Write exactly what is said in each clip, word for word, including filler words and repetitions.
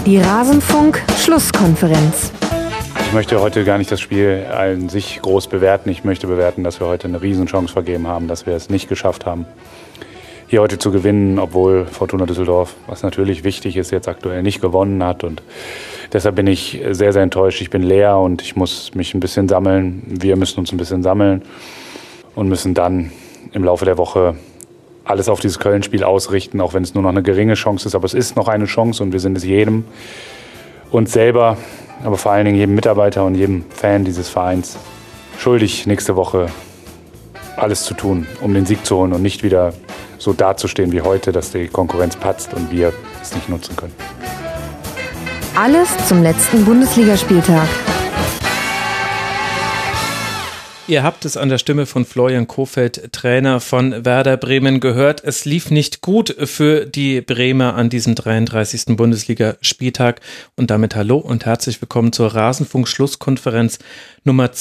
Die Rasenfunk-Schlusskonferenz. Ich möchte heute gar nicht das Spiel an sich groß bewerten. Ich möchte bewerten, dass wir heute eine Riesenchance vergeben haben, dass wir es nicht geschafft haben, hier heute zu gewinnen, obwohl Fortuna Düsseldorf, was natürlich wichtig ist, jetzt aktuell nicht gewonnen hat. Und deshalb bin ich sehr, sehr enttäuscht. Ich bin leer und ich muss mich ein bisschen sammeln. Wir müssen uns ein bisschen sammeln und müssen dann im Laufe der Woche alles auf dieses Köln-Spiel ausrichten, auch wenn es nur noch eine geringe Chance ist. Aber es ist noch eine Chance und wir sind es jedem, uns selber, aber vor allen Dingen jedem Mitarbeiter und jedem Fan dieses Vereins schuldig, nächste Woche alles zu tun, um den Sieg zu holen und nicht wieder so dazustehen wie heute, dass die Konkurrenz patzt und wir es nicht nutzen können. Alles zum letzten Bundesligaspieltag. Ihr habt es an der Stimme von Florian Kohfeldt, Trainer von Werder Bremen, gehört. Es lief nicht gut für die Bremer an diesem dreiunddreißigsten Bundesligaspieltag. Und damit hallo und herzlich willkommen zur Rasenfunk-Schlusskonferenz Nummer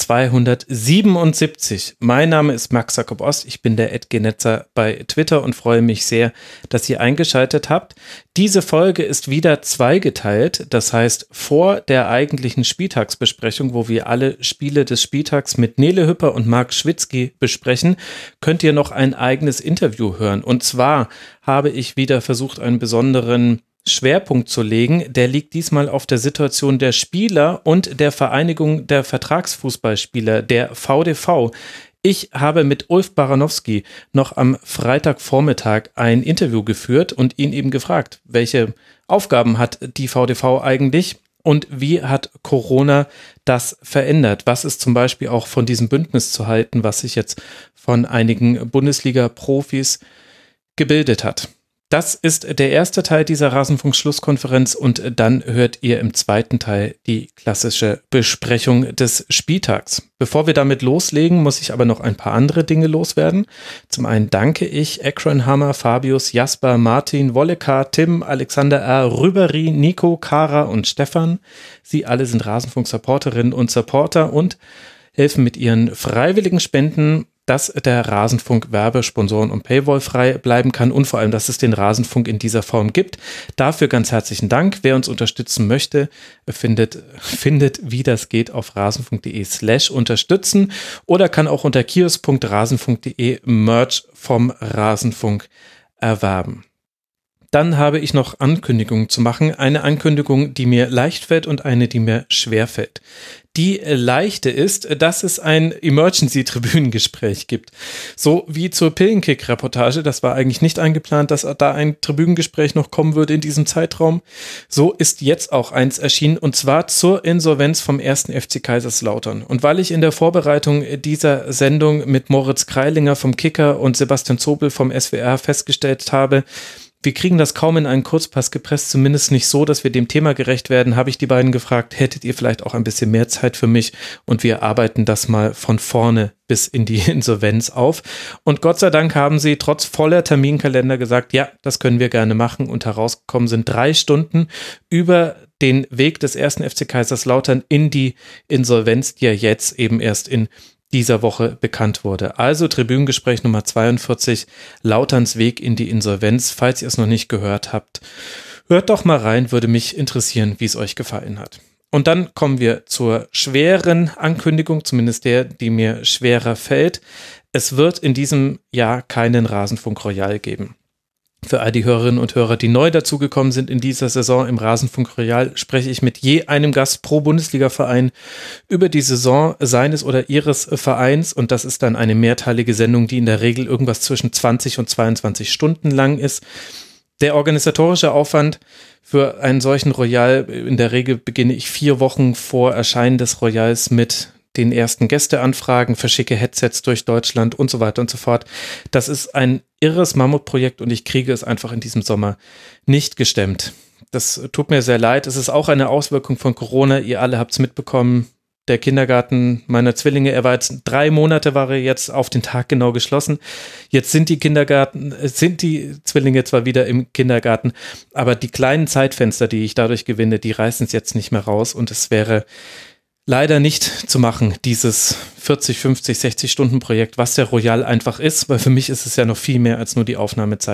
zweihundertsiebenundsiebzig. Mein Name ist Max Jakob Ost, ich bin der Edgenetzer bei Twitter und freue mich sehr, dass ihr eingeschaltet habt. Diese Folge ist wieder zweigeteilt, das heißt vor der eigentlichen Spieltagsbesprechung, wo wir alle Spiele des Spieltags mit Nele Hüpper und Marc Schwitzky besprechen, könnt ihr noch ein eigenes Interview hören. Und zwar habe ich wieder versucht, einen besonderen Schwerpunkt zu legen. Der liegt diesmal auf der Situation der Spieler und der Vereinigung der Vertragsfußballspieler, der V D V. Ich habe mit Ulf Baranowski noch am Freitagvormittag ein Interview geführt und ihn eben gefragt, welche Aufgaben hat die V D V eigentlich und wie hat Corona das verändert? Was ist zum Beispiel auch von diesem Bündnis zu halten, was sich jetzt von einigen Bundesliga-Profis gebildet hat? Das ist der erste Teil dieser Rasenfunk-Schlusskonferenz und dann hört ihr im zweiten Teil die klassische Besprechung des Spieltags. Bevor wir damit loslegen, muss ich aber noch ein paar andere Dinge loswerden. Zum einen danke ich Ekron Hammer, Fabius, Jasper, Martin, Wolleka, Tim, Alexander R., Rüberi, Nico, Kara und Stefan. Sie alle sind Rasenfunk-Supporterinnen und Supporter und helfen mit ihren freiwilligen Spenden, dass der Rasenfunk Werbe-, Sponsoren- und Paywall frei bleiben kann und vor allem, dass es den Rasenfunk in dieser Form gibt. Dafür ganz herzlichen Dank. Wer uns unterstützen möchte, findet, findet wie das geht, auf rasenfunk.de slash unterstützen oder kann auch unter kiosk.rasenfunk.de Merch vom Rasenfunk erwerben. Dann habe ich noch Ankündigungen zu machen. Eine Ankündigung, die mir leicht fällt und eine, die mir schwer fällt. Die leichte ist, dass es ein Emergency-Tribünengespräch gibt. So wie zur Pillenkick-Reportage. Das war eigentlich nicht eingeplant, dass da ein Tribünengespräch noch kommen würde in diesem Zeitraum. So ist jetzt auch eins erschienen und zwar zur Insolvenz vom ersten F C Kaiserslautern. Und weil ich in der Vorbereitung dieser Sendung mit Moritz Kreilinger vom Kicker und Sebastian Zobel vom S W R festgestellt habe, wir kriegen das kaum in einen Kurzpass gepresst, zumindest nicht so, dass wir dem Thema gerecht werden, habe ich die beiden gefragt, hättet ihr vielleicht auch ein bisschen mehr Zeit für mich und wir arbeiten das mal von vorne bis in die Insolvenz auf. Und Gott sei Dank haben sie trotz voller Terminkalender gesagt, ja, das können wir gerne machen und herausgekommen sind drei Stunden über den Weg des ersten F C Kaiserslautern in die Insolvenz, die ja jetzt eben erst in dieser Woche bekannt wurde. Also Tribünengespräch Nummer zweiundvierzig, Lauterns Weg in die Insolvenz. Falls ihr es noch nicht gehört habt, hört doch mal rein, würde mich interessieren, wie es euch gefallen hat. Und dann kommen wir zur schweren Ankündigung, zumindest der, die mir schwerer fällt. Es wird in diesem Jahr keinen Rasenfunk Royal geben. Für all die Hörerinnen und Hörer, die neu dazugekommen sind in dieser Saison im Rasenfunk Royal, spreche ich mit je einem Gast pro Bundesliga-Verein über die Saison seines oder ihres Vereins und das ist dann eine mehrteilige Sendung, die in der Regel irgendwas zwischen zwanzig und zweiundzwanzig Stunden lang ist. Der organisatorische Aufwand für einen solchen Royal, in der Regel beginne ich vier Wochen vor Erscheinen des Royals mit den ersten Gästeanfragen, verschicke Headsets durch Deutschland und so weiter und so fort. Das ist ein irres Mammutprojekt und ich kriege es einfach in diesem Sommer nicht gestemmt. Das tut mir sehr leid. Es ist auch eine Auswirkung von Corona. Ihr alle habt es mitbekommen. Der Kindergarten meiner Zwillinge, er war jetzt drei Monate, war er jetzt auf den Tag genau geschlossen. Jetzt sind die Kindergarten, sind die Zwillinge zwar wieder im Kindergarten, aber die kleinen Zeitfenster, die ich dadurch gewinne, die reißen es jetzt nicht mehr raus und es wäre leider nicht zu machen, dieses vierzig, fünfzig, sechzig Stunden Projekt, was der Royal einfach ist, weil für mich ist es ja noch viel mehr als nur die Aufnahmezeit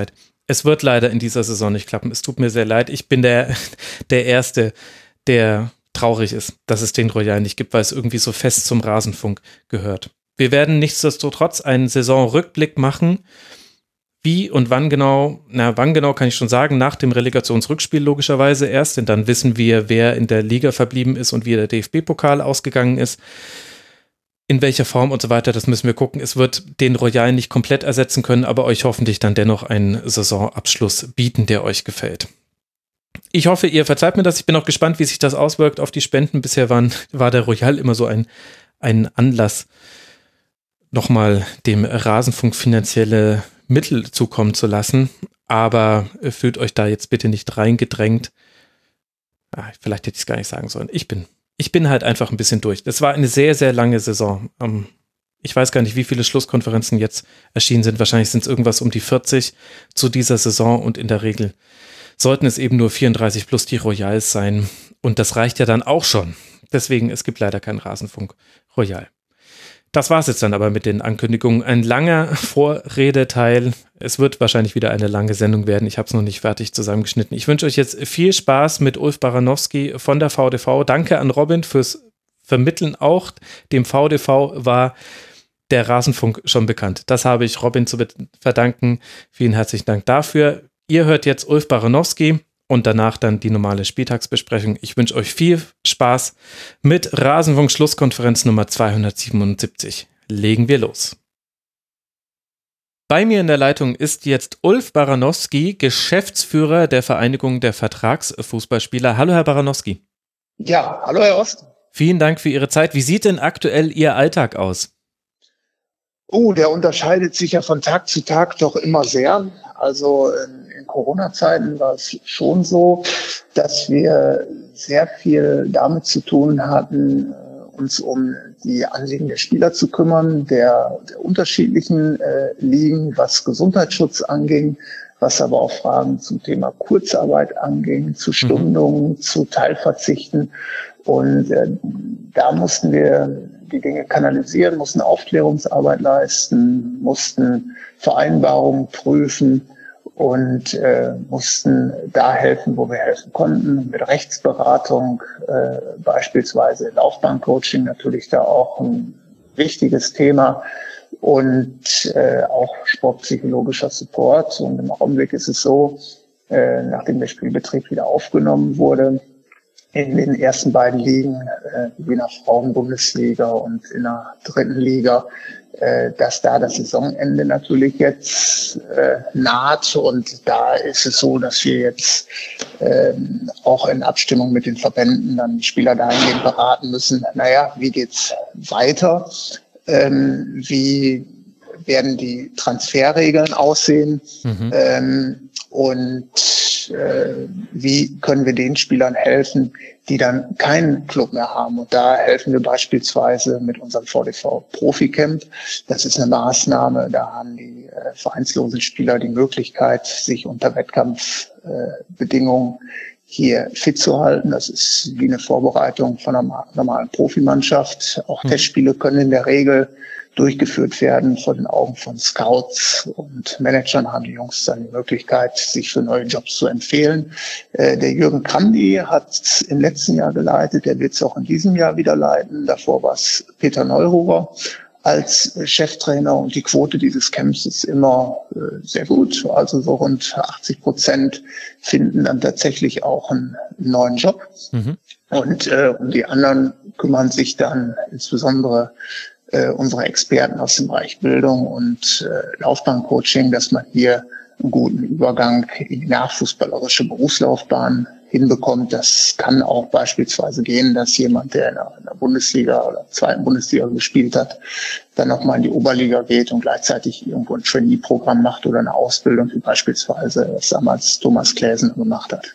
Es wird leider in dieser Saison nicht klappen. Es tut mir sehr leid. Ich bin der, der Erste, der traurig ist, dass es den Royal nicht gibt, weil es irgendwie so fest zum Rasenfunk gehört. Wir werden nichtsdestotrotz einen Saisonrückblick machen. Wie und wann genau, na wann genau kann ich schon sagen, nach dem Relegationsrückspiel logischerweise erst, denn dann wissen wir, wer in der Liga verblieben ist und wie der D F B-Pokal ausgegangen ist. In welcher Form und so weiter, das müssen wir gucken. Es wird den Royal nicht komplett ersetzen können, aber euch hoffentlich dann dennoch einen Saisonabschluss bieten, der euch gefällt. Ich hoffe, ihr verzeiht mir das. Ich bin auch gespannt, wie sich das auswirkt auf die Spenden. Bisher waren, war der Royal immer so ein, ein Anlass, nochmal dem Rasenfunk finanzielle Mittel zukommen zu lassen. Aber fühlt euch da jetzt bitte nicht reingedrängt. Ah, vielleicht hätte ich es gar nicht sagen sollen. Ich bin Ich bin halt einfach ein bisschen durch. Das war eine sehr, sehr lange Saison. Ich weiß gar nicht, wie viele Schlusskonferenzen jetzt erschienen sind. Wahrscheinlich sind es irgendwas um die vierzig zu dieser Saison und in der Regel sollten es eben nur vierunddreißig plus die Royals sein. Und das reicht ja dann auch schon. Deswegen, es gibt leider keinen Rasenfunk Royal. Das war es jetzt dann aber mit den Ankündigungen. Ein langer Vorredeteil. Es wird wahrscheinlich wieder eine lange Sendung werden. Ich habe es noch nicht fertig zusammengeschnitten. Ich wünsche euch jetzt viel Spaß mit Ulf Baranowski von der V D V. Danke an Robin fürs Vermitteln auch. Dem V D V war der Rasenfunk schon bekannt. Das habe ich Robin zu verdanken. Vielen herzlichen Dank dafür. Ihr hört jetzt Ulf Baranowski und danach dann die normale Spieltagsbesprechung. Ich wünsche euch viel Spaß mit Rasenfunk Schlusskonferenz Nummer zweihundertsiebenundsiebzig. Legen wir los. Bei mir in der Leitung ist jetzt Ulf Baranowski, Geschäftsführer der Vereinigung der Vertragsfußballspieler. Hallo, Herr Baranowski. Ja, hallo, Herr Ost. Vielen Dank für Ihre Zeit. Wie sieht denn aktuell Ihr Alltag aus? Oh, der unterscheidet sich ja von Tag zu Tag doch immer sehr. Also in, in Corona-Zeiten war es schon so, dass wir sehr viel damit zu tun hatten, uns um die Anliegen der Spieler zu kümmern, der, der unterschiedlichen äh, Ligen, was Gesundheitsschutz anging, was aber auch Fragen zum Thema Kurzarbeit anging, zu Stundungen, mhm. zu Teilverzichten. Und äh, da mussten wir die Dinge kanalisieren, mussten Aufklärungsarbeit leisten, mussten Vereinbarungen prüfen und äh, mussten da helfen, wo wir helfen konnten, mit Rechtsberatung, äh, beispielsweise Laufbahncoaching, natürlich da auch ein wichtiges Thema, und äh, auch sportpsychologischer Support. Und im Augenblick ist es so, äh, nachdem der Spielbetrieb wieder aufgenommen wurde, in den ersten beiden Ligen, äh, wie in der Frauenbundesliga und in der dritten Liga, äh, dass da das Saisonende natürlich jetzt äh, naht. Und da ist es so, dass wir jetzt äh, auch in Abstimmung mit den Verbänden dann die Spieler dahingehend beraten müssen, naja, wie geht's weiter? Ähm, wie werden die Transferregeln aussehen? Mhm. Ähm, und äh, wie können wir den Spielern helfen, die dann keinen Club mehr haben? Und da helfen wir beispielsweise mit unserem V D V Profi-Camp. Das ist eine Maßnahme, da haben die äh, vereinslosen Spieler die Möglichkeit, sich unter Wettkampfbedingungen äh, hier fit zu halten. Das ist wie eine Vorbereitung von einer normalen Profimannschaft. Auch mhm. Testspiele können in der Regel durchgeführt werden vor den Augen von Scouts und Managern. Haben die Jungs dann die Möglichkeit, sich für neue Jobs zu empfehlen. Äh, der Jürgen Kandi hat es im letzten Jahr geleitet, der wird es auch in diesem Jahr wieder leiten. Davor war es Peter Neururer als Cheftrainer, und die Quote dieses Camps ist immer äh, sehr gut. Also so rund achtzig Prozent finden dann tatsächlich auch einen neuen Job. Mhm. Und äh, um die anderen kümmern sich dann insbesondere äh, unsere Experten aus dem Bereich Bildung und äh, Laufbahncoaching, dass man hier einen guten Übergang in die nachfußballerische Berufslaufbahn hinbekommt. Das kann auch beispielsweise gehen, dass jemand, der in der, in der Bundesliga oder zweiten Bundesliga gespielt hat, dann nochmal in die Oberliga geht und gleichzeitig irgendwo ein Trainee-Programm macht oder eine Ausbildung, wie beispielsweise was damals Thomas Kläsen gemacht hat.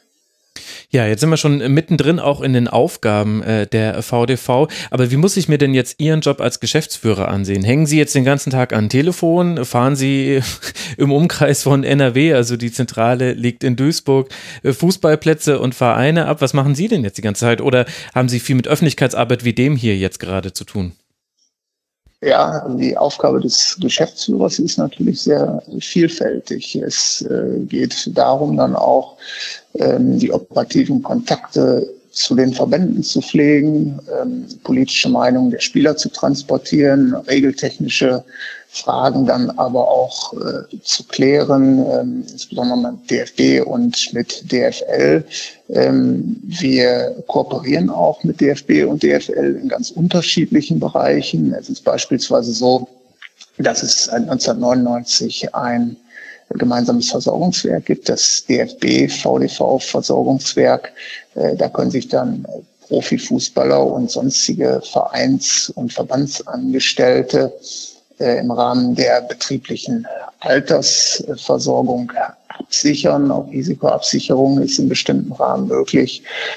Ja, jetzt sind wir schon mittendrin auch in den Aufgaben äh, der V D V. Aber wie muss ich mir denn jetzt Ihren Job als Geschäftsführer ansehen? Hängen Sie jetzt den ganzen Tag an Telefon? Fahren Sie im Umkreis von N R W, also die Zentrale liegt in Duisburg, Fußballplätze und Vereine ab? Was machen Sie denn jetzt die ganze Zeit? Oder haben Sie viel mit Öffentlichkeitsarbeit wie dem hier jetzt gerade zu tun? Ja, die Aufgabe des Geschäftsführers ist natürlich sehr vielfältig. Es äh, geht darum, dann auch ähm, die operativen Kontakte zu den Verbänden zu pflegen, ähm, politische Meinungen der Spieler zu transportieren, regeltechnische Fragen dann aber auch äh, zu klären, ähm, insbesondere mit D F B und mit D F L. Ähm, wir kooperieren auch mit D F B und D F L in ganz unterschiedlichen Bereichen. Es ist beispielsweise so, dass es seit neunzehnhundertneunundneunzig ein gemeinsames Versorgungswerk gibt, das D F B V D V-Versorgungswerk. Äh, da können sich dann Profifußballer und sonstige Vereins- und Verbandsangestellte im Rahmen der betrieblichen Altersversorgung absichern. Auch Risikoabsicherung ist in bestimmten Rahmen möglich.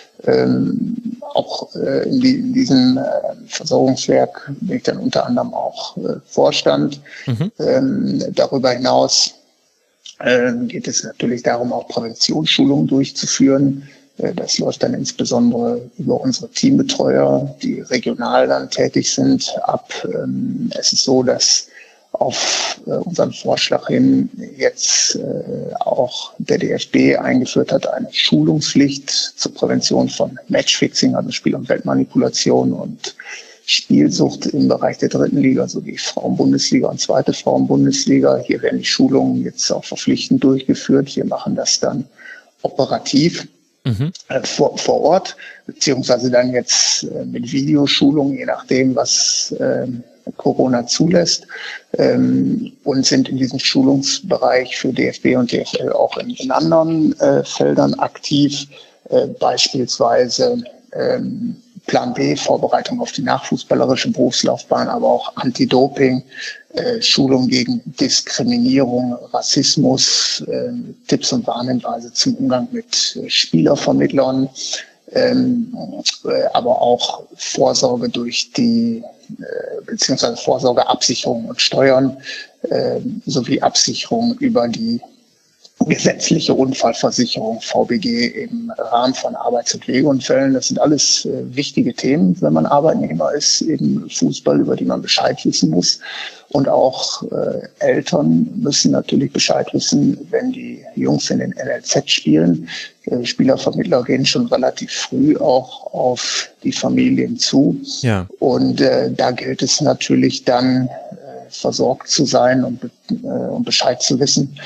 Ähm, auch äh, in, die, in diesem äh, Versorgungswerk bin ich dann unter anderem auch äh, Vorstand. Mhm. Ähm, darüber hinaus äh, geht es natürlich darum, auch Präventionsschulungen durchzuführen. Das läuft dann insbesondere über unsere Teambetreuer, die regional dann tätig sind, ab. Es ist so, dass auf unseren Vorschlag hin jetzt auch der D F B eingeführt hat, eine Schulungspflicht zur Prävention von Matchfixing, also Spiel- und Wettmanipulation und Spielsucht im Bereich der dritten Liga sowie Frauenbundesliga und zweite Frauenbundesliga. Hier werden die Schulungen jetzt auch verpflichtend durchgeführt. Wir machen das dann operativ. Mhm. Vor, vor Ort, beziehungsweise dann jetzt äh, mit Videoschulungen, je nachdem, was äh, Corona zulässt, ähm, und sind in diesem Schulungsbereich für D F B und D F L auch in, in anderen äh, Feldern aktiv, äh, beispielsweise ähm, Plan B, Vorbereitung auf die nachfußballerische Berufslaufbahn, aber auch Anti-Doping, äh, Schulung gegen Diskriminierung, Rassismus, äh, Tipps und Warnhinweise zum Umgang mit äh, Spielervermittlern, ähm, äh, aber auch Vorsorge durch die, äh, beziehungsweise Vorsorgeabsicherung und Steuern, äh, sowie Absicherung über die gesetzliche Unfallversicherung, V B G, im Rahmen von Arbeits- und Pflegeunfällen. Das sind alles äh, wichtige Themen, wenn man Arbeitnehmer ist, im Fußball, über die man Bescheid wissen muss. Und auch äh, Eltern müssen natürlich Bescheid wissen, wenn die Jungs in den N L Z spielen. Äh, Spielervermittler gehen schon relativ früh auch auf die Familien zu. Ja. Und äh, da gilt es natürlich dann, äh, versorgt zu sein und, äh, und Bescheid zu wissen,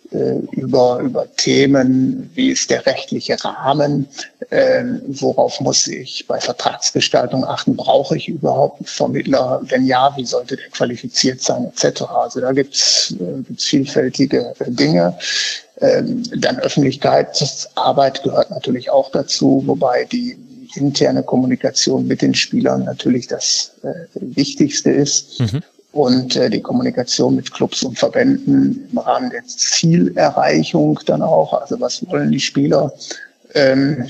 über über Themen, wie ist der rechtliche Rahmen, äh, worauf muss ich bei Vertragsgestaltung achten, brauche ich überhaupt einen Vermittler, wenn ja, wie sollte der qualifiziert sein, et cetera. Also da gibt's äh, gibt's vielfältige Dinge. Ähm, dann Öffentlichkeitsarbeit gehört natürlich auch dazu, wobei die interne Kommunikation mit den Spielern natürlich das äh, Wichtigste ist. Mhm. Und äh, die Kommunikation mit Clubs und Verbänden im Rahmen der Zielerreichung dann auch, also was wollen die Spieler, ähm,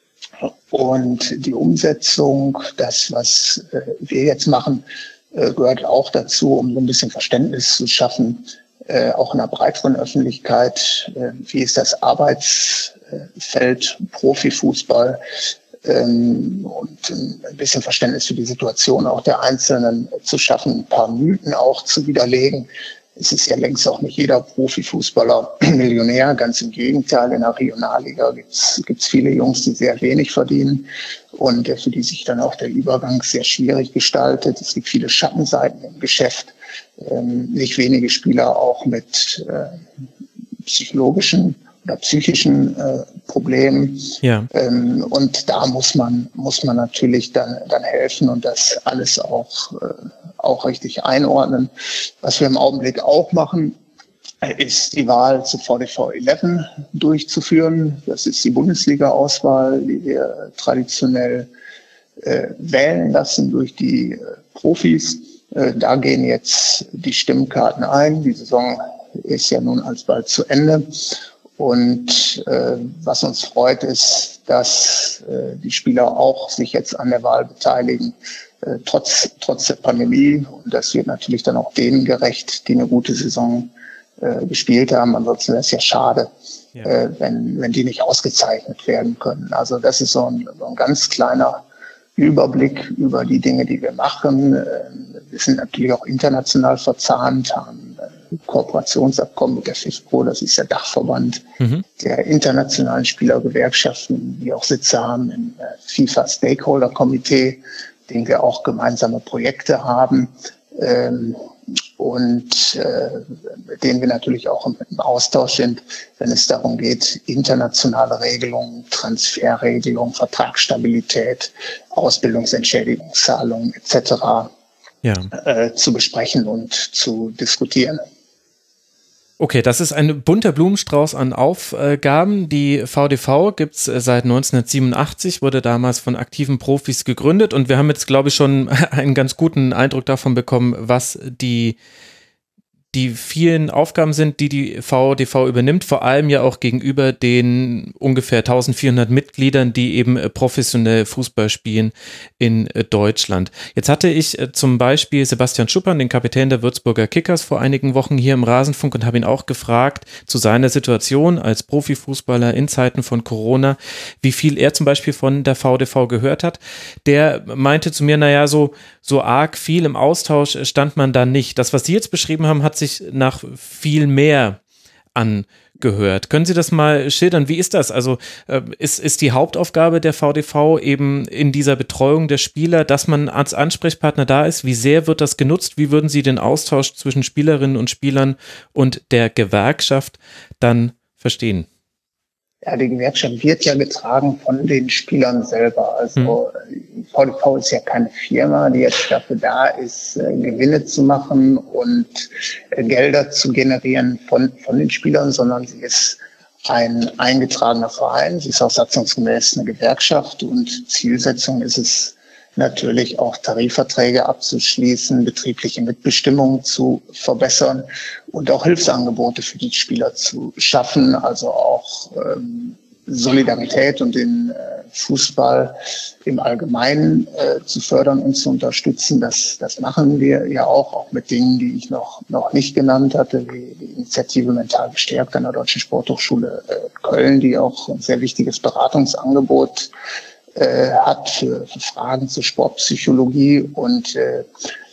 und die Umsetzung, das, was äh, wir jetzt machen, äh, gehört auch dazu, um so ein bisschen Verständnis zu schaffen, äh, auch in einer breiteren Öffentlichkeit, äh, wie ist das Arbeitsfeld Profifußball, Ähm, und ein bisschen Verständnis für die Situation auch der Einzelnen zu schaffen, ein paar Mythen auch zu widerlegen. Es ist ja längst auch nicht jeder Profifußballer Millionär, ganz im Gegenteil. In der Regionalliga gibt's gibt's viele Jungs, die sehr wenig verdienen und für die sich dann auch der Übergang sehr schwierig gestaltet. Es gibt viele Schattenseiten im Geschäft, ähm, nicht wenige Spieler auch mit äh, psychologischen oder psychischen äh, Problemen. Ja. Ähm, und da muss man muss man natürlich dann dann helfen und das alles auch äh, auch richtig einordnen. Was wir im Augenblick auch machen, ist die Wahl zu V D V elf durchzuführen. Das ist die Bundesliga-Auswahl, die wir traditionell äh, wählen lassen durch die äh, Profis. Äh, da gehen jetzt die Stimmkarten ein. Die Saison ist ja nun alsbald zu Ende. Und äh, was uns freut, ist, dass äh, die Spieler auch sich jetzt an der Wahl beteiligen, äh, trotz trotz der Pandemie. Und das wird natürlich dann auch denen gerecht, die eine gute Saison äh, gespielt haben. Ansonsten wäre es ja schade, ja. Äh, wenn wenn die nicht ausgezeichnet werden können. Also das ist so ein, so ein ganz kleiner Überblick über die Dinge, die wir machen. wir sind natürlich auch international verzahnt, haben ein Kooperationsabkommen mit der FIFPro, das ist der Dachverband mhm. der internationalen Spielergewerkschaften, die auch Sitze haben im FIFA Stakeholder Komitee, in dem wir auch gemeinsame Projekte haben. Ähm, und äh, mit denen wir natürlich auch im, im Austausch sind, wenn es darum geht, internationale Regelungen, Transferregelungen, Vertragsstabilität, Ausbildungsentschädigungszahlungen et cetera ja. äh, zu besprechen und zu diskutieren. Okay, das ist ein bunter Blumenstrauß an Aufgaben. Die V D V gibt's seit neunzehnhundertsiebenundachtzig, wurde damals von aktiven Profis gegründet und wir haben jetzt, glaube ich, schon einen ganz guten Eindruck davon bekommen, was die die vielen Aufgaben sind, die die V D V übernimmt, vor allem ja auch gegenüber den ungefähr eintausendvierhundert Mitgliedern, die eben professionell Fußball spielen in Deutschland. Jetzt hatte ich zum Beispiel Sebastian Schuppern, den Kapitän der Würzburger Kickers, vor einigen Wochen hier im Rasenfunk und habe ihn auch gefragt zu seiner Situation als Profifußballer in Zeiten von Corona, wie viel er zum Beispiel von der V D V gehört hat. Der meinte zu mir, naja, so, so arg viel im Austausch stand man da nicht. Das, was Sie jetzt beschrieben haben, hat sich nach viel mehr angehört. Können Sie das mal schildern? Wie ist das? Also äh, ist, ist die Hauptaufgabe der V D V eben in dieser Betreuung der Spieler, dass man als Ansprechpartner da ist? Wie sehr wird das genutzt? Wie würden Sie den Austausch zwischen Spielerinnen und Spielern und der Gewerkschaft dann verstehen? Ja, die Gewerkschaft wird ja getragen von den Spielern selber. Also mhm. V D V ist ja keine Firma, die jetzt dafür da ist, Gewinne zu machen und Gelder zu generieren von, von den Spielern, sondern sie ist ein eingetragener Verein. Sie ist auch satzungsgemäß eine Gewerkschaft und Zielsetzung ist es natürlich auch Tarifverträge abzuschließen, betriebliche Mitbestimmung zu verbessern und auch Hilfsangebote für die Spieler zu schaffen, also auch ähm, Solidarität und den äh, Fußball im Allgemeinen äh, zu fördern und zu unterstützen. Das, das machen wir ja auch, auch mit Dingen, die ich noch, noch nicht genannt hatte, wie die Initiative Mental gestärkt an der Deutschen Sporthochschule äh, Köln, die auch ein sehr wichtiges Beratungsangebot Äh, hat für, für Fragen zur Sportpsychologie und äh,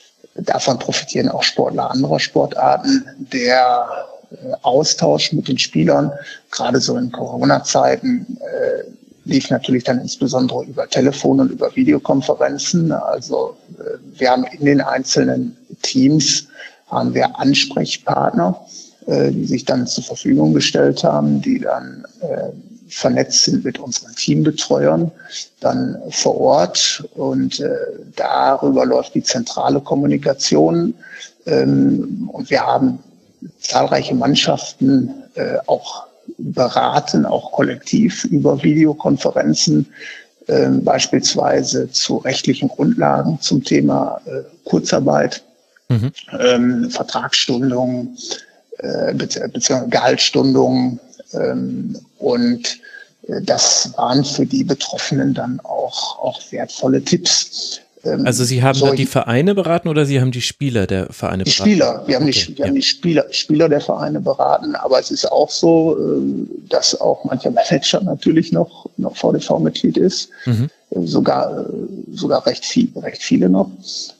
davon profitieren auch Sportler anderer Sportarten. Der äh, Austausch mit den Spielern, gerade so in Corona-Zeiten, äh, lief natürlich dann insbesondere über Telefon und über Videokonferenzen. Also äh, wir haben in den einzelnen Teams haben wir Ansprechpartner, äh, die sich dann zur Verfügung gestellt haben, die dann äh, vernetzt sind mit unseren Teambetreuern dann vor Ort und äh, darüber läuft die zentrale Kommunikation ähm, und wir haben zahlreiche Mannschaften äh, auch beraten, auch kollektiv über Videokonferenzen, äh, beispielsweise zu rechtlichen Grundlagen zum Thema äh, Kurzarbeit, mhm. ähm, Vertragsstundung, äh, beziehungsweise Gehaltsstundung. Ähm, und äh, das waren für die Betroffenen dann auch, auch wertvolle Tipps. Ähm, also Sie haben da die Vereine beraten oder Sie haben die Spieler der Vereine die beraten? Spieler, wir haben, okay, die, wir ja. haben die Spieler, Spieler der Vereine beraten, aber es ist auch so, äh, dass auch mancher Manager natürlich noch, noch V D V-Mitglied ist, mhm. äh, sogar, äh, sogar recht viel, recht viele noch,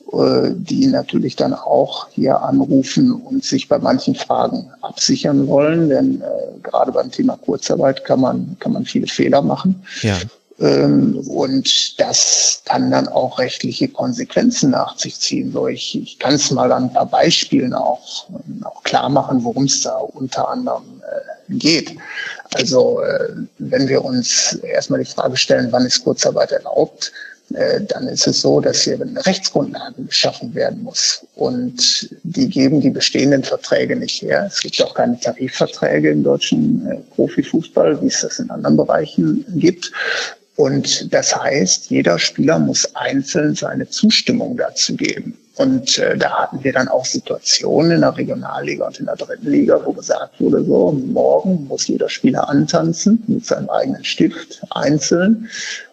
die natürlich dann auch hier anrufen und sich bei manchen Fragen absichern wollen, denn äh, gerade beim Thema Kurzarbeit kann man kann man viele Fehler machen. Ja. Ähm, und das kann dann auch rechtliche Konsequenzen nach sich ziehen. So, ich, ich kann es mal an ein paar Beispielen auch, auch klar machen, worum es da unter anderem äh, geht. Also äh, wenn wir uns erstmal die Frage stellen, wann ist Kurzarbeit erlaubt, dann ist es so, dass hier eine Rechtsgrundlage geschaffen werden muss. Und die geben die bestehenden Verträge nicht her. Es gibt auch keine Tarifverträge im deutschen äh, Profifußball, wie es das in anderen Bereichen gibt. Und das heißt, jeder Spieler muss einzeln seine Zustimmung dazu geben. Und äh, da hatten wir dann auch Situationen in der Regionalliga und in der dritten Liga, wo gesagt wurde, so, morgen muss jeder Spieler antanzen mit seinem eigenen Stift, einzeln.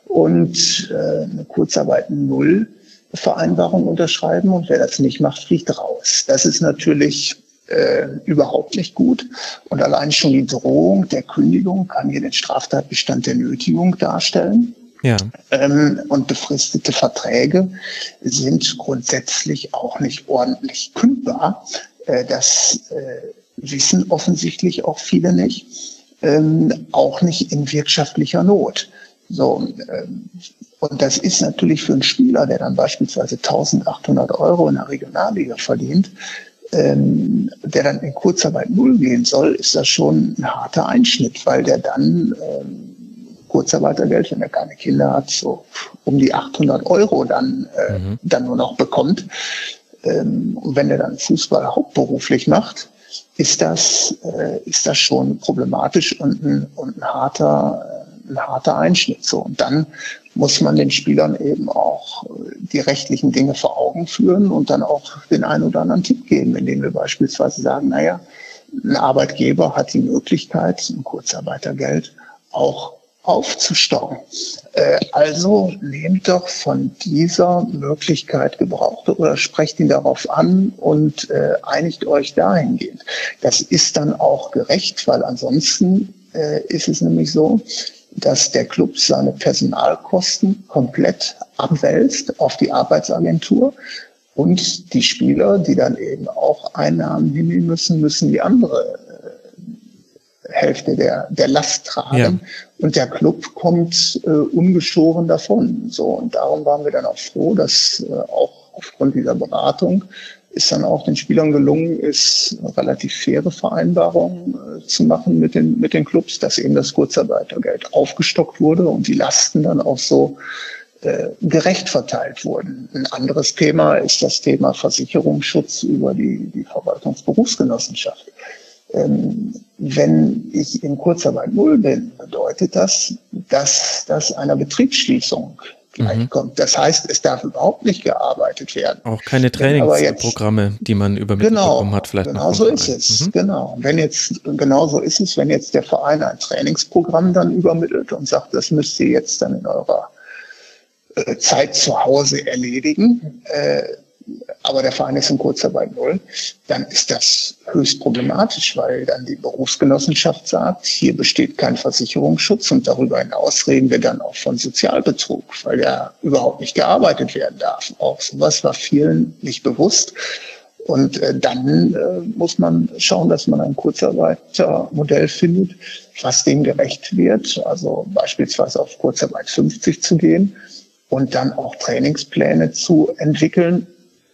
Und äh, eine Kurzarbeit null Vereinbarung unterschreiben und wer das nicht macht, fliegt raus. Das ist natürlich äh, überhaupt nicht gut und allein schon die Drohung der Kündigung kann hier den Straftatbestand der Nötigung darstellen. Ja. Ähm, und befristete Verträge sind grundsätzlich auch nicht ordentlich kündbar. Äh, das äh, wissen offensichtlich auch viele nicht. Ähm, auch nicht in wirtschaftlicher Not. So, ähm, und das ist natürlich für einen Spieler, der dann beispielsweise eintausendachthundert Euro in der Regionalliga verdient, ähm, der dann in Kurzarbeit null gehen soll, ist das schon ein harter Einschnitt, weil der dann ähm, Kurzarbeitergeld, wenn er keine Kinder hat, so um die achthundert Euro dann, äh, mhm. dann nur noch bekommt. Ähm, und wenn er dann Fußball hauptberuflich macht, ist das, äh, ist das schon problematisch und ein, und ein harter, äh, ein harter Einschnitt. So. Und dann muss man den Spielern eben auch die rechtlichen Dinge vor Augen führen und dann auch den einen oder anderen Tipp geben, indem wir beispielsweise sagen, naja, ein Arbeitgeber hat die Möglichkeit, ein Kurzarbeitergeld auch aufzustocken. Äh, also nehmt doch von dieser Möglichkeit Gebrauch oder sprecht ihn darauf an und äh, einigt euch dahingehend. Das ist dann auch gerecht, weil ansonsten äh, ist es nämlich so, dass der Club seine Personalkosten komplett abwälzt auf die Arbeitsagentur und die Spieler, die dann eben auch Einnahmen hinnehmen müssen, müssen die andere Hälfte der, der Last tragen. Ja. Und der Club kommt äh, ungeschoren davon. So, und darum waren wir dann auch froh, dass äh, auch aufgrund dieser Beratung ist dann auch den Spielern gelungen ist, relativ faire Vereinbarungen äh, zu machen mit den, mit den Clubs, dass eben das Kurzarbeitergeld aufgestockt wurde und die Lasten dann auch so äh, gerecht verteilt wurden. Ein anderes Thema ist das Thema Versicherungsschutz über die, die Verwaltungsberufsgenossenschaft. Ähm, wenn ich in Kurzarbeit null bin, bedeutet das, dass das einer Betriebsschließung gleichkommt. Mhm. Das heißt, es darf überhaupt nicht gearbeitet werden. Auch keine Trainingsprogramme, die man übermittelt genau, bekommen hat, vielleicht genau so ist es. Mhm. Genau. Wenn jetzt, genau so ist es, wenn jetzt der Verein ein Trainingsprogramm dann übermittelt und sagt, das müsst ihr jetzt dann in eurer äh, Zeit zu Hause erledigen, äh, aber der Verein ist in Kurzarbeit null, dann ist das höchst problematisch, weil dann die Berufsgenossenschaft sagt, hier besteht kein Versicherungsschutz und darüber hinaus reden wir dann auch von Sozialbetrug, weil ja überhaupt nicht gearbeitet werden darf. Auch sowas war vielen nicht bewusst. Und äh, dann äh, muss man schauen, dass man ein Kurzarbeitermodell findet, was dem gerecht wird. Also beispielsweise auf Kurzarbeit fünfzig zu gehen und dann auch Trainingspläne zu entwickeln,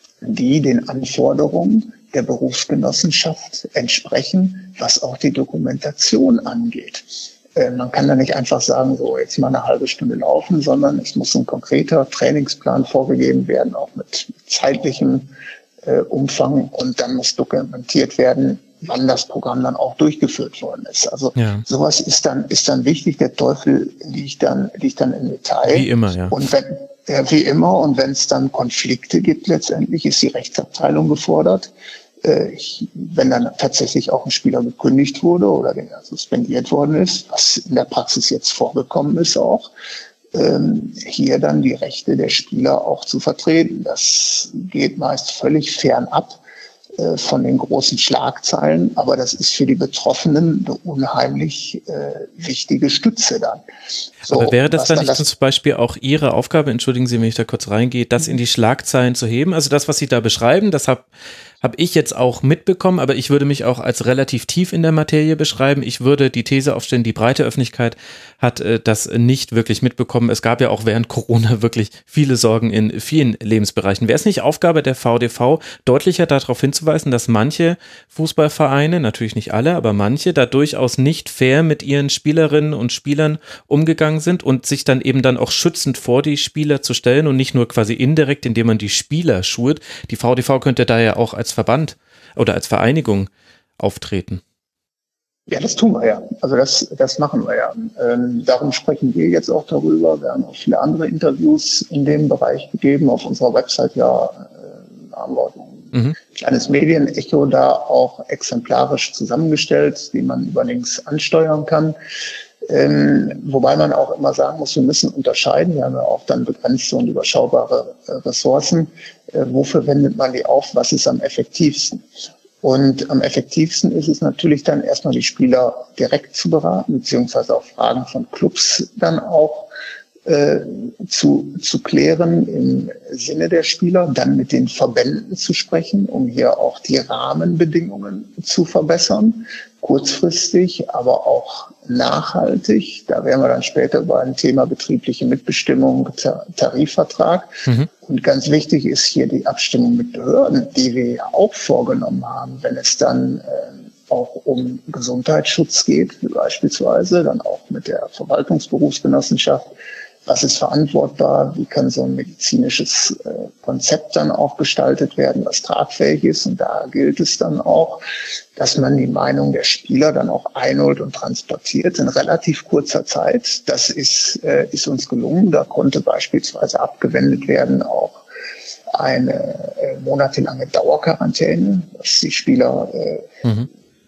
die den Anforderungen der Berufsgenossenschaft entsprechen, was auch die Dokumentation angeht. Äh, man kann da nicht einfach sagen, so jetzt mal eine halbe Stunde laufen, sondern es muss ein konkreter Trainingsplan vorgegeben werden, auch mit zeitlichem äh, Umfang, und dann muss dokumentiert werden, wann das Programm dann auch durchgeführt worden ist. Also ja. sowas ist dann ist dann wichtig. Der Teufel liegt dann liegt dann im Detail. Wie immer, ja. Und wenn Ja, wie immer. Und wenn es dann Konflikte gibt, letztendlich ist die Rechtsabteilung gefordert. Äh, ich, wenn dann tatsächlich auch ein Spieler gekündigt wurde oder wenn er suspendiert worden ist, was in der Praxis jetzt vorgekommen ist auch, ähm, hier dann die Rechte der Spieler auch zu vertreten. Das geht meist völlig fernab äh, von den großen Schlagzeilen, aber das ist für die Betroffenen eine unheimlich äh, wichtige Stütze dann. So, aber wäre das dann nicht das zum Beispiel auch Ihre Aufgabe, entschuldigen Sie, wenn ich da kurz reingehe, das in die Schlagzeilen zu heben? Also das, was Sie da beschreiben, das habe hab ich jetzt auch mitbekommen, aber ich würde mich auch als relativ tief in der Materie beschreiben. Ich würde die These aufstellen, die breite Öffentlichkeit hat äh, das nicht wirklich mitbekommen. Es gab ja auch während Corona wirklich viele Sorgen in vielen Lebensbereichen. Wäre es nicht Aufgabe der V D V, deutlicher darauf hinzuweisen, dass manche Fußballvereine, natürlich nicht alle, aber manche, da durchaus nicht fair mit ihren Spielerinnen und Spielern umgegangen sind und sich dann eben dann auch schützend vor die Spieler zu stellen und nicht nur quasi indirekt, indem man die Spieler schult. Die V D V könnte da ja auch als Verband oder als Vereinigung auftreten. Ja, das tun wir ja. Also das, das machen wir ja. Ähm, darum sprechen wir jetzt auch darüber. Wir haben auch viele andere Interviews in dem Bereich gegeben. Auf unserer Website ja äh, haben wir ein mhm. kleines Medienecho da auch exemplarisch zusammengestellt, die man über links ansteuern kann. Ähm, wobei man auch immer sagen muss, wir müssen unterscheiden. Wir haben ja auch dann begrenzte und überschaubare äh, Ressourcen. Äh, wofür wendet man die auf? Was ist am effektivsten? Und am effektivsten ist es natürlich dann erstmal die Spieler direkt zu beraten, beziehungsweise auf Fragen von Clubs dann auch äh, zu, zu klären im Sinne der Spieler, dann mit den Verbänden zu sprechen, um hier auch die Rahmenbedingungen zu verbessern, kurzfristig, aber auch nachhaltig. Da wären wir dann später über ein Thema betriebliche Mitbestimmung, Tar- Tarifvertrag. Mhm. Und ganz wichtig ist hier die Abstimmung mit Behörden, die wir ja auch vorgenommen haben, wenn es dann äh, auch um Gesundheitsschutz geht, beispielsweise, dann auch mit der Verwaltungsberufsgenossenschaft. Was ist verantwortbar? Wie kann so ein medizinisches äh, Konzept dann auch gestaltet werden, was tragfähig ist? Und da gilt es dann auch, dass man die Meinung der Spieler dann auch einholt und transportiert in relativ kurzer Zeit. Das ist, äh, ist uns gelungen. Da konnte beispielsweise abgewendet werden auch eine äh, monatelange Dauerquarantäne, was die Spieler äh, mhm.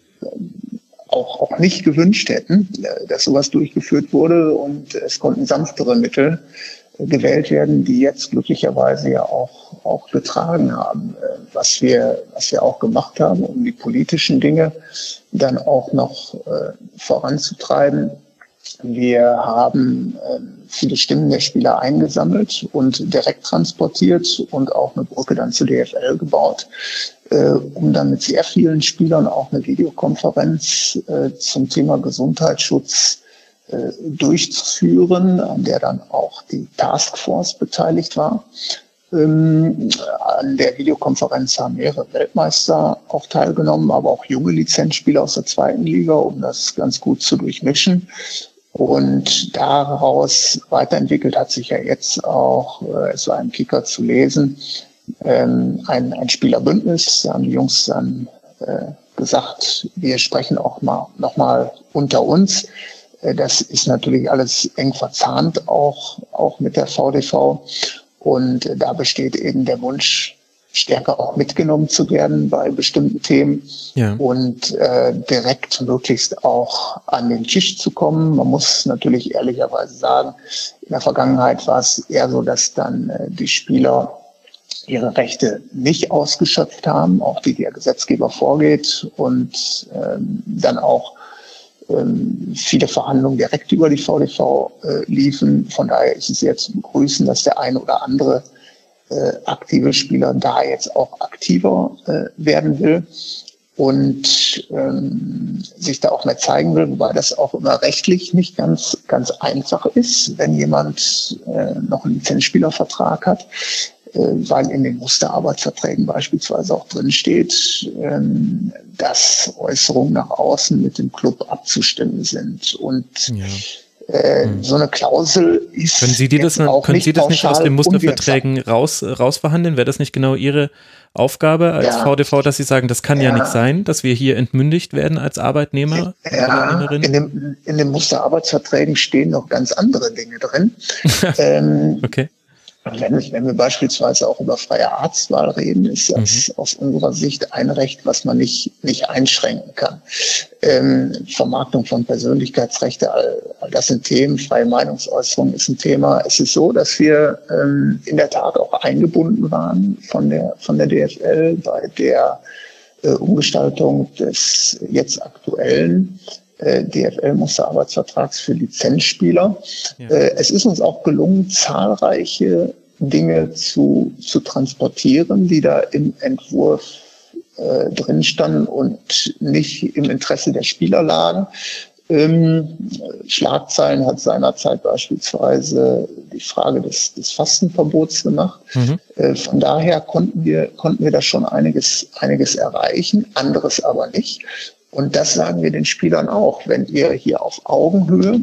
Auch, auch nicht gewünscht hätten, dass sowas durchgeführt wurde, und es konnten sanftere Mittel gewählt werden, die jetzt glücklicherweise ja auch, auch getragen haben. Was wir, was wir auch gemacht haben, um die politischen Dinge dann auch noch äh, voranzutreiben. Wir haben äh, viele Stimmen der Spieler eingesammelt und direkt transportiert und auch eine Brücke dann zur D F L gebaut, äh, um dann mit sehr vielen Spielern auch eine Videokonferenz äh, zum Thema Gesundheitsschutz äh, durchzuführen, an der dann auch die Taskforce beteiligt war. Ähm, an der Videokonferenz haben mehrere Weltmeister auch teilgenommen, aber auch junge Lizenzspieler aus der zweiten Liga, um das ganz gut zu durchmischen. Und daraus weiterentwickelt hat sich ja jetzt auch, äh, es war im Kicker zu lesen, ähm, ein, ein Spielerbündnis. Da haben die Jungs dann äh, gesagt, wir sprechen auch mal nochmal unter uns. Äh, das ist natürlich alles eng verzahnt, auch, auch mit der V D V. Und äh, da besteht eben der Wunsch, stärker auch mitgenommen zu werden bei bestimmten Themen, ja. und äh, direkt möglichst auch an den Tisch zu kommen. Man muss natürlich ehrlicherweise sagen, in der Vergangenheit war es eher so, dass dann äh, die Spieler ihre Rechte nicht ausgeschöpft haben, auch wie der Gesetzgeber vorgeht, und ähm, dann auch ähm, viele Verhandlungen direkt über die V D V äh, liefen. Von daher ist es sehr zu begrüßen, dass der eine oder andere Äh, aktive Spieler da jetzt auch aktiver äh, werden will und ähm, sich da auch mehr zeigen will, wobei das auch immer rechtlich nicht ganz ganz einfach ist, wenn jemand äh, noch einen Lizenzspielervertrag hat, äh, weil in den Musterarbeitsverträgen beispielsweise auch drin steht, ähm, dass Äußerungen nach außen mit dem Club abzustimmen sind, und ja. Äh, hm. so eine Klausel ist. Können Sie die das, auch können nicht Sie das nicht aus den Musterverträgen unwirksam. raus, rausverhandeln? Wäre das nicht genau Ihre Aufgabe als ja. V D V, dass Sie sagen, das kann ja. ja nicht sein, dass wir hier entmündigt werden als Arbeitnehmer? Ja, in dem, in den Musterarbeitsverträgen stehen noch ganz andere Dinge drin. ähm, okay. Wenn, wenn wir beispielsweise auch über freie Arztwahl reden, ist das mhm. aus unserer Sicht ein Recht, was man nicht, nicht einschränken kann. Ähm, Vermarktung von Persönlichkeitsrechte, all, all das sind Themen, freie Meinungsäußerung ist ein Thema. Es ist so, dass wir ähm, in der Tat auch eingebunden waren von der, von der D F L bei der äh, Umgestaltung des jetzt aktuellen D F L-Musterarbeitsvertrags für Lizenzspieler. Ja. Es ist uns auch gelungen, zahlreiche Dinge zu, zu transportieren, die da im Entwurf äh, drin standen und nicht im Interesse der Spieler lagen. Ähm, Schlagzeilen hat seinerzeit beispielsweise die Frage des, des Fastenverbots gemacht. Mhm. Äh, von daher konnten wir, konnten wir da schon einiges, einiges erreichen, anderes aber nicht. Und das sagen wir den Spielern auch. Wenn ihr hier auf Augenhöhe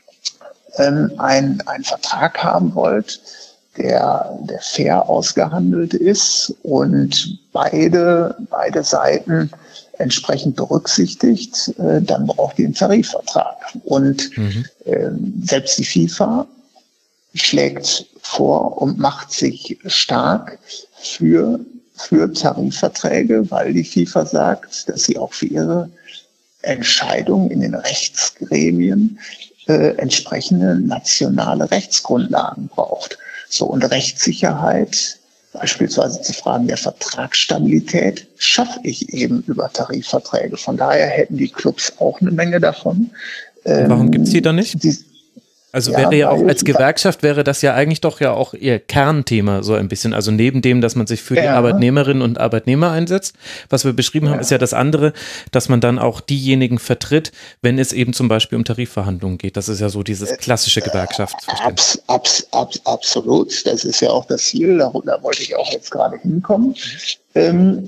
ähm, einen, einen Vertrag haben wollt, der, der fair ausgehandelt ist und beide, beide Seiten entsprechend berücksichtigt, äh, dann braucht ihr einen Tarifvertrag. Und mhm. äh, selbst die FIFA schlägt vor und macht sich stark für für Tarifverträge, weil die FIFA sagt, dass sie auch für ihre Entscheidungen in den Rechtsgremien äh, entsprechende nationale Rechtsgrundlagen braucht. So, und Rechtssicherheit, beispielsweise zu Fragen der Vertragsstabilität, schaffe ich eben über Tarifverträge. Von daher hätten die Clubs auch eine Menge davon. Ähm, Warum gibt's die dann nicht? Die, Also Ja, wäre ja auch weil- als Gewerkschaft wäre das ja eigentlich doch ja auch ihr Kernthema so ein bisschen. Also neben dem, dass man sich für die Ja. Arbeitnehmerinnen und Arbeitnehmer einsetzt, was wir beschrieben haben, Ja. ist ja das andere, dass man dann auch diejenigen vertritt, wenn es eben zum Beispiel um Tarifverhandlungen geht. Das ist ja so dieses klassische Gewerkschaftsverständnis. Abs, abs, abs, absolut. Das ist ja auch das Ziel. Da, da wollte ich auch jetzt gerade hinkommen. Ähm,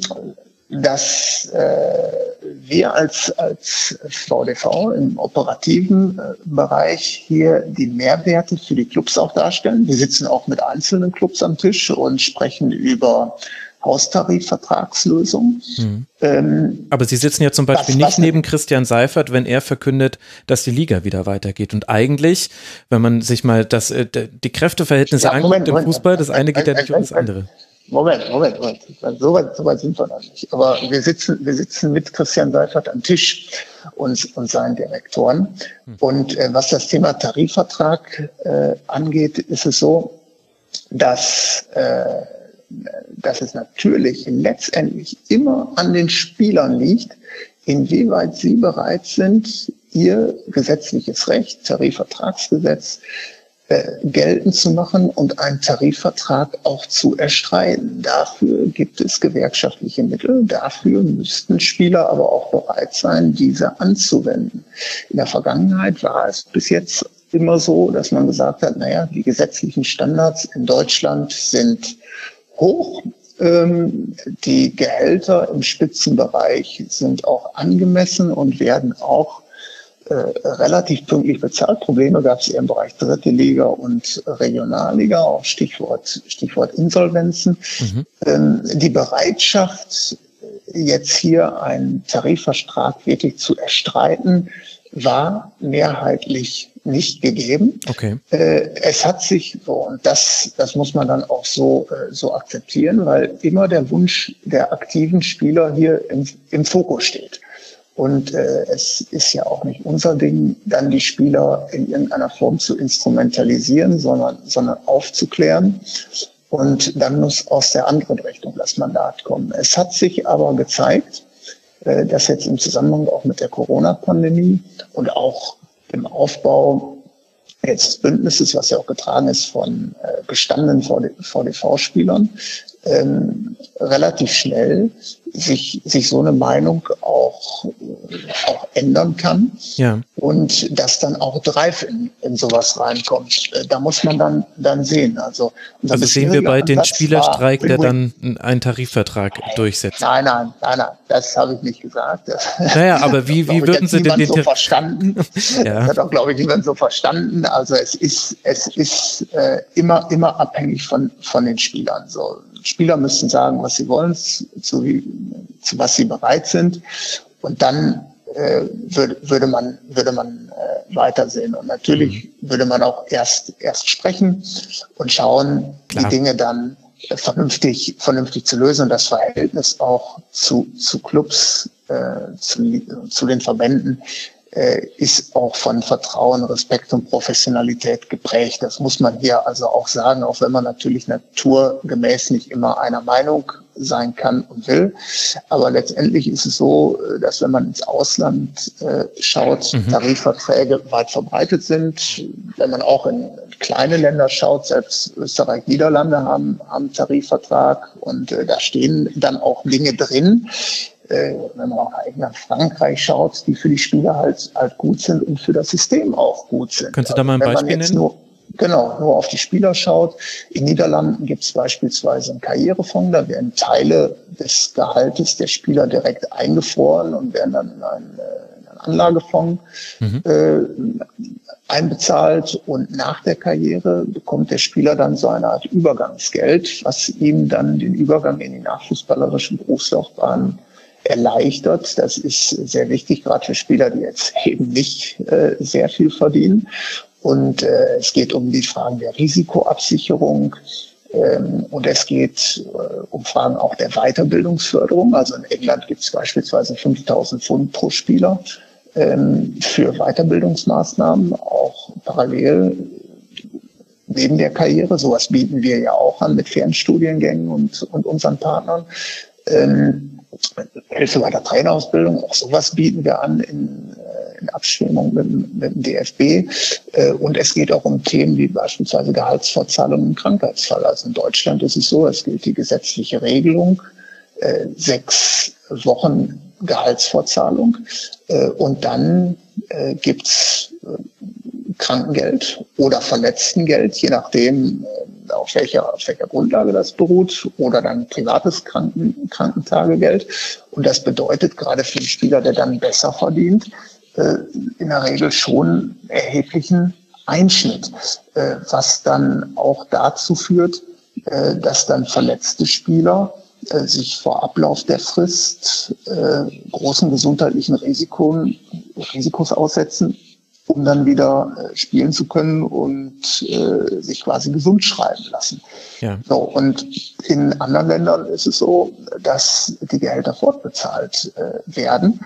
dass äh, wir als, als V D V im operativen äh, Bereich hier die Mehrwerte für die Clubs auch darstellen. Wir sitzen auch mit einzelnen Clubs am Tisch und sprechen über Haustarifvertragslösungen. Mhm. Ähm, Aber Sie sitzen ja zum Beispiel was- nicht was- neben Christian Seifert, wenn er verkündet, dass die Liga wieder weitergeht. Und eigentlich, wenn man sich mal das, äh, die Kräfteverhältnisse Ja, anguckt Moment, im Moment. Fußball, das eine geht ja nicht um das Moment, andere. Moment, Moment, Moment. So weit, so weit sind wir noch nicht. Aber wir sitzen, wir sitzen mit Christian Seifert am Tisch und, und seinen Direktoren. Und äh, was das Thema Tarifvertrag äh, angeht, ist es so, dass, äh, dass es natürlich letztendlich immer an den Spielern liegt, inwieweit sie bereit sind, ihr gesetzliches Recht, Tarifvertragsgesetz, geltend zu machen und einen Tarifvertrag auch zu erstreiten. Dafür gibt es gewerkschaftliche Mittel. Dafür müssten Spieler aber auch bereit sein, diese anzuwenden. In der Vergangenheit war es bis jetzt immer so, dass man gesagt hat, naja, die gesetzlichen Standards in Deutschland sind hoch. Ähm, die Gehälter im Spitzenbereich sind auch angemessen und werden auch Äh, relativ pünktlich bezahlt. Probleme gab es eher im Bereich dritte Liga und Regionalliga, auch Stichwort, Stichwort Insolvenzen. Mhm. Ähm, die Bereitschaft, jetzt hier einen Tarifvertrag wirklich zu erstreiten, war mehrheitlich nicht gegeben. Okay. Äh, es hat sich, so, und das, das muss man dann auch so, äh, so akzeptieren, weil immer der Wunsch der aktiven Spieler hier im, im Fokus steht. Und äh, es ist ja auch nicht unser Ding, dann die Spieler in irgendeiner Form zu instrumentalisieren, sondern, sondern aufzuklären. Und dann muss aus der anderen Richtung das Mandat kommen. Es hat sich aber gezeigt, äh, dass jetzt im Zusammenhang auch mit der Corona-Pandemie und auch im Aufbau jetzt des Bündnisses, was ja auch getragen ist von äh, gestandenen V D V-Spielern, ähm, relativ schnell sich, sich so eine Meinung auch, auch ändern kann. Ja. Und dass dann auch Drive in, in sowas reinkommt. Da muss man dann, dann sehen. Also, also sehen wir bei den Ansatz Spielerstreik, war, der dann einen Tarifvertrag durchsetzt. Nein, nein, nein, nein, das habe ich nicht gesagt. Das naja, aber wie, wie würden Sie denn den so verstanden? Ja. Das hat auch, glaube ich, niemand so verstanden. Also es ist, es ist äh, immer, immer abhängig von, von den Spielern. So, Spieler müssen sagen, was sie wollen, zu, wie, zu was sie bereit sind. Und dann äh, würde, würde man, würde man äh, weitersehen. Und natürlich mhm. würde man auch erst, erst sprechen und schauen, Klar. die Dinge dann äh, vernünftig, vernünftig zu lösen und das Verhältnis auch zu, zu Clubs, äh, zu, zu den Verbänden äh, ist auch von Vertrauen, Respekt und Professionalität geprägt. Das muss man hier also auch sagen, auch wenn man natürlich naturgemäß nicht immer einer Meinung sein kann und will. Aber letztendlich ist es so, dass wenn man ins Ausland äh, schaut, mhm. Tarifverträge weit verbreitet sind. Wenn man auch in kleine Länder schaut, selbst Österreich, Niederlande haben haben Tarifvertrag und äh, da stehen dann auch Dinge drin. Äh, wenn man auch nach Frankreich schaut, die für die Spieler halt, halt gut sind und für das System auch gut sind. Könntest du da mal ein Beispiel nennen? Nur, genau, nur auf die Spieler schaut. In Niederlanden gibt es beispielsweise einen Karrierefonds, da werden Teile des Gehaltes der Spieler direkt eingefroren und werden dann in einen, in einen Anlagefonds mhm. äh, einbezahlt und nach der Karriere bekommt der Spieler dann so eine Art Übergangsgeld, was ihm dann den Übergang in die nachfußballerischen Berufslaufbahn erleichtert. Das ist sehr wichtig, gerade für Spieler, die jetzt eben nicht äh, sehr viel verdienen. Und äh, es geht um die Fragen der Risikoabsicherung ähm, und es geht äh, um Fragen auch der Weiterbildungsförderung. Also in England gibt es beispielsweise fünftausend Pfund pro Spieler ähm, für Weiterbildungsmaßnahmen, auch parallel neben der Karriere. Sowas bieten wir ja auch an mit Fernstudiengängen und, und unseren Partnern. Ähm, Hilfe bei der Trainerausbildung, auch sowas bieten wir an in, in Abstimmung mit, mit dem D F B. Äh, und es geht auch um Themen wie beispielsweise Gehaltsfortzahlung im Krankheitsfall. Also in Deutschland ist es so, es gilt die gesetzliche Regelung, äh, sechs Wochen Gehaltsfortzahlung. Äh, und dann äh, gibt's äh, Krankengeld oder Verletztengeld, je nachdem, äh, auf welcher, auf welcher Grundlage das beruht, oder dann privates Kranken, Krankentagegeld. Und das bedeutet gerade für den Spieler, der dann besser verdient, äh, in der Regel schon erheblichen Einschnitt, äh, was dann auch dazu führt, äh, dass dann verletzte Spieler äh, sich vor Ablauf der Frist äh, großen gesundheitlichen Risiken, Risikos aussetzen, um dann wieder äh, spielen zu können und äh, sich quasi gesund schreiben lassen. Ja. So, und in anderen Ländern ist es so, dass die Gehälter fortbezahlt äh, werden.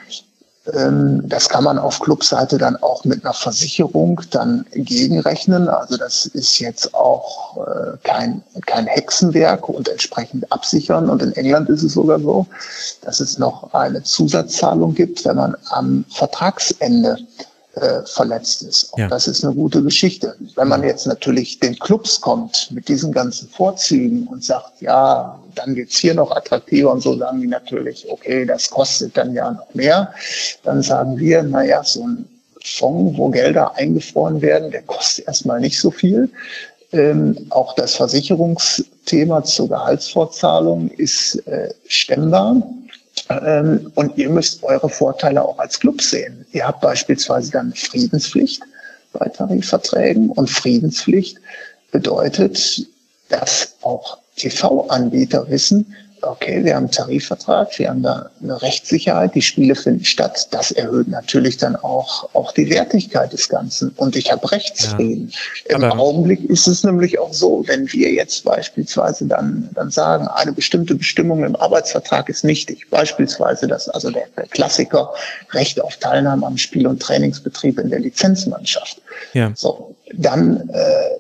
Ähm, das kann man auf Clubseite dann auch mit einer Versicherung dann gegenrechnen. Also das ist jetzt auch äh, kein, kein Hexenwerk und entsprechend absichern. Und in England ist es sogar so, dass es noch eine Zusatzzahlung gibt, wenn man am Vertragsende Äh, verletzt ist. Auch ja. Das ist eine gute Geschichte. Wenn man jetzt natürlich den Clubs kommt mit diesen ganzen Vorzügen und sagt, ja, dann wird's hier noch attraktiver und so, sagen die natürlich, okay, das kostet dann ja noch mehr. Dann sagen wir, naja, so ein Fonds, wo Gelder eingefroren werden, der kostet erstmal nicht so viel. Ähm, auch das Versicherungsthema zur Gehaltsfortzahlung ist äh, stemmbar. Ähm, und ihr müsst eure Vorteile auch als Club sehen. Ihr habt beispielsweise dann Friedenspflicht bei Tarifverträgen, und Friedenspflicht bedeutet, dass auch T V-Anbieter wissen, okay, wir haben einen Tarifvertrag, wir haben da eine Rechtssicherheit, die Spiele finden statt. Das erhöht natürlich dann auch, auch die Wertigkeit des Ganzen. Und ich habe Rechtsfrieden. Ja, Im Augenblick ist es nämlich auch so, wenn wir jetzt beispielsweise dann, dann sagen, eine bestimmte Bestimmung im Arbeitsvertrag ist nichtig. Beispielsweise das, also der, der Klassiker, Recht auf Teilnahme am Spiel- und Trainingsbetrieb in der Lizenzmannschaft. Ja. So, dann, äh,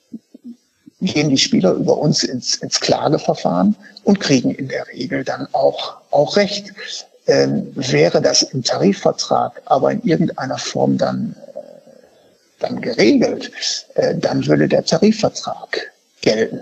gehen die Spieler über uns ins, ins Klageverfahren und kriegen in der Regel dann auch, auch Recht. Ähm, wäre das im Tarifvertrag aber in irgendeiner Form dann, äh, dann geregelt, äh, dann würde der Tarifvertrag gelten.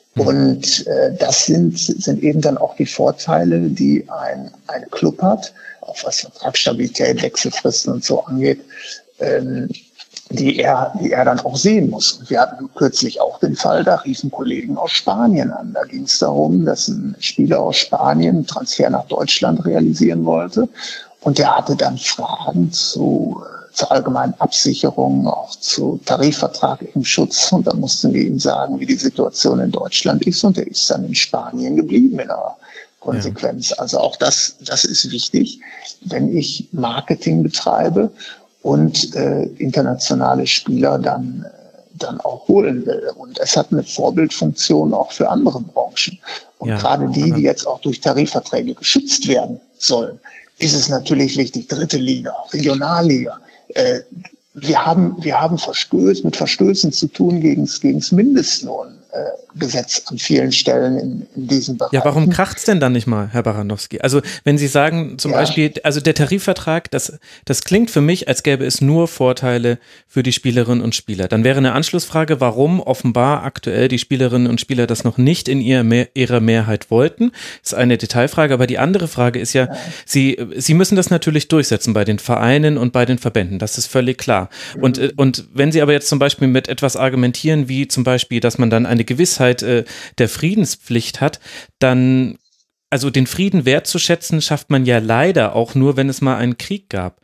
Und äh, das sind, sind eben dann auch die Vorteile, die ein, ein Club hat, auch was Vertragsstabilität, Wechselfristen und so angeht, ähm, die er, die er dann auch sehen muss. Und wir hatten kürzlich auch den Fall, da riefen Kollegen aus Spanien an. Da ging es darum, dass ein Spieler aus Spanien einen Transfer nach Deutschland realisieren wollte. Und der hatte dann Fragen zu, zur allgemeinen Absicherung, auch zu Tarifvertrag im Schutz. Und da mussten wir ihm sagen, wie die Situation in Deutschland ist. Und er ist dann in Spanien geblieben in einer Konsequenz. Ja. Also auch das, das ist wichtig, wenn ich Marketing betreibe und äh, internationale Spieler dann, äh, dann auch holen will. Und es hat eine Vorbildfunktion auch für andere Branchen. Und ja, gerade die, die jetzt auch durch Tarifverträge geschützt werden sollen, ist es natürlich wichtig, dritte Liga, Regionalliga. Äh, wir haben, wir haben Verstöß, mit Verstößen zu tun gegen das Mindestlohn. Gesetz an vielen Stellen in, in diesem Bereich. Ja, warum kracht's denn dann nicht mal, Herr Baranowski? Also wenn Sie sagen zum ja. Beispiel, also der Tarifvertrag, das, das klingt für mich, als gäbe es nur Vorteile für die Spielerinnen und Spieler. Dann wäre eine Anschlussfrage, warum offenbar aktuell die Spielerinnen und Spieler das noch nicht in ihrer, ihrer Mehrheit wollten. Das ist eine Detailfrage, aber die andere Frage ist ja, ja, Sie, Sie müssen das natürlich durchsetzen bei den Vereinen und bei den Verbänden, das ist völlig klar. Mhm. Und, und wenn Sie aber jetzt zum Beispiel mit etwas argumentieren, wie zum Beispiel, dass man dann eine Gewissheit äh, der Friedenspflicht hat, dann, also den Frieden wertzuschätzen, schafft man ja leider auch nur, wenn es mal einen Krieg gab.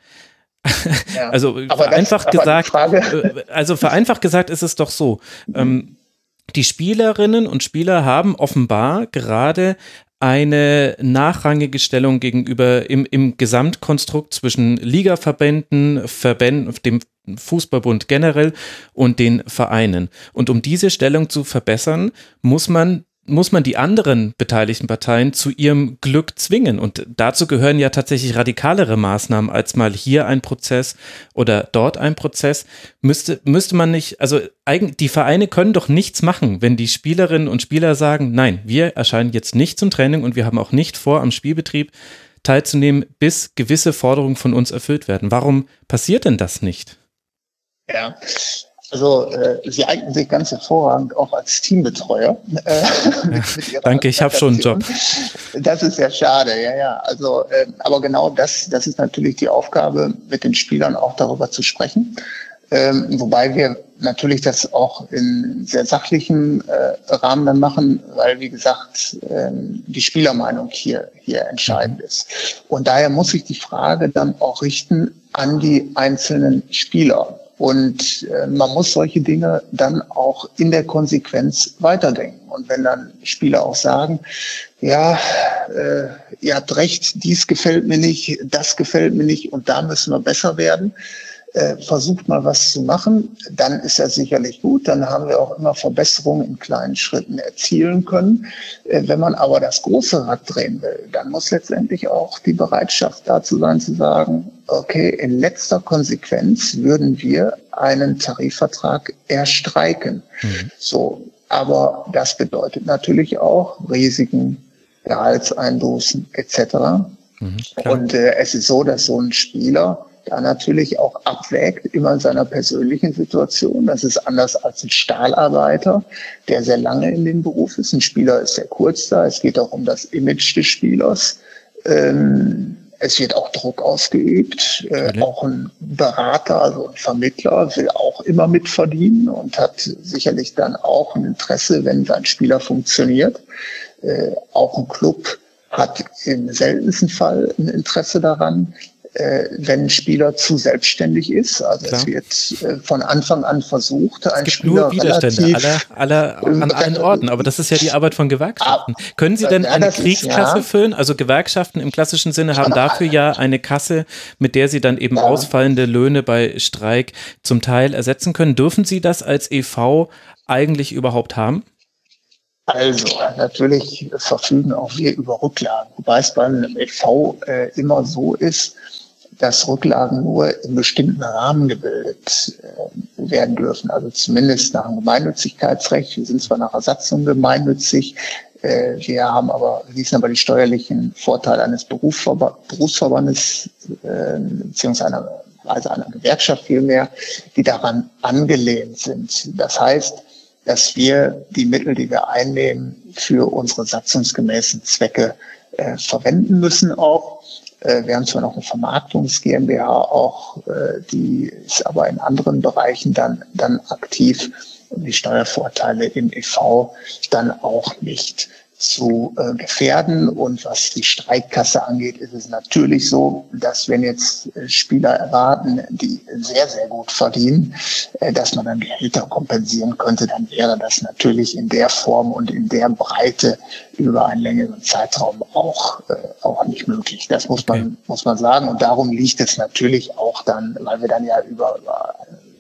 Ja, also vereinfacht das, gesagt, also vereinfacht gesagt ist es doch so, mhm. ähm, die Spielerinnen und Spieler haben offenbar gerade eine nachrangige Stellung gegenüber im, im Gesamtkonstrukt zwischen Ligaverbänden, Verbänden, dem Fußballbund generell und den Vereinen. Und um diese Stellung zu verbessern, muss man muss man die anderen beteiligten Parteien zu ihrem Glück zwingen. Und dazu gehören ja tatsächlich radikalere Maßnahmen als mal hier ein Prozess oder dort ein Prozess. Müsste, müsste man nicht, also eigentlich, die Vereine können doch nichts machen, wenn die Spielerinnen und Spieler sagen, nein, wir erscheinen jetzt nicht zum Training und wir haben auch nicht vor, am Spielbetrieb teilzunehmen, bis gewisse Forderungen von uns erfüllt werden. Warum passiert denn das nicht? Ja, also äh, Sie eignen sich ganz hervorragend auch als Teambetreuer. Äh, mit, mit Ihrer Danke, ich habe schon einen Job. Das ist ja schade, ja, ja. Also, äh, aber genau das, das ist natürlich die Aufgabe, mit den Spielern auch darüber zu sprechen. Ähm, wobei wir natürlich das auch in sehr sachlichen äh, Rahmen dann machen, weil, wie gesagt, ähm, die Spielermeinung hier, hier entscheidend ist. Und daher muss sich die Frage dann auch richten an die einzelnen Spieler. Und äh, man muss solche Dinge dann auch in der Konsequenz weiterdenken. Und wenn dann Spieler auch sagen, ja, äh, ihr habt recht, dies gefällt mir nicht, das gefällt mir nicht und da müssen wir besser werden, äh, versucht mal was zu machen, dann ist das sicherlich gut. Dann haben wir auch immer Verbesserungen in kleinen Schritten erzielen können. Äh, wenn man aber das große Rad drehen will, dann muss letztendlich auch die Bereitschaft dazu sein, zu sagen, okay, in letzter Konsequenz würden wir einen Tarifvertrag erstreiken. Mhm. So, aber das bedeutet natürlich auch Risiken, Gehaltseinbußen et cetera. Mhm, und äh, es ist so, dass so ein Spieler da natürlich auch abwägt, immer in seiner persönlichen Situation. Das ist anders als ein Stahlarbeiter, der sehr lange in dem Beruf ist. Ein Spieler ist sehr kurz da. Es geht auch um das Image des Spielers. Ähm, Es wird auch Druck ausgeübt. Äh, auch ein Berater, also ein Vermittler, will auch immer mitverdienen und hat sicherlich dann auch ein Interesse, wenn sein Spieler funktioniert. Äh, auch ein Club hat im seltensten Fall ein Interesse daran, äh, wenn ein Spieler zu selbstständig ist. Also Klar. es wird äh, von Anfang an versucht, ein es gibt Spieler nur Widerstände aller, aller, an allen Orten, aber das ist ja die Arbeit von Gewerkschaften. Ah, Können Sie denn ja, eine Kriegskasse ist, ja. füllen? Also Gewerkschaften im klassischen Sinne haben dafür ja eine Kasse, mit der sie dann eben ja. ausfallende Löhne bei Streik zum Teil ersetzen können. Dürfen Sie das als E V eigentlich überhaupt haben? Also, natürlich verfügen auch wir über Rücklagen, wobei es beim E V äh, immer so ist, dass Rücklagen nur in bestimmten Rahmen gebildet äh, werden dürfen. Also zumindest nach dem Gemeinnützigkeitsrecht. Wir sind zwar nach der Satzung gemeinnützig, äh, wir haben aber, genießen aber die steuerlichen Vorteile eines Berufsverba- Berufsverbandes, äh, beziehungsweise einer, also einer Gewerkschaft vielmehr, die daran angelehnt sind. Das heißt, dass wir die Mittel, die wir einnehmen, für unsere satzungsgemäßen Zwecke äh, verwenden müssen auch. Äh, wir haben zwar noch eine Vermarktungs GmbH auch, äh, die ist aber in anderen Bereichen dann, dann aktiv und die Steuervorteile im E V dann auch nicht zu äh, gefährden. Und was die Streikkasse angeht, ist es natürlich so, dass wenn jetzt äh, Spieler erwarten, die sehr, sehr gut verdienen, äh, dass man dann Gehälter kompensieren könnte, dann wäre das natürlich in der Form und in der Breite über einen längeren Zeitraum auch, äh, auch nicht möglich. Das muss man, okay. muss man sagen. Und darum liegt es natürlich auch dann, weil wir dann ja über, über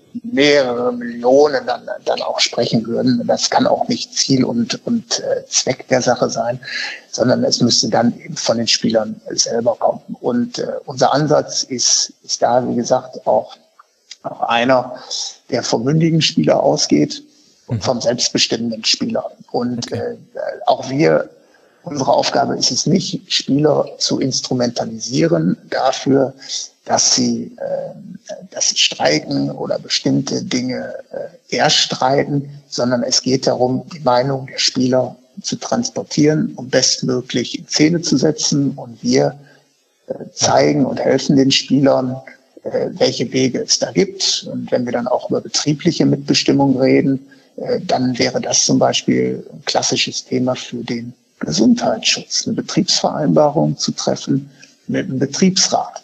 mehrere Millionen dann, dann auch sprechen würden. Das kann auch nicht Ziel und, und äh, Zweck der Sache sein, sondern es müsste dann eben von den Spielern selber kommen. Und äh, unser Ansatz ist, ist da, wie gesagt, auch, auch einer, der vom mündigen Spieler ausgeht und vom selbstbestimmenden Spieler. Und äh, auch wir, unsere Aufgabe ist es nicht, Spieler zu instrumentalisieren dafür, dass sie, äh, dass sie streiken oder bestimmte Dinge äh, erstreiten, sondern es geht darum, die Meinung der Spieler zu transportieren und bestmöglich in Szene zu setzen. Und wir äh, zeigen und helfen den Spielern, äh, welche Wege es da gibt. Und wenn wir dann auch über betriebliche Mitbestimmung reden, äh, dann wäre das zum Beispiel ein klassisches Thema für den Gesundheitsschutz, eine Betriebsvereinbarung zu treffen mit dem Betriebsrat.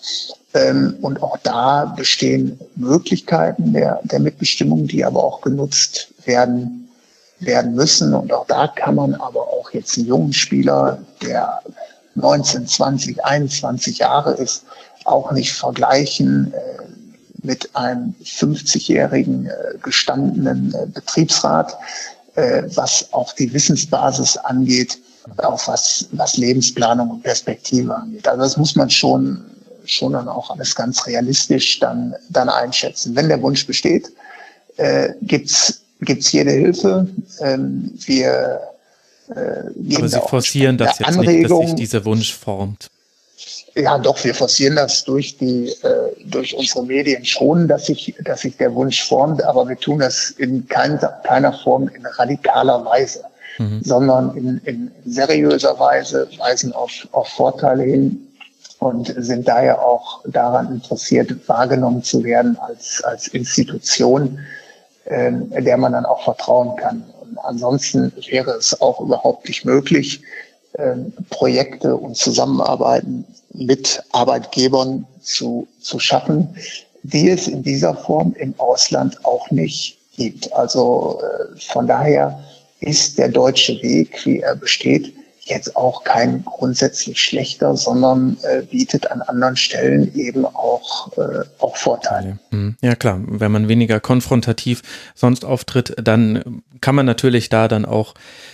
Und auch da bestehen Möglichkeiten der, der Mitbestimmung, die aber auch genutzt werden, werden müssen. Und auch da kann man aber auch jetzt einen jungen Spieler, der neunzehn, zwanzig, einundzwanzig Jahre ist, auch nicht vergleichen äh, mit einem fünfzigjährigen äh, gestandenen äh, Betriebsrat, äh, was auch die Wissensbasis angeht, auch was, was Lebensplanung und Perspektive angeht. Also das muss man schon schon dann auch alles ganz realistisch dann, dann einschätzen. Wenn der Wunsch besteht, äh, gibt's, gibt's jede Hilfe. Ähm, wir, äh, geben Aber Sie forcieren das jetzt Anregung. nicht, dass sich dieser Wunsch formt. Ja, doch, wir forcieren das durch die, äh, durch unsere Medien schon, dass sich, dass sich der Wunsch formt, aber wir tun das in kein, keiner Form in radikaler Weise, mhm. sondern in, in seriöser Weise, weisen auf, auf Vorteile hin und sind daher auch daran interessiert, wahrgenommen zu werden als, als Institution, äh, der man dann auch vertrauen kann. Und ansonsten wäre es auch überhaupt nicht möglich, äh, Projekte und Zusammenarbeiten mit Arbeitgebern zu, zu schaffen, die es in dieser Form im Ausland auch nicht gibt. Also äh, von daher ist der deutsche Weg, wie er besteht, jetzt auch kein grundsätzlich schlechter, sondern äh, bietet an anderen Stellen eben auch, äh, auch Vorteile. Ja klar, wenn man weniger konfrontativ sonst auftritt, dann kann man natürlich da dann auch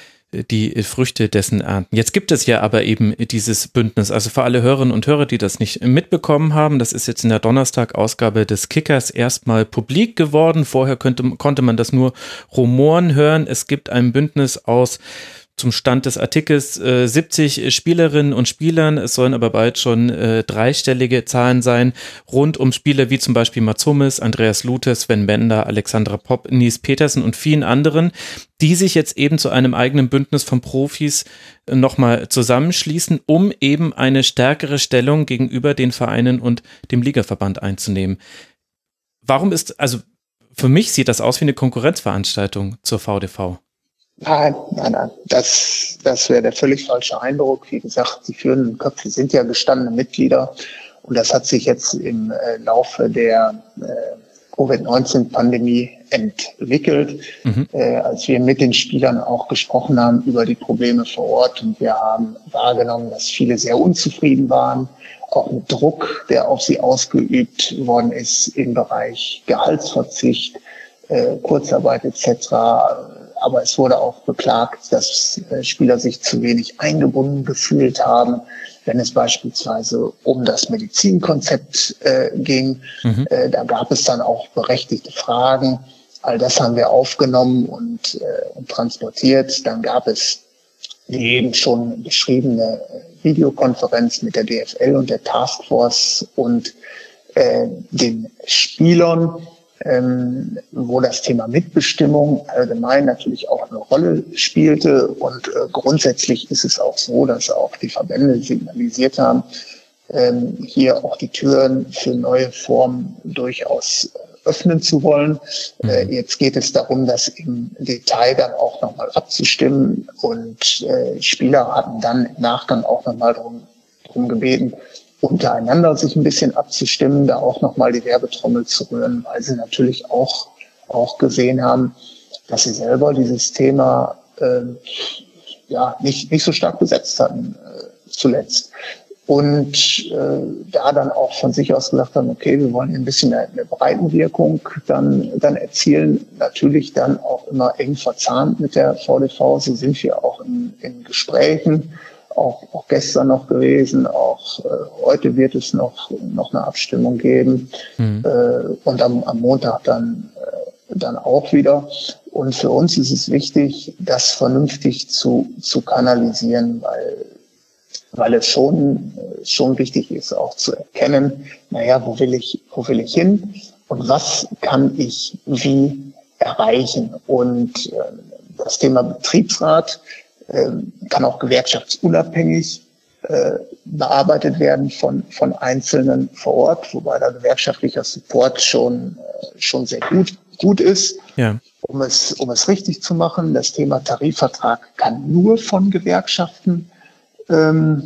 die Früchte dessen ernten. Jetzt gibt es ja aber eben dieses Bündnis, also für alle Hörerinnen und Hörer, die das nicht mitbekommen haben, das ist jetzt in der Donnerstag-Ausgabe des Kickers erstmal publik geworden. Vorher könnte, konnte man das nur Rumoren hören. Es gibt ein Bündnis aus zum Stand des Artikels äh, siebzig Spielerinnen und Spielern, es sollen aber bald schon äh, dreistellige Zahlen sein, rund um Spieler wie zum Beispiel Mats Hummels, Andreas Lute, Sven Bender, Alexandra Popp, Niels Petersen und vielen anderen, die sich jetzt eben zu einem eigenen Bündnis von Profis äh, nochmal zusammenschließen, um eben eine stärkere Stellung gegenüber den Vereinen und dem Ligaverband einzunehmen. Warum ist, also für mich sieht das aus wie eine Konkurrenzveranstaltung zur V D V. Nein, nein, nein. Das, das wäre der völlig falsche Eindruck. Wie gesagt, die führenden Köpfe sind ja gestandene Mitglieder. Und das hat sich jetzt im äh, Laufe der äh, Covid neunzehn Pandemie entwickelt, mhm. äh, als wir mit den Spielern auch gesprochen haben über die Probleme vor Ort. Und wir haben wahrgenommen, dass viele sehr unzufrieden waren, auch mit Druck, der auf sie ausgeübt worden ist im Bereich Gehaltsverzicht, äh, Kurzarbeit et cetera. Aber es wurde auch beklagt, dass Spieler sich zu wenig eingebunden gefühlt haben, wenn es beispielsweise um das Medizinkonzept äh, ging. Mhm. Äh, da gab es dann auch berechtigte Fragen. All das haben wir aufgenommen und, äh, und transportiert. Dann gab es die eben schon beschriebene Videokonferenz mit der D F L und der Taskforce und äh, den Spielern, Ähm, wo das Thema Mitbestimmung allgemein natürlich auch eine Rolle spielte. Und äh, grundsätzlich ist es auch so, dass auch die Verbände signalisiert haben, ähm, hier auch die Türen für neue Formen durchaus äh, öffnen zu wollen. Mhm. Äh, jetzt geht es darum, das im Detail dann auch nochmal abzustimmen. Und äh, Spieler hatten dann im Nachgang auch nochmal darum drum gebeten, untereinander sich ein bisschen abzustimmen, da auch nochmal die Werbetrommel zu rühren, weil sie natürlich auch, auch gesehen haben, dass sie selber dieses Thema äh, ja nicht, nicht so stark besetzt hatten äh, zuletzt. Und äh, da dann auch von sich aus gesagt haben, okay, wir wollen hier ein bisschen eine, eine Breitenwirkung dann, dann erzielen. Natürlich dann auch immer eng verzahnt mit der V D V, so sind wir auch in, in Gesprächen. Auch, auch gestern noch gewesen, auch äh, heute wird es noch noch eine Abstimmung geben mhm. äh, und am, am Montag dann äh, dann auch wieder. Und für uns ist es wichtig, das vernünftig zu zu kanalisieren, weil weil es schon schon wichtig ist, auch zu erkennen, naja, wo will ich wo will ich hin und was kann ich wie erreichen. Und äh, das Thema Betriebsrat kann auch gewerkschaftsunabhängig äh, bearbeitet werden von von Einzelnen vor Ort, wobei da gewerkschaftlicher Support schon äh, schon sehr gut gut ist. Ja. Um es um es richtig zu machen, das Thema Tarifvertrag kann nur von Gewerkschaften ähm,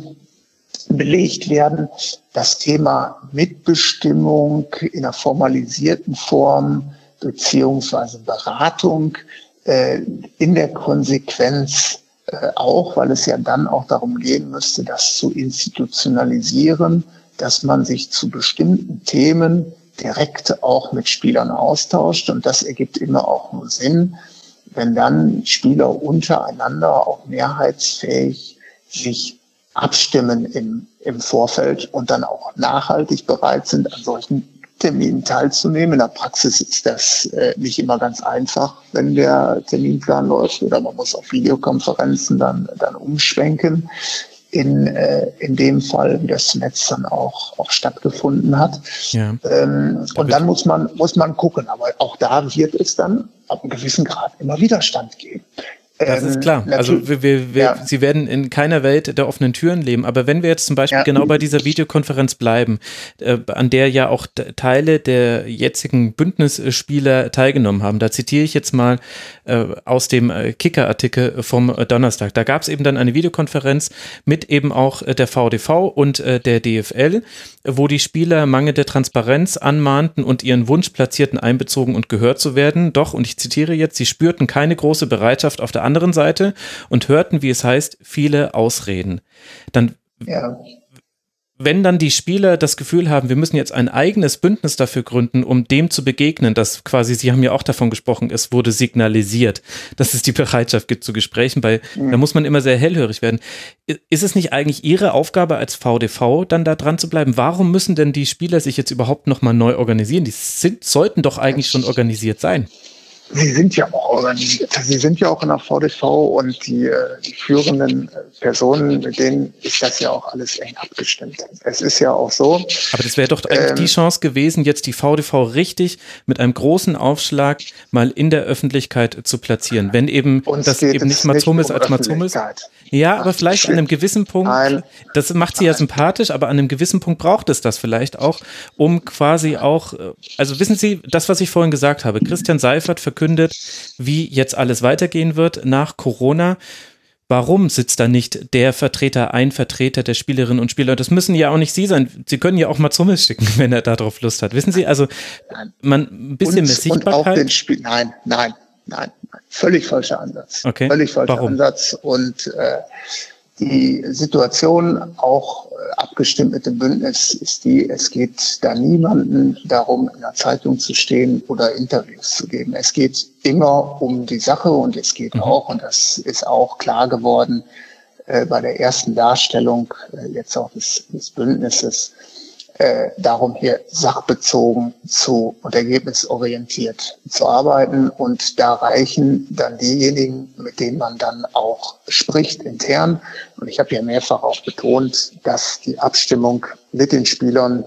belegt werden. Das Thema Mitbestimmung in einer formalisierten Form beziehungsweise Beratung äh, in der Konsequenz Äh, auch, weil es ja dann auch darum gehen müsste, das zu institutionalisieren, dass man sich zu bestimmten Themen direkt auch mit Spielern austauscht. Und das ergibt immer auch nur Sinn, wenn dann Spieler untereinander auch mehrheitsfähig sich abstimmen im, im Vorfeld und dann auch nachhaltig bereit sind, an solchen Terminen teilzunehmen. In der Praxis ist das äh, nicht immer ganz einfach, wenn der Terminplan läuft oder man muss auf Videokonferenzen dann, dann umschwenken. in, äh, in dem Fall, wie das zuletzt dann auch, auch stattgefunden hat. Ja. Ähm, und dann muss man, muss man gucken. Aber auch da wird es dann ab einem gewissen Grad immer Widerstand geben. Das ist klar. Also wir, wir, wir, ja. Sie werden in keiner Welt der offenen Türen leben. Aber wenn wir jetzt zum Beispiel ja. genau bei dieser Videokonferenz bleiben, äh, an der ja auch Teile der jetzigen Bündnisspieler teilgenommen haben, da zitiere ich jetzt mal äh, aus dem Kicker-Artikel vom Donnerstag. Da gab es eben dann eine Videokonferenz mit eben auch der V D V und äh, der D F L, wo die Spieler mangelnde Transparenz anmahnten und ihren Wunsch platzierten, einbezogen und gehört zu werden. Doch, und ich zitiere jetzt, sie spürten keine große Bereitschaft auf der anderen Seite und hörten, wie es heißt, viele Ausreden. Dann, ja. wenn dann die Spieler das Gefühl haben, wir müssen jetzt ein eigenes Bündnis dafür gründen, um dem zu begegnen, dass quasi, Sie haben ja auch davon gesprochen, es wurde signalisiert, dass es die Bereitschaft gibt zu Gesprächen, weil mhm. da muss man immer sehr hellhörig werden. Ist es nicht eigentlich Ihre Aufgabe als V D V, dann da dran zu bleiben? Warum müssen denn die Spieler sich jetzt überhaupt nochmal neu organisieren? Die sind, sollten doch eigentlich schon organisiert sein. Sie sind ja auch organisiert. Sie sind ja auch in der V D V und die, die führenden Personen, mit denen ist das ja auch alles eng abgestimmt. Es ist ja auch so. Aber das wäre doch eigentlich ähm, die Chance gewesen, jetzt die V D V richtig mit einem großen Aufschlag mal in der Öffentlichkeit zu platzieren. Wenn eben das eben nicht Mats Hummels als Mats Hummels. Ja, aber vielleicht an einem gewissen Punkt, Nein. das macht sie ja sympathisch, aber an einem gewissen Punkt braucht es das vielleicht auch, um quasi auch, also wissen Sie, das, was ich vorhin gesagt habe, Christian Seifert verkündet, wie jetzt alles weitergehen wird nach Corona. Warum sitzt da nicht der Vertreter, ein Vertreter der Spielerinnen und Spieler? Das müssen ja auch nicht Sie sein. Sie können ja auch Mats Hummels schicken, wenn er darauf Lust hat. Wissen Sie, also man ein bisschen und, mehr Sichtbarkeit. Und auch den Spiel, nein, nein, nein, nein, völlig falscher Ansatz. Okay. Völlig falscher Warum? Ansatz und äh, die Situation, auch äh, abgestimmt mit dem Bündnis, ist die, es geht da niemanden darum, in der Zeitung zu stehen oder Interviews zu geben. Es geht immer um die Sache und es geht mhm. auch, und das ist auch klar geworden äh, bei der ersten Darstellung äh, jetzt auch des, des Bündnisses, äh, darum hier sachbezogen zu und ergebnisorientiert zu arbeiten. Und da reichen dann diejenigen, mit denen man dann auch spricht intern. Und ich habe ja mehrfach auch betont, dass die Abstimmung mit den Spielern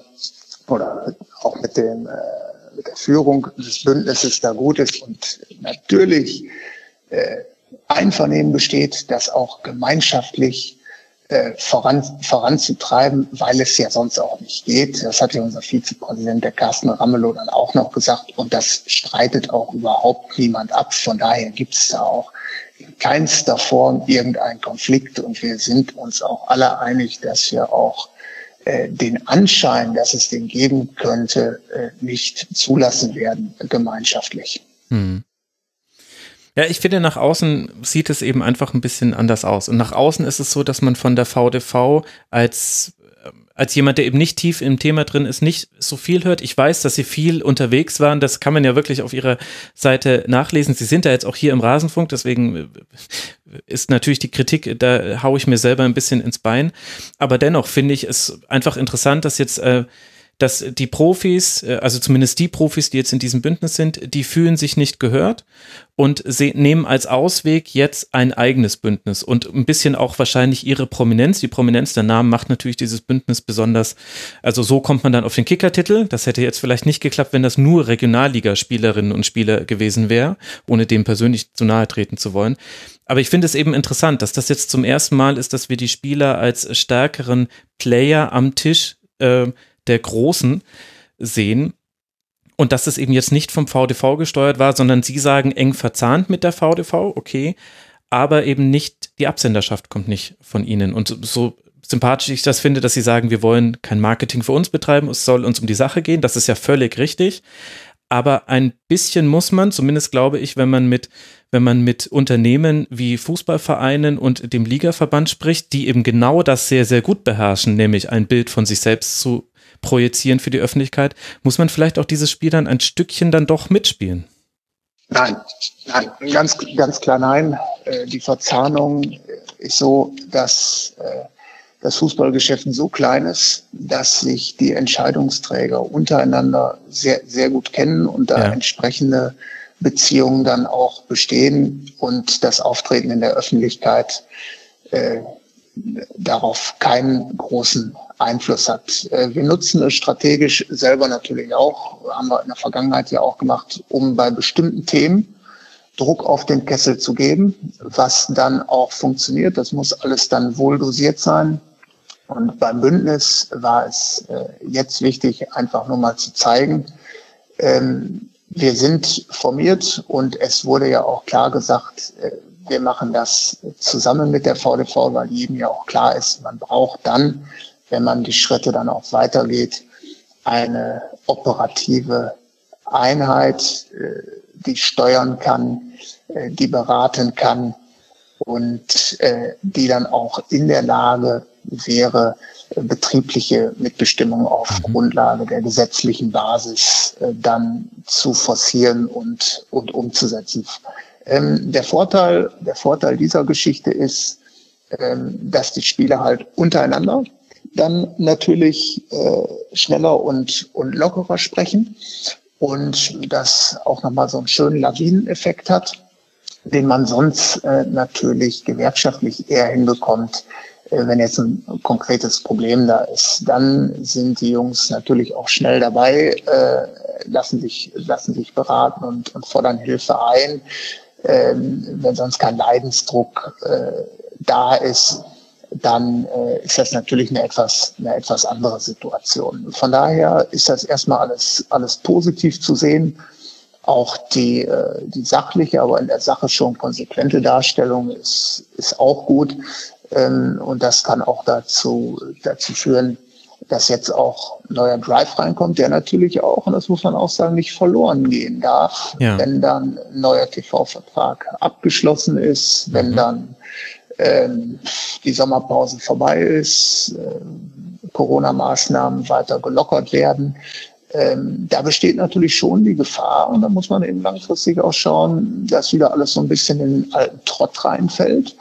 oder auch mit dem äh, mit der Führung des Bündnisses da gut ist und natürlich äh, Einvernehmen besteht, das auch gemeinschaftlich äh, voran, voranzutreiben, weil es ja sonst auch nicht geht. Das hat ja unser Vizepräsident, der Carsten Ramelow, dann auch noch gesagt, und das streitet auch überhaupt niemand ab. Von daher gibt es da auch in keinster Form irgendeinen Konflikt, und wir sind uns auch alle einig, dass wir auch äh, den Anschein, dass es den geben könnte, äh, nicht zulassen werden, gemeinschaftlich. Hm. Ja, ich finde, nach außen sieht es eben einfach ein bisschen anders aus. Und nach außen ist es so, dass man von der V D V als, als jemand, der eben nicht tief im Thema drin ist, nicht so viel hört. Ich weiß, dass Sie viel unterwegs waren. Das kann man ja wirklich auf Ihrer Seite nachlesen. Sie sind ja jetzt auch hier im Rasenfunk, deswegen ist natürlich die Kritik, da haue ich mir selber ein bisschen ins Bein. Aber dennoch finde ich es einfach interessant, dass jetzt äh, dass die Profis, also zumindest die Profis, die jetzt in diesem Bündnis sind, die fühlen sich nicht gehört und sie nehmen als Ausweg jetzt ein eigenes Bündnis und ein bisschen auch wahrscheinlich ihre Prominenz. Die Prominenz der Namen macht natürlich dieses Bündnis besonders, also so kommt man dann auf den Kickertitel. Das hätte jetzt vielleicht nicht geklappt, wenn das nur Regionalliga-Spielerinnen und Spieler gewesen wäre, ohne dem persönlich zu nahe treten zu wollen. Aber ich finde es eben interessant, dass das jetzt zum ersten Mal ist, dass wir die Spieler als stärkeren Player am Tisch äh, der Großen sehen und dass es eben jetzt nicht vom V D V gesteuert war, sondern Sie sagen eng verzahnt mit der V D V, okay, aber eben nicht, die Absenderschaft kommt nicht von Ihnen. Und so sympathisch ich das finde, dass Sie sagen, wir wollen kein Marketing für uns betreiben, es soll uns um die Sache gehen, das ist ja völlig richtig, aber ein bisschen muss man, zumindest glaube ich, wenn man mit wenn man mit Unternehmen wie Fußballvereinen und dem Ligaverband spricht, die eben genau das sehr, sehr gut beherrschen, nämlich ein Bild von sich selbst zu projizieren für die Öffentlichkeit, muss man vielleicht auch dieses Spiel dann ein Stückchen dann doch mitspielen? Nein, nein, ganz, ganz klar nein. Die Verzahnung ist so, dass das Fußballgeschäft so klein ist, dass sich die Entscheidungsträger untereinander sehr, sehr gut kennen und da ja. entsprechende Beziehungen dann auch bestehen und das Auftreten in der Öffentlichkeit äh, darauf keinen großen Einfluss hat. Äh, wir nutzen es strategisch selber natürlich auch, haben wir in der Vergangenheit ja auch gemacht, um bei bestimmten Themen Druck auf den Kessel zu geben, was dann auch funktioniert. Das muss alles dann wohl dosiert sein. Und beim Bündnis war es äh, jetzt wichtig, einfach nur mal zu zeigen, ähm, wir sind formiert und es wurde ja auch klar gesagt, äh, wir machen das zusammen mit der V D V, weil jedem ja auch klar ist, man braucht dann, wenn man die Schritte dann auch weitergeht, eine operative Einheit, äh, die steuern kann, äh, die beraten kann und äh, die dann auch in der Lage wäre, äh, betriebliche Mitbestimmung auf mhm. Grundlage der gesetzlichen Basis äh, dann zu forcieren und, und umzusetzen. Ähm, der Vorteil, der Vorteil dieser Geschichte ist, ähm, dass die Spieler halt untereinander dann natürlich äh, schneller und, und lockerer sprechen und das auch nochmal so einen schönen Lawineneffekt hat, den man sonst äh, natürlich gewerkschaftlich eher hinbekommt, äh, wenn jetzt ein konkretes Problem da ist. Dann sind die Jungs natürlich auch schnell dabei, äh, lassen sich, lassen sich beraten und, und fordern Hilfe ein. Ähm, wenn sonst kein Leidensdruck äh, da ist, dann äh, ist das natürlich eine etwas, eine etwas andere Situation. Von daher ist das erstmal alles, alles positiv zu sehen. Auch die, äh, die sachliche, aber in der Sache schon konsequente Darstellung ist, ist auch gut. Ähm, und das kann auch dazu, dazu führen, dass jetzt auch neuer Drive reinkommt, der natürlich auch, und das muss man auch sagen, nicht verloren gehen darf, ja. Wenn dann ein neuer T V-Vertrag abgeschlossen ist, mhm. wenn dann ähm, die Sommerpause vorbei ist, äh, Corona-Maßnahmen weiter gelockert werden. Ähm, da besteht natürlich schon die Gefahr, und da muss man eben langfristig auch schauen, dass wieder alles so ein bisschen in den alten Trott reinfällt.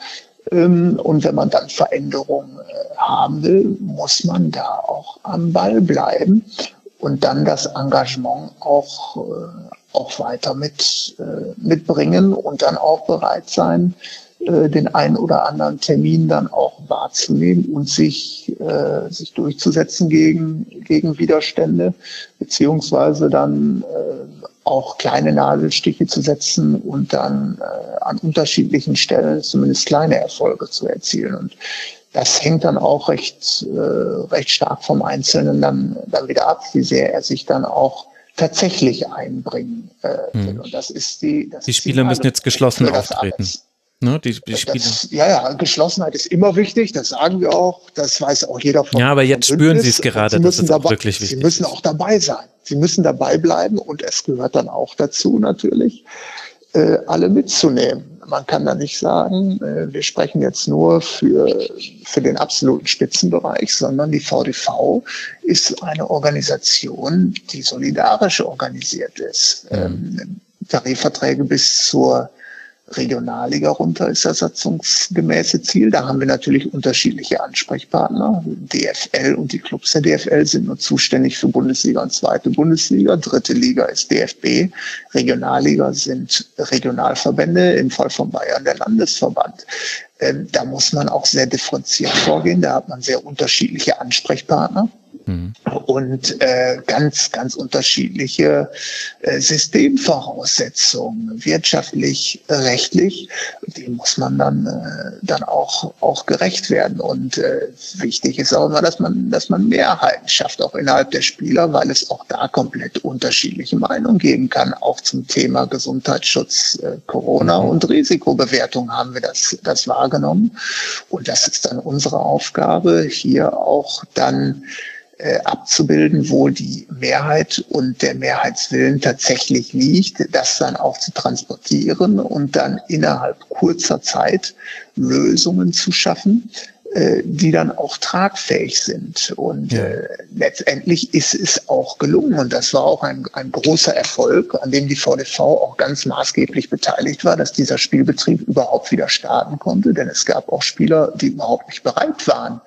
Und wenn man dann Veränderungen haben will, muss man da auch am Ball bleiben und dann das Engagement auch, auch weiter mit, mitbringen und dann auch bereit sein, den einen oder anderen Termin dann auch wahrzunehmen und sich, sich durchzusetzen gegen, gegen Widerstände, beziehungsweise dann auch kleine Nadelstiche zu setzen und dann äh, an unterschiedlichen Stellen zumindest kleine Erfolge zu erzielen. Und das hängt dann auch recht, äh, recht stark vom Einzelnen dann, dann wieder ab, wie sehr er sich dann auch tatsächlich einbringen äh, will. Hm. Und das ist die, das die ist Spieler die müssen jetzt geschlossen auftreten. Alles. Ne, die, die Spieler. Das, ja, ja, Geschlossenheit ist immer wichtig, das sagen wir auch, das weiß auch jeder von uns. Ja, aber jetzt spüren Sie es gerade, das ist auch wirklich wichtig. Sie müssen auch dabei sein, Sie müssen dabei bleiben und es gehört dann auch dazu natürlich, äh, alle mitzunehmen. Man kann da nicht sagen, äh, wir sprechen jetzt nur für, für den absoluten Spitzenbereich, sondern die V D V ist eine Organisation, die solidarisch organisiert ist. Mhm. Ähm, Tarifverträge bis zur Regionalliga runter ist das satzungsgemäße Ziel. Da haben wir natürlich unterschiedliche Ansprechpartner. D F L und die Clubs der D F L sind nur zuständig für Bundesliga und zweite Bundesliga. Dritte Liga ist D F B. Regionalliga sind Regionalverbände, im Fall von Bayern der Landesverband. Ähm, da muss man auch sehr differenziert vorgehen. Da hat man sehr unterschiedliche Ansprechpartner. Und äh, ganz, ganz unterschiedliche äh, Systemvoraussetzungen, wirtschaftlich, rechtlich, dem muss man dann äh, dann auch auch gerecht werden. Und äh, wichtig ist auch immer, dass man dass man Mehrheiten schafft, auch innerhalb der Spieler, weil es auch da komplett unterschiedliche Meinungen geben kann. Auch zum Thema Gesundheitsschutz, äh, Corona und Risikobewertung haben wir das das wahrgenommen. Und das ist dann unsere Aufgabe, hier auch dann Äh, abzubilden, wo die Mehrheit und der Mehrheitswillen tatsächlich liegt, das dann auch zu transportieren und dann innerhalb kurzer Zeit Lösungen zu schaffen, äh, die dann auch tragfähig sind. Und ja. äh, letztendlich ist es auch gelungen. Und das war auch ein, ein großer Erfolg, an dem die V D V auch ganz maßgeblich beteiligt war, dass dieser Spielbetrieb überhaupt wieder starten konnte. Denn es gab auch Spieler, die überhaupt nicht bereit waren,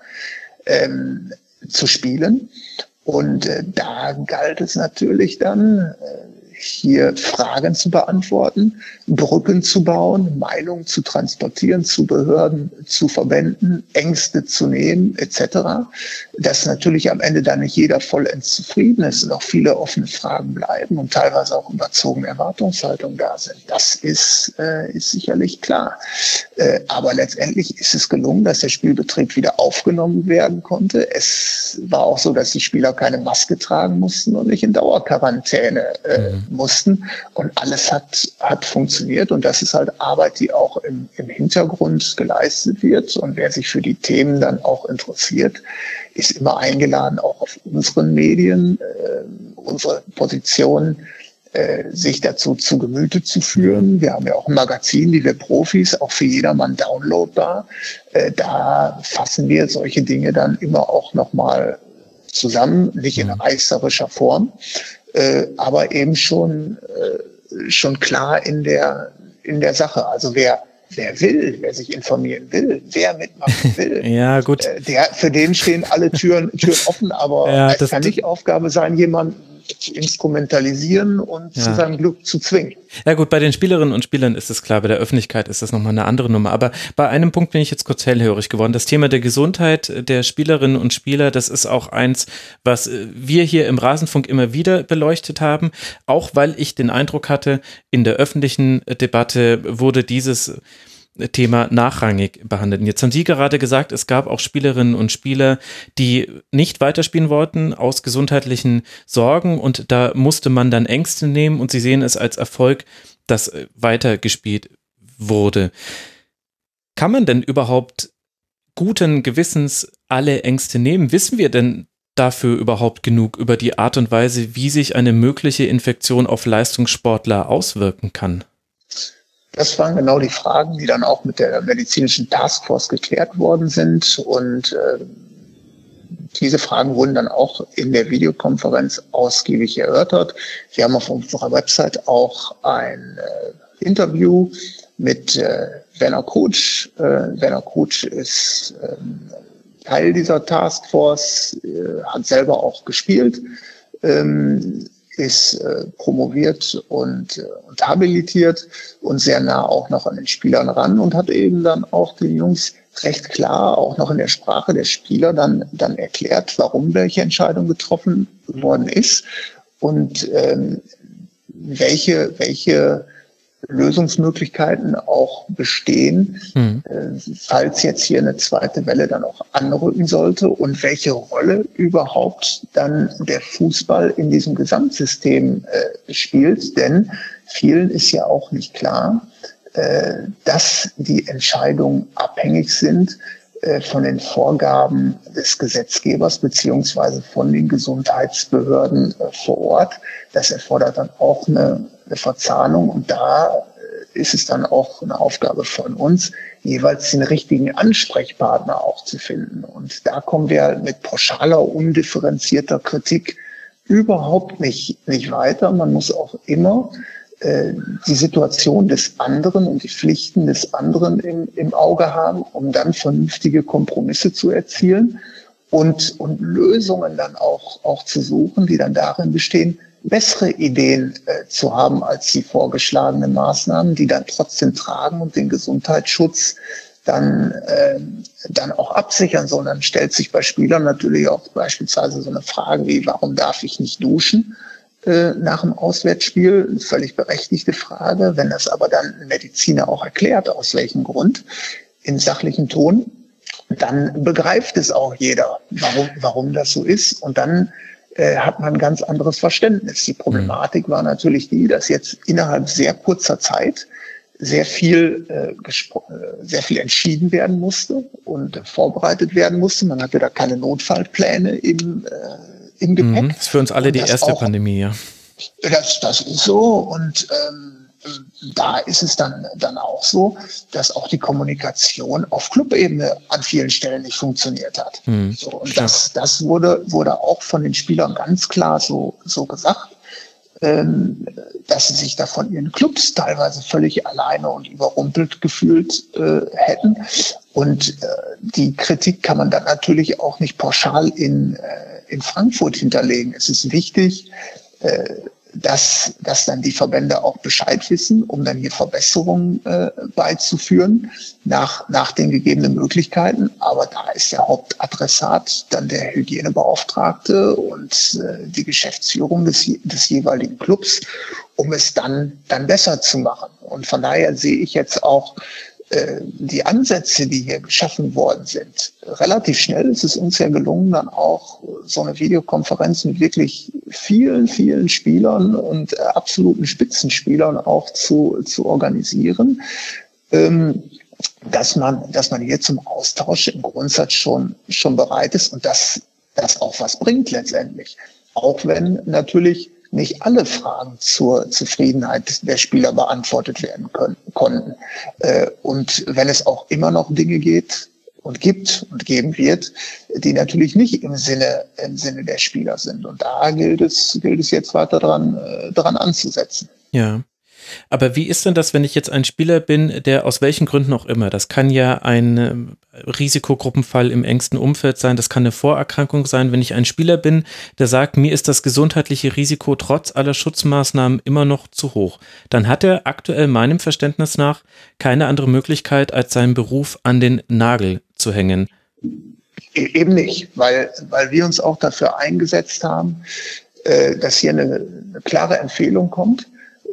ähm, zu spielen. Und äh, da galt es natürlich dann, äh, hier Fragen zu beantworten, Brücken zu bauen, Meinungen zu transportieren, zu Behörden, zu Verbänden, Ängste zu nehmen, et cetera. Dass natürlich am Ende dann nicht jeder vollends zufrieden ist und auch viele offene Fragen bleiben und teilweise auch überzogene Erwartungshaltungen da sind. Das ist, äh, ist sicherlich klar. Äh, aber letztendlich ist es gelungen, dass der Spielbetrieb wieder aufgenommen werden konnte. Es war auch so, dass die Spieler keine Maske tragen mussten und nicht in Dauerquarantäne äh, mhm. mussten. Und alles hat, hat funktioniert. Und das ist halt Arbeit, die auch im, im Hintergrund geleistet wird. Und wer sich für die Themen dann auch interessiert, ist immer eingeladen, auch auf unseren Medien, äh, unsere Position äh, sich dazu zu Gemüte zu führen. Wir haben ja auch ein Magazin, die wir Profis, auch für jedermann downloadbar. Äh, da fassen wir solche Dinge dann immer auch nochmal zusammen, nicht in reißerischer Form, äh, aber eben schon, äh, schon klar in der, in der Sache. Also wer Wer will, wer sich informieren will, wer mitmachen will, ja, gut. Äh, der, für den stehen alle Türen, Türen offen, aber ja, es kann nicht Aufgabe sein, jemanden zu instrumentalisieren und ja. zu seinem Glück zu zwingen. Ja gut, bei den Spielerinnen und Spielern ist es klar, bei der Öffentlichkeit ist das nochmal eine andere Nummer. Aber bei einem Punkt bin ich jetzt kurz hellhörig geworden. Das Thema der Gesundheit der Spielerinnen und Spieler, das ist auch eins, was wir hier im Rasenfunk immer wieder beleuchtet haben. Auch weil ich den Eindruck hatte, in der öffentlichen Debatte wurde dieses Thema nachrangig behandelt. Und jetzt haben Sie gerade gesagt, es gab auch Spielerinnen und Spieler, die nicht weiterspielen wollten aus gesundheitlichen Sorgen und da musste man dann Ängste nehmen und Sie sehen es als Erfolg, dass weitergespielt wurde. Kann man denn überhaupt guten Gewissens alle Ängste nehmen? Wissen wir denn dafür überhaupt genug über die Art und Weise, wie sich eine mögliche Infektion auf Leistungssportler auswirken kann? Das waren genau die Fragen, die dann auch mit der medizinischen Taskforce geklärt worden sind. Und äh, diese Fragen wurden dann auch in der Videokonferenz ausgiebig erörtert. Wir haben auf unserer Website auch ein äh, Interview mit äh, Werner Kutsch. Äh, Werner Kutsch ist äh, Teil dieser Taskforce, äh, hat selber auch gespielt. Ähm, ist äh, promoviert und, äh, und habilitiert und sehr nah auch noch an den Spielern ran und hat eben dann auch den Jungs recht klar, auch noch in der Sprache der Spieler, dann, dann erklärt, warum welche Entscheidung getroffen worden ist und ähm, welche, welche Lösungsmöglichkeiten auch bestehen, mhm. äh, falls jetzt hier eine zweite Welle dann auch anrücken sollte und welche Rolle überhaupt dann der Fußball in diesem Gesamtsystem äh, spielt. Denn vielen ist ja auch nicht klar, äh, dass die Entscheidungen abhängig sind äh, von den Vorgaben des Gesetzgebers beziehungsweise von den Gesundheitsbehörden äh, vor Ort. Das erfordert dann auch eine eine Verzahnung und da ist es dann auch eine Aufgabe von uns, jeweils den richtigen Ansprechpartner auch zu finden. Und da kommen wir mit pauschaler, undifferenzierter Kritik überhaupt nicht, nicht weiter. Man muss auch immer äh, die Situation des anderen und die Pflichten des anderen im, im Auge haben, um dann vernünftige Kompromisse zu erzielen und, und Lösungen dann auch, auch zu suchen, die dann darin bestehen, bessere Ideen äh, zu haben als die vorgeschlagenen Maßnahmen, die dann trotzdem tragen und den Gesundheitsschutz dann äh, dann auch absichern sollen. Dann stellt sich bei Spielern natürlich auch beispielsweise so eine Frage wie, warum darf ich nicht duschen äh, nach dem Auswärtsspiel? Eine völlig berechtigte Frage. Wenn das aber dann ein Mediziner auch erklärt, aus welchem Grund, in sachlichen Ton, dann begreift es auch jeder, warum, warum das so ist. Und dann äh, hat man ein ganz anderes Verständnis. Die Problematik war natürlich die, dass jetzt innerhalb sehr kurzer Zeit sehr viel, äh, sehr viel entschieden werden musste und äh, vorbereitet werden musste. Man hatte da keine Notfallpläne im, äh, im Gepäck. Das ist für uns alle und die erste auch, Pandemie, ja. Das, das ist so und ähm, da ist es dann, dann auch so, dass auch die Kommunikation auf Clubebene an vielen Stellen nicht funktioniert hat. Mhm. So, und das, das wurde, wurde auch von den Spielern ganz klar so, so gesagt, ähm, dass sie sich da von ihren Clubs teilweise völlig alleine und überrumpelt gefühlt äh, hätten. Und äh, die Kritik kann man dann natürlich auch nicht pauschal in, äh, in Frankfurt hinterlegen. Es ist wichtig, äh, dass, dass dann die Verbände auch Bescheid wissen, um dann hier Verbesserungen äh, beizuführen nach, nach den gegebenen Möglichkeiten. Aber da ist der Hauptadressat dann der Hygienebeauftragte und äh, die Geschäftsführung des, des jeweiligen Clubs, um es dann, dann besser zu machen. Und von daher sehe ich jetzt auch die Ansätze, die hier geschaffen worden sind. Relativ schnell ist es uns ja gelungen, dann auch so eine Videokonferenz mit wirklich vielen, vielen Spielern und absoluten Spitzenspielern auch zu, zu organisieren, dass man, dass man hier zum Austausch im Grundsatz schon, schon bereit ist und dass das auch was bringt letztendlich. Auch wenn natürlich nicht alle Fragen zur Zufriedenheit der Spieler beantwortet werden können, konnten. Äh, und wenn es auch immer noch Dinge geht und gibt und geben wird, die natürlich nicht im Sinne, im Sinne der Spieler sind. Und da gilt es, gilt es jetzt weiter dran, äh, dran anzusetzen. Ja. Aber wie ist denn das, wenn ich jetzt ein Spieler bin, der aus welchen Gründen auch immer, das kann ja ein Risikogruppenfall im engsten Umfeld sein, das kann eine Vorerkrankung sein, wenn ich ein Spieler bin, der sagt, mir ist das gesundheitliche Risiko trotz aller Schutzmaßnahmen immer noch zu hoch, dann hat er aktuell meinem Verständnis nach keine andere Möglichkeit, als seinen Beruf an den Nagel zu hängen. Eben nicht, weil, weil wir uns auch dafür eingesetzt haben, dass hier eine, eine klare Empfehlung kommt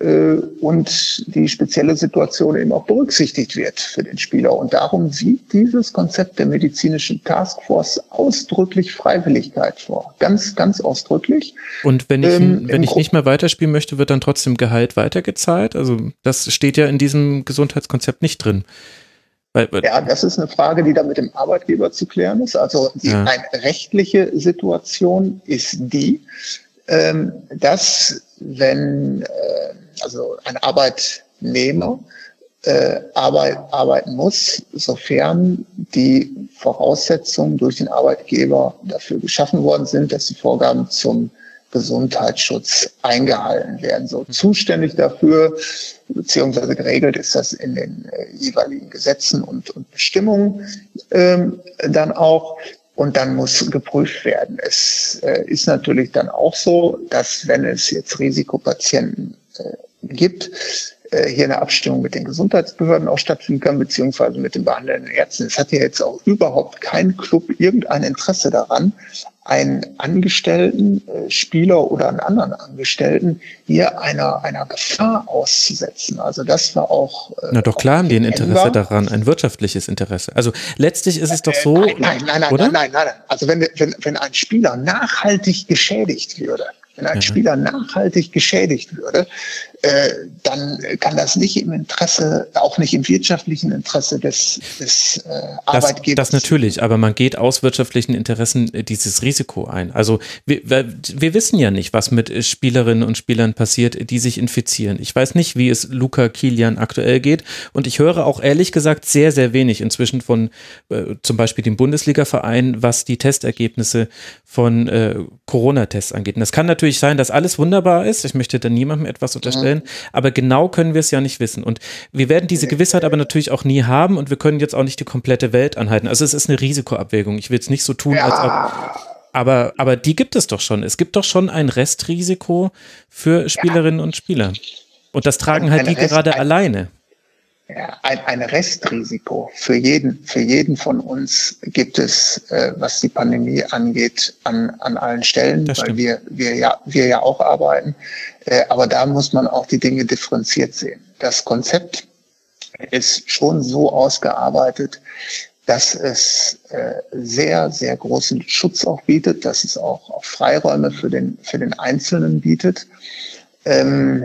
und die spezielle Situation eben auch berücksichtigt wird für den Spieler. Und darum sieht dieses Konzept der medizinischen Taskforce ausdrücklich Freiwilligkeit vor. Ganz, ganz ausdrücklich. Und wenn ich, ähm, wenn ich nicht mehr weiterspielen möchte, wird dann trotzdem Gehalt weitergezahlt? Also das steht ja in diesem Gesundheitskonzept nicht drin. Weil, weil ja, das ist eine Frage, die da mit dem Arbeitgeber zu klären ist. Also die ja. eine rechtliche Situation ist die, ähm, dass wenn äh, also ein Arbeitnehmer äh, Arbeit, arbeiten muss, sofern die Voraussetzungen durch den Arbeitgeber dafür geschaffen worden sind, dass die Vorgaben zum Gesundheitsschutz eingehalten werden. So zuständig dafür, beziehungsweise geregelt ist das in den äh, jeweiligen Gesetzen und, und Bestimmungen ähm, dann auch. Und dann muss geprüft werden. Es äh, ist natürlich dann auch so, dass wenn es jetzt Risikopatienten äh, gibt, äh, hier eine Abstimmung mit den Gesundheitsbehörden auch stattfinden kann, beziehungsweise mit den behandelnden Ärzten. Es hat ja jetzt auch überhaupt kein Club irgendein Interesse daran, einen Angestellten, äh, Spieler oder einen anderen Angestellten hier einer, einer Gefahr auszusetzen. Also das war auch... Äh, Na doch klar haben die ein Interesse war. daran, ein wirtschaftliches Interesse. Also letztlich ist es doch so... Nein, nein, nein, nein, oder? nein, nein, nein, nein. Also wenn, wenn, wenn ein Spieler nachhaltig geschädigt würde, wenn ein Ja. Spieler nachhaltig geschädigt würde, äh, dann kann das nicht im Interesse, auch nicht im wirtschaftlichen Interesse des, des äh, Das, Arbeitgebers. das natürlich, aber man geht aus wirtschaftlichen Interessen äh, dieses Risiko ein. Also wir, wir, wir wissen ja nicht, was mit äh, Spielerinnen und Spielern passiert, die sich infizieren. Ich weiß nicht, wie es Luca Kilian aktuell geht und ich höre auch ehrlich gesagt sehr, sehr wenig inzwischen von äh, zum Beispiel dem Bundesliga-Verein, was die Testergebnisse von äh, Corona-Tests angeht. Und das kann natürlich sein, dass alles wunderbar ist. Ich möchte da niemandem etwas unterstellen, aber genau können wir es ja nicht wissen. Und wir werden diese Gewissheit aber natürlich auch nie haben und wir können jetzt auch nicht die komplette Welt anhalten. Also es ist eine Risikoabwägung. Ich will es nicht so tun, Ja. als ob... Aber, aber die gibt es doch schon. Es gibt doch schon ein Restrisiko für Spielerinnen und Spieler. Und das tragen Ein- halt ein die Rest- gerade ein- alleine. Ja, ein, ein Restrisiko für jeden, für jeden von uns gibt es, äh, was die Pandemie angeht, an, an allen Stellen, Das weil stimmt. wir, wir ja, wir ja auch arbeiten. Äh, aber da muss man auch die Dinge differenziert sehen. Das Konzept ist schon so ausgearbeitet, dass es äh, sehr, sehr großen Schutz auch bietet, dass es auch, auch Freiräume für den, für den Einzelnen bietet. Ähm,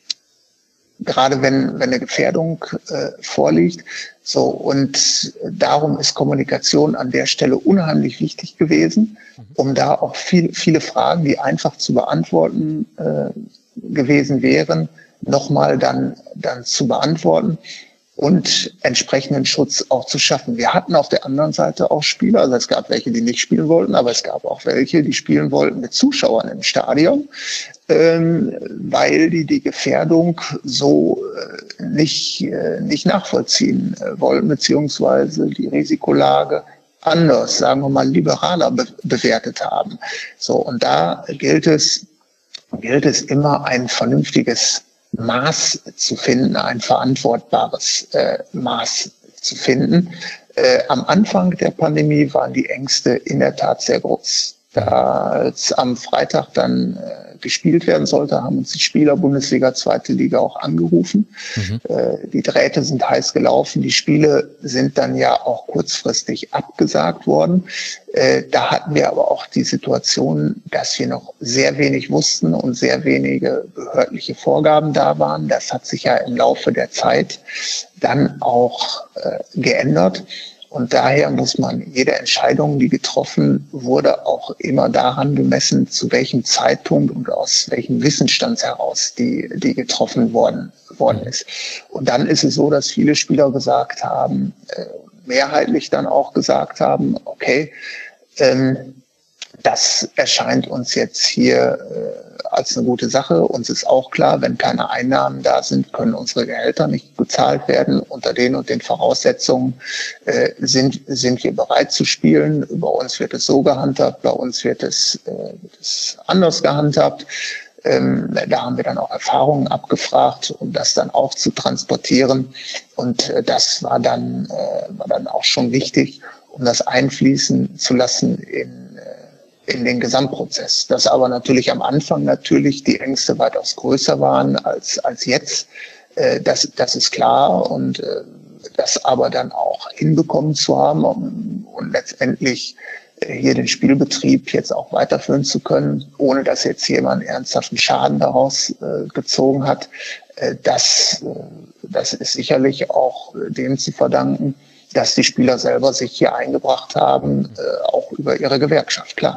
gerade wenn, wenn eine Gefährdung äh, vorliegt. So, und darum ist Kommunikation an der Stelle unheimlich wichtig gewesen, um da auch viel, viele Fragen, die einfach zu beantworten äh, gewesen wären, nochmal dann, dann zu beantworten und entsprechenden Schutz auch zu schaffen. Wir hatten auf der anderen Seite auch Spieler, also es gab welche, die nicht spielen wollten, aber es gab auch welche, die spielen wollten mit Zuschauern im Stadion, ähm, weil die die Gefährdung so äh, nicht, äh, nicht nachvollziehen äh, wollten, beziehungsweise die Risikolage anders, sagen wir mal, liberaler be bewertet haben. So, und da gilt es, gilt es immer, ein vernünftiges Maß zu finden, ein verantwortbares äh, Maß zu finden. Äh, am Anfang der Pandemie waren die Ängste in der Tat sehr groß. Da, als am Freitag dann äh, gespielt werden sollte, haben uns die Spieler Bundesliga, zweite Liga auch angerufen. Mhm. Äh, die Drähte sind heiß gelaufen. Die Spiele sind dann ja auch kurzfristig abgesagt worden. Äh, da hatten wir aber auch die Situation, dass wir noch sehr wenig wussten und sehr wenige behördliche Vorgaben da waren. Das hat sich ja im Laufe der Zeit dann auch äh, geändert. Und daher muss man jede Entscheidung, die getroffen wurde, auch immer daran gemessen, zu welchem Zeitpunkt und aus welchem Wissensstand heraus die, die getroffen worden, worden ist. Und dann ist es so, dass viele Spieler gesagt haben, äh, mehrheitlich dann auch gesagt haben, okay, ähm, das erscheint uns jetzt hier äh, als eine gute Sache. Uns ist auch klar, wenn keine Einnahmen da sind, können unsere Gehälter nicht bezahlt werden. Unter den und den Voraussetzungen äh, sind, sind wir bereit zu spielen. Bei uns wird es so gehandhabt, bei uns wird es, äh, wird es anders gehandhabt. Ähm, da haben wir dann auch Erfahrungen abgefragt, um das dann auch zu transportieren. Und äh, das war dann, äh, war dann auch schon wichtig, um das einfließen zu lassen in in den Gesamtprozess. Dass aber natürlich am Anfang natürlich die Ängste weitaus größer waren als als jetzt, äh, das das ist klar, und äh, das aber dann auch hinbekommen zu haben, um, und letztendlich äh, hier den Spielbetrieb jetzt auch weiterführen zu können, ohne dass jetzt jemand ernsthaften Schaden daraus äh, gezogen hat, äh, das äh, das ist sicherlich auch äh, dem zu verdanken, dass die Spieler selber sich hier eingebracht haben, äh, auch über ihre Gewerkschaft, klar.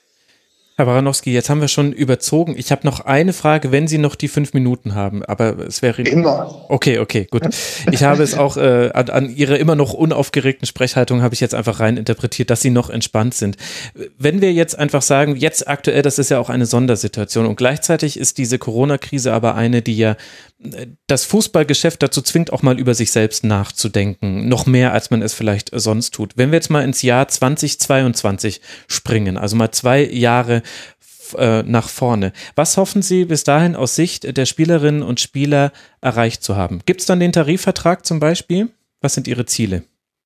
Herr Baranowski, jetzt haben wir schon überzogen. Ich habe noch eine Frage, wenn Sie noch die fünf Minuten haben, aber es wäre... Immer. Okay, okay, gut. Ich habe es auch äh, an, an Ihre immer noch unaufgeregten Sprechhaltung habe ich jetzt einfach rein interpretiert, dass Sie noch entspannt sind. Wenn wir jetzt einfach sagen, jetzt aktuell, das ist ja auch eine Sondersituation und gleichzeitig ist diese Corona-Krise aber eine, die ja das Fußballgeschäft dazu zwingt, auch mal über sich selbst nachzudenken, noch mehr, als man es vielleicht sonst tut. Wenn wir jetzt mal ins Jahr zweitausendzweiundzwanzig springen, also mal zwei Jahre äh, nach vorne, was hoffen Sie bis dahin aus Sicht der Spielerinnen und Spieler erreicht zu haben? Gibt es dann den Tarifvertrag zum Beispiel? Was sind Ihre Ziele?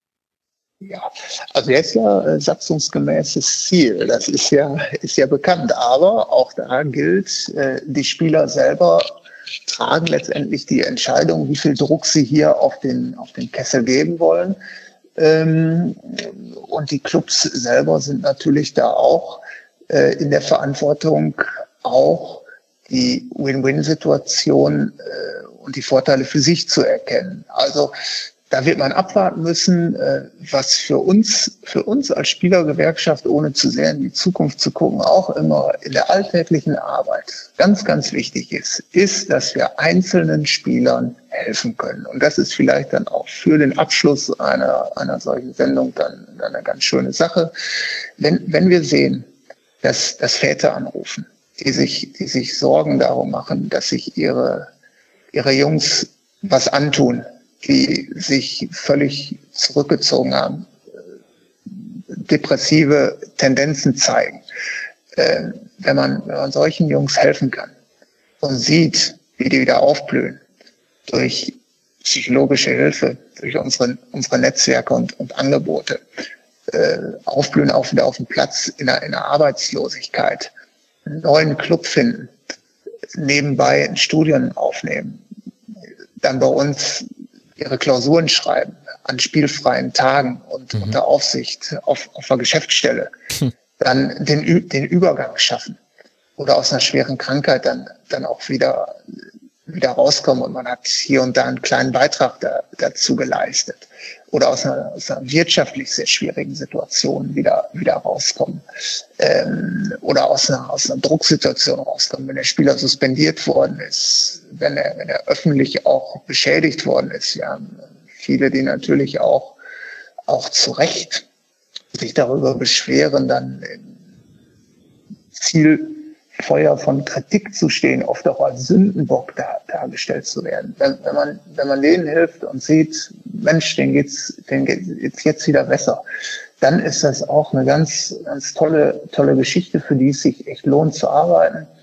Ja, also jetzt ja äh, satzungsgemäßes Ziel, das ist ja, ist ja bekannt, aber auch da gilt, äh, die Spieler selber tragen letztendlich die Entscheidung, wie viel Druck sie hier auf den, auf den Kessel geben wollen. Ähm, und die Clubs selber sind natürlich da auch äh, in der Verantwortung, auch die Win-Win-Situation äh, und die Vorteile für sich zu erkennen. Also da wird man abwarten müssen, was für uns, für uns als Spielergewerkschaft, ohne zu sehr in die Zukunft zu gucken, auch immer in der alltäglichen Arbeit ganz, ganz wichtig ist, ist, dass wir einzelnen Spielern helfen können. Und das ist vielleicht dann auch für den Abschluss einer, einer solchen Sendung dann, dann eine ganz schöne Sache. Wenn, wenn wir sehen, dass, dass Väter anrufen, die sich, die sich Sorgen darum machen, dass sich ihre, ihre Jungs was antun, die sich völlig zurückgezogen haben, depressive Tendenzen zeigen. Äh, wenn man, wenn man solchen Jungs helfen kann und sieht, wie die wieder aufblühen, durch psychologische Hilfe, durch unsere, unsere Netzwerke und, und Angebote, äh, aufblühen auch wieder auf dem Platz in der, in der Arbeitslosigkeit, einen neuen Club finden, nebenbei ein Studium aufnehmen, dann bei uns ihre Klausuren schreiben, an spielfreien Tagen und mhm. unter Aufsicht auf, auf der Geschäftsstelle, hm. dann den, den Übergang schaffen oder aus einer schweren Krankheit dann, dann auch wieder, wieder rauskommen und man hat hier und da einen kleinen Beitrag da, dazu geleistet oder aus einer, aus einer wirtschaftlich sehr schwierigen Situation wieder, wieder rauskommen, ähm, oder aus einer, aus einer Drucksituation rauskommen, wenn der Spieler suspendiert worden ist, wenn er, wenn er öffentlich auch beschädigt worden ist. Wir haben viele, die natürlich auch, auch zu Recht sich darüber beschweren, dann im Zielfeuer von Kritik zu stehen, oft auch als Sündenbock dar, dargestellt zu werden. Wenn, wenn man, wenn man denen hilft und sieht, Mensch, denen geht's, denen geht's jetzt wieder besser, dann ist das auch eine ganz, ganz tolle, tolle Geschichte, für die es sich echt lohnt zu arbeiten.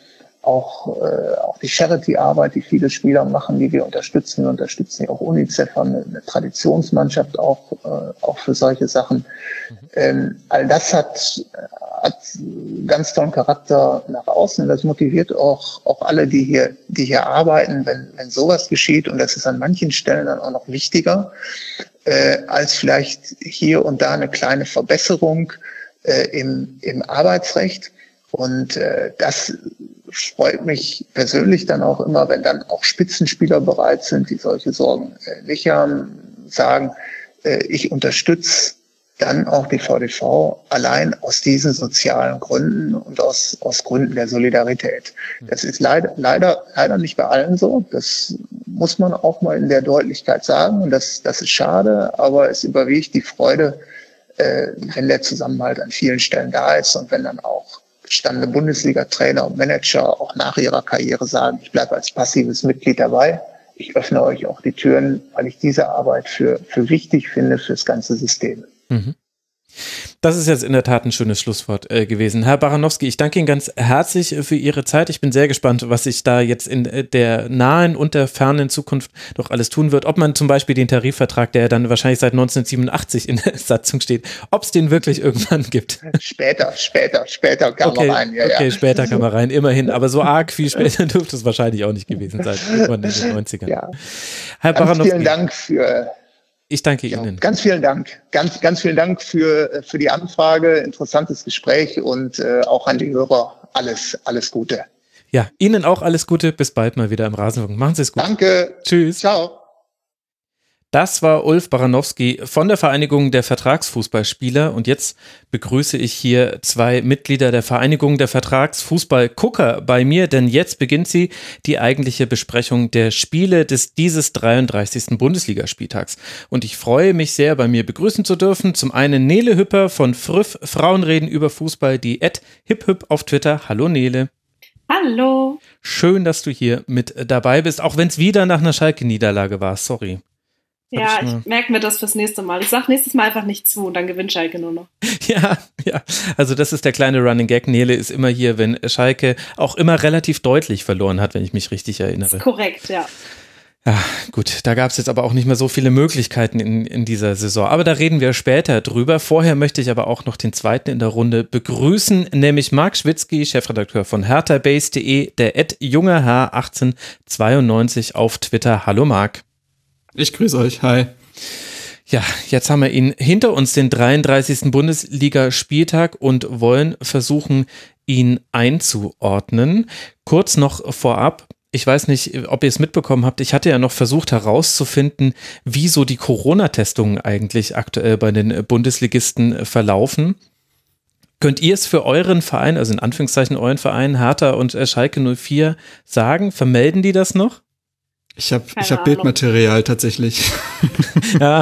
auch, äh, auch die Charity-Arbeit, die viele Spieler machen, die wir unterstützen. Wir unterstützen ja auch UNICEF, eine, eine Traditionsmannschaft auch, äh, auch für solche Sachen. Mhm. Ähm, all das hat, hat ganz tollen Charakter nach außen. Das motiviert auch, auch alle, die hier, die hier arbeiten, wenn, wenn sowas geschieht. Und das ist an manchen Stellen dann auch noch wichtiger, äh, als vielleicht hier und da eine kleine Verbesserung äh, im, im Arbeitsrecht. Und äh, das freut mich persönlich dann auch immer, wenn dann auch Spitzenspieler bereit sind, die solche Sorgen äh, nicht haben, sagen, äh, ich unterstütze dann auch die V D V allein aus diesen sozialen Gründen und aus aus Gründen der Solidarität. Das ist leider leider leider nicht bei allen so. Das muss man auch mal in der Deutlichkeit sagen. Und das das ist schade, aber es überwiegt die Freude, äh, wenn der Zusammenhalt an vielen Stellen da ist und wenn dann auch gestandene Bundesliga-Trainer und Manager auch nach ihrer Karriere sagen, ich bleibe als passives Mitglied dabei. Ich öffne euch auch die Türen, weil ich diese Arbeit für, für wichtig finde für das ganze System. Mhm. Das ist jetzt in der Tat ein schönes Schlusswort äh, gewesen. Herr Baranowski, ich danke Ihnen ganz herzlich für Ihre Zeit. Ich bin sehr gespannt, was sich da jetzt in der nahen und der fernen Zukunft noch alles tun wird. Ob man zum Beispiel den Tarifvertrag, der dann wahrscheinlich seit neunzehnhundertsiebenundachtzig in der Satzung steht, ob es den wirklich irgendwann gibt. Später, später, später kam okay, man rein. Ja, okay, ja. später kam man rein, immerhin. Aber so arg viel später dürfte es wahrscheinlich auch nicht gewesen sein. Irgendwann in den neunzigern. Ja. Herr Ganz Baranowski, vielen Dank für... Ich danke Ja, Ihnen. ganz vielen Dank. Ganz, ganz vielen Dank für, für die Anfrage. Interessantes Gespräch und äh, auch an die Hörer alles, alles Gute. Ja, Ihnen auch alles Gute. Bis bald mal wieder im Rasenfunk. Machen Sie es gut. Danke. Tschüss. Ciao. Das war Ulf Baranowski von der Vereinigung der Vertragsfußballspieler und jetzt begrüße ich hier zwei Mitglieder der Vereinigung der Vertragsfußballgucker bei mir, denn jetzt beginnt sie, die eigentliche Besprechung der Spiele des dieses dreiunddreißigsten Bundesligaspieltags. Und ich freue mich sehr, bei mir begrüßen zu dürfen, zum einen Nele Hüpper von Früff, Frauen reden über Fußball, die at hiphüp auf Twitter. Hallo Nele. Hallo. Schön, dass du hier mit dabei bist, auch wenn es wieder nach einer Schalke-Niederlage war, sorry. Ja, ich, ich merke mir das fürs nächste Mal. Ich sage nächstes Mal einfach nicht zu und dann gewinnt Schalke nur noch. Ja, ja. Also das ist der kleine Running Gag. Nele ist immer hier, wenn Schalke auch immer relativ deutlich verloren hat, wenn ich mich richtig erinnere. Das ist korrekt, ja. Ja, gut, da gab es jetzt aber auch nicht mehr so viele Möglichkeiten in, in dieser Saison. Aber da reden wir später drüber. Vorher möchte ich aber auch noch den zweiten in der Runde begrüßen, nämlich Marc Schwitzky, Chefredakteur von hertha base punkt de, der at jungerherr achtzehnhundertzweiundneunzig auf Twitter. Hallo Marc. Ich grüße euch, hi. Ja, jetzt haben wir ihn hinter uns, den dreiunddreißigsten Bundesligaspieltag und wollen versuchen, ihn einzuordnen. Kurz noch vorab, ich weiß nicht, ob ihr es mitbekommen habt, ich hatte ja noch versucht herauszufinden, wie so die Corona-Testungen eigentlich aktuell bei den Bundesligisten verlaufen. Könnt ihr es für euren Verein, also in Anführungszeichen euren Verein, Hertha und Schalke null vier sagen? Vermelden die das noch? Ich habe ich hab Bildmaterial tatsächlich. Ja.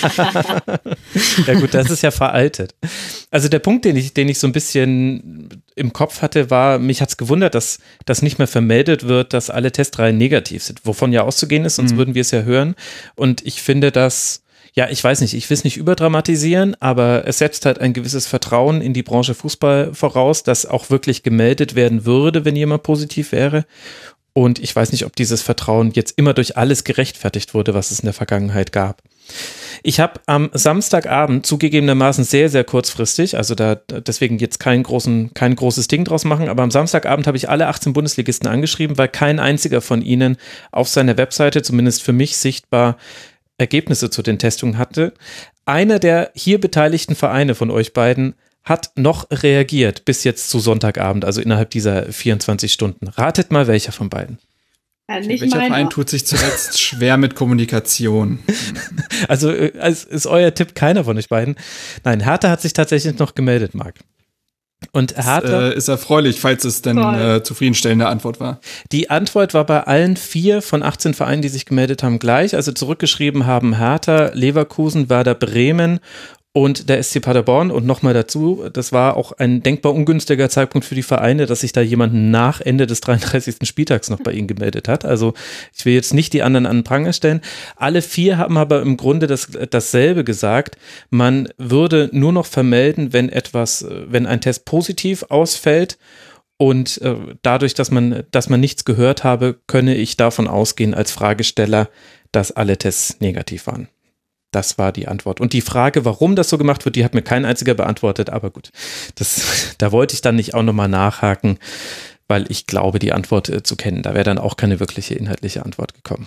Ja gut, das ist ja veraltet. Also der Punkt, den ich, den ich so ein bisschen im Kopf hatte, war, mich hat es gewundert, dass das nicht mehr vermeldet wird, dass alle Testreihen negativ sind, wovon ja auszugehen ist, sonst mhm. würden wir es ja hören. Und ich finde das, ja, ich weiß nicht, ich will es nicht überdramatisieren, aber es setzt halt ein gewisses Vertrauen in die Branche Fußball voraus, dass auch wirklich gemeldet werden würde, wenn jemand positiv wäre. Und ich weiß nicht, ob dieses Vertrauen jetzt immer durch alles gerechtfertigt wurde, was es in der Vergangenheit gab. Ich habe am Samstagabend zugegebenermaßen sehr, sehr kurzfristig, also da deswegen jetzt kein, großen, kein großes Ding draus machen, aber am Samstagabend habe ich alle achtzehn Bundesligisten angeschrieben, weil kein einziger von ihnen auf seiner Webseite, zumindest für mich sichtbar, Ergebnisse zu den Testungen hatte. Einer der hier beteiligten Vereine von euch beiden hat noch reagiert bis jetzt zu Sonntagabend, also innerhalb dieser vierundzwanzig Stunden. Ratet mal, welcher von beiden. Ja, nicht welcher meiner. Verein tut sich zuletzt schwer mit Kommunikation? Also ist, ist euer Tipp keiner von euch beiden? Nein, Hertha hat sich tatsächlich noch gemeldet, Marc. Und Hertha das, äh, ist erfreulich, falls es denn äh, zufriedenstellende Antwort war. Die Antwort war bei allen vier von achtzehn Vereinen, die sich gemeldet haben, gleich. Also zurückgeschrieben haben Hertha, Leverkusen, Werder Bremen und der S C Paderborn. Und nochmal dazu, das war auch ein denkbar ungünstiger Zeitpunkt für die Vereine, dass sich da jemand nach Ende des dreiunddreißigsten Spieltags noch bei ihnen gemeldet hat. Also ich will jetzt nicht die anderen an den Pranger stellen. Alle vier haben aber im Grunde das, dasselbe gesagt. Man würde nur noch vermelden, wenn etwas, wenn ein Test positiv ausfällt Und äh, dadurch, dass man, dass man nichts gehört habe, könne ich davon ausgehen als Fragesteller, dass alle Tests negativ waren. Das war die Antwort. Und die Frage, warum das so gemacht wird, die hat mir kein einziger beantwortet. Aber gut, das, da wollte ich dann nicht auch nochmal nachhaken, weil ich glaube, die Antwort äh, zu kennen. Da wäre dann auch keine wirkliche inhaltliche Antwort gekommen.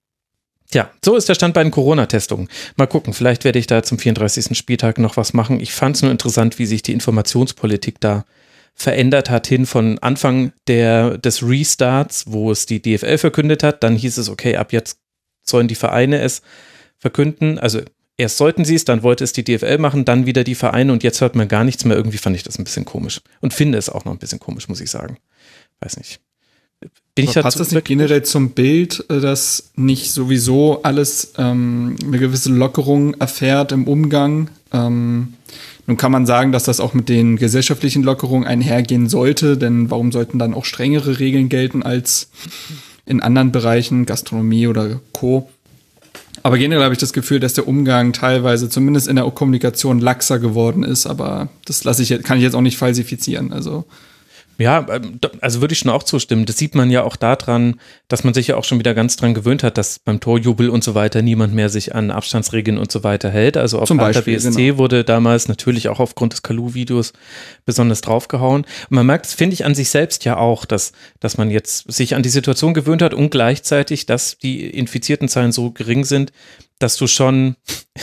Tja, so ist der Stand bei den Corona-Testungen. Mal gucken, vielleicht werde ich da zum vierunddreißigsten Spieltag noch was machen. Ich fand es nur interessant, wie sich die Informationspolitik da verändert hat hin von Anfang der, des Restarts, wo es die D F L verkündet hat. Dann hieß es, okay, ab jetzt sollen die Vereine es verkünden. Also erst sollten sie es, dann wollte es die D F L machen, dann wieder die Vereine und jetzt hört man gar nichts mehr. Irgendwie fand ich das ein bisschen komisch und finde es auch noch ein bisschen komisch, muss ich sagen. Weiß nicht. Bin ich passt das nicht generell zum Bild, dass nicht sowieso alles ähm, eine gewisse Lockerung erfährt im Umgang? Ähm, nun kann man sagen, dass das auch mit den gesellschaftlichen Lockerungen einhergehen sollte, denn warum sollten dann auch strengere Regeln gelten als in anderen Bereichen, Gastronomie oder Co.? Aber generell habe ich das Gefühl, dass der Umgang teilweise zumindest in der Kommunikation laxer geworden ist, aber das lasse ich, kann ich jetzt auch nicht falsifizieren, also ja, also würde ich schon auch zustimmen. Das sieht man ja auch daran, dass man sich ja auch schon wieder ganz dran gewöhnt hat, dass beim Torjubel und so weiter niemand mehr sich an Abstandsregeln und so weiter hält. Also auf der B S C genau. Wurde damals natürlich auch aufgrund des Kalu-Videos besonders draufgehauen. Und man merkt, das finde ich an sich selbst ja auch, dass, dass man jetzt sich an die Situation gewöhnt hat und gleichzeitig, dass die infizierten Zahlen so gering sind, dass du schon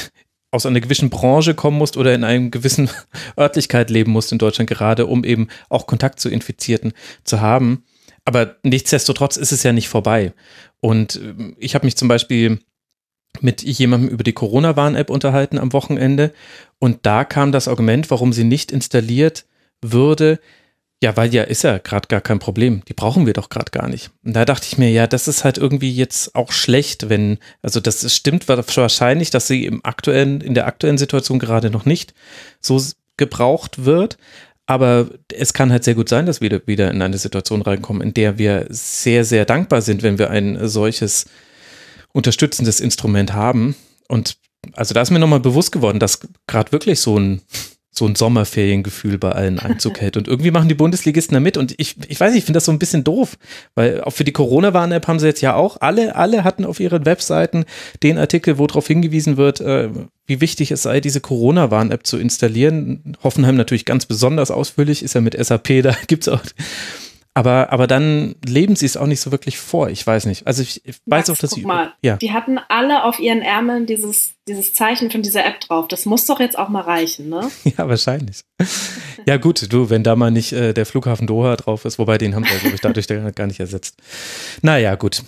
aus einer gewissen Branche kommen musst oder in einer gewissen Örtlichkeit leben musst in Deutschland gerade, um eben auch Kontakt zu Infizierten zu haben. Aber nichtsdestotrotz ist es ja nicht vorbei. Und ich habe mich zum Beispiel mit jemandem über die Corona-Warn-App unterhalten am Wochenende und da kam das Argument, warum sie nicht installiert würde, ja, weil ja ist ja gerade gar kein Problem. Die brauchen wir doch gerade gar nicht. Und da dachte ich mir, ja, das ist halt irgendwie jetzt auch schlecht, wenn, also das ist, stimmt wahrscheinlich, dass sie im aktuellen, in der aktuellen Situation gerade noch nicht so gebraucht wird. Aber es kann halt sehr gut sein, dass wir wieder in eine Situation reinkommen, in der wir sehr, sehr dankbar sind, wenn wir ein solches unterstützendes Instrument haben. Und also da ist mir nochmal bewusst geworden, dass gerade wirklich so ein so ein Sommerferiengefühl bei allen Einzug hält. Und irgendwie machen die Bundesligisten da mit. Und ich, ich weiß nicht, ich finde das so ein bisschen doof, weil auch für die Corona-Warn-App haben sie jetzt ja auch, alle, alle hatten auf ihren Webseiten den Artikel, wo darauf hingewiesen wird, äh, wie wichtig es sei, diese Corona-Warn-App zu installieren. Hoffenheim natürlich ganz besonders ausführlich, ist ja mit S A P, da gibt's auch. Aber, aber dann leben sie es auch nicht so wirklich vor. Ich weiß nicht. Also ich, ich weiß Max, auch, dass guck sie. Mal, ja. Die hatten alle auf ihren Ärmeln dieses, dieses Zeichen von dieser App drauf. Das muss doch jetzt auch mal reichen, ne? Ja, wahrscheinlich. Ja, gut, du, wenn da mal nicht äh, der Flughafen Doha drauf ist, wobei den haben wir, glaube ich, dadurch gar nicht ersetzt. Naja, gut.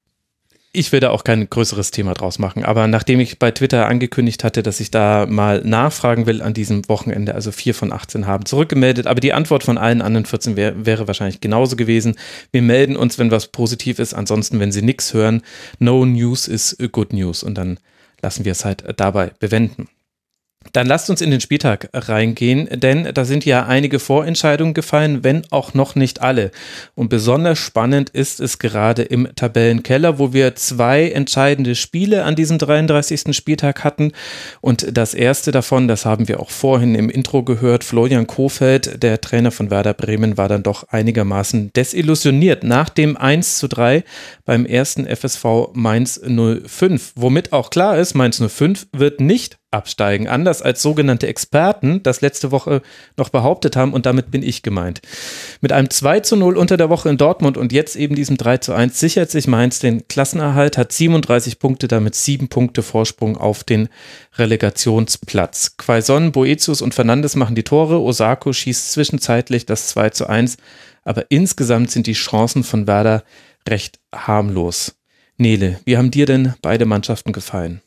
Ich will da auch kein größeres Thema draus machen, aber nachdem ich bei Twitter angekündigt hatte, dass ich da mal nachfragen will an diesem Wochenende, also vier von achtzehn haben zurückgemeldet, aber die Antwort von allen anderen vierzehn wär, wäre wahrscheinlich genauso gewesen. Wir melden uns, wenn was positiv ist, ansonsten, wenn sie nichts hören, no news is good news und dann lassen wir es halt dabei bewenden. Dann lasst uns in den Spieltag reingehen, denn da sind ja einige Vorentscheidungen gefallen, wenn auch noch nicht alle. Und besonders spannend ist es gerade im Tabellenkeller, wo wir zwei entscheidende Spiele an diesem dreiunddreißigsten Spieltag hatten. Und das erste davon, das haben wir auch vorhin im Intro gehört, Florian Kohfeldt, der Trainer von Werder Bremen, war dann doch einigermaßen desillusioniert nach dem eins zu drei beim ersten F S V Mainz null fünf. Womit auch klar ist, Mainz null fünf wird nicht absteigen, anders als sogenannte Experten das letzte Woche noch behauptet haben und damit bin ich gemeint. Mit einem zwei zu null unter der Woche in Dortmund und jetzt eben diesem drei zu eins sichert sich Mainz den Klassenerhalt, hat siebenunddreißig Punkte, damit sieben Punkte Vorsprung auf den Relegationsplatz. Quaison, Boetius und Fernandes machen die Tore, Osako schießt zwischenzeitlich das zwei zu eins, aber insgesamt sind die Chancen von Werder recht harmlos. Nele, wie haben dir denn beide Mannschaften gefallen?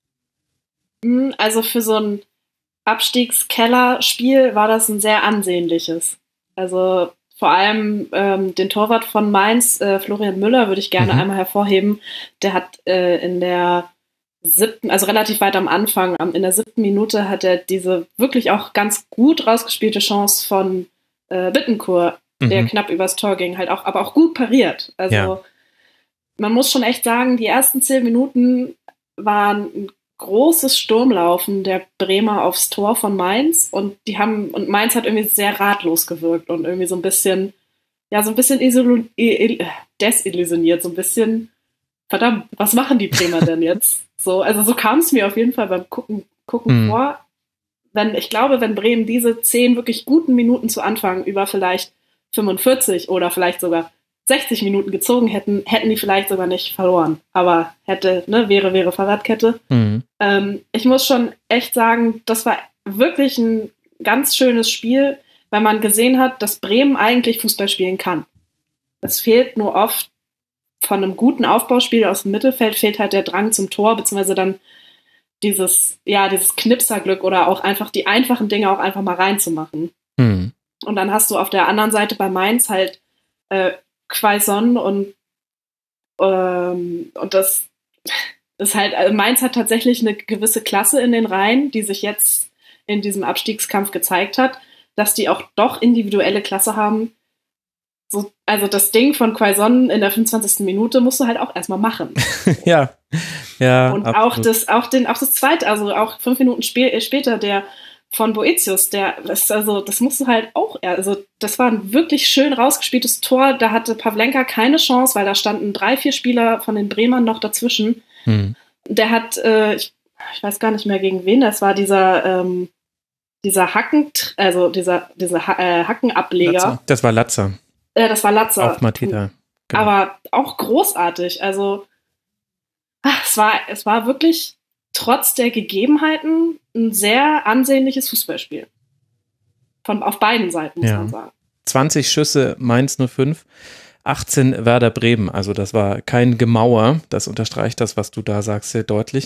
Also für so ein Abstiegskellerspiel war das ein sehr ansehnliches. Also vor allem ähm, den Torwart von Mainz, äh, Florian Müller, würde ich gerne mhm. einmal hervorheben. Der hat äh, in der siebten, also relativ weit am Anfang, am, in der siebten Minute hat er diese wirklich auch ganz gut rausgespielte Chance von äh, Bittencourt, mhm. der knapp übers Tor ging, halt auch, aber auch gut pariert. Also ja. Man muss schon echt sagen, die ersten zehn Minuten waren ein großes Sturmlaufen der Bremer aufs Tor von Mainz und die haben und Mainz hat irgendwie sehr ratlos gewirkt und irgendwie so ein bisschen ja, so ein bisschen isolu- desillusioniert, so ein bisschen, verdammt, was machen die Bremer denn jetzt? So, also so kam es mir auf jeden Fall beim Gucken, gucken mhm. vor. Wenn, ich glaube, wenn Bremen diese zehn wirklich guten Minuten zu Anfang über vielleicht fünfundvierzig oder vielleicht sogar sechzig Minuten gezogen hätten, hätten die vielleicht sogar nicht verloren. Aber hätte, ne, wäre, wäre Fahrradkette. Mhm. Ähm, ich muss schon echt sagen, das war wirklich ein ganz schönes Spiel, weil man gesehen hat, dass Bremen eigentlich Fußball spielen kann. Es fehlt nur oft von einem guten Aufbauspiel aus dem Mittelfeld, fehlt halt der Drang zum Tor, beziehungsweise dann dieses, ja, dieses Knipserglück oder auch einfach die einfachen Dinge auch einfach mal reinzumachen. Mhm. Und dann hast du auf der anderen Seite bei Mainz halt äh, Quaison und ähm, und das ist halt, also Mainz hat tatsächlich eine gewisse Klasse in den Reihen, die sich jetzt in diesem Abstiegskampf gezeigt hat, dass die auch doch individuelle Klasse haben. So, also das Ding von Quaison in der fünfundzwanzigsten Minute musst du halt auch erstmal machen. ja, ja. Und absolut. auch das, auch den, auch das zweite, also auch fünf Minuten spä- später der von Boetius, der, das, also das musst du halt auch, also das war ein wirklich schön rausgespieltes Tor, da hatte Pavlenka keine Chance, weil da standen drei, vier Spieler von den Bremern noch dazwischen. Hm. Der hat, äh, ich, ich weiß gar nicht mehr gegen wen, das war dieser, ähm, dieser Hacken, also dieser, dieser ha- äh, Hackenableger. Latzer. Das war Latzer. Äh, das war Latzer. Auf Mateta. Genau. Aber auch großartig, also ach, es war, es war wirklich trotz der Gegebenheiten ein sehr ansehnliches Fußballspiel. Von, auf beiden Seiten, muss ja. man sagen. zwanzig Schüsse, Mainz null fünf, achtzehn Werder Bremen. Also das war kein Gemauer. Das unterstreicht das, was du da sagst, sehr deutlich.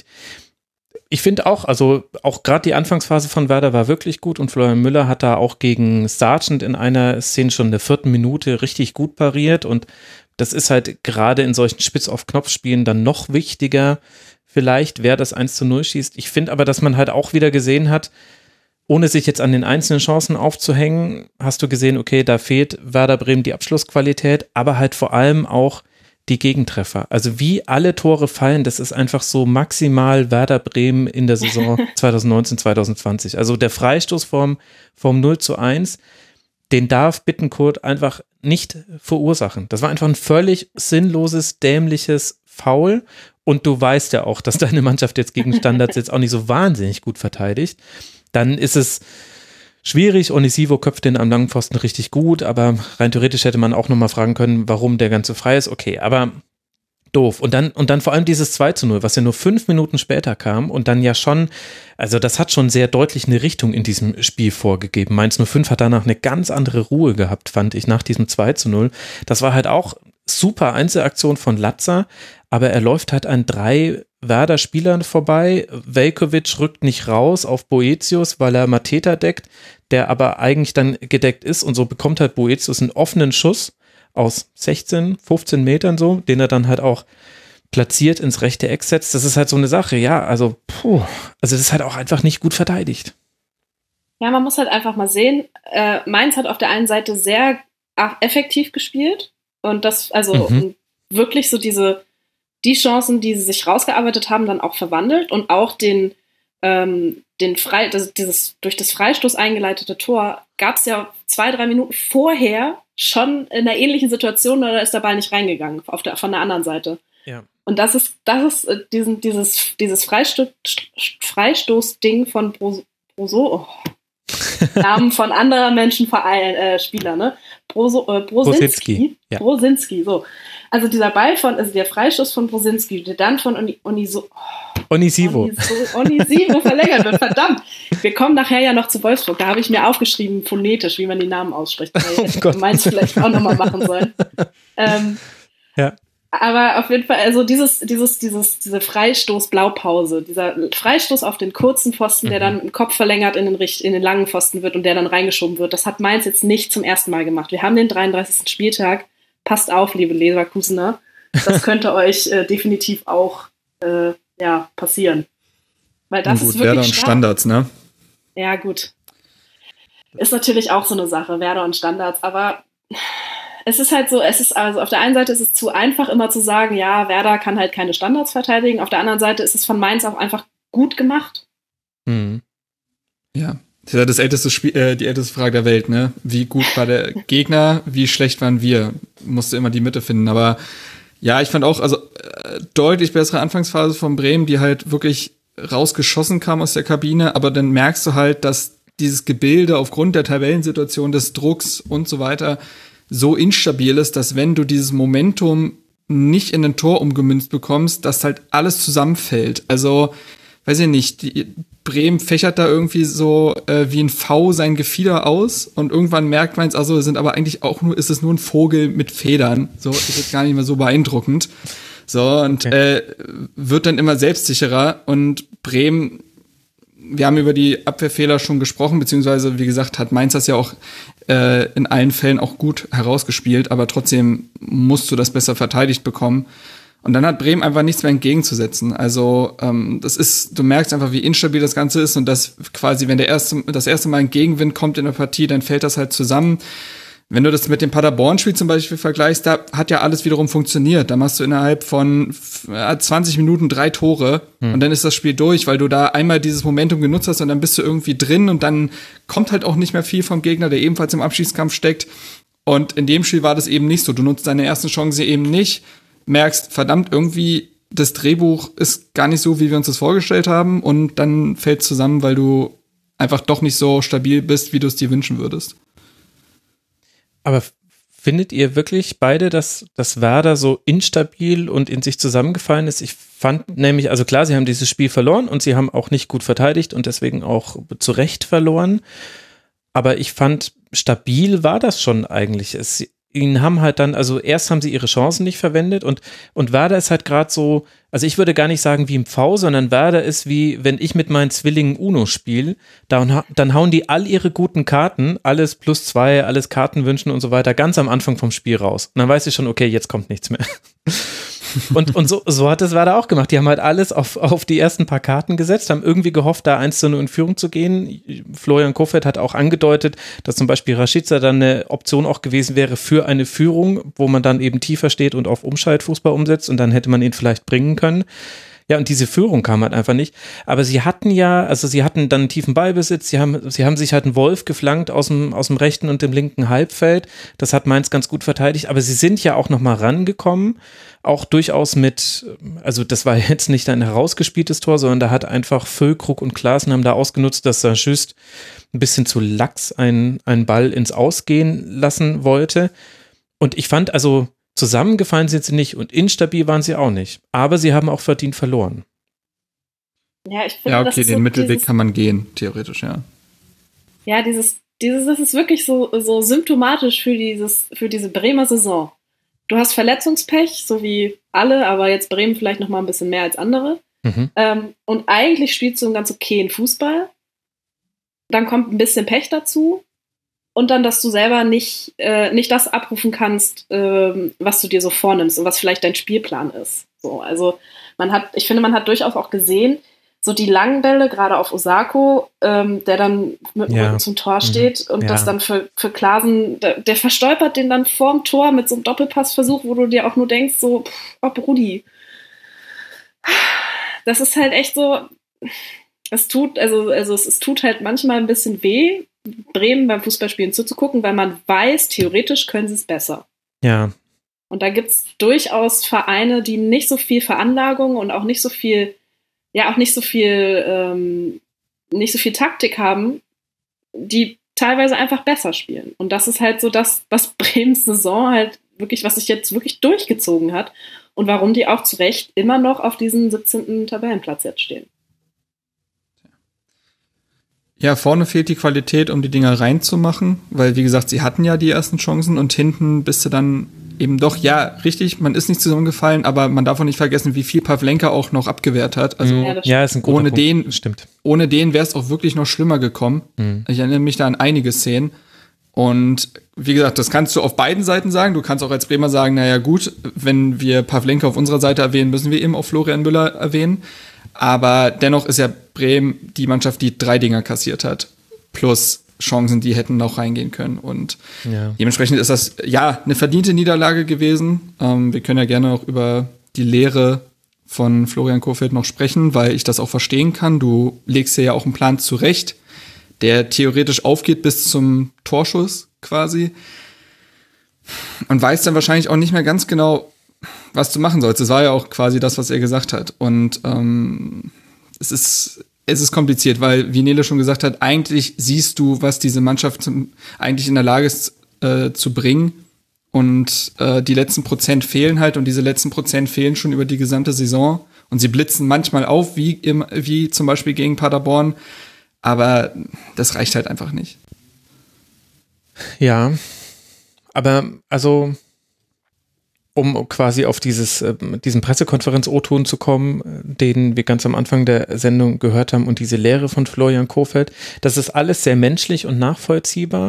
Ich finde auch, also auch gerade die Anfangsphase von Werder war wirklich gut und Florian Müller hat da auch gegen Sargent in einer Szene schon in der vierten Minute richtig gut pariert und das ist halt gerade in solchen Spitz-auf-Knopf-Spielen dann noch wichtiger, vielleicht, wer das eins zu null schießt. Ich finde aber, dass man halt auch wieder gesehen hat, ohne sich jetzt an den einzelnen Chancen aufzuhängen, hast du gesehen, okay, da fehlt Werder Bremen die Abschlussqualität, aber halt vor allem auch die Gegentreffer. Also wie alle Tore fallen, das ist einfach so maximal Werder Bremen in der Saison zwanzig neunzehn, zwanzig zwanzig. Also der Freistoß vom, vom null zu eins, den darf Bittencourt einfach nicht verursachen. Das war einfach ein völlig sinnloses, dämliches Foul. Und du weißt ja auch, dass deine Mannschaft jetzt gegen Standards jetzt auch nicht so wahnsinnig gut verteidigt. Dann ist es schwierig. Onisivo köpft den am langen Pfosten richtig gut, aber rein theoretisch hätte man auch nochmal fragen können, warum der Ganze frei ist. Okay, aber doof. Und dann, und dann vor allem dieses zwei zu null, was ja nur fünf Minuten später kam und dann ja schon, also das hat schon sehr deutlich eine Richtung in diesem Spiel vorgegeben. Mainz null fünf hat danach eine ganz andere Ruhe gehabt, fand ich, nach diesem zwei zu null. Das war halt auch super Einzelaktion von Latzer, aber er läuft halt an drei Werder-Spielern vorbei. Veljković rückt nicht raus auf Boetius, weil er Mateta deckt, der aber eigentlich dann gedeckt ist und so bekommt halt Boetius einen offenen Schuss aus sechzehn, fünfzehn Metern so, den er dann halt auch platziert ins rechte Eck setzt. Das ist halt so eine Sache, ja, also puh, also das ist halt auch einfach nicht gut verteidigt. Ja, man muss halt einfach mal sehen, äh, Mainz hat auf der einen Seite sehr effektiv gespielt und das, also mhm. wirklich so diese die Chancen, die sie sich rausgearbeitet haben, dann auch verwandelt und auch den, ähm, den Frei, das, dieses durch das Freistoß eingeleitete Tor gab es ja zwei, drei Minuten vorher schon in einer ähnlichen Situation, oder ist der Ball nicht reingegangen auf der, von der anderen Seite. Ja. Und das ist, das ist diesen, dieses, dieses Freisto- Freistoß-Ding von Bro, Broso, oh. Namen von anderer Menschen, äh, Spieler, ne? Broso, äh, Brosinski. Ja. Brosinski, so. Also dieser Ball von, also der Freistoß von Brosinski, der dann von Oni, Oniso, oh, Onisivo. Onisivo, Onisivo verlängert wird, verdammt. Wir kommen nachher ja noch zu Wolfsburg, da habe ich mir aufgeschrieben, phonetisch, wie man die Namen ausspricht. Ich hätte meins vielleicht auch nochmal machen sollen. Ähm, ja. Aber auf jeden Fall, also dieses, dieses, dieses, diese Freistoß-Blaupause, dieser Freistoß auf den kurzen Pfosten, mhm. der dann mit dem Kopf verlängert in den, in den langen Pfosten wird und der dann reingeschoben wird, das hat Mainz jetzt nicht zum ersten Mal gemacht. Wir haben den dreiunddreißigsten Spieltag. Passt auf, liebe Leverkusener. Das könnte euch äh, definitiv auch äh, ja, passieren. Weil das gut, ist wirklich Werder und Standards, ne? Ja, gut. Ist natürlich auch so eine Sache, Werder und Standards, aber es ist halt so, es ist also auf der einen Seite ist es zu einfach, immer zu sagen, ja, Werder kann halt keine Standards verteidigen. Auf der anderen Seite ist es von Mainz auch einfach gut gemacht. Mhm. Ja, Das ist ja das älteste Spiel, äh, die älteste Frage der Welt, ne? Wie gut war der Gegner, wie schlecht waren wir? Musste immer die Mitte finden. Aber ja, ich fand auch, also äh, deutlich bessere Anfangsphase von Bremen, die halt wirklich rausgeschossen kam aus der Kabine. Aber dann merkst du halt, dass dieses Gebilde aufgrund der Tabellensituation, des Drucks und so weiter so instabil ist, dass wenn du dieses Momentum nicht in ein Tor umgemünzt bekommst, dass halt alles zusammenfällt. Also, weiß ich nicht, die Bremen fächert da irgendwie so äh, wie ein V sein Gefieder aus und irgendwann merkt man es, also sind aber eigentlich auch nur, ist es nur ein Vogel mit Federn. So, ist jetzt gar nicht mehr so beeindruckend. So, und okay. äh, wird dann immer selbstsicherer und Bremen, wir haben über die Abwehrfehler schon gesprochen, beziehungsweise, wie gesagt, hat Mainz das ja auch äh, in allen Fällen auch gut herausgespielt, aber trotzdem musst du das besser verteidigt bekommen. Und dann hat Bremen einfach nichts mehr entgegenzusetzen. Also ähm, das ist, du merkst einfach, wie instabil das Ganze ist und dass quasi, wenn der erste, das erste Mal ein Gegenwind kommt in der Partie, dann fällt das halt zusammen. Wenn du das mit dem Paderborn-Spiel zum Beispiel vergleichst, da hat ja alles wiederum funktioniert. Da machst du innerhalb von zwanzig Minuten drei Tore hm. und dann ist das Spiel durch, weil du da einmal dieses Momentum genutzt hast und dann bist du irgendwie drin und dann kommt halt auch nicht mehr viel vom Gegner, der ebenfalls im Abschießkampf steckt. Und in dem Spiel war das eben nicht so. Du nutzt deine ersten Chance eben nicht, merkst, verdammt, irgendwie das Drehbuch ist gar nicht so, wie wir uns das vorgestellt haben und dann fällt es zusammen, weil du einfach doch nicht so stabil bist, wie du es dir wünschen würdest. Aber findet ihr wirklich beide, dass, dass Werder so instabil und in sich zusammengefallen ist? Ich fand nämlich, also klar, sie haben dieses Spiel verloren und sie haben auch nicht gut verteidigt und deswegen auch zu Recht verloren. Aber ich fand, stabil war das schon eigentlich. Es, ihnen haben halt dann, also erst haben sie ihre Chancen nicht verwendet und, und Werder ist halt gerade so, also ich würde gar nicht sagen wie im V, sondern Werder ist wie, wenn ich mit meinen Zwillingen Uno spiele, dann, dann hauen die all ihre guten Karten, alles plus zwei, alles Kartenwünschen und so weiter, ganz am Anfang vom Spiel raus. Und dann weiß ich schon, okay, jetzt kommt nichts mehr. Und, und so, so hat es Werder auch gemacht. Die haben halt alles auf, auf die ersten paar Karten gesetzt, haben irgendwie gehofft, da eins zu null in Führung zu gehen. Florian Kohfeldt hat auch angedeutet, dass zum Beispiel Rashica dann eine Option auch gewesen wäre für eine Führung, wo man dann eben tiefer steht und auf Umschaltfußball umsetzt und dann hätte man ihn vielleicht bringen können. Ja, und diese Führung kam halt einfach nicht. Aber sie hatten ja, also sie hatten dann einen tiefen Ballbesitz, sie haben, sie haben sich halt einen Wolf geflankt aus dem, aus dem rechten und dem linken Halbfeld. Das hat Mainz ganz gut verteidigt, aber sie sind ja auch nochmal rangekommen, auch durchaus mit, also das war jetzt nicht ein herausgespieltes Tor, sondern da hat einfach Füllkrug und Klaassen haben da ausgenutzt, dass Saint-Just ein bisschen zu lax einen, einen Ball ins Ausgehen lassen wollte. Und ich fand also, zusammengefallen sind sie nicht und instabil waren sie auch nicht. Aber sie haben auch verdient verloren. Ja, ich finde, ja okay, das ist den so Mittelweg dieses, kann man gehen, theoretisch, ja. Ja, dieses, dieses, das ist wirklich so, so symptomatisch für dieses, für diese Bremer Saison. Du hast Verletzungspech, so wie alle, aber jetzt Bremen vielleicht noch mal ein bisschen mehr als andere. Mhm. Ähm, und eigentlich spielst du einen ganz okayen Fußball. Dann kommt ein bisschen Pech dazu. Und dann, dass du selber nicht, äh, nicht das abrufen kannst, ähm, was du dir so vornimmst und was vielleicht dein Spielplan ist. So, also man hat, ich finde, man hat durchaus auch gesehen, so die langen Bälle, gerade auf Osako, ähm, der dann mit dem ja. Rücken zum Tor steht mhm. und ja. das dann für, für Klaassen, der, der verstolpert den dann vorm Tor mit so einem Doppelpassversuch, wo du dir auch nur denkst, so, pff, oh Brudi. Das ist halt echt so, es tut, also, also es, es tut halt manchmal ein bisschen weh, Bremen beim Fußballspielen zuzugucken, weil man weiß, theoretisch können sie es besser. Ja. Und da gibt es durchaus Vereine, die nicht so viel Veranlagung und auch nicht so viel, ja, auch nicht so viel, ähm, nicht so viel Taktik haben, die teilweise einfach besser spielen. Und das ist halt so das, was Bremens Saison halt wirklich, was sich jetzt wirklich durchgezogen hat und warum die auch zu Recht immer noch auf diesem siebzehnten Tabellenplatz jetzt stehen. Ja, vorne fehlt die Qualität, um die Dinger reinzumachen, weil, wie gesagt, sie hatten ja die ersten Chancen und hinten bist du dann eben doch, ja, richtig, man ist nicht zusammengefallen, aber man darf auch nicht vergessen, wie viel Pavlenka auch noch abgewehrt hat. Also ja, ja ist ein guter ohne Punkt. den, stimmt. Ohne den wäre es auch wirklich noch schlimmer gekommen. Mhm. Ich erinnere mich da an einige Szenen. Und wie gesagt, das kannst du auf beiden Seiten sagen. Du kannst auch als Bremer sagen, naja gut, wenn wir Pavlenka auf unserer Seite erwähnen, müssen wir eben auch Florian Müller erwähnen. Aber dennoch ist ja Bremen die Mannschaft, die drei Dinger kassiert hat. Plus Chancen, die hätten noch reingehen können. Und ja. dementsprechend ist das, ja, eine verdiente Niederlage gewesen. Ähm, wir können ja gerne auch über die Lehre von Florian Kohfeldt noch sprechen, weil ich das auch verstehen kann. Du legst dir ja auch einen Plan zurecht, der theoretisch aufgeht bis zum Torschuss quasi und weiß dann wahrscheinlich auch nicht mehr ganz genau, was du machen sollst. Das war ja auch quasi das, was er gesagt hat. Und ähm, es ist es ist kompliziert, weil, wie Nele schon gesagt hat, eigentlich siehst du, was diese Mannschaft zum, eigentlich in der Lage ist äh, zu bringen. Und äh, die letzten Prozent fehlen halt. Und diese letzten Prozent fehlen schon über die gesamte Saison. Und sie blitzen manchmal auf, wie, im, wie zum Beispiel gegen Paderborn. Aber das reicht halt einfach nicht. Ja, aber also um quasi auf dieses, äh, diesen Pressekonferenz-O-Ton zu kommen, den wir ganz am Anfang der Sendung gehört haben und diese Lehre von Florian Kohfeldt, das ist alles sehr menschlich und nachvollziehbar,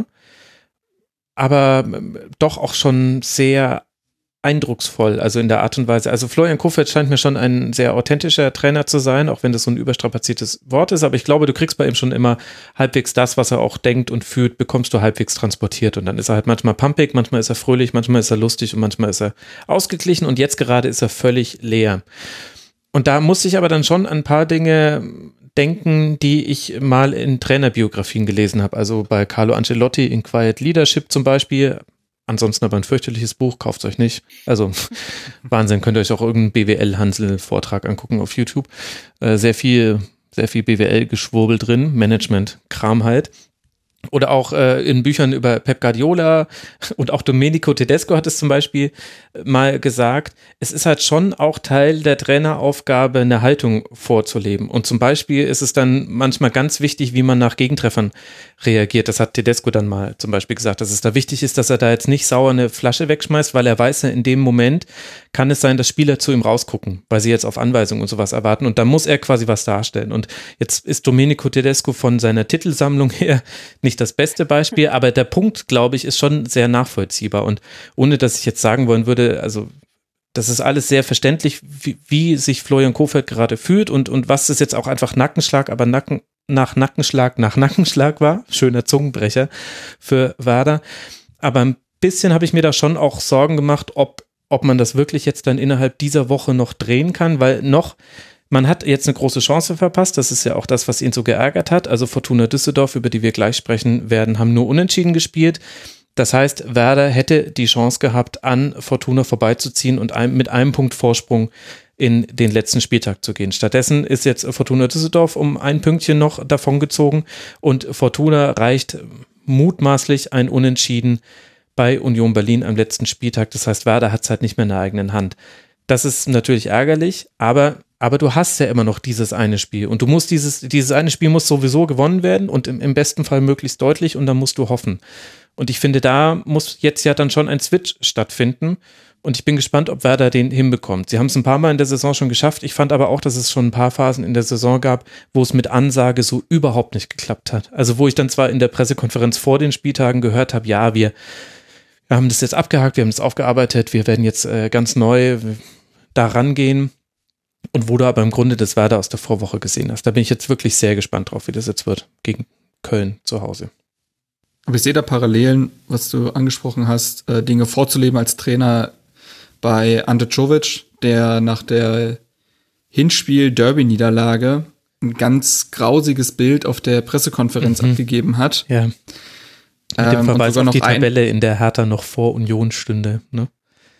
aber doch auch schon sehr eindrucksvoll, also in der Art und Weise. Also Florian Kohfeldt scheint mir schon ein sehr authentischer Trainer zu sein, auch wenn das so ein überstrapaziertes Wort ist, aber ich glaube, du kriegst bei ihm schon immer halbwegs das, was er auch denkt und fühlt, bekommst du halbwegs transportiert und dann ist er halt manchmal pumpig, manchmal ist er fröhlich, manchmal ist er lustig und manchmal ist er ausgeglichen und jetzt gerade ist er völlig leer. Und da musste ich aber dann schon an ein paar Dinge denken, die ich mal in Trainerbiografien gelesen habe, also bei Carlo Ancelotti in Quiet Leadership zum Beispiel. Ansonsten aber ein fürchterliches Buch, kauft es euch nicht. Also Wahnsinn, könnt ihr euch auch irgendeinen B W L-Hansel-Vortrag angucken auf YouTube. Äh, sehr viel, sehr viel B W L-Geschwurbel drin, Management-Kram halt. Oder auch äh, in Büchern über Pep Guardiola und auch Domenico Tedesco hat es zum Beispiel mal gesagt, es ist halt schon auch Teil der Traineraufgabe, eine Haltung vorzuleben. Und zum Beispiel ist es dann manchmal ganz wichtig, wie man nach Gegentreffern reagiert. Das hat Tedesco dann mal zum Beispiel gesagt, dass es da wichtig ist, dass er da jetzt nicht sauer eine Flasche wegschmeißt, weil er weiß, in dem Moment kann es sein, dass Spieler zu ihm rausgucken, weil sie jetzt auf Anweisung und sowas erwarten. Und dann muss er quasi was darstellen. Und jetzt ist Domenico Tedesco von seiner Titelsammlung her nicht das beste Beispiel, aber der Punkt, glaube ich, ist schon sehr nachvollziehbar und ohne, dass ich jetzt sagen wollen würde, also das ist alles sehr verständlich, wie, wie sich Florian Kohfeldt gerade fühlt und, und was es jetzt auch einfach Nackenschlag, aber Nacken, nach Nackenschlag nach Nackenschlag war, schöner Zungenbrecher für Werder, aber ein bisschen habe ich mir da schon auch Sorgen gemacht, ob, ob man das wirklich jetzt dann innerhalb dieser Woche noch drehen kann, weil noch man hat jetzt eine große Chance verpasst, das ist ja auch das, was ihn so geärgert hat. Also Fortuna Düsseldorf, über die wir gleich sprechen werden, haben nur unentschieden gespielt. Das heißt, Werder hätte die Chance gehabt, an Fortuna vorbeizuziehen und ein, mit einem Punkt Vorsprung in den letzten Spieltag zu gehen. Stattdessen ist jetzt Fortuna Düsseldorf um ein Pünktchen noch davongezogen und Fortuna reicht mutmaßlich ein Unentschieden bei Union Berlin am letzten Spieltag. Das heißt, Werder hat es halt nicht mehr in der eigenen Hand. Das ist natürlich ärgerlich, aber Aber du hast ja immer noch dieses eine Spiel und du musst dieses, dieses eine Spiel muss sowieso gewonnen werden und im, im besten Fall möglichst deutlich und dann musst du hoffen. Und ich finde, da muss jetzt ja dann schon ein Switch stattfinden und ich bin gespannt, ob Werder den hinbekommt. Sie haben es ein paar Mal in der Saison schon geschafft. Ich fand aber auch, dass es schon ein paar Phasen in der Saison gab, wo es mit Ansage so überhaupt nicht geklappt hat. Also wo ich dann zwar in der Pressekonferenz vor den Spieltagen gehört habe, ja, wir, wir haben das jetzt abgehakt, wir haben das aufgearbeitet, wir werden jetzt äh, ganz neu da rangehen. Und wo du aber im Grunde das Werder aus der Vorwoche gesehen hast. Da bin ich jetzt wirklich sehr gespannt drauf, wie das jetzt wird gegen Köln zu Hause. Aber ich sehe da Parallelen, was du angesprochen hast, äh, Dinge vorzuleben als Trainer bei Ante Czovic, der nach der Hinspiel-Derby-Niederlage ein ganz grausiges Bild auf der Pressekonferenz mhm. abgegeben hat. Ja. Mit dem Verweis ähm, auf die Tabelle, in der Hertha noch vor Union stünde, ne?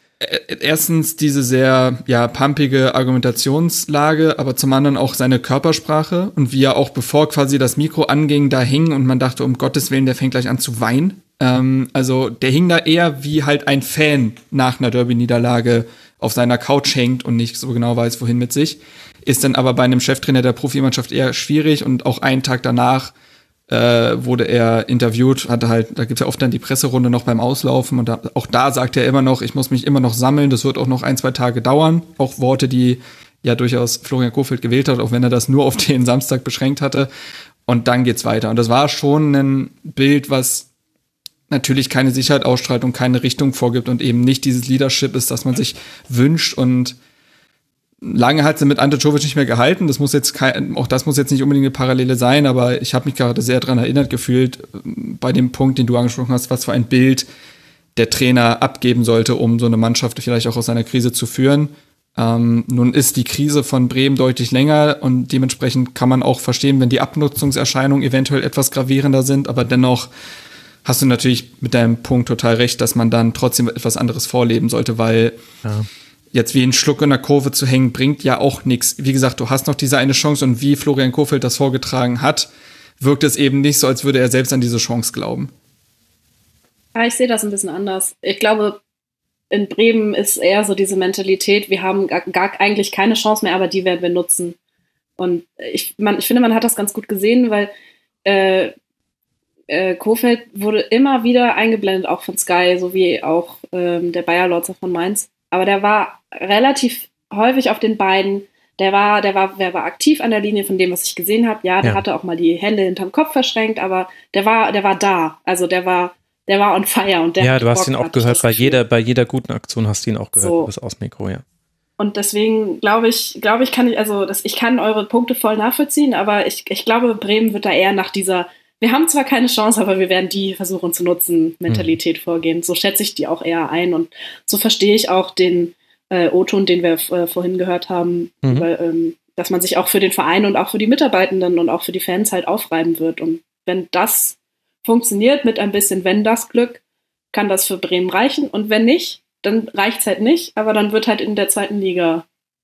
Erstens diese sehr, ja, pumpige Argumentationslage, aber zum anderen auch seine Körpersprache und wie er auch, bevor quasi das Mikro anging, da hing und man dachte, um Gottes Willen, der fängt gleich an zu weinen. Ähm, also der hing da eher wie halt ein Fan nach einer Derby-Niederlage auf seiner Couch hängt und nicht so genau weiß, wohin mit sich. Ist dann aber bei einem Cheftrainer der Profimannschaft eher schwierig und auch einen Tag danach Äh, wurde er interviewt, hatte halt, da gibt's ja oft dann die Presserunde noch beim Auslaufen und da, auch da sagt er immer noch, ich muss mich immer noch sammeln, das wird auch noch ein, zwei Tage dauern. Auch Worte, die ja durchaus Florian Kohfeldt gewählt hat, auch wenn er das nur auf den Samstag beschränkt hatte. Und dann geht's weiter. Und das war schon ein Bild, was natürlich keine Sicherheit ausstrahlt und keine Richtung vorgibt und eben nicht dieses Leadership ist, das man sich wünscht. Und lange hat sie mit Ante Czovic nicht mehr gehalten. Das muss jetzt kein, auch das muss jetzt nicht unbedingt eine Parallele sein, aber ich habe mich gerade sehr daran erinnert gefühlt, bei dem Punkt, den du angesprochen hast, was für ein Bild der Trainer abgeben sollte, um so eine Mannschaft vielleicht auch aus einer Krise zu führen. Ähm, nun ist die Krise von Bremen deutlich länger und dementsprechend kann man auch verstehen, wenn die Abnutzungserscheinungen eventuell etwas gravierender sind, aber dennoch hast du natürlich mit deinem Punkt total recht, dass man dann trotzdem etwas anderes vorleben sollte, weil ja. jetzt wie ein Schluck in der Kurve zu hängen, bringt ja auch nichts. Wie gesagt, du hast noch diese eine Chance und wie Florian Kohfeldt das vorgetragen hat, wirkt es eben nicht so, als würde er selbst an diese Chance glauben. Ja, ich sehe das ein bisschen anders. Ich glaube, in Bremen ist eher so diese Mentalität, wir haben gar, gar eigentlich keine Chance mehr, aber die werden wir nutzen. Und ich, man, ich finde, man hat das ganz gut gesehen, weil äh, äh, Kohfeldt wurde immer wieder eingeblendet, auch von Sky, sowie auch ähm, der Bayer Lorzer von Mainz. Aber der war relativ häufig auf den Beinen. Der war, der war, der war aktiv an der Linie von dem, was ich gesehen habe. Ja, der ja. hatte auch mal die Hände hinterm Kopf verschränkt, aber der war, der war da. Also der war Der war on fire und der Ja, du hast ihn auch gehört, bei jeder, bei jeder guten Aktion hast du ihn auch gehört, so. Bis aus Mikro, ja. Und deswegen glaube ich, glaube ich, kann ich, also das, ich kann eure Punkte voll nachvollziehen, aber ich, ich glaube, Bremen wird da eher nach dieser, wir haben zwar keine Chance, aber wir werden die versuchen zu nutzen, Mentalität mhm. vorgehen. So schätze ich die auch eher ein und so verstehe ich auch den äh, O-Ton, den wir äh, vorhin gehört haben, mhm. über, ähm, dass man sich auch für den Verein und auch für die Mitarbeitenden und auch für die Fans halt aufreiben wird. Und wenn das funktioniert mit ein bisschen Wenn-das-Glück, kann das für Bremen reichen. Und wenn nicht, dann reicht es halt nicht. Aber dann wird halt in der zweiten Liga,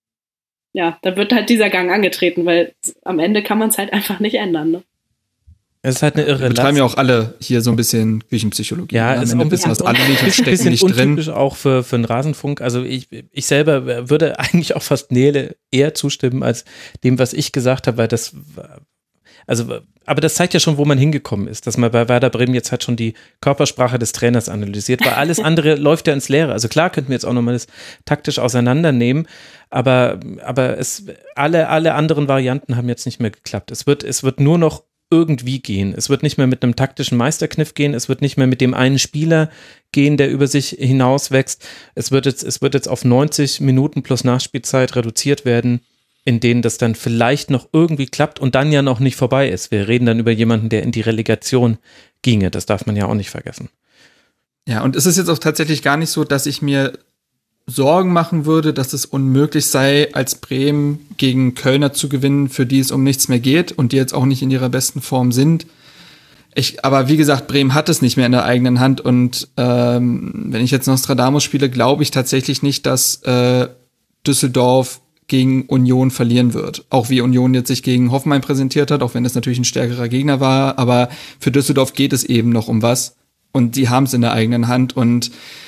ja, dann wird halt dieser Gang angetreten, weil am Ende kann man es halt einfach nicht ändern. Ne? Es ist halt eine irre Wir betreiben ja auch alle hier so ein bisschen Küchenpsychologie. Ja, am ist Ende auch wissen wir es alle nicht und ein stecken bisschen nicht untypisch drin. Auch für, für einen Rasenfunk. Also ich, ich selber würde eigentlich auch fast Nele eher zustimmen als dem, was ich gesagt habe, weil das Also, aber das zeigt ja schon, wo man hingekommen ist, dass man bei Werder Bremen jetzt halt schon die Körpersprache des Trainers analysiert, weil alles andere läuft ja ins Leere. Also klar könnten wir jetzt auch nochmal das taktisch auseinandernehmen, aber, aber es, alle, alle anderen Varianten haben jetzt nicht mehr geklappt. Es wird, es wird nur noch irgendwie gehen. Es wird nicht mehr mit einem taktischen Meisterkniff gehen. Es wird nicht mehr mit dem einen Spieler gehen, der über sich hinauswächst. Es wird jetzt, es wird jetzt auf neunzig Minuten plus Nachspielzeit reduziert werden, in denen das dann vielleicht noch irgendwie klappt und dann ja noch nicht vorbei ist. Wir reden dann über jemanden, der in die Relegation ginge. Das darf man ja auch nicht vergessen. Ja, und es ist jetzt auch tatsächlich gar nicht so, dass ich mir Sorgen machen würde, dass es unmöglich sei, als Bremen gegen Kölner zu gewinnen, für die es um nichts mehr geht und die jetzt auch nicht in ihrer besten Form sind. Ich, aber wie gesagt, Bremen hat es nicht mehr in der eigenen Hand und ähm, wenn ich jetzt Nostradamus spiele, glaube ich tatsächlich nicht, dass äh, Düsseldorf gegen Union verlieren wird. Auch wie Union jetzt sich gegen Hoffenheim präsentiert hat, auch wenn es natürlich ein stärkerer Gegner war, aber für Düsseldorf geht es eben noch um was und die haben es in der eigenen Hand und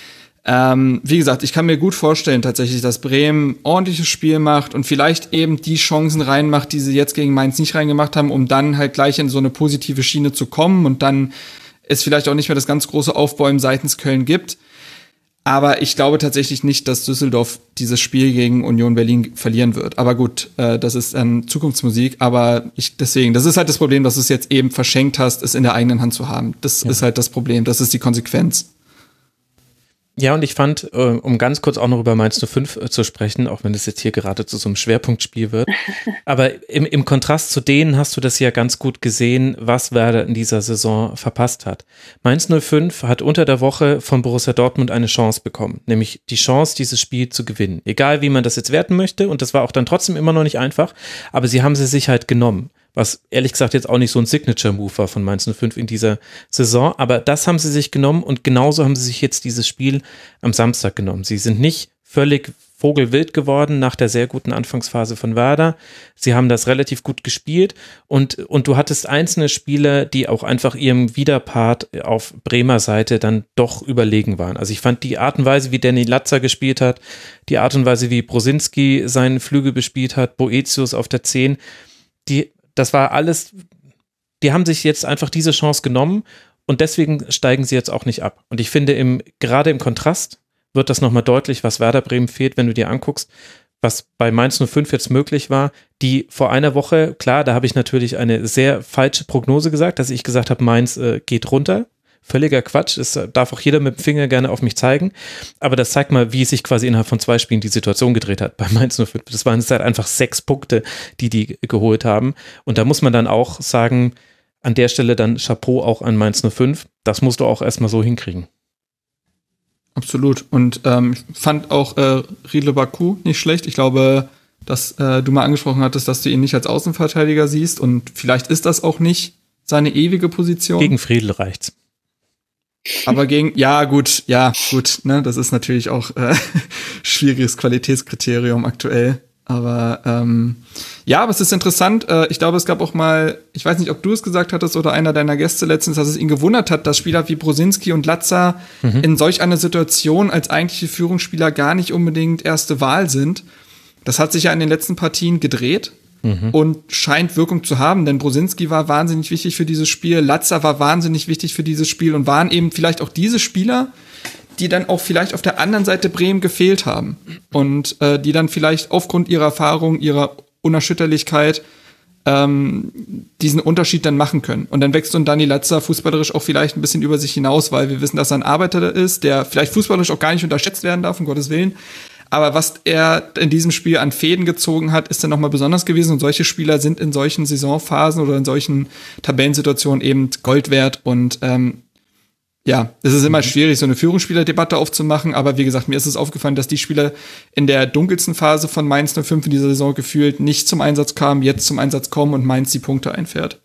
ähm, wie gesagt, ich kann mir gut vorstellen tatsächlich, dass Bremen ein ordentliches Spiel macht und vielleicht eben die Chancen reinmacht, die sie jetzt gegen Mainz nicht reingemacht haben, um dann halt gleich in so eine positive Schiene zu kommen und dann es vielleicht auch nicht mehr das ganz große Aufbäumen seitens Köln gibt. Aber ich glaube tatsächlich nicht, dass Düsseldorf dieses Spiel gegen Union Berlin verlieren wird. Aber gut, äh, das ist dann Zukunftsmusik. Aber ich, deswegen, das ist halt das Problem, dass du es jetzt eben verschenkt hast, es in der eigenen Hand zu haben. Das ja. ist halt das Problem. Das ist die Konsequenz. Ja, und ich fand, äh, um ganz kurz auch noch über Mainz null fünf äh, zu sprechen, auch wenn das jetzt hier gerade zu so einem Schwerpunktspiel wird, aber im, im Kontrast zu denen hast du das ja ganz gut gesehen, was Werder in dieser Saison verpasst hat. Mainz null fünf hat unter der Woche von Borussia Dortmund eine Chance bekommen, nämlich die Chance, dieses Spiel zu gewinnen. Egal, wie man das jetzt werten möchte, und das war auch dann trotzdem immer noch nicht einfach, aber sie haben sie sich halt genommen. Was ehrlich gesagt jetzt auch nicht so ein Signature-Move war von Mainz null fünf in dieser Saison, aber das haben sie sich genommen und genauso haben sie sich jetzt dieses Spiel am Samstag genommen. Sie sind nicht völlig vogelwild geworden nach der sehr guten Anfangsphase von Werder. Sie haben das relativ gut gespielt und, und du hattest einzelne Spieler, die auch einfach ihrem Widerpart auf Bremer Seite dann doch überlegen waren. Also ich fand die Art und Weise, wie Danny Latzer gespielt hat, die Art und Weise, wie Brosinski seinen Flügel bespielt hat, Boetius auf der zehn, die das war alles, die haben sich jetzt einfach diese Chance genommen und deswegen steigen sie jetzt auch nicht ab. Und ich finde, im, gerade im Kontrast wird das nochmal deutlich, was Werder Bremen fehlt, wenn du dir anguckst, was bei Mainz null fünf jetzt möglich war, die vor einer Woche, klar, da habe ich natürlich eine sehr falsche Prognose gesagt, dass ich gesagt habe, Mainz äh, geht runter. Völliger Quatsch, das darf auch jeder mit dem Finger gerne auf mich zeigen, aber das zeigt mal, wie sich quasi innerhalb von zwei Spielen die Situation gedreht hat bei Mainz null fünf. Das waren jetzt halt einfach sechs Punkte, die die geholt haben und da muss man dann auch sagen, an der Stelle dann Chapeau auch an Mainz null fünf, das musst du auch erstmal so hinkriegen. absolut. Und ähm, ich fand auch äh, Riedle Baku nicht schlecht. Ich glaube, dass äh, du mal angesprochen hattest, dass du ihn nicht als Außenverteidiger siehst. Und vielleicht ist das auch nicht seine ewige Position. Gegen Friedl reicht's. Aber gegen, ja gut, ja gut, ne, das ist natürlich auch äh, schwieriges Qualitätskriterium aktuell. Aber ähm, ja, aber es ist interessant. Äh, ich glaube, es gab auch mal, ich weiß nicht, ob du es gesagt hattest oder einer deiner Gäste letztens, dass es ihn gewundert hat, dass Spieler wie Brosinski und Latza mhm. in solch einer Situation als eigentliche Führungsspieler gar nicht unbedingt erste Wahl sind. Das hat sich ja in den letzten Partien gedreht. Mhm. Und scheint Wirkung zu haben, denn Brosinski war wahnsinnig wichtig für dieses Spiel, Latza war wahnsinnig wichtig für dieses Spiel und waren eben vielleicht auch diese Spieler, die dann auch vielleicht auf der anderen Seite Bremen gefehlt haben und äh, die dann vielleicht aufgrund ihrer Erfahrung, ihrer Unerschütterlichkeit ähm, diesen Unterschied dann machen können. Und dann wächst so ein Dani Latza fußballerisch auch vielleicht ein bisschen über sich hinaus, weil wir wissen, dass er ein Arbeiter ist, der vielleicht fußballerisch auch gar nicht unterschätzt werden darf, um Gottes Willen. Aber was er in diesem Spiel an Fäden gezogen hat, ist dann nochmal besonders gewesen. Und solche Spieler sind in solchen Saisonphasen oder in solchen Tabellensituationen eben Gold wert. Und ähm, ja, es ist immer schwierig, so eine Führungsspielerdebatte aufzumachen. Aber wie gesagt, mir ist es aufgefallen, dass die Spieler in der dunkelsten Phase von Mainz null fünf in dieser Saison gefühlt nicht zum Einsatz kamen, jetzt zum Einsatz kommen und Mainz die Punkte einfährt.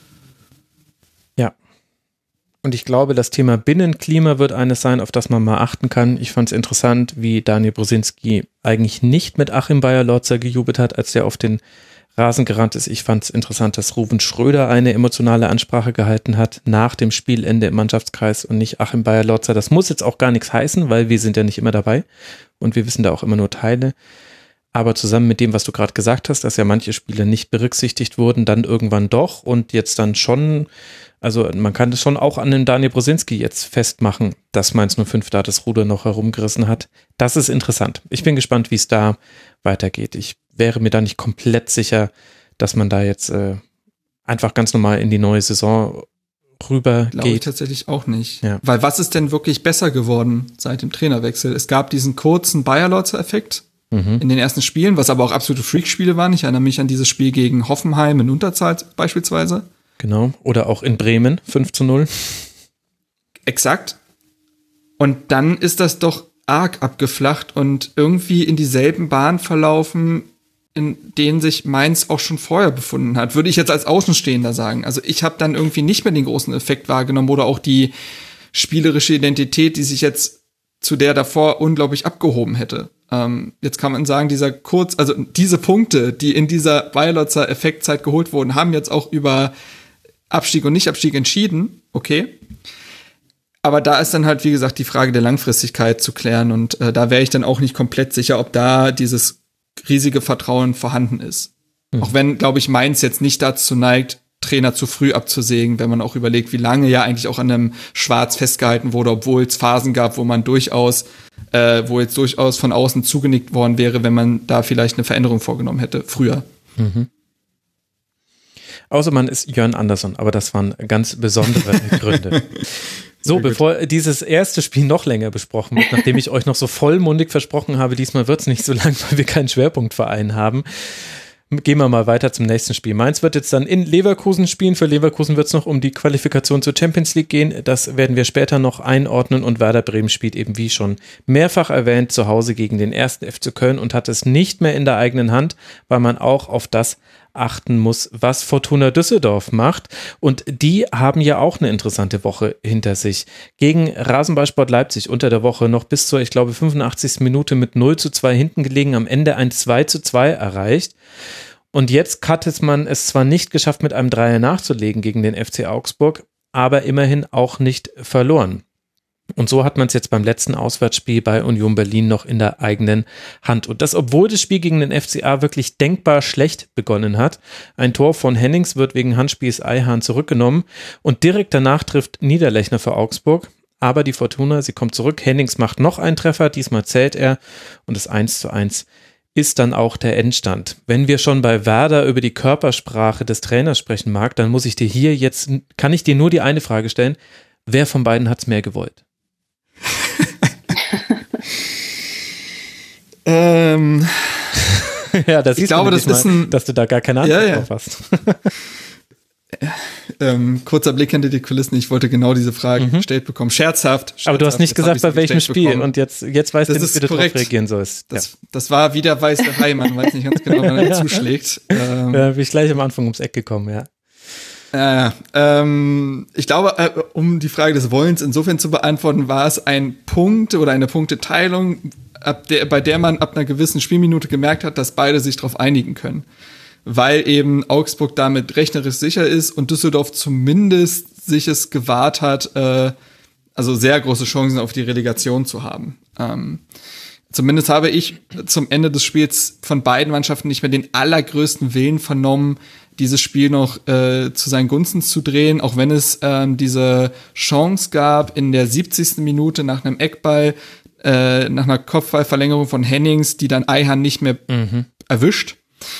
Ja. Und ich glaube, das Thema Binnenklima wird eines sein, auf das man mal achten kann. Ich fand es interessant, wie Daniel Brosinski eigentlich nicht mit Achim Beyer-Lorzer gejubelt hat, als der auf den Rasen gerannt ist. Ich fand es interessant, dass Ruven Schröder eine emotionale Ansprache gehalten hat nach dem Spielende im Mannschaftskreis und nicht Achim Beyer-Lorzer. Das muss jetzt auch gar nichts heißen, weil wir sind ja nicht immer dabei und wir wissen da auch immer nur Teile. Aber zusammen mit dem, was du gerade gesagt hast, dass ja manche Spieler nicht berücksichtigt wurden, dann irgendwann doch und jetzt dann schon. Also man kann das schon auch an dem Daniel Brosinski jetzt festmachen, dass Mainz null fünf da das Ruder noch herumgerissen hat. Das ist interessant. Ich bin gespannt, wie es da weitergeht. Ich wäre mir da nicht komplett sicher, dass man da jetzt äh, einfach ganz normal in die neue Saison rüber Glaube geht. ich tatsächlich auch nicht. Ja. Weil was ist denn wirklich besser geworden seit dem Trainerwechsel? Es gab diesen kurzen Beyer-Lorzer-Effekt mhm. in den ersten Spielen, was aber auch absolute Freak-Spiele waren. Ich erinnere mich an dieses Spiel gegen Hoffenheim in Unterzahl beispielsweise. Genau, oder auch in Bremen, fünf zu null. Exakt. Und dann ist das doch arg abgeflacht und irgendwie in dieselben Bahnen verlaufen, in denen sich Mainz auch schon vorher befunden hat, würde ich jetzt als Außenstehender sagen. Also ich habe dann irgendwie nicht mehr den großen Effekt wahrgenommen oder auch die spielerische Identität, die sich jetzt zu der davor unglaublich abgehoben hätte. Ähm, jetzt kann man sagen, dieser kurz, also diese Punkte, die in dieser Beyer-Lorzer Effektzeit geholt wurden, haben jetzt auch über Abstieg und Nicht-Abstieg entschieden, okay. Aber da ist dann halt, wie gesagt, die Frage der Langfristigkeit zu klären und äh, da wäre ich dann auch nicht komplett sicher, ob da dieses riesige Vertrauen vorhanden ist. Mhm. Auch wenn, glaube ich, Mainz jetzt nicht dazu neigt, Trainer zu früh abzusägen, wenn man auch überlegt, wie lange ja eigentlich auch an einem Schwarz festgehalten wurde, obwohl es Phasen gab, wo man durchaus, äh, wo jetzt durchaus von außen zugenickt worden wäre, wenn man da vielleicht eine Veränderung vorgenommen hätte, früher. Mhm. Außer man ist Jörn Andersson, aber das waren ganz besondere Gründe. So, bevor dieses erste Spiel noch länger besprochen wird, nachdem ich euch noch so vollmundig versprochen habe, diesmal wird es nicht so lang, weil wir keinen Schwerpunktverein haben, gehen wir mal weiter zum nächsten Spiel. Mainz wird jetzt dann in Leverkusen spielen. Für Leverkusen wird es noch um die Qualifikation zur Champions League gehen. Das werden wir später noch einordnen. Und Werder Bremen spielt eben, wie schon mehrfach erwähnt, zu Hause gegen den ersten F C Köln und hat es nicht mehr in der eigenen Hand, weil man auch auf das achten muss, was Fortuna Düsseldorf macht. Und die haben ja auch eine interessante Woche hinter sich. Gegen Rasenballsport Leipzig unter der Woche noch bis zur, ich glaube, fünfundachtzigsten Minute mit null zu zwei hinten gelegen, am Ende ein zwei zu zwei erreicht. Und jetzt hat es man es zwar nicht geschafft, mit einem Dreier nachzulegen gegen den F C Augsburg, aber immerhin auch nicht verloren. Und so hat man es jetzt beim letzten Auswärtsspiel bei Union Berlin noch in der eigenen Hand. Und das, obwohl das Spiel gegen den F C A wirklich denkbar schlecht begonnen hat. Ein Tor von Hennings wird wegen Handspiels Eihahn zurückgenommen und direkt danach trifft Niederlechner für Augsburg. Aber die Fortuna, sie kommt zurück. Hennings macht noch einen Treffer, diesmal zählt er und das eins zu eins ist dann auch der Endstand. Wenn wir schon bei Werder über die Körpersprache des Trainers sprechen mag, dann muss ich dir hier jetzt, kann ich dir nur die eine Frage stellen. Wer von beiden hat es mehr gewollt? ähm, ja, das ich glaube, das mal, ist ein, dass du da gar keine Antwort ja, ja. drauf hast. ähm, kurzer Blick hinter die Kulissen. Ich wollte genau diese Frage mhm. gestellt bekommen. Scherzhaft, scherzhaft. Aber du hast nicht gesagt, bei welchem Spiel. Bekommen. Und jetzt, jetzt weißt das du nicht, wie du darauf reagieren sollst. Das, ja. das war wie der weiße Hai. Man weiß nicht ganz genau, wann er zuschlägt. Ähm, ja, bin ich gleich am Anfang ums Eck gekommen, ja. Äh, ähm, ich glaube, äh, um die Frage des Wollens insofern zu beantworten, war es ein Punkt oder eine Punkteteilung, ab der, bei der man ab einer gewissen Spielminute gemerkt hat, dass beide sich darauf einigen können. Weil eben Augsburg damit rechnerisch sicher ist und Düsseldorf zumindest sich es gewahrt hat, äh, also sehr große Chancen auf die Relegation zu haben. Ähm, zumindest habe ich zum Ende des Spiels von beiden Mannschaften nicht mehr den allergrößten Willen vernommen, dieses Spiel noch äh, zu seinen Gunsten zu drehen, auch wenn es ähm, diese Chance gab in der siebzigsten Minute nach einem Eckball, äh, nach einer Kopfballverlängerung von Hennings, die dann Eihan nicht mehr mhm. erwischt.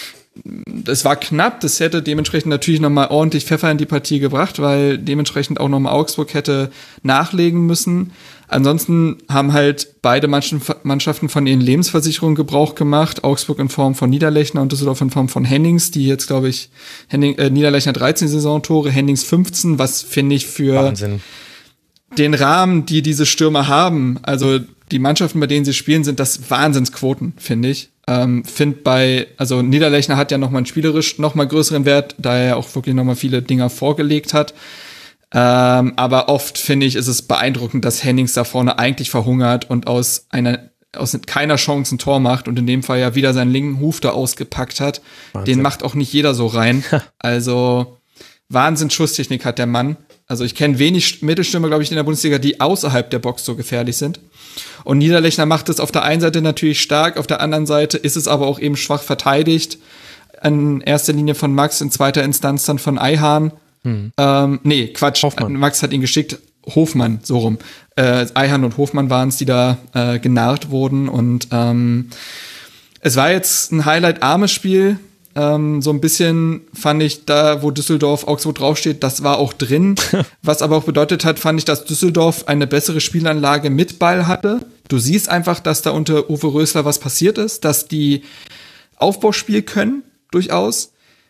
Das war knapp, das hätte dementsprechend natürlich nochmal ordentlich Pfeffer in die Partie gebracht, weil dementsprechend auch nochmal Augsburg hätte nachlegen müssen. Ansonsten haben halt beide Mannschaften von ihren Lebensversicherungen Gebrauch gemacht. Augsburg in Form von Niederlechner und Düsseldorf in Form von Hennings, die jetzt, glaube ich, Henning, äh, Niederlechner dreizehn Saisontore, Hennings fünfzehn, was finde ich für Wahnsinn. Den Rahmen, die diese Stürmer haben, also die Mannschaften, bei denen sie spielen, sind das Wahnsinnsquoten, finde ich. Ähm, find bei, also Niederlechner hat ja nochmal einen spielerisch nochmal größeren Wert, da er auch wirklich nochmal viele Dinger vorgelegt hat. Ähm, aber oft, finde ich, ist es beeindruckend, dass Hennings da vorne eigentlich verhungert und aus einer, aus keiner Chance ein Tor macht und in dem Fall ja wieder seinen linken Huf da ausgepackt hat. Wahnsinn. Den macht auch nicht jeder so rein. Also Wahnsinn Schusstechnik hat der Mann. Also ich kenne wenig Mittelstürmer, glaube ich, in der Bundesliga, die außerhalb der Box so gefährlich sind. Und Niederlechner macht es auf der einen Seite natürlich stark, auf der anderen Seite ist es aber auch eben schwach verteidigt. In erster Linie von Max, in zweiter Instanz dann von Eihan. Hm. Ähm, nee, Quatsch. Hofmann. Max hat ihn geschickt. Hofmann, so rum. Äh, Eihan und Hofmann waren es, die da äh, genarrt wurden. Und ähm, es war jetzt ein highlight-armes Spiel. Ähm, so ein bisschen fand ich da, wo Düsseldorf Augsburg draufsteht, das war auch drin. Was aber auch bedeutet hat, fand ich, dass Düsseldorf eine bessere Spielanlage mit Ball hatte. Du siehst einfach, dass da unter Uwe Rösler was passiert ist, dass die Aufbauspiel können, durchaus.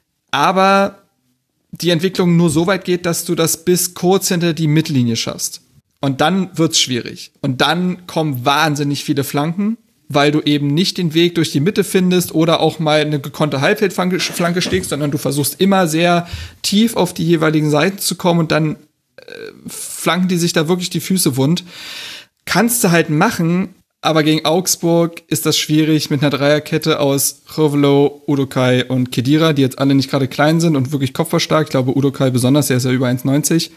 Aber die Entwicklung nur so weit geht, dass du das bis kurz hinter die Mittellinie schaffst. Und dann wird's schwierig. Und dann kommen wahnsinnig viele Flanken, weil du eben nicht den Weg durch die Mitte findest oder auch mal eine gekonnte Halbfeldflanke Flanke schlägst, sondern du versuchst immer sehr tief auf die jeweiligen Seiten zu kommen und dann äh, flanken die sich da wirklich die Füße wund. Kannst du halt machen, aber gegen Augsburg ist das schwierig mit einer Dreierkette aus Rovelo, Udokai und Khedira, die jetzt alle nicht gerade klein sind und wirklich kopfballstark. Ich glaube, Udokai besonders, der ist ja über eins neunzig.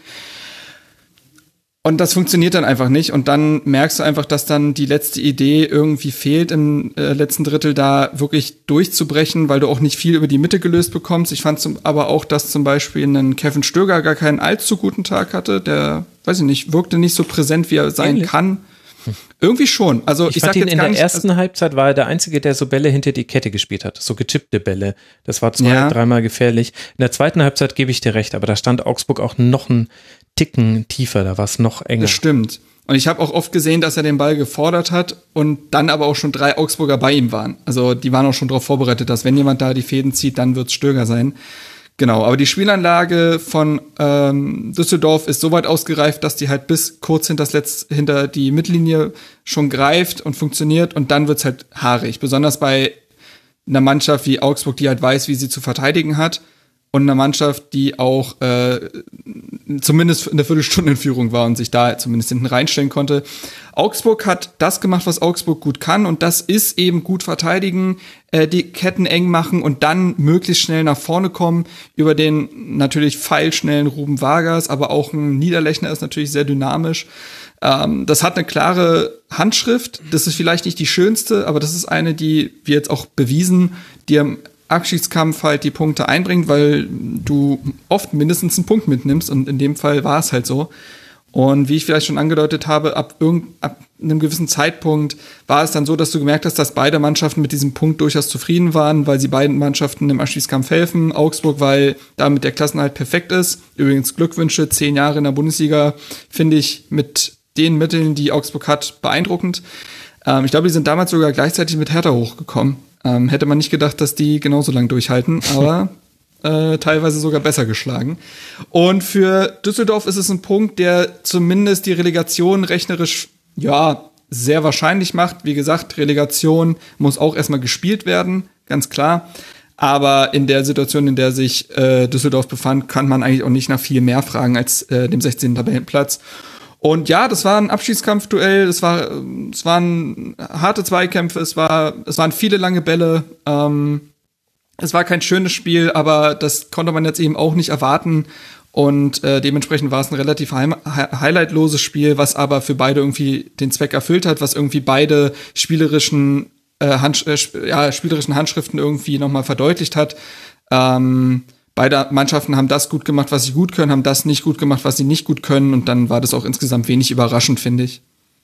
Und das funktioniert dann einfach nicht. Und dann merkst du einfach, dass dann die letzte Idee irgendwie fehlt, im äh, letzten Drittel da wirklich durchzubrechen, weil du auch nicht viel über die Mitte gelöst bekommst. Ich fand zum, aber auch, dass zum Beispiel ein Kevin Stöger gar keinen allzu guten Tag hatte. Der, weiß ich nicht, wirkte nicht so präsent, wie er sein Ähnlich. kann. Irgendwie schon. Also ich, ich fand sag ihn jetzt in gar der nicht, ersten Halbzeit war er der Einzige, der so Bälle hinter die Kette gespielt hat. So getippte Bälle. Das war zwei, Ja. dreimal gefährlich. In der zweiten Halbzeit gebe ich dir recht, aber da stand Augsburg auch noch einen Ticken tiefer. Da war es noch enger. Das stimmt. Und ich habe auch oft gesehen, dass er den Ball gefordert hat und dann aber auch schon drei Augsburger bei ihm waren. Also die waren auch schon darauf vorbereitet, dass wenn jemand da die Fäden zieht, dann wird's Stöger sein. Genau, aber die Spielanlage von ähm, Düsseldorf ist so weit ausgereift, dass die halt bis kurz hinter, das Letz-, hinter die Mittellinie schon greift und funktioniert und dann wird's halt haarig. Besonders bei einer Mannschaft wie Augsburg, die halt weiß, wie sie zu verteidigen hat und einer Mannschaft, die auch äh, zumindest in der Viertelstunde in Führung war und sich da zumindest hinten reinstellen konnte. Augsburg hat das gemacht, was Augsburg gut kann und das ist eben gut verteidigen, äh, die Ketten eng machen und dann möglichst schnell nach vorne kommen über den natürlich pfeilschnellen Ruben Vargas, aber auch ein Niederlechner ist natürlich sehr dynamisch. Ähm, das hat eine klare Handschrift, das ist vielleicht nicht die schönste, aber das ist eine, die wir jetzt auch bewiesen, die am Abschiedskampf halt die Punkte einbringt, weil du oft mindestens einen Punkt mitnimmst und in dem Fall war es halt so. Und wie ich vielleicht schon angedeutet habe, ab, irgend, ab einem gewissen Zeitpunkt war es dann so, dass du gemerkt hast, dass beide Mannschaften mit diesem Punkt durchaus zufrieden waren, weil sie beiden Mannschaften im Abschiedskampf helfen. Augsburg, weil damit der Klassenerhalt perfekt ist. Übrigens Glückwünsche, zehn Jahre in der Bundesliga, finde ich mit den Mitteln, die Augsburg hat, beeindruckend. Ähm, ich glaube, die sind damals sogar gleichzeitig mit Hertha hochgekommen. Ähm, hätte man nicht gedacht, dass die genauso lang durchhalten, aber äh, teilweise sogar besser geschlagen. Und für Düsseldorf ist es ein Punkt, der zumindest die Relegation rechnerisch, ja, sehr wahrscheinlich macht. Wie gesagt, Relegation muss auch erstmal gespielt werden, ganz klar. Aber in der Situation, in der sich äh, Düsseldorf befand, kann man eigentlich auch nicht nach viel mehr fragen als äh, dem sechzehnten Tabellenplatz. Und ja, das war ein Abschiedskampfduell, es war, es waren harte Zweikämpfe, es war, es waren viele lange Bälle. Ähm, es war kein schönes Spiel, aber das konnte man jetzt eben auch nicht erwarten. Und äh, dementsprechend war es ein relativ heim- highlightloses Spiel, was aber für beide irgendwie den Zweck erfüllt hat, was irgendwie beide spielerischen, äh, Hand- äh, sp- ja, spielerischen Handschriften irgendwie nochmal verdeutlicht hat. Ähm, beide Mannschaften haben das gut gemacht, was sie gut können, haben das nicht gut gemacht, was sie nicht gut können. Und dann war das auch insgesamt wenig überraschend, finde ich.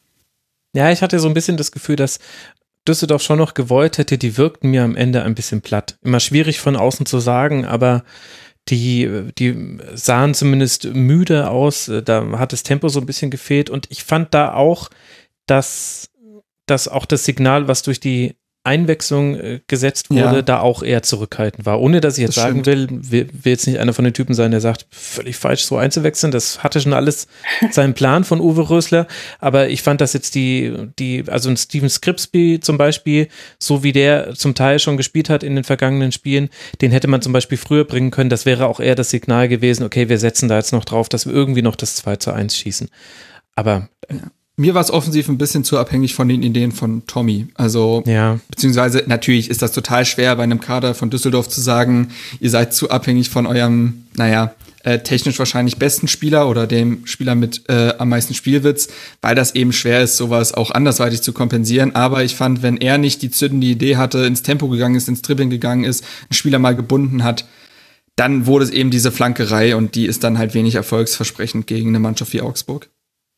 Ja, ich hatte so ein bisschen das Gefühl, dass Düsseldorf schon noch gewollt hätte. Die wirkten mir am Ende ein bisschen platt. Immer schwierig von außen zu sagen, aber Die, die sahen zumindest müde aus, da hat das Tempo so ein bisschen gefehlt und ich fand da auch, dass, dass auch das Signal, was durch die Einwechslung äh, gesetzt wurde, ja. da auch eher zurückhaltend war. Ohne, dass ich jetzt das sagen will, will, will jetzt nicht einer von den Typen sein, der sagt, völlig falsch so einzuwechseln, das hatte schon alles seinen Plan von Uwe Rösler, aber ich fand, dass jetzt die, die, also ein Steven Skripsby zum Beispiel, so wie der zum Teil schon gespielt hat in den vergangenen Spielen, den hätte man zum Beispiel früher bringen können, das wäre auch eher das Signal gewesen, okay, wir setzen da jetzt noch drauf, dass wir irgendwie noch das zwei zu eins schießen. Aber ja. Mir war es offensiv ein bisschen zu abhängig von den Ideen von Tommy. Also, ja. beziehungsweise natürlich ist das total schwer bei einem Kader von Düsseldorf zu sagen, ihr seid zu abhängig von eurem, naja, äh, technisch wahrscheinlich besten Spieler oder dem Spieler mit äh, am meisten Spielwitz, weil das eben schwer ist, sowas auch andersweitig zu kompensieren. Aber ich fand, wenn er nicht die zündende Idee hatte, ins Tempo gegangen ist, ins Dribbling gegangen ist, einen Spieler mal gebunden hat, dann wurde es eben diese Flankerei und die ist dann halt wenig erfolgsversprechend gegen eine Mannschaft wie Augsburg.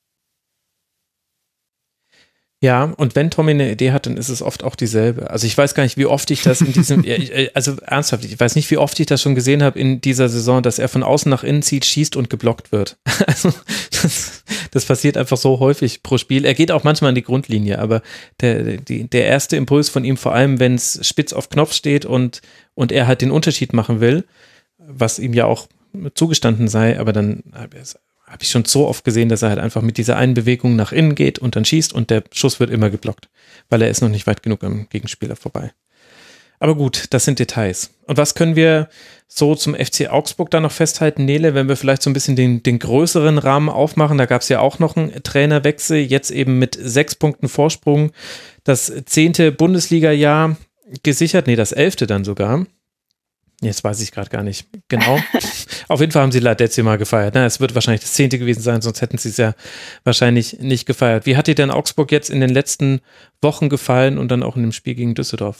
Ja, und wenn Tommy eine Idee hat, dann ist es oft auch dieselbe. Also ich weiß gar nicht, wie oft ich das in diesem, also ernsthaft, ich weiß nicht, wie oft ich das schon gesehen habe in dieser Saison, dass er von außen nach innen zieht, schießt und geblockt wird. Also das, das passiert einfach so häufig pro Spiel. Er geht auch manchmal an die Grundlinie, aber der, die, der erste Impuls von ihm, vor allem wenn es spitz auf Knopf steht und, und er halt den Unterschied machen will, was ihm ja auch zugestanden sei, aber dann habe ich schon so oft gesehen, dass er halt einfach mit dieser einen Bewegung nach innen geht und dann schießt und der Schuss wird immer geblockt, weil er ist noch nicht weit genug am Gegenspieler vorbei. Aber gut, das sind Details. Und was können wir so zum F C Augsburg da noch festhalten, Nele, wenn wir vielleicht so ein bisschen den, den größeren Rahmen aufmachen? Da gab es ja auch noch einen Trainerwechsel, jetzt eben mit sechs Punkten Vorsprung. Das zehnte Bundesliga-Jahr gesichert, nee, das elfte dann sogar. Jetzt weiß ich gerade gar nicht genau. Auf jeden Fall haben sie La Decima gefeiert. Na, es wird wahrscheinlich das zehnte gewesen sein, sonst hätten sie es ja wahrscheinlich nicht gefeiert. Wie hat dir denn Augsburg jetzt in den letzten Wochen gefallen und dann auch in dem Spiel gegen Düsseldorf?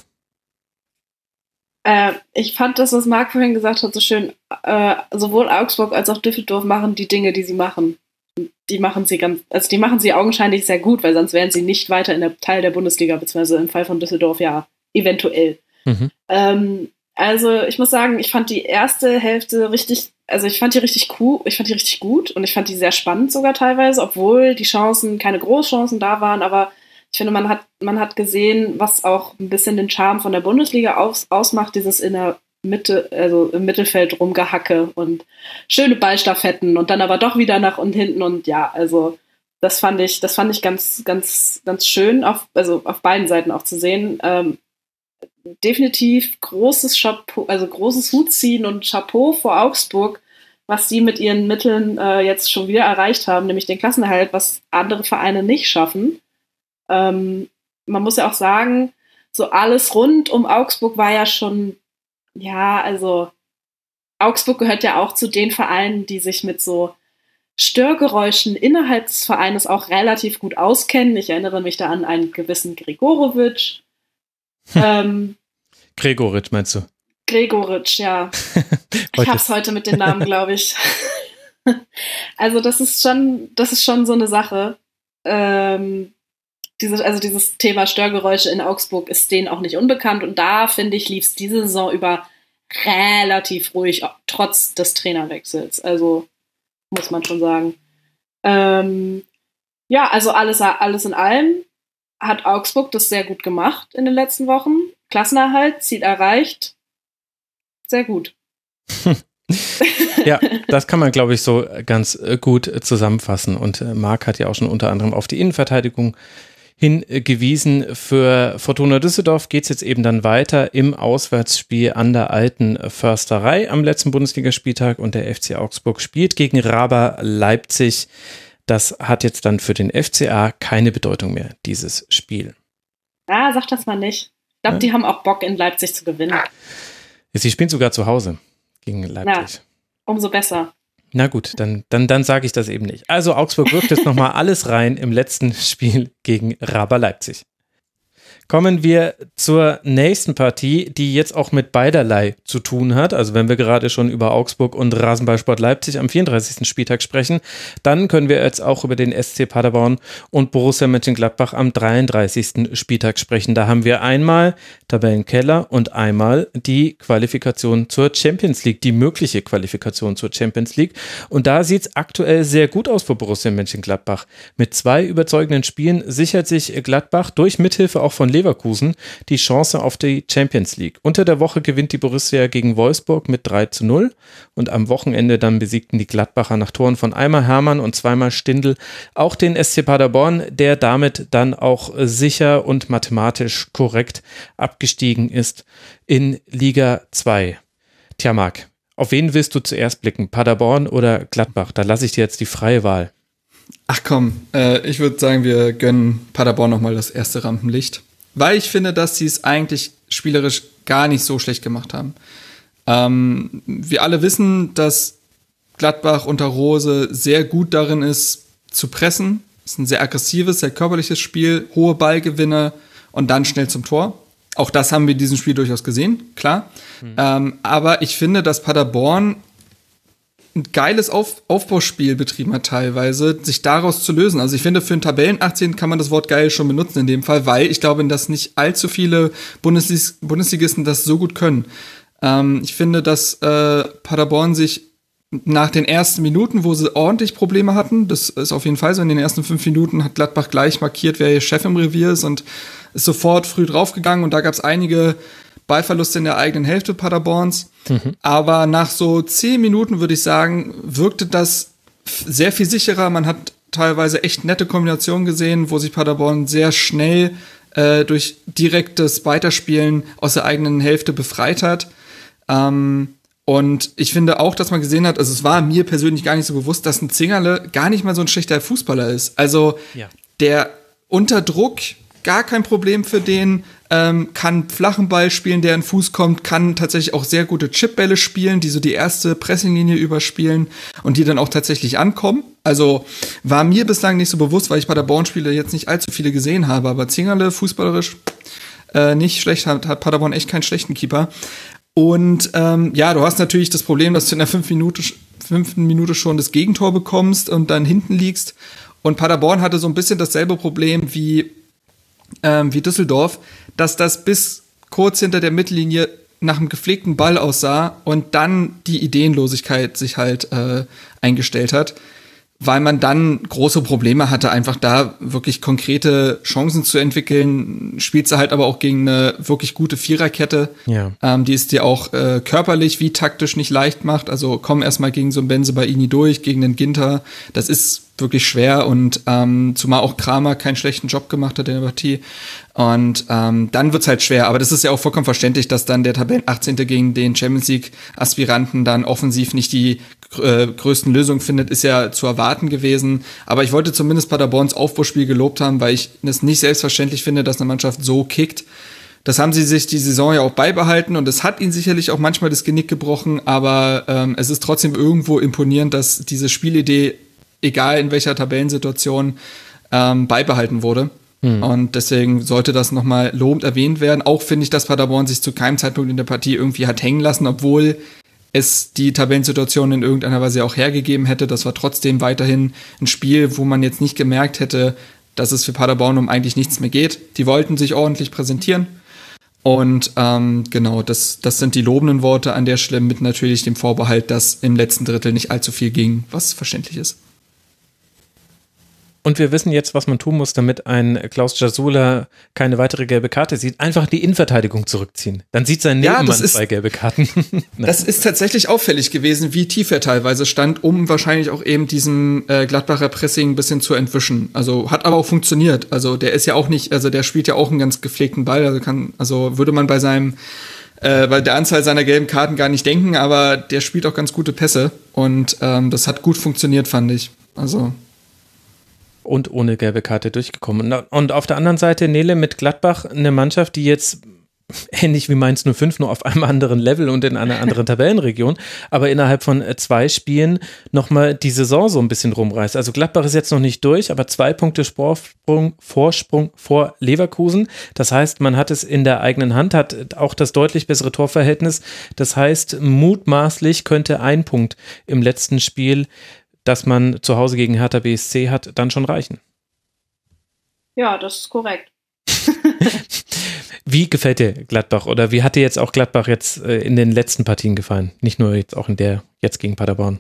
Äh, ich fand das, was Marc vorhin gesagt hat, so schön. Äh, sowohl Augsburg als auch Düsseldorf machen die Dinge, die sie machen. Die machen sie ganz, also die machen sie augenscheinlich sehr gut, weil sonst wären sie nicht weiter in der Teil der Bundesliga, beziehungsweise im Fall von Düsseldorf ja eventuell. Mhm. Ähm, Also ich muss sagen, ich fand die erste Hälfte richtig, also ich fand die richtig cool, ich fand die richtig gut und ich fand die sehr spannend sogar teilweise, obwohl die Chancen, keine Großchancen da waren, aber ich finde, man hat, man hat gesehen, was auch ein bisschen den Charme von der Bundesliga aus, ausmacht, dieses in der Mitte, also im Mittelfeld rumgehacke und schöne Ballstaffetten und dann aber doch wieder nach und hinten und ja, also das fand ich, das fand ich ganz, ganz, ganz schön, auf, also auf beiden Seiten auch zu sehen. Ähm, definitiv großes Chapeau, also großes Hutziehen und Chapeau vor Augsburg, was sie mit ihren Mitteln äh, jetzt schon wieder erreicht haben, nämlich den Klassenerhalt, was andere Vereine nicht schaffen. Ähm, man muss ja auch sagen, so alles rund um Augsburg war ja schon, ja, also Augsburg gehört ja auch zu den Vereinen, die sich mit so Störgeräuschen innerhalb des Vereines auch relativ gut auskennen. Ich erinnere mich da an einen gewissen Gregoritsch. ähm, Gregoritsch meinst du? Gregoritsch, ja. Ich hab's heute mit den Namen, glaube ich. Also das ist schon, das ist schon so eine Sache. Ähm, diese, also dieses Thema Störgeräusche in Augsburg ist denen auch nicht unbekannt und da, finde ich, lief es diese Saison über relativ ruhig, trotz des Trainerwechsels. Also muss man schon sagen. Ähm, ja, also alles, alles in allem hat Augsburg das sehr gut gemacht in den letzten Wochen. Klassenerhalt, Ziel erreicht. Sehr gut. Ja, das kann man, glaube ich, so ganz gut zusammenfassen. Und Marc hat ja auch schon unter anderem auf die Innenverteidigung hingewiesen. Für Fortuna Düsseldorf geht es jetzt eben dann weiter im Auswärtsspiel an der alten Försterei am letzten Bundesligaspieltag und der F C Augsburg spielt gegen Raber Leipzig. Das hat jetzt dann für den F C A keine Bedeutung mehr, dieses Spiel. Ah, sag das mal nicht. Ich glaube, ja. Die haben auch Bock, in Leipzig zu gewinnen. Sie spielen sogar zu Hause gegen Leipzig. Na, umso besser. Na gut, dann, dann, dann sage ich das eben nicht. Also Augsburg wirft jetzt nochmal alles rein im letzten Spiel gegen Raber Leipzig. Kommen wir zur nächsten Partie, die jetzt auch mit beiderlei zu tun hat. Also wenn wir gerade schon über Augsburg und Rasenballsport Leipzig am vierunddreißigsten Spieltag sprechen, dann können wir jetzt auch über den S C Paderborn und Borussia Mönchengladbach am dreiunddreißigsten Spieltag sprechen. Da haben wir einmal Tabellenkeller und einmal die Qualifikation zur Champions League, die mögliche Qualifikation zur Champions League. Und da sieht es aktuell sehr gut aus für Borussia Mönchengladbach. Mit zwei überzeugenden Spielen sichert sich Gladbach durch Mithilfe auch von Leverkusen die Chance auf die Champions League. Unter der Woche gewinnt die Borussia gegen Wolfsburg mit drei zu null und am Wochenende dann besiegten die Gladbacher nach Toren von einmal Hermann und zweimal Stindl auch den S C Paderborn, der damit dann auch sicher und mathematisch korrekt abgestiegen ist in Liga zwei. Tja, Marc, auf wen willst du zuerst blicken? Paderborn oder Gladbach? Da lasse ich dir jetzt die freie Wahl. Ach komm, äh, ich würde sagen, wir gönnen Paderborn nochmal das erste Rampenlicht. Weil ich finde, dass sie es eigentlich spielerisch gar nicht so schlecht gemacht haben. Ähm, wir alle wissen, dass Gladbach unter Rose sehr gut darin ist, zu pressen. Es ist ein sehr aggressives, sehr körperliches Spiel, hohe Ballgewinne und dann schnell zum Tor. Auch das haben wir in diesem Spiel durchaus gesehen, klar. Mhm. Ähm, aber ich finde, dass Paderborn ein geiles Auf- Aufbauspiel betrieben hat teilweise, sich daraus zu lösen. Also ich finde, für einen Tabellen-achtzehnten kann man das Wort geil schon benutzen in dem Fall, weil ich glaube, dass nicht allzu viele Bundeslig- Bundesligisten das so gut können. Ähm, ich finde, dass äh, Paderborn sich nach den ersten Minuten, wo sie ordentlich Probleme hatten, das ist auf jeden Fall so, in den ersten fünf Minuten hat Gladbach gleich markiert, wer ihr Chef im Revier ist und ist sofort früh draufgegangen und da gab es einige Ballverluste in der eigenen Hälfte Paderborns. Mhm. Aber nach so zehn Minuten, würde ich sagen, wirkte das sehr viel sicherer. Man hat teilweise echt nette Kombinationen gesehen, wo sich Paderborn sehr schnell äh, durch direktes Weiterspielen aus der eigenen Hälfte befreit hat. Ähm, und ich finde auch, dass man gesehen hat, also es war mir persönlich gar nicht so bewusst, dass ein Zingerle gar nicht mal so ein schlechter Fußballer ist. Also ja. Der unter Druck gar kein Problem für den, ähm, kann flachen Ball spielen, der in den Fuß kommt, kann tatsächlich auch sehr gute Chipbälle spielen, die so die erste Pressinglinie überspielen und die dann auch tatsächlich ankommen. Also war mir bislang nicht so bewusst, weil ich bei der Paderborn-Spiele jetzt nicht allzu viele gesehen habe, aber Zingerle fußballerisch äh, nicht schlecht, hat, hat Paderborn echt keinen schlechten Keeper. Und ähm, ja, du hast natürlich das Problem, dass du in der fünf Minute, fünften Minute schon das Gegentor bekommst und dann hinten liegst. Und Paderborn hatte so ein bisschen dasselbe Problem wie Ähm, wie Düsseldorf, dass das bis kurz hinter der Mittellinie nach einem gepflegten Ball aussah und dann die Ideenlosigkeit sich halt äh, eingestellt hat, weil man dann große Probleme hatte, einfach da wirklich konkrete Chancen zu entwickeln. Spielst du halt aber auch gegen eine wirklich gute Viererkette, ja. ähm, die es dir auch äh, körperlich wie taktisch nicht leicht macht. Also komm erstmal gegen so einen Bensebaini durch, gegen den Ginter. Das ist wirklich schwer und ähm, zumal auch Kramer keinen schlechten Job gemacht hat in der Partie. Und ähm, dann wird's halt schwer. Aber das ist ja auch vollkommen verständlich, dass dann der Tabellen-achtzehnte gegen den Champions League-Aspiranten dann offensiv nicht die äh, größten Lösungen findet, ist ja zu erwarten gewesen. Aber ich wollte zumindest Paderborns Aufbauspiel gelobt haben, weil ich es nicht selbstverständlich finde, dass eine Mannschaft so kickt. Das haben sie sich die Saison ja auch beibehalten und es hat ihnen sicherlich auch manchmal das Genick gebrochen, aber ähm, es ist trotzdem irgendwo imponierend, dass diese Spielidee, egal in welcher Tabellensituation, ähm, beibehalten wurde. Mhm. Und deswegen sollte das nochmal lobend erwähnt werden. Auch finde ich, dass Paderborn sich zu keinem Zeitpunkt in der Partie irgendwie hat hängen lassen, obwohl es die Tabellensituation in irgendeiner Weise auch hergegeben hätte. Das war trotzdem weiterhin ein Spiel, wo man jetzt nicht gemerkt hätte, dass es für Paderborn um eigentlich nichts mehr geht. Die wollten sich ordentlich präsentieren. Und ähm, genau, das, das sind die lobenden Worte an der Stelle mit natürlich dem Vorbehalt, dass im letzten Drittel nicht allzu viel ging, was verständlich ist. Und wir wissen jetzt, was man tun muss, damit ein Klaus Jasula keine weitere gelbe Karte sieht. Einfach die Innenverteidigung zurückziehen. Dann sieht sein Nebenmann ja, zwei gelbe Karten. Das ist tatsächlich auffällig gewesen, wie tief er teilweise stand, um wahrscheinlich auch eben diesem äh, Gladbacher Pressing ein bisschen zu entwischen. Also hat aber auch funktioniert. Also der ist ja auch nicht, also der spielt ja auch einen ganz gepflegten Ball. Also kann, also würde man bei seinem Äh, bei der Anzahl seiner gelben Karten gar nicht denken, aber der spielt auch ganz gute Pässe und ähm, das hat gut funktioniert, fand ich. Also und ohne gelbe Karte durchgekommen. Und auf der anderen Seite Nele mit Gladbach, eine Mannschaft, die jetzt ähnlich wie Mainz null fünf, nur auf einem anderen Level und in einer anderen Tabellenregion, aber innerhalb von zwei Spielen nochmal die Saison so ein bisschen rumreißt. Also Gladbach ist jetzt noch nicht durch, aber zwei Punkte Vorsprung, Vorsprung vor Leverkusen. Das heißt, man hat es in der eigenen Hand, hat auch das deutlich bessere Torverhältnis. Das heißt, mutmaßlich könnte ein Punkt im letzten Spiel, das man zu Hause gegen Hertha B S C hat, dann schon reichen. Ja, das ist korrekt. Wie gefällt dir Gladbach oder wie hat dir jetzt auch Gladbach jetzt äh, in den letzten Partien gefallen? Nicht nur jetzt auch in der jetzt gegen Paderborn.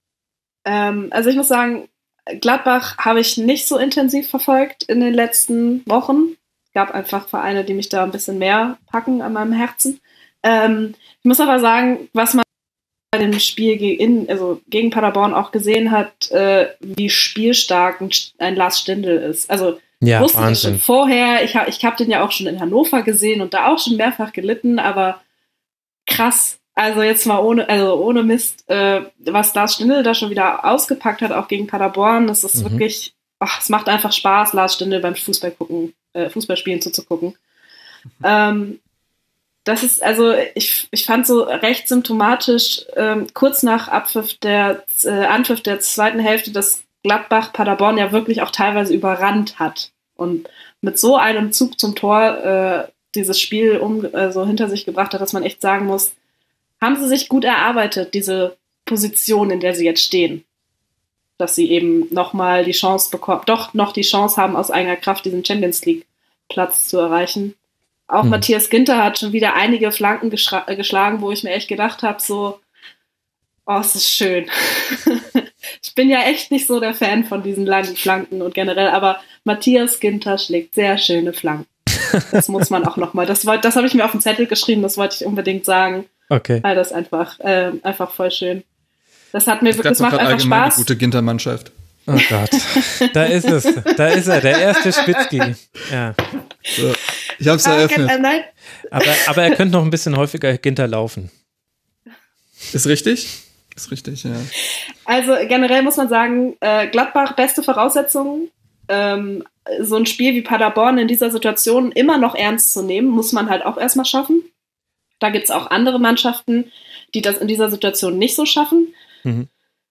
Ähm, also ich muss sagen, Gladbach habe ich nicht so intensiv verfolgt in den letzten Wochen. Es gab einfach Vereine, die mich da ein bisschen mehr packen an meinem Herzen. Ähm, ich muss aber sagen, was man bei dem Spiel gegen, also gegen Paderborn auch gesehen hat, äh, wie spielstark ein, ein Lars Stindl ist. Also ja, wusste Wahnsinn. ich schon vorher, ich habe ich hab den ja auch schon in Hannover gesehen und da auch schon mehrfach gelitten, aber krass, also jetzt mal ohne, also ohne Mist, äh, was Lars Stindl da schon wieder ausgepackt hat, auch gegen Paderborn, das ist mhm. wirklich, ach, es macht einfach Spaß, Lars Stindl beim Fußball gucken, äh, Fußballspielen zuzugucken. Mhm. Ähm, das ist, also ich, ich fand so recht symptomatisch, ähm, kurz nach Abpfiff der, äh, Anpfiff der zweiten Hälfte, dass Gladbach Paderborn ja wirklich auch teilweise überrannt hat und mit so einem Zug zum Tor äh, dieses Spiel um, äh, so hinter sich gebracht hat, dass man echt sagen muss, haben sie sich gut erarbeitet, diese Position, in der sie jetzt stehen, dass sie eben nochmal die Chance bekommen, doch noch die Chance haben, aus eigener Kraft diesen Champions League Platz zu erreichen. Auch hm. Matthias Ginter hat schon wieder einige Flanken geschra- äh, geschlagen, wo ich mir echt gedacht habe, so, oh, es ist schön. Ich bin ja echt nicht so der Fan von diesen langen Flanken und generell, aber Matthias Ginter schlägt sehr schöne Flanken. Das muss man auch nochmal, das, das habe ich mir auf den Zettel geschrieben, das wollte ich unbedingt sagen. Okay. Weil das ist einfach, äh, einfach voll schön. Das hat mir wirklich, das macht einfach Spaß. Eine gute Ginter-Mannschaft. Oh Gott, da ist es, da ist er, der erste Spitzki. Ja. So, ich hab's ah, eröffnet. Kann, äh, nein. Aber, aber er könnte noch ein bisschen häufiger Ginter laufen. Ist richtig? Ist richtig, ja. Also generell muss man sagen, äh, Gladbach beste Voraussetzungen. Ähm, so ein Spiel wie Paderborn in dieser Situation immer noch ernst zu nehmen, muss man halt auch erstmal schaffen. Da gibt's auch andere Mannschaften, die das in dieser Situation nicht so schaffen. Mhm.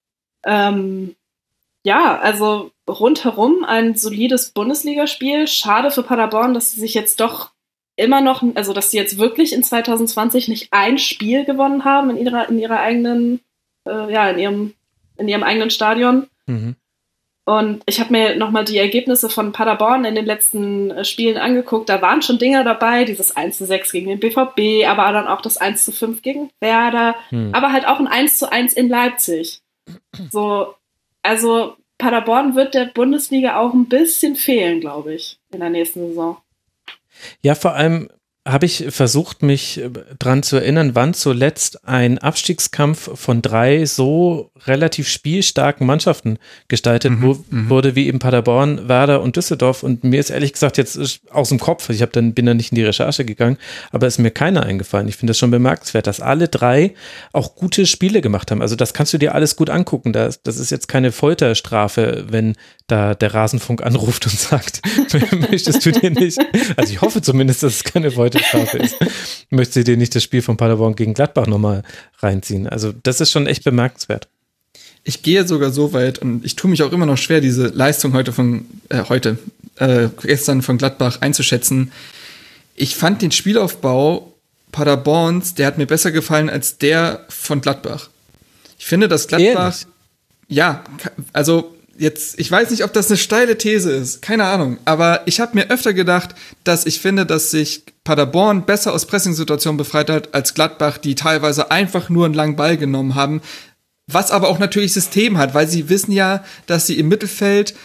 Ähm, ja, also rundherum ein solides Bundesligaspiel. Schade für Paderborn, dass sie sich jetzt doch immer noch, also dass sie jetzt wirklich in zwanzig zwanzig nicht ein Spiel gewonnen haben in ihrer, in ihrer eigenen, äh, ja, in ihrem, in ihrem eigenen Stadion. Mhm. Und ich habe mir nochmal die Ergebnisse von Paderborn in den letzten äh, Spielen angeguckt. Da waren schon Dinger dabei, dieses eins zu sechs gegen den B V B, aber dann auch das eins zu fünf gegen Werder, mhm. aber halt auch ein eins zu eins in Leipzig. So, also Paderborn wird der Bundesliga auch ein bisschen fehlen, glaube ich, in der nächsten Saison. Ja, vor allem habe ich versucht, mich dran zu erinnern, wann zuletzt ein Abstiegskampf von drei so relativ spielstarken Mannschaften gestaltet mhm, wo, wurde, wie eben Paderborn, Werder und Düsseldorf. Und mir ist ehrlich gesagt jetzt aus dem Kopf, ich hab dann, bin dann nicht in die Recherche gegangen, aber ist mir keiner eingefallen. Ich finde das schon bemerkenswert, dass alle drei auch gute Spiele gemacht haben. Also das kannst du dir alles gut angucken. Das, das ist jetzt keine Folterstrafe, wenn da der Rasenfunk anruft und sagt, möchtest du dir nicht, also ich hoffe zumindest, dass es keine Folterstrafe ist, möchtest du dir nicht das Spiel von Paderborn gegen Gladbach nochmal reinziehen. Also das ist schon echt bemerkenswert. Ich gehe sogar so weit und ich tue mich auch immer noch schwer, diese Leistung heute von, äh, heute, äh, gestern von Gladbach einzuschätzen. Ich fand den Spielaufbau Paderborns, der hat mir besser gefallen als der von Gladbach. Ich finde, dass Gladbach, Ehrlich? ja, also jetzt, ich weiß nicht, ob das eine steile These ist, keine Ahnung, aber ich habe mir öfter gedacht, dass ich finde, dass sich Paderborn besser aus Pressingsituationen befreit hat als Gladbach, die teilweise einfach nur einen langen Ball genommen haben, was aber auch natürlich System hat, weil sie wissen ja, dass sie im Mittelfeld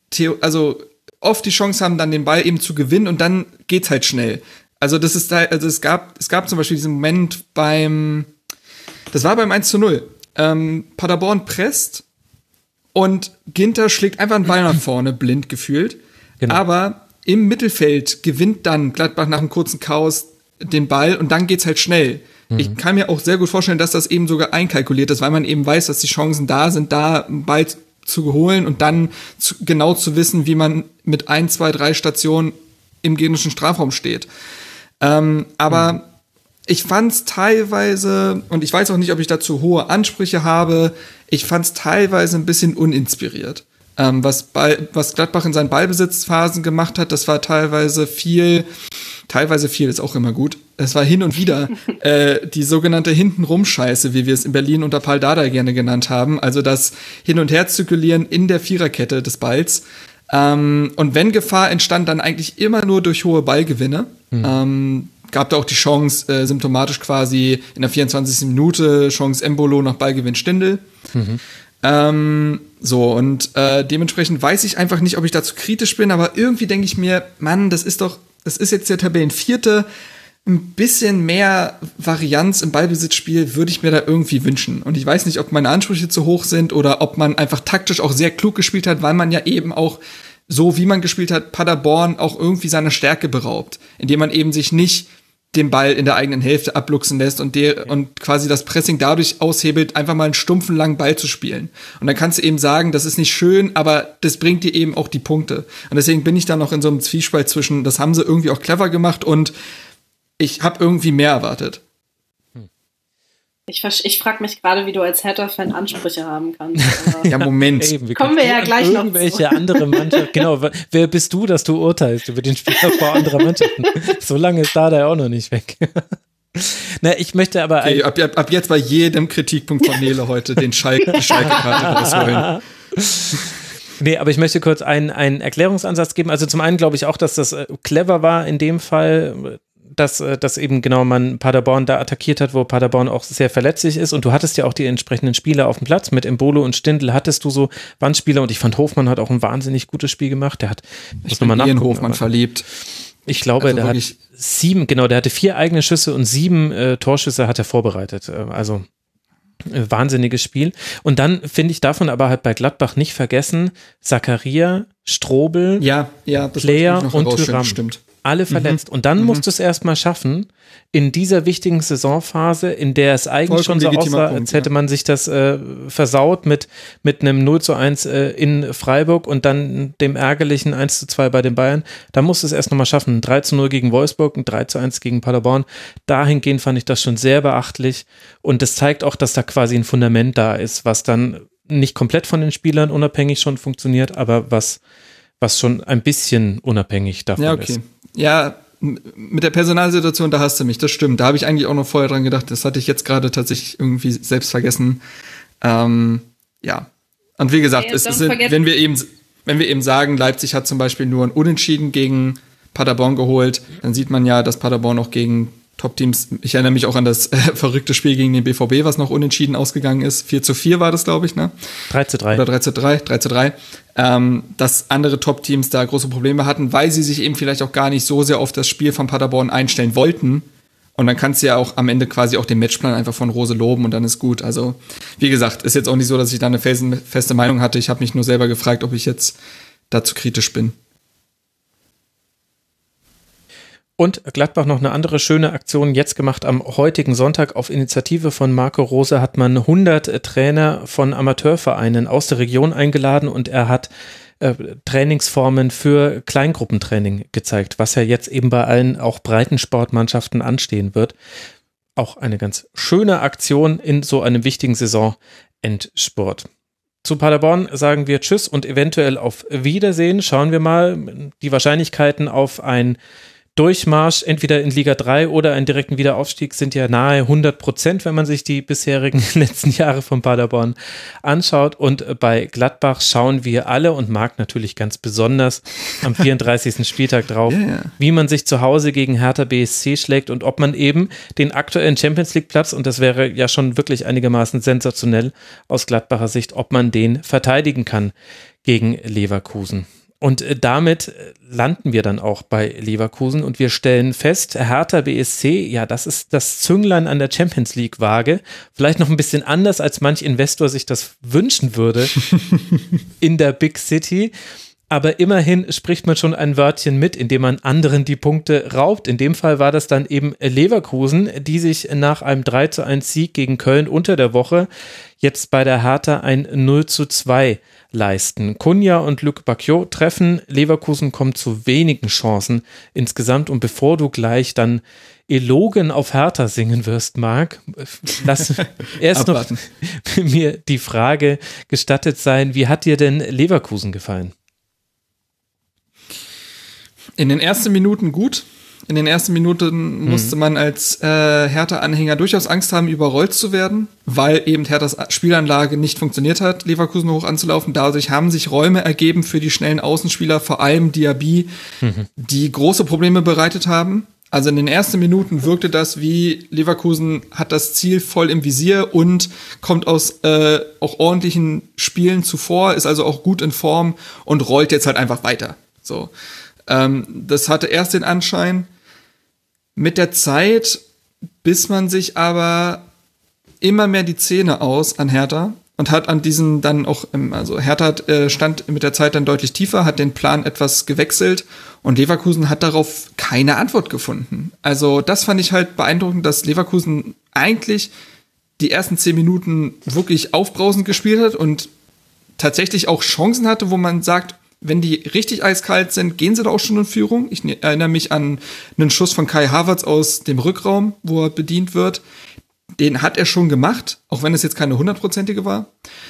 Theo- also oft die Chance haben, dann den Ball eben zu gewinnen und dann geht's halt schnell. Also das ist da, also es gab, es gab zum Beispiel diesen Moment beim, das war beim eins zu null. Ähm, Paderborn presst und Ginter schlägt einfach einen Ball nach vorne, blind gefühlt. Genau. Aber im Mittelfeld gewinnt dann Gladbach nach einem kurzen Chaos den Ball und dann geht's halt schnell. Mhm. Ich kann mir auch sehr gut vorstellen, dass das eben sogar einkalkuliert ist, weil man eben weiß, dass die Chancen da sind, da einen Ball zu holen und dann zu, genau zu wissen, wie man mit ein, zwei, drei Stationen im gegnerischen Strafraum steht. Ähm, aber mhm. ich fand's teilweise, und ich weiß auch nicht, ob ich dazu hohe Ansprüche habe, ich fand's teilweise ein bisschen uninspiriert. Ähm, was, Ball, was Gladbach in seinen Ballbesitzphasen gemacht hat, das war teilweise viel, teilweise viel ist auch immer gut. Es war hin und wieder äh, die sogenannte Hintenrum-Scheiße, wie wir es in Berlin unter Paul Dardai gerne genannt haben. Also das Hin- und Herzirkulieren in der Viererkette des Balls. Ähm, und wenn Gefahr entstand, dann eigentlich immer nur durch hohe Ballgewinne. Mhm. Ähm, gab da auch die Chance, äh, symptomatisch quasi in der vierundzwanzigsten Minute, Chance Embolo nach Ballgewinn Stindl. Mhm. Ähm, so, und äh, dementsprechend weiß ich einfach nicht, ob ich dazu kritisch bin, aber irgendwie denke ich mir, Mann, das ist doch, das ist jetzt der Tabellenvierte, ein bisschen mehr Varianz im Ballbesitzspiel würde ich mir da irgendwie wünschen. Und ich weiß nicht, ob meine Ansprüche zu hoch sind oder ob man einfach taktisch auch sehr klug gespielt hat, weil man ja eben auch, so wie man gespielt hat, Paderborn auch irgendwie seiner Stärke beraubt, indem man eben sich nicht den Ball in der eigenen Hälfte abluchsen lässt und der, und quasi das Pressing dadurch aushebelt, einfach mal einen stumpfen langen Ball zu spielen. Und dann kannst du eben sagen, das ist nicht schön, aber das bringt dir eben auch die Punkte. Und deswegen bin ich da noch in so einem Zwiespalt zwischen, das haben sie irgendwie auch clever gemacht und ich habe irgendwie mehr erwartet. Ich, ich frage mich gerade, wie du als Hertha-Fan Ansprüche haben kannst. Ja, Moment. Eben, wir kommen wir ja gleich noch irgendwelche zu. andere Mannschaft. Genau, wer bist du, dass du urteilst über den Spieler vor anderer Mannschaften? So lange ist Dardai auch noch nicht weg. Na, ich möchte aber okay, ab, ab, ab jetzt bei jedem Kritikpunkt von Nele heute den Schalke, die Schalke-Karte rausholen. Nee, aber ich möchte kurz einen, einen Erklärungsansatz geben. Also zum einen glaube ich auch, dass das äh, clever war in dem Fall, dass, dass eben genau man Paderborn da attackiert hat, wo Paderborn auch sehr verletzlich ist und du hattest ja auch die entsprechenden Spieler auf dem Platz, mit Embolo und Stindl hattest du so Wandspieler und ich fand Hofmann hat auch ein wahnsinnig gutes Spiel gemacht, der hat, ich bin eh in Hofmann verliebt. Ich glaube, also der hat sieben, genau, der hatte vier eigene Schüsse und sieben äh, Torschüsse hat er vorbereitet, also äh, wahnsinniges Spiel und dann finde ich davon aber halt bei Gladbach nicht vergessen, Zakaria, Strobel, ja, ja, Player und Thuram. Stimmt. Alle verletzt. Mhm. Und dann mhm. musst du es erstmal schaffen, in dieser wichtigen Saisonphase, in der es eigentlich Vollkommen schon so aussah, Punkt, als hätte ja. man sich das äh, versaut mit, mit einem null zu eins äh, in Freiburg und dann dem ärgerlichen eins zu zwei bei den Bayern. Da musst du es erst nochmal schaffen. drei zu null gegen Wolfsburg, ein drei zu eins gegen Paderborn. Dahingehend fand ich das schon sehr beachtlich. Und das zeigt auch, dass da quasi ein Fundament da ist, was dann nicht komplett von den Spielern unabhängig schon funktioniert, aber was, was schon ein bisschen unabhängig davon ja, okay. ist. Ja, mit der Personalsituation, da hast du mich, das stimmt. Da habe ich eigentlich auch noch vorher dran gedacht, das hatte ich jetzt gerade tatsächlich irgendwie selbst vergessen. Ähm, ja, und wie gesagt, es ist, wenn wir eben, wenn wir eben sagen, Leipzig hat zum Beispiel nur ein Unentschieden gegen Paderborn geholt, dann sieht man ja, dass Paderborn auch gegen Top-Teams, ich erinnere mich auch an das äh, verrückte Spiel gegen den B V B, was noch unentschieden ausgegangen ist. vier zu vier war das, glaube ich, ne? drei zu drei. Oder drei zu drei, drei zu drei. Ähm, dass andere Top-Teams da große Probleme hatten, weil sie sich eben vielleicht auch gar nicht so sehr auf das Spiel von Paderborn einstellen wollten. Und dann kannst du ja auch am Ende quasi auch den Matchplan einfach von Rose loben und dann ist gut. Also, wie gesagt, ist jetzt auch nicht so, dass ich da eine felsenfeste Meinung hatte. Ich habe mich nur selber gefragt, ob ich jetzt dazu kritisch bin. Und Gladbach noch eine andere schöne Aktion jetzt gemacht am heutigen Sonntag. Auf Initiative von Marco Rose hat man hundert Trainer von Amateurvereinen aus der Region eingeladen und er hat äh, Trainingsformen für Kleingruppentraining gezeigt, was ja jetzt eben bei allen auch Breitensportmannschaften anstehen wird. Auch eine ganz schöne Aktion in so einem wichtigen Saisonendspurt. Zu Paderborn sagen wir Tschüss und eventuell auf Wiedersehen. Schauen wir mal die Wahrscheinlichkeiten auf ein Durchmarsch entweder in Liga drei oder einen direkten Wiederaufstieg sind ja nahe hundert Prozent, wenn man sich die bisherigen letzten Jahre von Paderborn anschaut. Und bei Gladbach schauen wir alle und Marc natürlich ganz besonders am vierunddreißigsten Spieltag drauf, yeah, yeah. wie man sich zu Hause gegen Hertha B S C schlägt und ob man eben den aktuellen Champions-League-Platz, und das wäre ja schon wirklich einigermaßen sensationell aus Gladbacher Sicht, ob man den verteidigen kann gegen Leverkusen. Und damit landen wir dann auch bei Leverkusen und wir stellen fest, Hertha B S C, ja, das ist das Zünglein an der Champions-League-Waage. Vielleicht noch ein bisschen anders, als manch Investor sich das wünschen würde in der Big City. Aber immerhin spricht man schon ein Wörtchen mit, indem man anderen die Punkte raubt. In dem Fall war das dann eben Leverkusen, die sich nach einem drei zu eins Sieg gegen Köln unter der Woche jetzt bei der Hertha ein null zu zwei leisten. Cunha und Luc Bacchio treffen. Leverkusen kommt zu wenigen Chancen insgesamt. Und bevor du gleich dann Elogen auf Hertha singen wirst, Marc, lass erst noch mir die Frage gestattet sein, wie hat dir denn Leverkusen gefallen? In den ersten Minuten gut. In den ersten Minuten musste man als äh, Hertha-Anhänger durchaus Angst haben, überrollt zu werden, weil eben Herthas Spielanlage nicht funktioniert hat, Leverkusen hoch anzulaufen. Dadurch haben sich Räume ergeben für die schnellen Außenspieler, vor allem Diaby, mhm. die große Probleme bereitet haben. Also in den ersten Minuten wirkte das wie, Leverkusen hat das Ziel voll im Visier und kommt aus äh, auch ordentlichen Spielen zuvor, ist also auch gut in Form und rollt jetzt halt einfach weiter. So. Ähm, das hatte erst den Anschein. Mit der Zeit biss man sich aber immer mehr die Zähne aus an Hertha und hat an diesen dann auch, also Hertha hat, äh, stand mit der Zeit dann deutlich tiefer, hat den Plan etwas gewechselt und Leverkusen hat darauf keine Antwort gefunden. Also das fand ich halt beeindruckend, dass Leverkusen eigentlich die ersten zehn Minuten wirklich aufbrausend gespielt hat und tatsächlich auch Chancen hatte, wo man sagt, wenn die richtig eiskalt sind, gehen sie da auch schon in Führung. Ich ne- erinnere mich an einen Schuss von Kai Havertz aus dem Rückraum, wo er bedient wird. Den hat er schon gemacht, auch wenn es jetzt keine hundertprozentige war.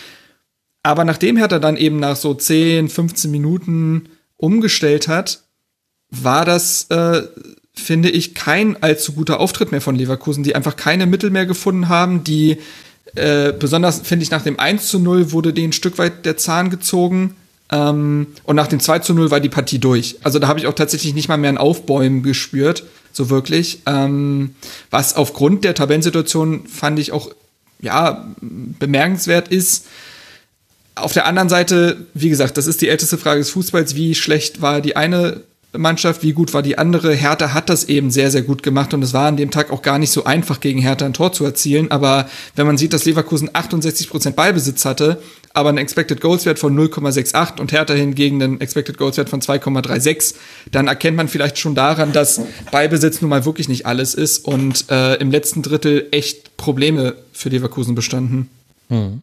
Aber nachdem Hertha dann eben nach so zehn, fünfzehn Minuten umgestellt hat, war das, äh, finde ich, kein allzu guter Auftritt mehr von Leverkusen, die einfach keine Mittel mehr gefunden haben, die äh, besonders, finde ich, nach dem eins zu null wurde denen ein Stück weit der Zahn gezogen. Ähm, und nach dem zwei zu null war die Partie durch. Also da habe ich auch tatsächlich nicht mal mehr ein Aufbäumen gespürt, so wirklich. Ähm, was aufgrund der Tabellensituation fand ich auch, ja, bemerkenswert ist. Auf der anderen Seite, wie gesagt, das ist die älteste Frage des Fußballs. Wie schlecht war die eine Mannschaft, wie gut war die andere? Hertha hat das eben sehr, sehr gut gemacht und es war an dem Tag auch gar nicht so einfach, gegen Hertha ein Tor zu erzielen. Aber wenn man sieht, dass Leverkusen achtundsechzig Prozent Ballbesitz hatte, aber einen Expected Goals Wert von null Komma sechsundachtzig und Hertha hingegen einen Expected Goals Wert von zwei Komma sechsunddreißig, dann erkennt man vielleicht schon daran, dass Ballbesitz nun mal wirklich nicht alles ist und äh, im letzten Drittel echt Probleme für Leverkusen bestanden. Hm.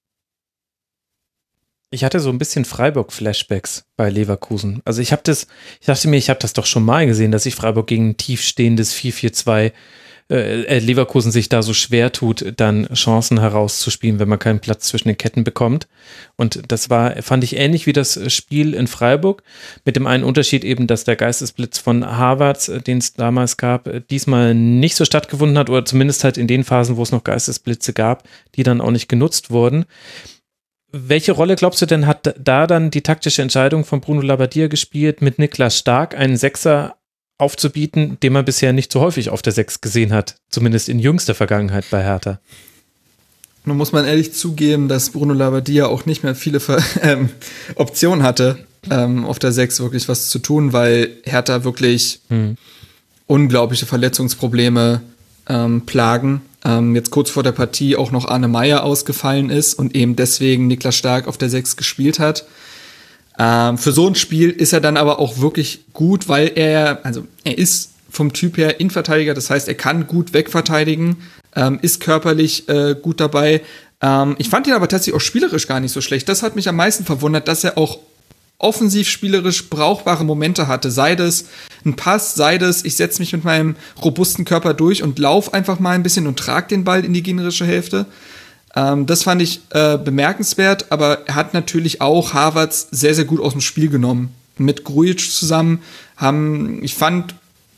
Ich hatte so ein bisschen Freiburg-Flashbacks bei Leverkusen. Also ich habe das, ich dachte mir, ich habe das doch schon mal gesehen, dass sich Freiburg gegen ein tiefstehendes vier vier zwei äh, Leverkusen sich da so schwer tut, dann Chancen herauszuspielen, wenn man keinen Platz zwischen den Ketten bekommt. Und das war, fand ich ähnlich wie das Spiel in Freiburg, mit dem einen Unterschied eben, dass der Geistesblitz von Havertz, den es damals gab, diesmal nicht so stattgefunden hat oder zumindest halt in den Phasen, wo es noch Geistesblitze gab, die dann auch nicht genutzt wurden. Welche Rolle, glaubst du denn, hat da dann die taktische Entscheidung von Bruno Labbadia gespielt, mit Niklas Stark einen Sechser aufzubieten, den man bisher nicht so häufig auf der Sechs gesehen hat, zumindest in jüngster Vergangenheit bei Hertha? Nun muss man ehrlich zugeben, dass Bruno Labbadia auch nicht mehr viele Ver- ähm, Optionen hatte, ähm, auf der Sechs wirklich was zu tun, weil Hertha wirklich hm. unglaubliche Verletzungsprobleme ähm, plagen. Ähm, jetzt kurz vor der Partie auch noch Arne Meyer ausgefallen ist und eben deswegen Niklas Stark auf der Sechs gespielt hat. Ähm, für so ein Spiel ist er dann aber auch wirklich gut, weil er, also er ist vom Typ her Innenverteidiger, das heißt, er kann gut wegverteidigen, ähm, ist körperlich äh, gut dabei. Ähm, ich fand ihn aber tatsächlich auch spielerisch gar nicht so schlecht. Das hat mich am meisten verwundert, dass er auch offensiv spielerisch brauchbare Momente hatte. Sei das ein Pass, sei das, ich setze mich mit meinem robusten Körper durch und lauf einfach mal ein bisschen und trage den Ball in die gegnerische Hälfte. Ähm, das fand ich äh, bemerkenswert, aber er hat natürlich auch Havertz sehr, sehr gut aus dem Spiel genommen. Mit Grujic zusammen haben, ich fand,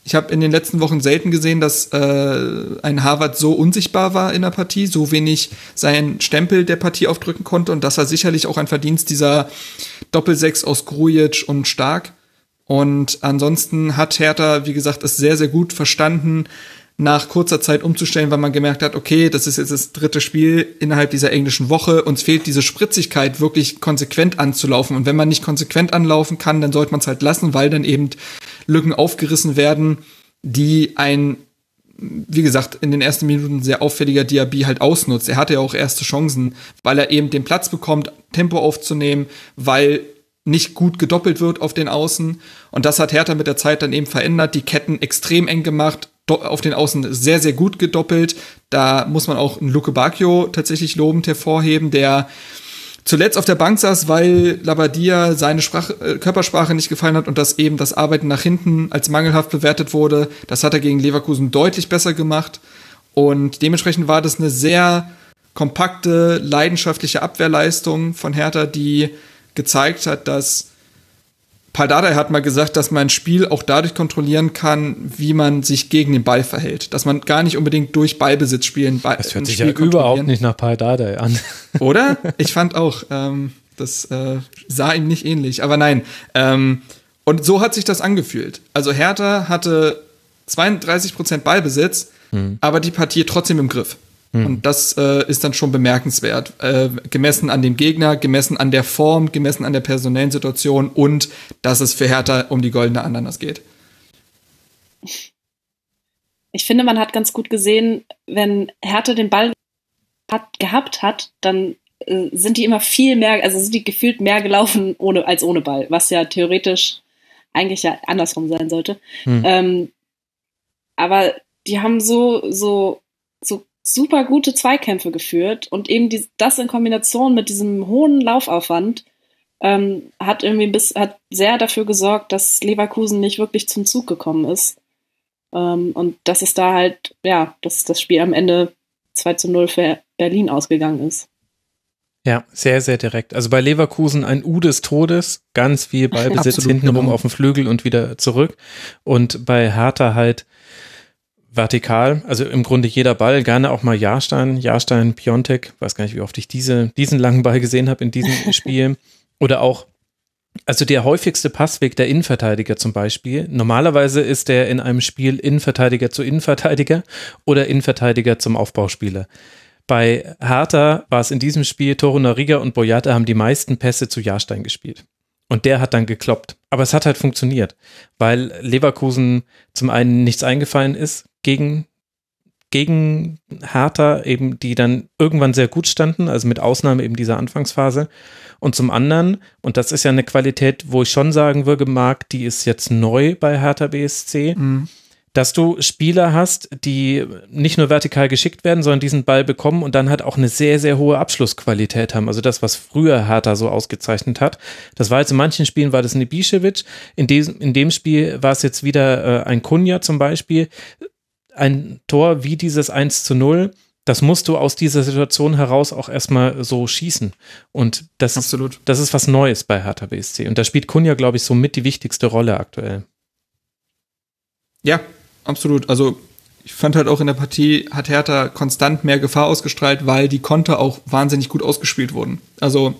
Ich habe in den letzten Wochen selten gesehen, dass äh, ein Harvard so unsichtbar war in der Partie, so wenig seinen Stempel der Partie aufdrücken konnte. Und das war sicherlich auch ein Verdienst dieser Doppelsechs aus Grujic und Stark. Und ansonsten hat Hertha, wie gesagt, es sehr, sehr gut verstanden, nach kurzer Zeit umzustellen, weil man gemerkt hat, okay, das ist jetzt das dritte Spiel innerhalb dieser englischen Woche. Uns fehlt diese Spritzigkeit, wirklich konsequent anzulaufen. Und wenn man nicht konsequent anlaufen kann, dann sollte man es halt lassen, weil dann eben Lücken aufgerissen werden, die ein, wie gesagt, in den ersten Minuten sehr auffälliger Diaby halt ausnutzt. Er hatte ja auch erste Chancen, weil er eben den Platz bekommt, Tempo aufzunehmen, weil nicht gut gedoppelt wird auf den Außen. Und das hat Hertha mit der Zeit dann eben verändert, die Ketten extrem eng gemacht, auf den Außen sehr, sehr gut gedoppelt. Da muss man auch einen Luke Bacchio tatsächlich lobend hervorheben, der zuletzt auf der Bank saß, weil Labbadia seine Sprach- äh, Körpersprache nicht gefallen hat und dass eben das Arbeiten nach hinten als mangelhaft bewertet wurde. Das hat er gegen Leverkusen deutlich besser gemacht. Und dementsprechend war das eine sehr kompakte, leidenschaftliche Abwehrleistung von Hertha, die gezeigt hat, dass Paldadei hat mal gesagt, dass man ein Spiel auch dadurch kontrollieren kann, wie man sich gegen den Ball verhält. Dass man gar nicht unbedingt durch Ballbesitz spielen. Ba- das hört sich ja überhaupt nicht nach Paldadei an. Oder? Ich fand auch, ähm, das äh, sah ihm nicht ähnlich. Aber nein. Ähm, und so hat sich das angefühlt. Also Hertha hatte zweiunddreißig Prozent Ballbesitz, hm. aber die Partie trotzdem im Griff. Und das äh, ist dann schon bemerkenswert, äh, gemessen an dem Gegner, gemessen an der Form, gemessen an der personellen Situation und dass es für Hertha um die goldene Ananas geht. Ich finde, man hat ganz gut gesehen, wenn Hertha den Ball hat, gehabt hat, dann äh, sind die immer viel mehr, also sind die gefühlt mehr gelaufen ohne, als ohne Ball, was ja theoretisch eigentlich ja andersrum sein sollte. Hm. Ähm, aber die haben so, so, so super gute Zweikämpfe geführt und eben die, das in Kombination mit diesem hohen Laufaufwand ähm, hat irgendwie bis, hat sehr dafür gesorgt, dass Leverkusen nicht wirklich zum Zug gekommen ist. Ähm, und dass es da halt, ja, dass das Spiel am Ende zwei zu null für Berlin ausgegangen ist. Ja, sehr, sehr direkt. Also bei Leverkusen ein U des Todes, ganz viel Ballbesitz Absolut, hintenrum genau. auf dem Flügel und wieder zurück. Und bei Hertha halt vertikal, also im Grunde jeder Ball, gerne auch mal Jahrstein, Jahrstein, Piontek, weiß gar nicht, wie oft ich diese, diesen langen Ball gesehen habe in diesem Spiel. Oder auch, also der häufigste Passweg der Innenverteidiger zum Beispiel. Normalerweise ist der in einem Spiel Innenverteidiger zu Innenverteidiger oder Innenverteidiger zum Aufbauspieler. Bei Hertha war es in diesem Spiel, Torunariga und Boyata haben die meisten Pässe zu Jahrstein gespielt. Und der hat dann gekloppt. Aber es hat halt funktioniert, weil Leverkusen zum einen nichts eingefallen ist gegen, gegen Hertha, eben die dann irgendwann sehr gut standen, also mit Ausnahme eben dieser Anfangsphase. Und zum anderen, und das ist ja eine Qualität, wo ich schon sagen würde, Marc, die ist jetzt neu bei Hertha B S C, mhm. dass du Spieler hast, die nicht nur vertikal geschickt werden, sondern diesen Ball bekommen und dann halt auch eine sehr, sehr hohe Abschlussqualität haben. Also das, was früher Hertha so ausgezeichnet hat. Das war jetzt in manchen Spielen war das ein Ibišević. In diesem, in dem Spiel war es jetzt wieder äh, ein Kunja zum Beispiel. Ein Tor wie dieses eins zu null, das musst du aus dieser Situation heraus auch erstmal so schießen. Und das, Absolut. Ist, das ist was Neues bei Hertha B S C. Und da spielt Kunja, glaube ich, so mit die wichtigste Rolle aktuell. Ja, absolut. Also ich fand halt auch in der Partie hat Hertha konstant mehr Gefahr ausgestrahlt, weil die Konter auch wahnsinnig gut ausgespielt wurden. Also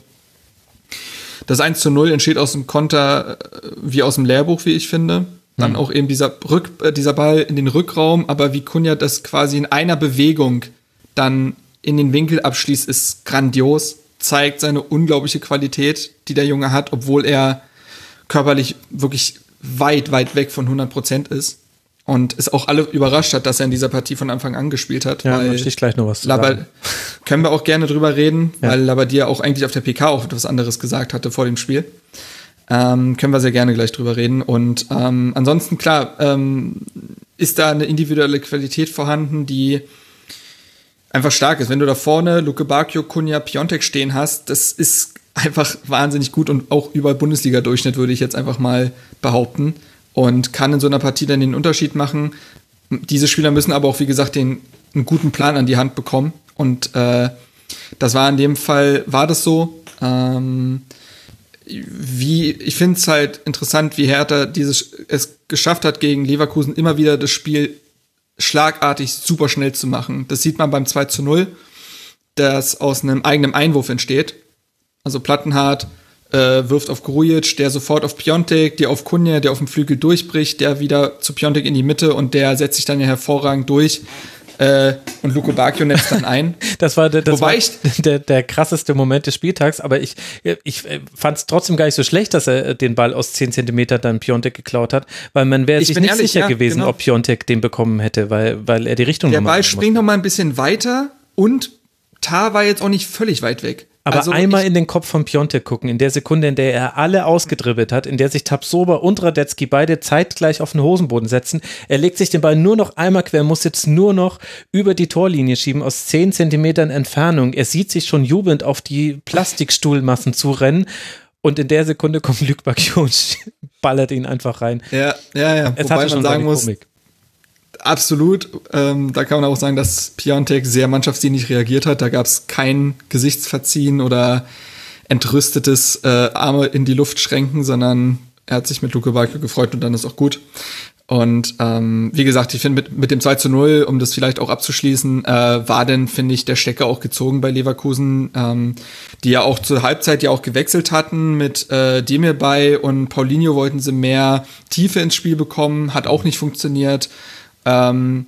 das eins zu null entsteht aus dem Konter wie aus dem Lehrbuch, wie ich finde. Dann mhm. auch eben dieser, Rück, äh, dieser Ball in den Rückraum, aber wie Kunja das quasi in einer Bewegung dann in den Winkel abschließt, ist grandios, zeigt seine unglaubliche Qualität, die der Junge hat, obwohl er körperlich wirklich weit, weit weg von hundert Prozent ist. Und es auch alle überrascht hat, dass er in dieser Partie von Anfang an gespielt hat. Ja, möchte ich gleich noch was zu Laba- sagen. Können wir auch gerne drüber reden, ja. weil Labbadia auch eigentlich auf der P K auch etwas anderes gesagt hatte vor dem Spiel. Ähm, können wir sehr gerne gleich drüber reden. Und ähm, ansonsten, klar, ähm, ist da eine individuelle Qualität vorhanden, die einfach stark ist. Wenn du da vorne Luke Bacchio, Kunja, Piontek stehen hast, das ist einfach wahnsinnig gut und auch über Bundesliga-Durchschnitt, würde ich jetzt einfach mal behaupten. Und kann in so einer Partie dann den Unterschied machen. Diese Spieler müssen aber auch, wie gesagt, den, einen guten Plan an die Hand bekommen. Und äh, das war in dem Fall, war das so. Ähm, wie, ich finde es halt interessant, wie Hertha dieses, es geschafft hat, gegen Leverkusen immer wieder das Spiel schlagartig super schnell zu machen. Das sieht man beim zwei zu null, das aus einem eigenen Einwurf entsteht. Also Plattenhardt äh, wirft auf Grujic, der sofort auf Piontek, der auf Cunha, der auf dem Flügel durchbricht, der wieder zu Piontek in die Mitte und der setzt sich dann ja hervorragend durch. Äh, und Luke Bacchio netzt dann ein. Das war, der, das Wobei war ich, der, der krasseste Moment des Spieltags, aber ich, ich fand es trotzdem gar nicht so schlecht, dass er den Ball aus zehn Zentimetern dann Piontek geklaut hat, weil man wäre sich nicht ehrlich, sicher ja, gewesen, genau. ob Piontek den bekommen hätte, weil, weil er die Richtung der noch mal Ball springt noch mal ein bisschen weiter und Tah war jetzt auch nicht völlig weit weg. Aber also einmal ich, in den Kopf von Piontek gucken, in der Sekunde, in der er alle ausgedribbelt hat, in der sich Tapsoba und Radetzky beide zeitgleich auf den Hosenboden setzen. Er legt sich den Ball nur noch einmal quer, muss jetzt nur noch über die Torlinie schieben, aus zehn Zentimetern Entfernung. Er sieht sich schon jubelnd auf die Plastikstuhlmassen zurennen und in der Sekunde kommt Luc Bacchio und ballert ihn einfach rein. Ja, ja, ja. Es Wobei hatte schon man sagen seine muss, Komik. absolut. Ähm, da kann man auch sagen, dass Piontek sehr mannschaftsdienlich reagiert hat. Da gab es kein Gesichtsverziehen oder entrüstetes äh, Arme in die Luft schränken, sondern er hat sich mit Luke Bacchio gefreut und dann ist auch gut. Und ähm, wie gesagt, ich finde mit, mit dem zwei zu null, um das vielleicht auch abzuschließen, äh, war denn, finde ich, der Stecker auch gezogen bei Leverkusen, ähm, die ja auch zur Halbzeit ja auch gewechselt hatten mit äh, Demirbay und Paulinho wollten sie mehr Tiefe ins Spiel bekommen, hat auch nicht funktioniert. Ähm,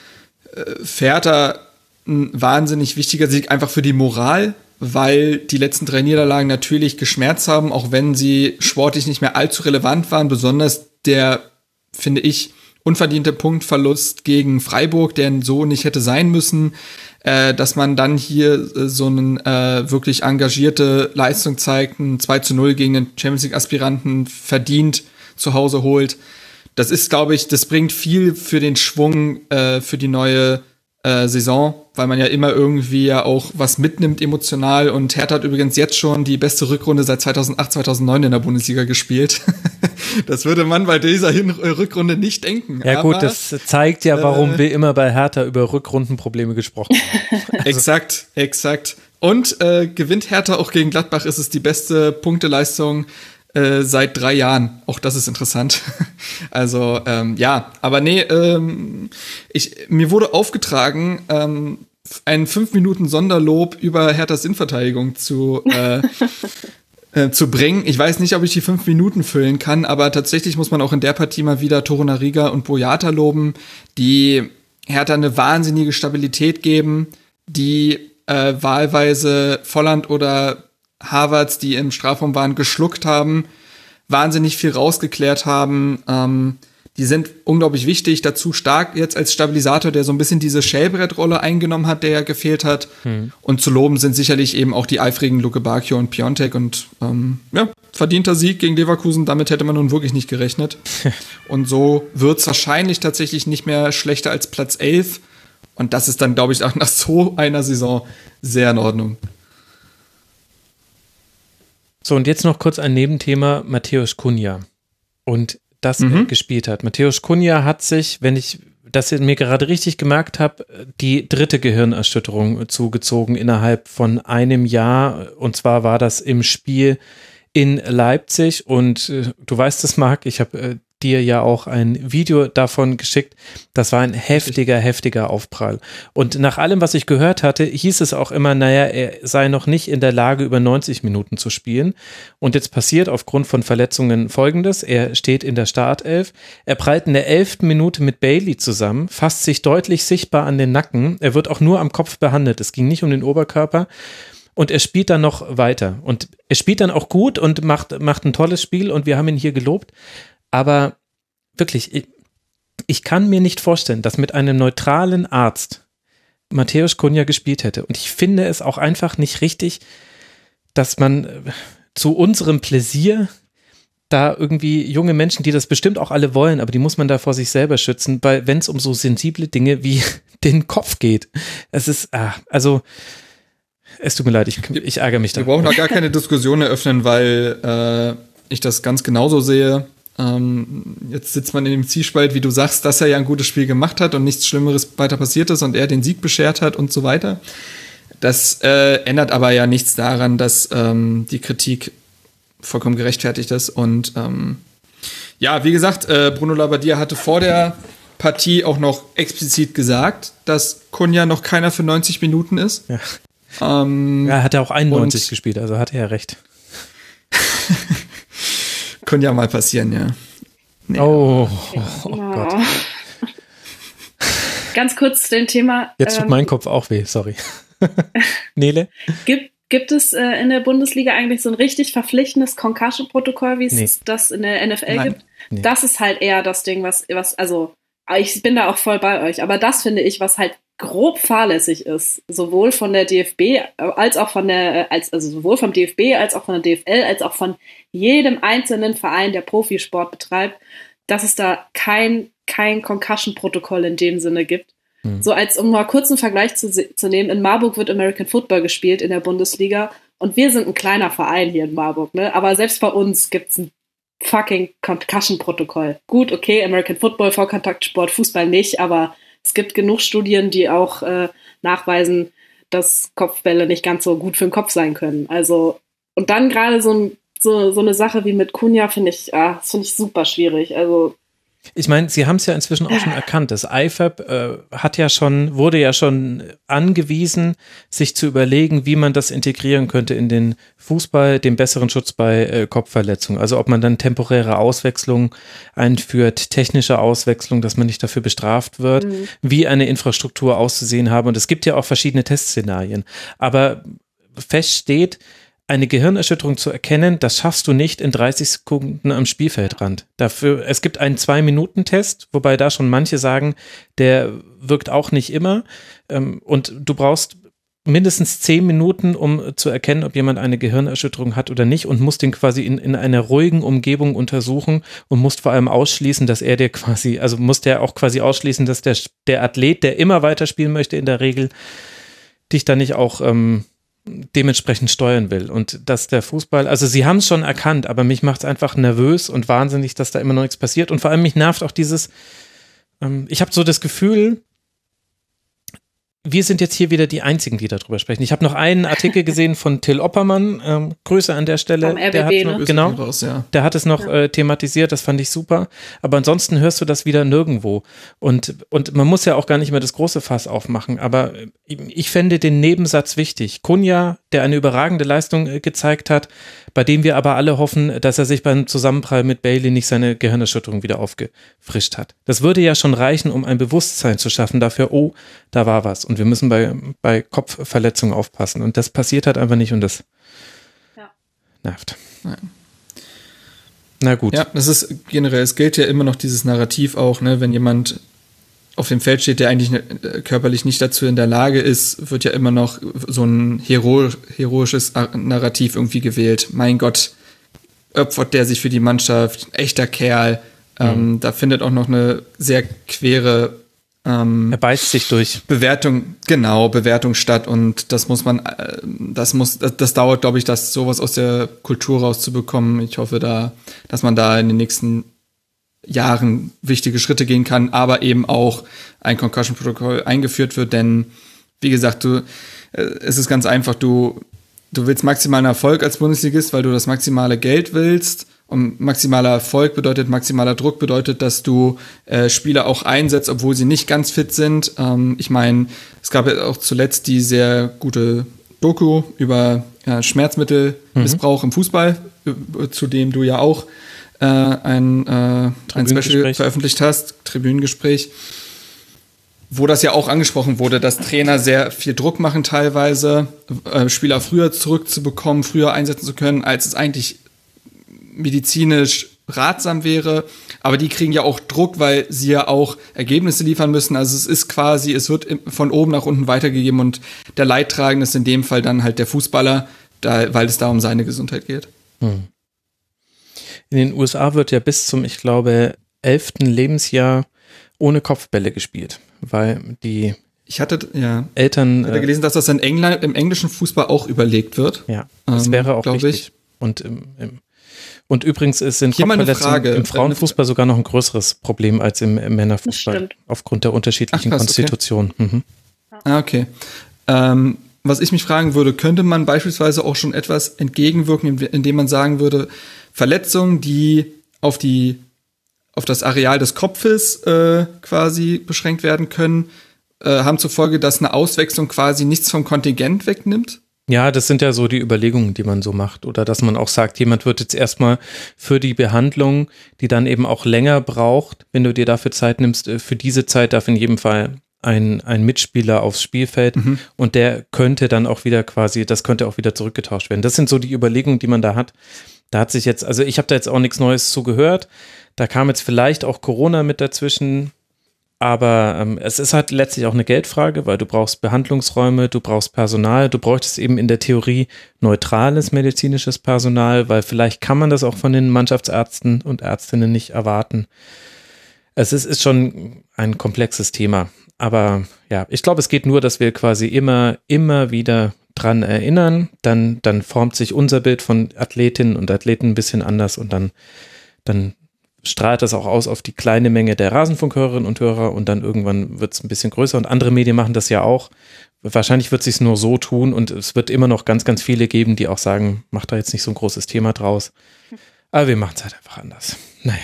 für Hertha ein wahnsinnig wichtiger Sieg einfach für die Moral, weil die letzten drei Niederlagen natürlich geschmerzt haben, auch wenn sie sportlich nicht mehr allzu relevant waren, besonders der, finde ich, unverdiente Punktverlust gegen Freiburg, der so nicht hätte sein müssen, äh, dass man dann hier äh, so eine äh, wirklich engagierte Leistung zeigt, ein zwei zu null gegen den Champions League-Aspiranten verdient zu Hause holt. Das ist, glaube ich, das bringt viel für den Schwung äh, für die neue äh, Saison, weil man ja immer irgendwie ja auch was mitnimmt emotional und Hertha hat übrigens jetzt schon die beste Rückrunde seit zweitausendacht, zweitausendneun in der Bundesliga gespielt. Das würde man bei dieser Hin- Rückrunde nicht denken. Ja aber, gut, das zeigt ja, warum äh, wir immer bei Hertha über Rückrundenprobleme gesprochen haben. Also, exakt, exakt. Und äh, gewinnt Hertha auch gegen Gladbach, ist es die beste Punkteleistung äh, seit drei Jahren. Auch das ist interessant. Also ähm, ja, aber nee, ähm, ich, mir wurde aufgetragen, ähm, ein fünf Minuten Sonderlob über Herthas Innenverteidigung zu äh, äh, zu bringen. Ich weiß nicht, ob ich die fünf Minuten füllen kann, aber tatsächlich muss man auch in der Partie mal wieder Torunariga und Boyata loben, die Hertha eine wahnsinnige Stabilität geben, die äh, wahlweise Volland oder Havertz, die im Strafraum waren, geschluckt haben, wahnsinnig viel rausgeklärt haben. Ähm, die sind unglaublich wichtig, dazu stark jetzt als Stabilisator, der so ein bisschen diese Schellbrettrolle eingenommen hat, der ja gefehlt hat. Hm. Und zu loben sind sicherlich eben auch die eifrigen Luke Bacchio und Piontek und ähm, ja, verdienter Sieg gegen Leverkusen, damit hätte man nun wirklich nicht gerechnet. Und so wird's wahrscheinlich tatsächlich nicht mehr schlechter als Platz elf. Und das ist dann, glaube ich, auch nach so einer Saison sehr in Ordnung. So, und jetzt noch kurz ein Nebenthema, Matthäus Cunha und das mhm. er gespielt hat. Matthäus Cunha hat sich, wenn ich das mir gerade richtig gemerkt habe, die dritte Gehirnerschütterung zugezogen innerhalb von einem Jahr und zwar war das im Spiel in Leipzig und äh, du weißt es, Marc, ich habe äh, dir ja auch ein Video davon geschickt. Das war ein heftiger, heftiger Aufprall. Und nach allem, was ich gehört hatte, hieß es auch immer, naja, er sei noch nicht in der Lage, über neunzig Minuten zu spielen. Und jetzt passiert aufgrund von Verletzungen Folgendes. Er steht in der Startelf. Er prallt in der elften Minute mit Bailey zusammen, fasst sich deutlich sichtbar an den Nacken. Er wird auch nur am Kopf behandelt. Es ging nicht um den Oberkörper. Und er spielt dann noch weiter. Und er spielt dann auch gut und macht, macht ein tolles Spiel. Und wir haben ihn hier gelobt. Aber wirklich, ich, ich kann mir nicht vorstellen, dass mit einem neutralen Arzt Matthäus Cunha gespielt hätte. Und ich finde es auch einfach nicht richtig, dass man zu unserem Pläsier da irgendwie junge Menschen, die das bestimmt auch alle wollen, aber die muss man da vor sich selber schützen, weil wenn es um so sensible Dinge wie den Kopf geht. Es ist, ah, also es tut mir leid, ich, ich ärgere mich da. Wir brauchen da gar keine Diskussion eröffnen, weil äh, ich das ganz genauso sehe. Ähm, jetzt sitzt man in dem Zwiespalt, wie du sagst, dass er ja ein gutes Spiel gemacht hat und nichts Schlimmeres weiter passiert ist und er den Sieg beschert hat und so weiter. Das äh, ändert aber ja nichts daran, dass ähm, die Kritik vollkommen gerechtfertigt ist. Und ähm, ja, wie gesagt, äh, Bruno Labbadia hatte vor der Partie auch noch explizit gesagt, dass Cunha noch keiner für neunzig Minuten ist. Ja, ähm, er hat ja auch einundneunzig gespielt, also hatte er recht. Könnte ja mal passieren, ja. Nee. Oh, oh, oh Ja. Gott. Ganz kurz den Thema. Jetzt tut ähm, mein Kopf auch weh, sorry. Nele? Gibt, gibt es äh, in der Bundesliga eigentlich so ein richtig verpflichtendes Concussion-Protokoll, wie es Nee. das in der N F L Nein. gibt? Nee. Das ist halt eher das Ding, was, was, also, ich bin da auch voll bei euch, aber das finde ich, was halt grob fahrlässig ist, sowohl von der D F B als auch von der, als, also sowohl vom D F B als auch von der D F L als auch von jedem einzelnen Verein, der Profisport betreibt, dass es da kein, kein Concussion-Protokoll in dem Sinne gibt. Hm. So als, um mal kurz einen Vergleich zu, zu nehmen, in Marburg wird American Football gespielt in der Bundesliga und wir sind ein kleiner Verein hier in Marburg, ne? Aber selbst bei uns gibt's ein fucking Concussion-Protokoll. Gut, okay, American Football, Vollkontaktsport, Fußball nicht, aber es gibt genug Studien, die auch äh, nachweisen, dass Kopfbälle nicht ganz so gut für den Kopf sein können. Also, und dann gerade so, ein, so, so eine Sache wie mit Cunha finde ich, ah, das finde ich super schwierig. Also, Ich meine, Sie haben es ja inzwischen auch schon erkannt. Das I F A B äh, hat ja schon, wurde ja schon angewiesen, sich zu überlegen, wie man das integrieren könnte in den Fußball, den besseren Schutz bei äh, Kopfverletzungen. Also ob man dann temporäre Auswechslung einführt, technische Auswechslung, dass man nicht dafür bestraft wird, mhm. wie eine Infrastruktur auszusehen habe. Und es gibt ja auch verschiedene Testszenarien. Aber fest steht, eine Gehirnerschütterung zu erkennen, das schaffst du nicht in dreißig Sekunden am Spielfeldrand. Dafür, es gibt einen Zwei-Minuten-Test, wobei da schon manche sagen, der wirkt auch nicht immer. Und du brauchst mindestens zehn Minuten, um zu erkennen, ob jemand eine Gehirnerschütterung hat oder nicht, und musst den quasi in, in einer ruhigen Umgebung untersuchen und musst vor allem ausschließen, dass er dir quasi, also musst der auch quasi ausschließen, dass der, der Athlet, der immer weiterspielen möchte in der Regel, dich da nicht auch ähm, dementsprechend steuern will. Und dass der Fußball, also sie haben es schon erkannt, aber mich macht es einfach nervös und wahnsinnig, dass da immer noch nichts passiert. Und vor allem mich nervt auch dieses, ähm, ich habe so das Gefühl, wir sind jetzt hier wieder die Einzigen, die darüber sprechen. Ich habe noch einen Artikel gesehen von Till Oppermann, ähm, Grüße an der Stelle. Vom R B B, der hat noch, ne? Genau, raus, ja. der hat es noch Ja. äh, thematisiert, das fand ich super. Aber ansonsten hörst du das wieder nirgendwo. Und, und man muss ja auch gar nicht mehr das große Fass aufmachen, aber ich fände den Nebensatz wichtig. Cunha, der eine überragende Leistung äh, gezeigt hat, bei dem wir aber alle hoffen, dass er sich beim Zusammenprall mit Bailey nicht seine Gehirnerschütterung wieder aufgefrischt hat. Das würde ja schon reichen, um ein Bewusstsein zu schaffen dafür, oh, da war was. Und wir müssen bei, bei Kopfverletzungen aufpassen. Und das passiert halt einfach nicht und das Ja. nervt. Nein. Na gut. Ja, das ist generell, es gilt ja immer noch dieses Narrativ auch, ne, wenn jemand auf dem Feld steht, der eigentlich ne, körperlich nicht dazu in der Lage ist, wird ja immer noch so ein hero, heroisches Narrativ irgendwie gewählt. Mein Gott, opfert der sich für die Mannschaft, echter Kerl. Mhm. Ähm, da findet auch noch eine sehr quere ähm, er beißt sich durch. Bewertung, genau, Bewertung statt, und das muss man, äh, das muss, das, das dauert, glaube ich, das sowas aus der Kultur rauszubekommen. Ich hoffe da, dass man da in den nächsten Jahren wichtige Schritte gehen kann, aber eben auch ein Concussion-Protokoll eingeführt wird, denn wie gesagt, du, äh, es ist ganz einfach, du, du willst maximalen Erfolg als Bundesligist, weil du das maximale Geld willst, und maximaler Erfolg bedeutet, maximaler Druck bedeutet, dass du äh, Spieler auch einsetzt, obwohl sie nicht ganz fit sind. Ähm, ich meine, es gab ja auch zuletzt die sehr gute Doku über ja, Schmerzmittelmissbrauch mhm. im Fußball, zu dem du ja auch äh, ein, äh, ein Special veröffentlicht hast, Tribünengespräch, wo das ja auch angesprochen wurde, dass Trainer sehr viel Druck machen teilweise, äh, Spieler früher zurückzubekommen, früher einsetzen zu können, als es eigentlich medizinisch ratsam wäre, aber die kriegen ja auch Druck, weil sie ja auch Ergebnisse liefern müssen. Also es ist quasi, es wird von oben nach unten weitergegeben, und der Leidtragende ist in dem Fall dann halt der Fußballer, da, weil es da um seine Gesundheit geht. Hm. In den U S A wird ja bis zum, ich glaube, elften Lebensjahr ohne Kopfbälle gespielt, weil die Ich hatte, ja, Eltern ich hatte gelesen, dass das in England, im englischen Fußball auch überlegt wird. Ja, das ähm, wäre auch wichtig. Ich. Und im, im Und übrigens ist in Kopfverletzungen im Frauenfußball sogar noch ein größeres Problem als im, im Männerfußball. Aufgrund der unterschiedlichen Ach, krass, Konstitution. Okay. Mhm. Ah, okay. Ähm, was ich mich fragen würde, könnte man beispielsweise auch schon etwas entgegenwirken, indem man sagen würde, Verletzungen, die auf die auf das Areal des Kopfes äh, quasi beschränkt werden können, äh, haben zur Folge, dass eine Auswechslung quasi nichts vom Kontingent wegnimmt? Ja, das sind ja so die Überlegungen, die man so macht. Oder dass man auch sagt, jemand wird jetzt erstmal für die Behandlung, die dann eben auch länger braucht, wenn du dir dafür Zeit nimmst, für diese Zeit darf in jedem Fall ein, ein Mitspieler aufs Spielfeld mhm. und der könnte dann auch wieder quasi, das könnte auch wieder zurückgetauscht werden. Das sind so die Überlegungen, die man da hat. Da hat sich jetzt, also ich habe da jetzt auch nichts Neues zu gehört. Da kam jetzt vielleicht auch Corona mit dazwischen. Aber ähm, es ist halt letztlich auch eine Geldfrage, weil du brauchst Behandlungsräume, du brauchst Personal, du bräuchtest eben in der Theorie neutrales medizinisches Personal, weil vielleicht kann man das auch von den Mannschaftsärzten und Ärztinnen nicht erwarten. Es ist, ist schon ein komplexes Thema. Aber ja, ich glaube, es geht nur, dass wir quasi immer, immer wieder dran erinnern. Dann, dann formt sich unser Bild von Athletinnen und Athleten ein bisschen anders und dann, dann strahlt das auch aus auf die kleine Menge der Rasenfunkhörerinnen und Hörer und dann irgendwann wird es ein bisschen größer und andere Medien machen das ja auch. Wahrscheinlich wird es sich nur so tun und es wird immer noch ganz, ganz viele geben, die auch sagen, macht da jetzt nicht so ein großes Thema draus. Aber wir machen es halt einfach anders. Naja.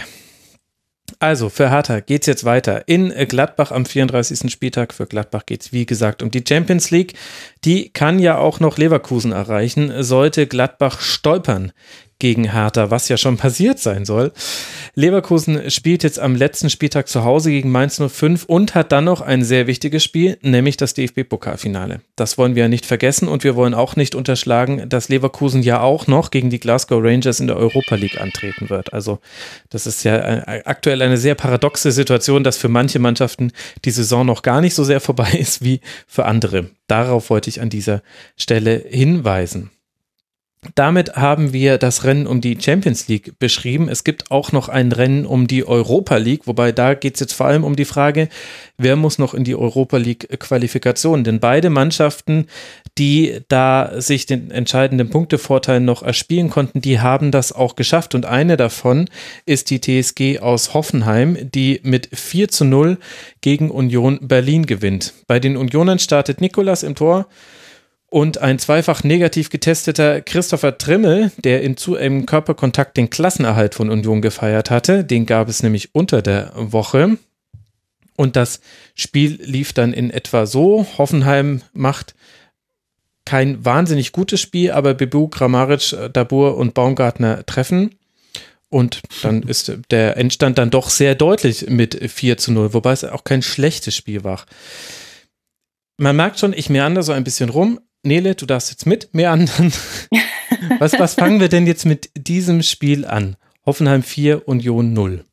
Also, für Hertha geht's jetzt weiter in Gladbach am vierunddreißigsten Spieltag. Für Gladbach geht's wie gesagt, um die Champions League. Die kann ja auch noch Leverkusen erreichen, sollte Gladbach stolpern gegen Hertha, was ja schon passiert sein soll. Leverkusen spielt jetzt am letzten Spieltag zu Hause gegen Mainz null fünf und hat dann noch ein sehr wichtiges Spiel, nämlich das D F B-Pokalfinale. Das wollen wir ja nicht vergessen und wir wollen auch nicht unterschlagen, dass Leverkusen ja auch noch gegen die Glasgow Rangers in der Europa League antreten wird. Also das ist ja aktuell eine sehr paradoxe Situation, dass für manche Mannschaften die Saison noch gar nicht so sehr vorbei ist wie für andere. Darauf wollte ich an dieser Stelle hinweisen. Damit haben wir das Rennen um die Champions League beschrieben. Es gibt auch noch ein Rennen um die Europa League, wobei da geht es jetzt vor allem um die Frage, wer muss noch in die Europa League Qualifikation? Denn beide Mannschaften, die da sich den entscheidenden Punktevorteil noch erspielen konnten, die haben das auch geschafft. Und eine davon ist die T S G aus Hoffenheim, die mit vier zu null gegen Union Berlin gewinnt. Bei den Unionern startet Nicolas im Tor. Und ein zweifach negativ getesteter Christopher Trimmel, der in zu engem Körperkontakt den Klassenerhalt von Union gefeiert hatte, den gab es nämlich unter der Woche. Und das Spiel lief dann in etwa so. Hoffenheim macht kein wahnsinnig gutes Spiel, aber Bebu, Kramaric, Dabur und Baumgartner treffen. Und dann ist der Endstand dann doch sehr deutlich mit vier zu null, wobei es auch kein schlechtes Spiel war. Man merkt schon, ich meander so ein bisschen rum. Nele, du darfst jetzt mit mehr anderen. Was, was fangen wir denn jetzt mit diesem Spiel an? Hoffenheim vier, Union null.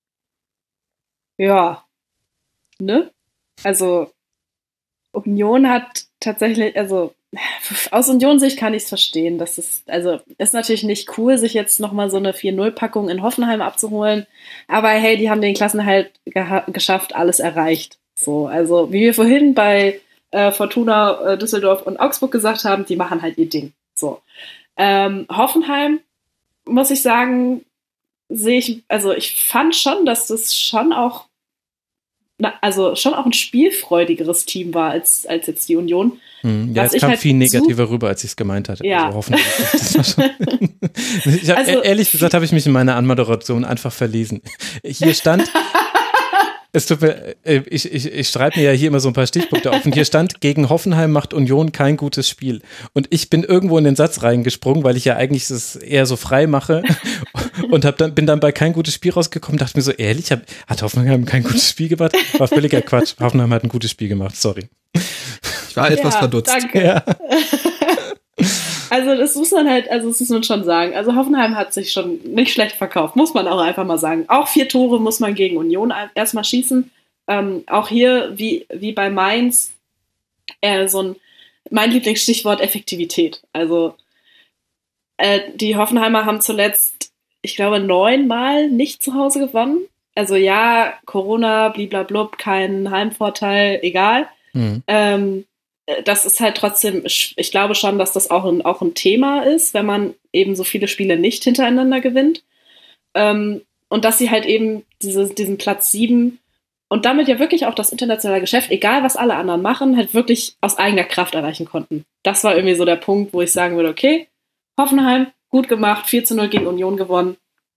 Ja, ne? Also Union hat tatsächlich, also aus Union-Sicht kann ich es verstehen. Das ist, also ist natürlich nicht cool, sich jetzt nochmal so eine vier null Packung in Hoffenheim abzuholen. Aber hey, die haben den Klassenerhalt geha- geschafft, alles erreicht. So, also wie wir vorhin bei Äh, Fortuna, äh, Düsseldorf und Augsburg gesagt haben, die machen halt ihr Ding. So. Ähm, Hoffenheim, muss ich sagen, sehe ich, also ich fand schon, dass das schon auch, na, also schon auch ein spielfreudigeres Team war als, als jetzt die Union. Hm, ja, es kam halt viel negativer rüber, als ich es gemeint hatte. Ja. Also Hoffenheim. ich hab, also, ehrlich gesagt habe ich mich in meiner Anmoderation einfach verlesen. Hier stand Es tut mir, ich, ich, ich schreibe mir ja hier immer so ein paar Stichpunkte auf und hier stand, gegen Hoffenheim macht Union kein gutes Spiel. Und ich bin irgendwo in den Satz reingesprungen, weil ich ja eigentlich das eher so frei mache und hab dann, bin dann bei kein gutes Spiel rausgekommen, dachte mir so, ehrlich, hab, hat Hoffenheim kein gutes Spiel gemacht? War völliger Quatsch. Hoffenheim hat ein gutes Spiel gemacht, sorry. Ich war etwas ja, verdutzt. Danke. Ja. Also das muss man halt, also das muss man schon sagen. Also Hoffenheim hat sich schon nicht schlecht verkauft, muss man auch einfach mal sagen. Auch vier Tore muss man gegen Union erstmal schießen. Ähm, auch hier, wie, wie bei Mainz, äh, so ein, mein Lieblingsstichwort Effektivität. Also äh, die Hoffenheimer haben zuletzt, ich glaube, neunmal nicht zu Hause gewonnen. Also ja, Corona, bliblablub, kein Heimvorteil, egal. Mhm. Ähm, das ist halt trotzdem, ich glaube schon, dass das auch ein, auch ein Thema ist, wenn man eben so viele Spiele nicht hintereinander gewinnt. Ähm, und dass sie halt eben diese, diesen Platz sieben und damit ja wirklich auch das internationale Geschäft, egal was alle anderen machen, halt wirklich aus eigener Kraft erreichen konnten. Das war irgendwie so der Punkt, wo ich sagen würde, okay, Hoffenheim, gut gemacht, vier zu null gegen Union gewonnen.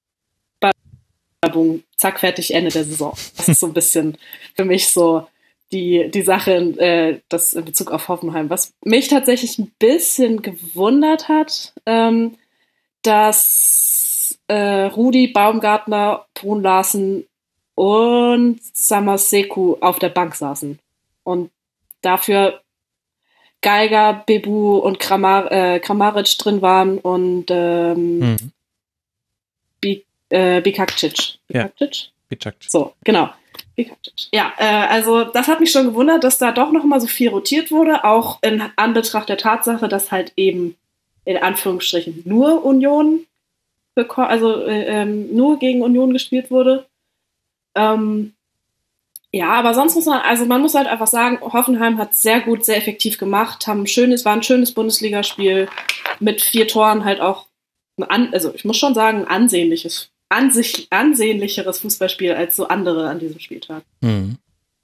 Boom, zack, fertig, Ende der Saison. Das ist so ein bisschen für mich so die, die Sache, äh, das in Bezug auf Hoffenheim. Was mich tatsächlich ein bisschen gewundert hat, ähm, dass äh, Rudi, Baumgartner, Brun Larsen und Samaseku auf der Bank saßen. Und dafür Geiger, Bebu und Kramar, äh, Kramaric drin waren und ähm, mhm. Bi, äh, Bikakcic. Bikakcic? Ja. So, genau. Bikakcic. Ja, äh, also das hat mich schon gewundert, dass da doch noch mal so viel rotiert wurde, auch in Anbetracht der Tatsache, dass halt eben in Anführungsstrichen nur Union, beko- also äh, ähm, nur gegen Union gespielt wurde. Ähm, ja, aber sonst muss man, also man muss halt einfach sagen, Hoffenheim hat sehr gut, sehr effektiv gemacht, haben ein schönes, war ein schönes Bundesligaspiel mit vier Toren halt auch, ein an, also ich muss schon sagen, ein ansehnliches, ansich, ansehnlicheres Fußballspiel als so andere an diesem Spieltag. Hm.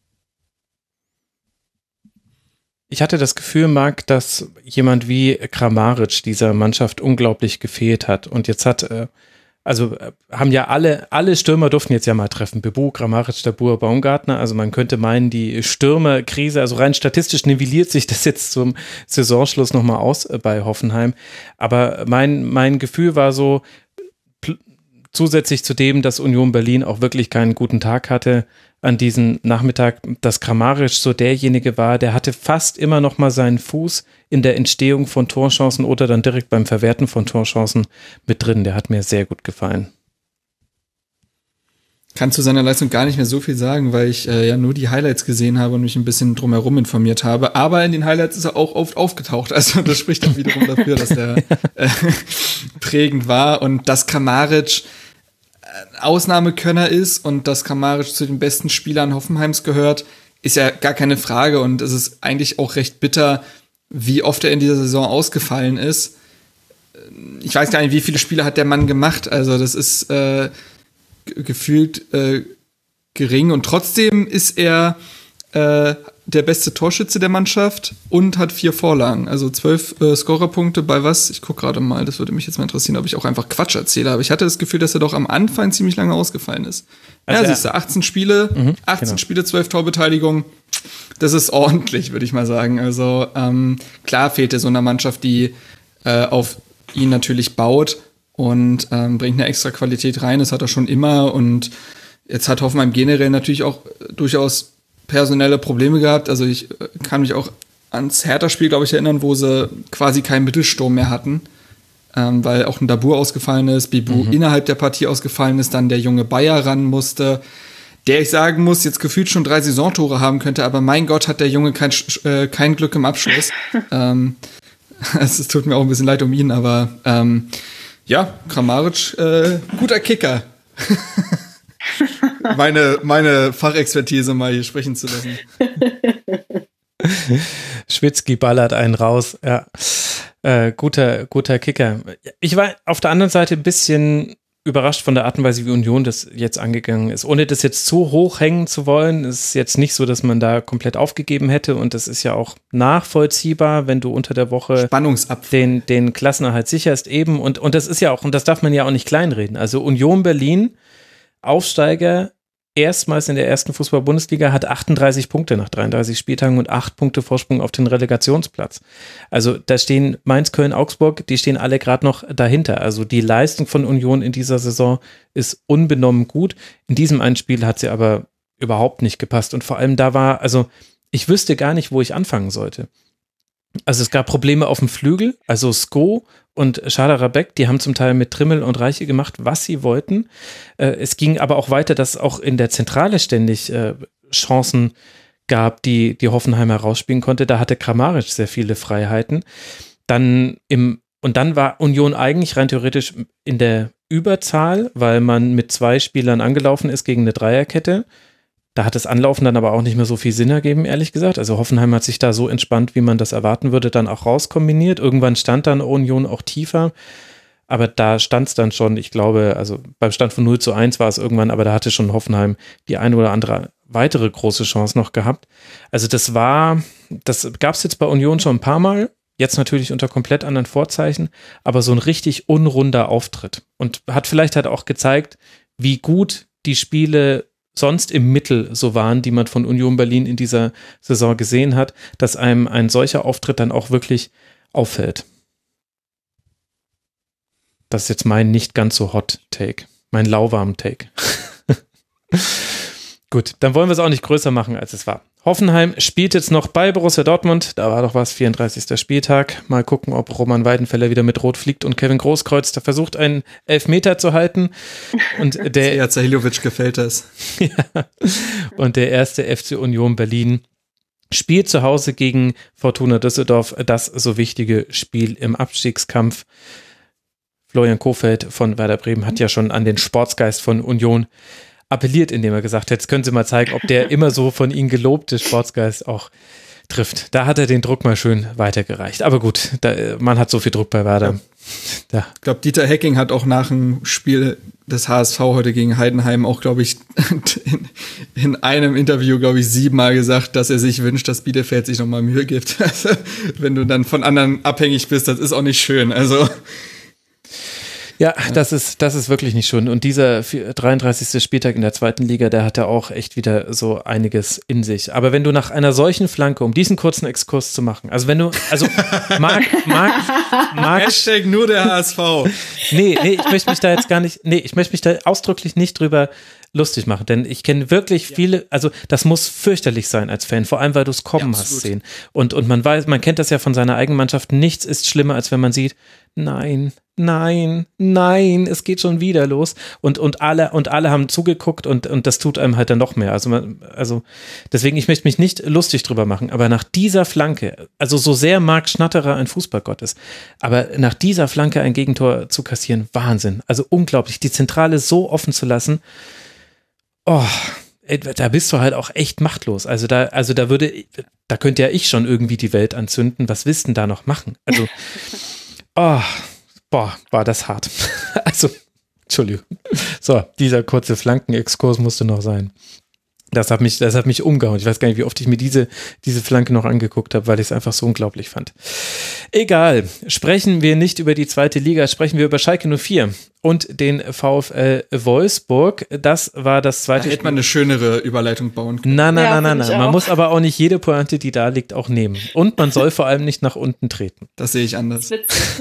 Ich hatte das Gefühl, Marc, dass jemand wie Kramaric dieser Mannschaft unglaublich gefehlt hat und jetzt hat äh, Also haben ja alle, alle Stürmer durften jetzt ja mal treffen. Bebu, Kramaric, Dabur, Baumgartner. Also man könnte meinen, die Stürmerkrise, also rein statistisch nivelliert sich das jetzt zum Saisonschluss nochmal aus bei Hoffenheim. Aber mein, mein Gefühl war so, pl- zusätzlich zu dem, dass Union Berlin auch wirklich keinen guten Tag hatte an diesem Nachmittag, dass Kramaric so derjenige war, der hatte fast immer noch mal seinen Fuß in der Entstehung von Torchancen oder dann direkt beim Verwerten von Torchancen mit drin. Der hat mir sehr gut gefallen. Kann zu seiner Leistung gar nicht mehr so viel sagen, weil ich äh, ja nur die Highlights gesehen habe und mich ein bisschen drumherum informiert habe. Aber in den Highlights ist er auch oft aufgetaucht. Also das spricht dann wiederum dafür, dass der äh, prägend war und dass Kramaric Ausnahmekönner ist und dass Kramaric zu den besten Spielern Hoffenheims gehört, ist ja gar keine Frage und es ist eigentlich auch recht bitter, wie oft er in dieser Saison ausgefallen ist. Ich weiß gar nicht, wie viele Spiele hat der Mann gemacht, also das ist äh, g- gefühlt äh, gering und trotzdem ist er äh, der beste Torschütze der Mannschaft und hat vier Vorlagen, also zwölf äh, Scorerpunkte bei was? Ich gucke gerade mal, das würde mich jetzt mal interessieren, ob ich auch einfach Quatsch erzähle, aber ich hatte das Gefühl, dass er doch am Anfang ziemlich lange ausgefallen ist. Also ja, siehst du, achtzehn Spiele, mhm, achtzehn genau. Spiele, zwölf Torbeteiligung, das ist ordentlich, würde ich mal sagen. Also ähm, klar fehlt so einer Mannschaft, die äh, auf ihn natürlich baut und ähm, bringt eine extra Qualität rein, das hat er schon immer und jetzt hat Hoffenheim generell natürlich auch durchaus personelle Probleme gehabt. Also ich kann mich auch ans Hertha-Spiel, glaube ich, erinnern, wo sie quasi keinen Mittelsturm mehr hatten, ähm, weil auch ein Dabur ausgefallen ist, Bibu mhm. innerhalb der Partie ausgefallen ist, dann der junge Bayer ran musste, der ich sagen muss, jetzt gefühlt schon drei Saisontore haben könnte, aber mein Gott, hat der Junge kein, äh, kein Glück im Abschluss. ähm, es tut mir auch ein bisschen leid um ihn, aber ähm, ja, Kramaric, äh, guter Kicker. meine, meine Fachexpertise mal hier sprechen zu lassen. Schwitzky ballert einen raus, ja. Äh, guter, guter Kicker. Ich war auf der anderen Seite ein bisschen überrascht von der Art und Weise, wie Union das jetzt angegangen ist. Ohne das jetzt zu hoch hängen zu wollen, ist es jetzt nicht so, dass man da komplett aufgegeben hätte und das ist ja auch nachvollziehbar, wenn du unter der Woche den, den Klassenerhalt sicherst eben und, und das ist ja auch, und das darf man ja auch nicht kleinreden. Also Union Berlin, Aufsteiger, erstmals in der ersten Fußball-Bundesliga, hat achtunddreißig Punkte nach dreiunddreißig Spieltagen und acht Punkte Vorsprung auf den Relegationsplatz. Also da stehen Mainz, Köln, Augsburg, die stehen alle gerade noch dahinter. Also die Leistung von Union in dieser Saison ist unbenommen gut. In diesem einen Spiel hat sie aber überhaupt nicht gepasst und vor allem da war, also ich wüsste gar nicht, wo ich anfangen sollte. Also es gab Probleme auf dem Flügel, also Sko und Schaderabek, die haben zum Teil mit Trimmel und Reiche gemacht, was sie wollten. Äh, es ging aber auch weiter, dass auch in der Zentrale ständig äh, Chancen gab, die die Hoffenheim herausspielen konnte. Da hatte Kramaric sehr viele Freiheiten. Dann im, und dann war Union eigentlich rein theoretisch in der Überzahl, weil man mit zwei Spielern angelaufen ist gegen eine Dreierkette. Da hat das Anlaufen dann aber auch nicht mehr so viel Sinn ergeben, ehrlich gesagt. Also Hoffenheim hat sich da so entspannt, wie man das erwarten würde, dann auch rauskombiniert. Irgendwann stand dann Union auch tiefer. Aber da stand es dann schon, ich glaube, also beim Stand von null zu eins war es irgendwann, aber da hatte schon Hoffenheim die eine oder andere weitere große Chance noch gehabt. Also das war, das gab es jetzt bei Union schon ein paar Mal, jetzt natürlich unter komplett anderen Vorzeichen, aber so ein richtig unrunder Auftritt. Und hat vielleicht halt auch gezeigt, wie gut die Spiele sonst im Mittel so waren, die man von Union Berlin in dieser Saison gesehen hat, dass einem ein solcher Auftritt dann auch wirklich auffällt. Das ist jetzt mein nicht ganz so hot Take, mein lauwarm Take. Gut, dann wollen wir es auch nicht größer machen, als es war. Hoffenheim spielt jetzt noch bei Borussia Dortmund, da war doch was, vierunddreißigster Spieltag. Mal gucken, ob Roman Weidenfeller wieder mit Rot fliegt und Kevin Großkreuz da versucht, einen Elfmeter zu halten. Und der ja, Zahilovic gefällt das. Ja, und der erste F C Union Berlin spielt zu Hause gegen Fortuna Düsseldorf, das so wichtige Spiel im Abstiegskampf. Florian Kohfeldt von Werder Bremen hat ja schon an den Sportsgeist von Union appelliert, indem er gesagt hat, jetzt können Sie mal zeigen, ob der immer so von Ihnen gelobte Sportsgeist auch trifft. Da hat er den Druck mal schön weitergereicht. Aber gut, da, man hat so viel Druck bei Werder. Ja. Ich glaube, Dieter Hecking hat auch nach dem Spiel des H S V heute gegen Heidenheim auch, glaube ich, in, in einem Interview, glaube ich, siebenmal gesagt, dass er sich wünscht, dass Bielefeld sich nochmal Mühe gibt. Also, wenn du dann von anderen abhängig bist, das ist auch nicht schön. Also Ja, das ist, das ist wirklich nicht schön. Und dieser dreiunddreißigste Spieltag in der zweiten Liga, der hat ja auch echt wieder so einiges in sich. Aber wenn du nach einer solchen Flanke, um diesen kurzen Exkurs zu machen, also wenn du, also Marc, Marc, Marc. Hashtag nur der H S V. Nee, nee, ich möchte mich da jetzt gar nicht, nee, ich möchte mich da ausdrücklich nicht drüber lustig machen, denn ich kenne wirklich viele, also das muss fürchterlich sein als Fan, vor allem, weil du es kommen ja, hast sehen. Und, und man weiß, man kennt das ja von seiner eigenen Mannschaft, nichts ist schlimmer, als wenn man sieht, nein, nein, nein, es geht schon wieder los. Und, und alle, und alle haben zugeguckt und, und das tut einem halt dann noch mehr. Also, man, also, deswegen, ich möchte mich nicht lustig drüber machen, aber nach dieser Flanke, also so sehr Marc Schnatterer ein Fußballgott ist, aber nach dieser Flanke ein Gegentor zu kassieren, Wahnsinn. Also unglaublich, die Zentrale so offen zu lassen, oh, da bist du halt auch echt machtlos. Also da, also da würde, da könnte ja ich schon irgendwie die Welt anzünden. Was willst du denn da noch machen? Also, oh, boah, war das hart. Also, Entschuldigung. So, dieser kurze Flankenexkurs musste noch sein. Das hat mich, das hat mich umgehauen. Ich weiß gar nicht, wie oft ich mir diese, diese Flanke noch angeguckt habe, weil ich es einfach so unglaublich fand. Egal. Sprechen wir nicht über die zweite Liga, sprechen wir über Schalke null vier und den VfL Wolfsburg. Das war das zweite Da hätte man eine schönere Überleitung bauen können. Nein, nein, Ja, nein, nein, find ich nein. Man auch. muss aber auch nicht jede Pointe, die da liegt, auch nehmen. Und man soll vor allem nicht nach unten treten. Das sehe ich anders.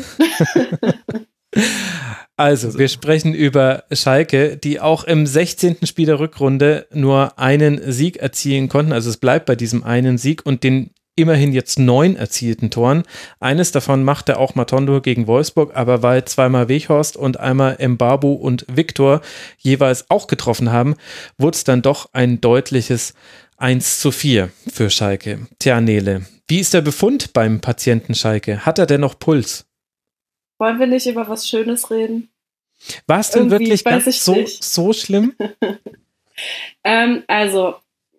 Also, wir sprechen über Schalke, die auch im sechzehnten Spiel der Rückrunde nur einen Sieg erzielen konnten. Also es bleibt bei diesem einen Sieg und den immerhin jetzt neun erzielten Toren. Eines davon machte auch Matondo gegen Wolfsburg, aber weil zweimal Weghorst und einmal Mbabu und Viktor jeweils auch getroffen haben, wurde es dann doch ein deutliches eins zu vier für Schalke. Tja, Nele, wie ist der Befund beim Patienten Schalke? Hat er denn noch Puls? Wollen wir nicht über was Schönes reden? War es denn Irgendwie, wirklich weiß ganz ich so, nicht. so schlimm? ähm, also,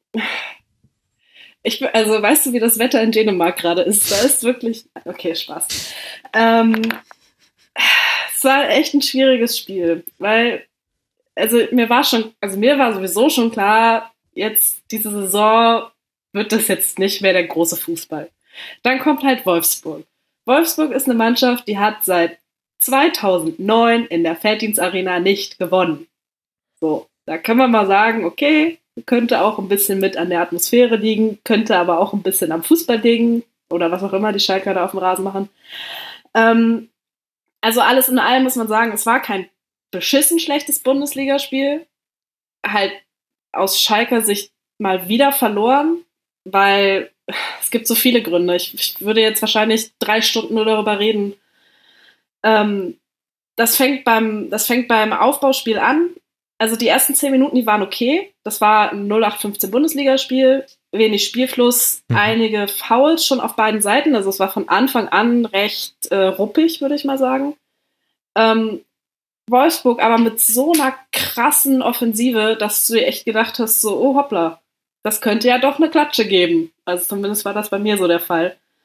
ich, also, weißt du, wie das Wetter in Dänemark gerade ist? Da ist wirklich, okay, Spaß. Ähm, es war echt ein schwieriges Spiel, weil, also mir war schon, also mir war sowieso schon klar, jetzt diese Saison wird das jetzt nicht mehr der große Fußball. Dann kommt halt Wolfsburg. Wolfsburg ist eine Mannschaft, die hat seit zweitausendneun in der Felddienst-Arena nicht gewonnen. So, da kann man mal sagen, okay, könnte auch ein bisschen mit an der Atmosphäre liegen, könnte aber auch ein bisschen am Fußball liegen oder was auch immer die Schalker da auf dem Rasen machen. Ähm, also alles in allem muss man sagen, es war kein beschissen schlechtes Bundesligaspiel. Halt aus Schalker Sicht mal wieder verloren, weil es gibt so viele Gründe. Ich, ich würde jetzt wahrscheinlich drei Stunden nur darüber reden. Ähm, das fängt beim, das fängt beim Aufbauspiel an. Also die ersten zehn Minuten, die waren okay. Das war ein null acht fünfzehn Bundesligaspiel. Wenig Spielfluss, mhm. einige Fouls schon auf beiden Seiten. Also es war von Anfang an recht äh, ruppig, würde ich mal sagen. Ähm, Wolfsburg aber mit so einer krassen Offensive, dass du dir echt gedacht hast, so, oh hoppla, das könnte ja doch eine Klatsche geben. Also zumindest war das bei mir so der Fall.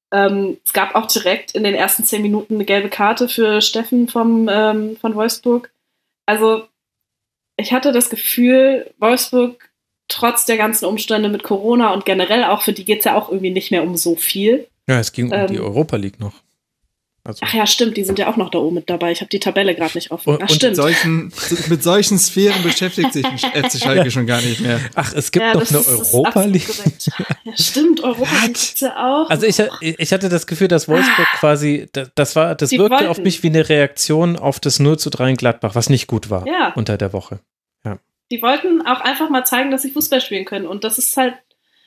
Ähm, es gab auch direkt in den ersten zehn Minuten eine gelbe Karte für Steffen vom, ähm, von Wolfsburg. Also ich hatte das Gefühl, Wolfsburg trotz der ganzen Umstände mit Corona und generell auch, für die geht es ja auch irgendwie nicht mehr um so viel. Ja, es ging um ähm, die Europa League noch. Also. Ach ja, stimmt, die sind ja auch noch da oben mit dabei. Ich habe die Tabelle gerade nicht offen. Und, Ach, und stimmt. Solchen, mit solchen Sphären beschäftigt sich F C Schalke ja. schon gar nicht mehr. Ach, es gibt ja, doch eine Europa League. Ja, stimmt, Europa League gibt's ja auch. Also ich, ich hatte das Gefühl, dass Wolfsburg quasi, das war, das die wirkte wollten. auf mich wie eine Reaktion auf das null zu drei in Gladbach, was nicht gut war ja. unter der Woche. Ja. Die wollten auch einfach mal zeigen, dass sie Fußball spielen können. Und das ist halt,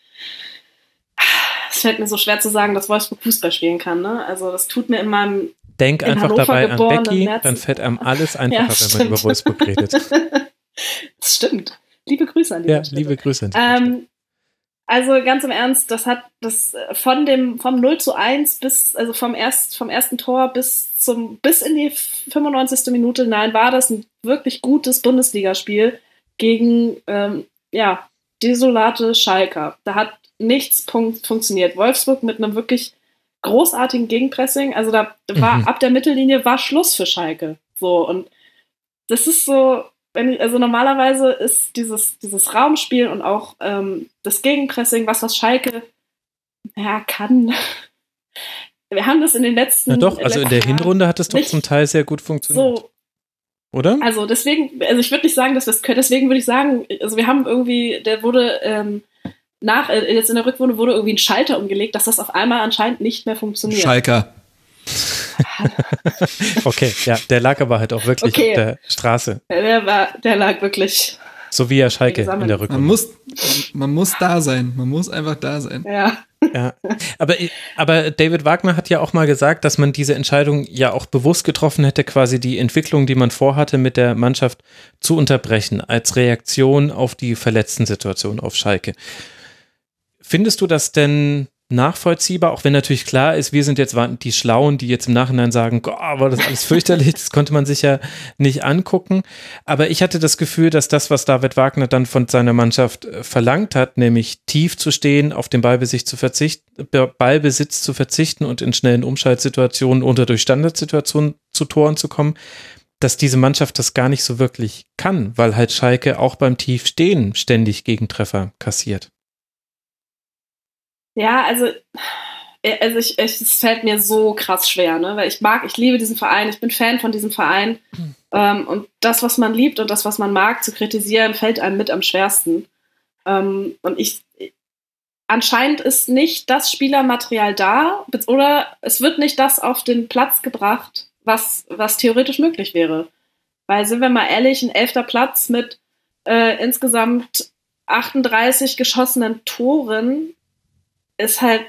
es fällt mir so schwer zu sagen, dass Wolfsburg Fußball spielen kann. Ne? Also das tut mir in meinem Denk in einfach Hannover dabei an Becky, Herzen. dann fällt einem alles einfacher, ja, wenn man über Wolfsburg redet. Das stimmt. Liebe Grüße an die Ja, liebe Grüße an die ähm, Also ganz im Ernst, das hat das von dem vom null zu eins bis, also vom erst vom ersten Tor bis zum bis in die fünfundneunzigste Minute, nein, war das ein wirklich gutes Bundesligaspiel gegen ähm, ja, desolate Schalker. Da hat nichts punkt funktioniert. Wolfsburg mit einem wirklich großartigen Gegenpressing, also da war mhm. ab der Mittellinie war Schluss für Schalke. So, und das ist so, wenn ich, also normalerweise ist dieses, dieses Raumspiel und auch ähm, das Gegenpressing, was das Schalke ja, kann. Wir haben das in den letzten Na doch, also in der Hinrunde hat es doch zum Teil sehr gut funktioniert. So, oder? Also deswegen, also ich würde nicht sagen, dass wir es können, deswegen würde ich sagen, also wir haben irgendwie, der wurde ähm, nach, äh, jetzt in der Rückrunde wurde irgendwie ein Schalter umgelegt, dass das auf einmal anscheinend nicht mehr funktioniert. Schalker. Okay, ja, der lag aber halt auch wirklich okay. auf der Straße. Der war, der lag wirklich. So wie ja Schalke in der Rückrunde. Man muss, man muss da sein. Man muss einfach da sein. Ja. Ja, aber, aber David Wagner hat ja auch mal gesagt, dass man diese Entscheidung ja auch bewusst getroffen hätte, quasi die Entwicklung, die man vorhatte, mit der Mannschaft zu unterbrechen, als Reaktion auf die verletzten Situation auf Schalke. Findest du das denn nachvollziehbar, auch wenn natürlich klar ist, wir sind jetzt die Schlauen, die jetzt im Nachhinein sagen, oh, war das alles fürchterlich, das konnte man sich ja nicht angucken, aber ich hatte das Gefühl, dass das, was David Wagner dann von seiner Mannschaft verlangt hat, nämlich tief zu stehen, auf den Ballbesitz zu verzichten, Ballbesitz zu verzichten und in schnellen Umschaltsituationen oder durch Standardsituationen zu Toren zu kommen, dass diese Mannschaft das gar nicht so wirklich kann, weil halt Schalke auch beim Tiefstehen ständig Gegentreffer kassiert. Ja, also, also ich, ich, es fällt mir so krass schwer, ne? Weil ich mag, ich liebe diesen Verein, ich bin Fan von diesem Verein. Mhm. Ähm, und das, was man liebt und das, was man mag, zu kritisieren, fällt einem mit am schwersten. Ähm, und ich, anscheinend ist nicht das Spielermaterial da, oder es wird nicht das auf den Platz gebracht, was, was theoretisch möglich wäre. Weil, sind wir mal ehrlich, ein elfter Platz mit äh, insgesamt achtunddreißig geschossenen Toren ist halt,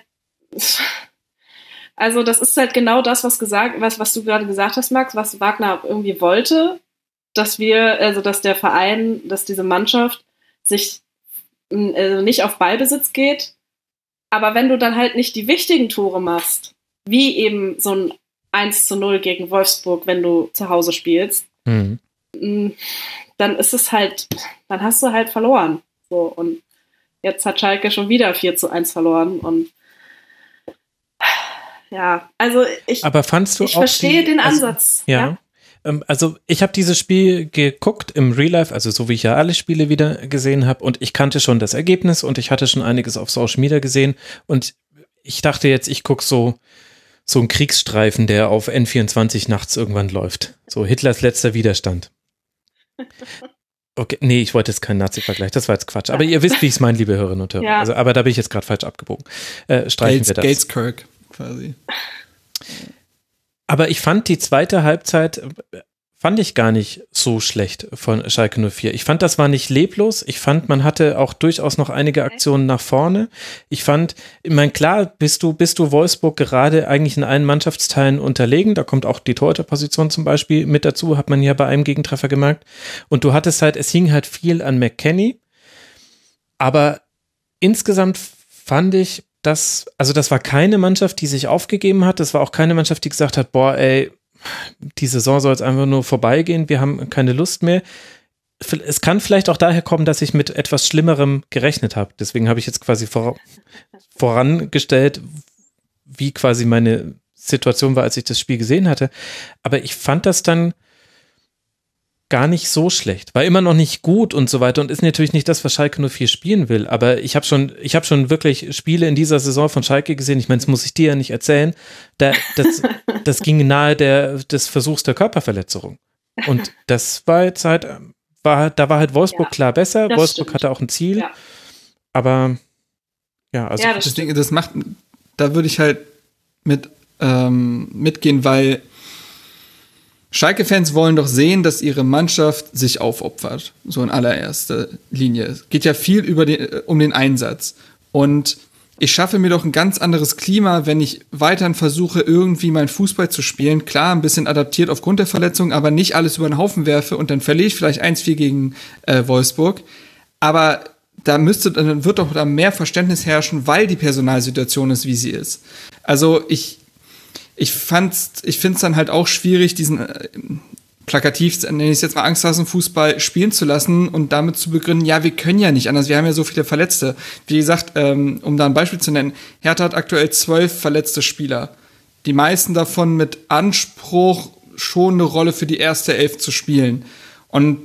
also das ist halt genau das, was gesagt, was, was du gerade gesagt hast, Max, was Wagner irgendwie wollte, dass wir, also dass der Verein, dass diese Mannschaft sich also nicht auf Ballbesitz geht, aber wenn du dann halt nicht die wichtigen Tore machst, wie eben so ein eins zu null gegen Wolfsburg, wenn du zu Hause spielst, mhm. dann ist es halt, dann hast du halt verloren. So, und jetzt hat Schalke schon wieder vier zu eins verloren und ja, also ich, Aber fandst du ich auch verstehe die, den also, Ansatz. Ja, ja? Ähm, also ich habe dieses Spiel geguckt im Real Life, also so wie ich ja alle Spiele wieder gesehen habe und ich kannte schon das Ergebnis und ich hatte schon einiges auf Social Media gesehen und ich dachte jetzt, ich gucke so so einen Kriegsstreifen, der auf N vierundzwanzig nachts irgendwann läuft. So Hitlers letzter Widerstand. Okay, nee, ich wollte jetzt keinen Nazi-Vergleich, das war jetzt Quatsch. Aber ihr wisst, wie ich es meine, liebe Hörerinnen und Hörer. Ja. Also, aber da bin ich jetzt gerade falsch abgebogen. Äh, streichen Gates, wir das. Gateskirk quasi. Aber ich fand die zweite Halbzeit, fand ich gar nicht so schlecht von Schalke null vier. Ich fand, das war nicht leblos. Ich fand, man hatte auch durchaus noch einige Aktionen nach vorne. Ich fand, ich meine, klar, bist du, bist du Wolfsburg gerade eigentlich in allen Mannschaftsteilen unterlegen. Da kommt auch die Torhüterposition zum Beispiel mit dazu, hat man ja bei einem Gegentreffer gemerkt. Und du hattest halt, es hing halt viel an McKennie. Aber insgesamt fand ich, dass, also das war keine Mannschaft, die sich aufgegeben hat. Das war auch keine Mannschaft, die gesagt hat, boah, ey, die Saison soll jetzt einfach nur vorbeigehen, wir haben keine Lust mehr. Es kann vielleicht auch daher kommen, dass ich mit etwas Schlimmerem gerechnet habe. Deswegen habe ich jetzt quasi vor, vorangestellt, wie quasi meine Situation war, als ich das Spiel gesehen hatte. Aber ich fand das dann gar nicht so schlecht. War immer noch nicht gut und so weiter und ist natürlich nicht das, was Schalke null vier spielen will. Aber ich habe schon, ich habe schon wirklich Spiele in dieser Saison von Schalke gesehen. Ich meine, das muss ich dir ja nicht erzählen. Da, das, das ging nahe der, des Versuchs der Körperverletzung. Und das war jetzt halt, war, da war halt Wolfsburg ja, klar besser. Wolfsburg stimmt. hatte auch ein Ziel. Ja. Aber ja, also ja, das, das, Ding, das macht, da würde ich halt mit ähm, mitgehen, weil Schalke-Fans wollen doch sehen, dass ihre Mannschaft sich aufopfert, so in allererster Linie. Es geht ja viel über den, um den Einsatz. Und ich schaffe mir doch ein ganz anderes Klima, wenn ich weiterhin versuche, irgendwie meinen Fußball zu spielen. Klar, ein bisschen adaptiert aufgrund der Verletzung, aber nicht alles über den Haufen werfe und dann verliere ich vielleicht eins vier gegen äh, Wolfsburg. Aber da müsste, dann wird doch da mehr Verständnis herrschen, weil die Personalsituation ist, wie sie ist. Also ich Ich fand's, ich find's dann halt auch schwierig, diesen äh, plakativ, nenne ich es jetzt mal, Angsthasenfußball spielen zu lassen und damit zu begründen, ja, wir können ja nicht anders, wir haben ja so viele Verletzte. Wie gesagt, ähm, um da ein Beispiel zu nennen, Hertha hat aktuell zwölf verletzte Spieler. Die meisten davon mit Anspruch, schon eine Rolle für die erste Elf zu spielen. Und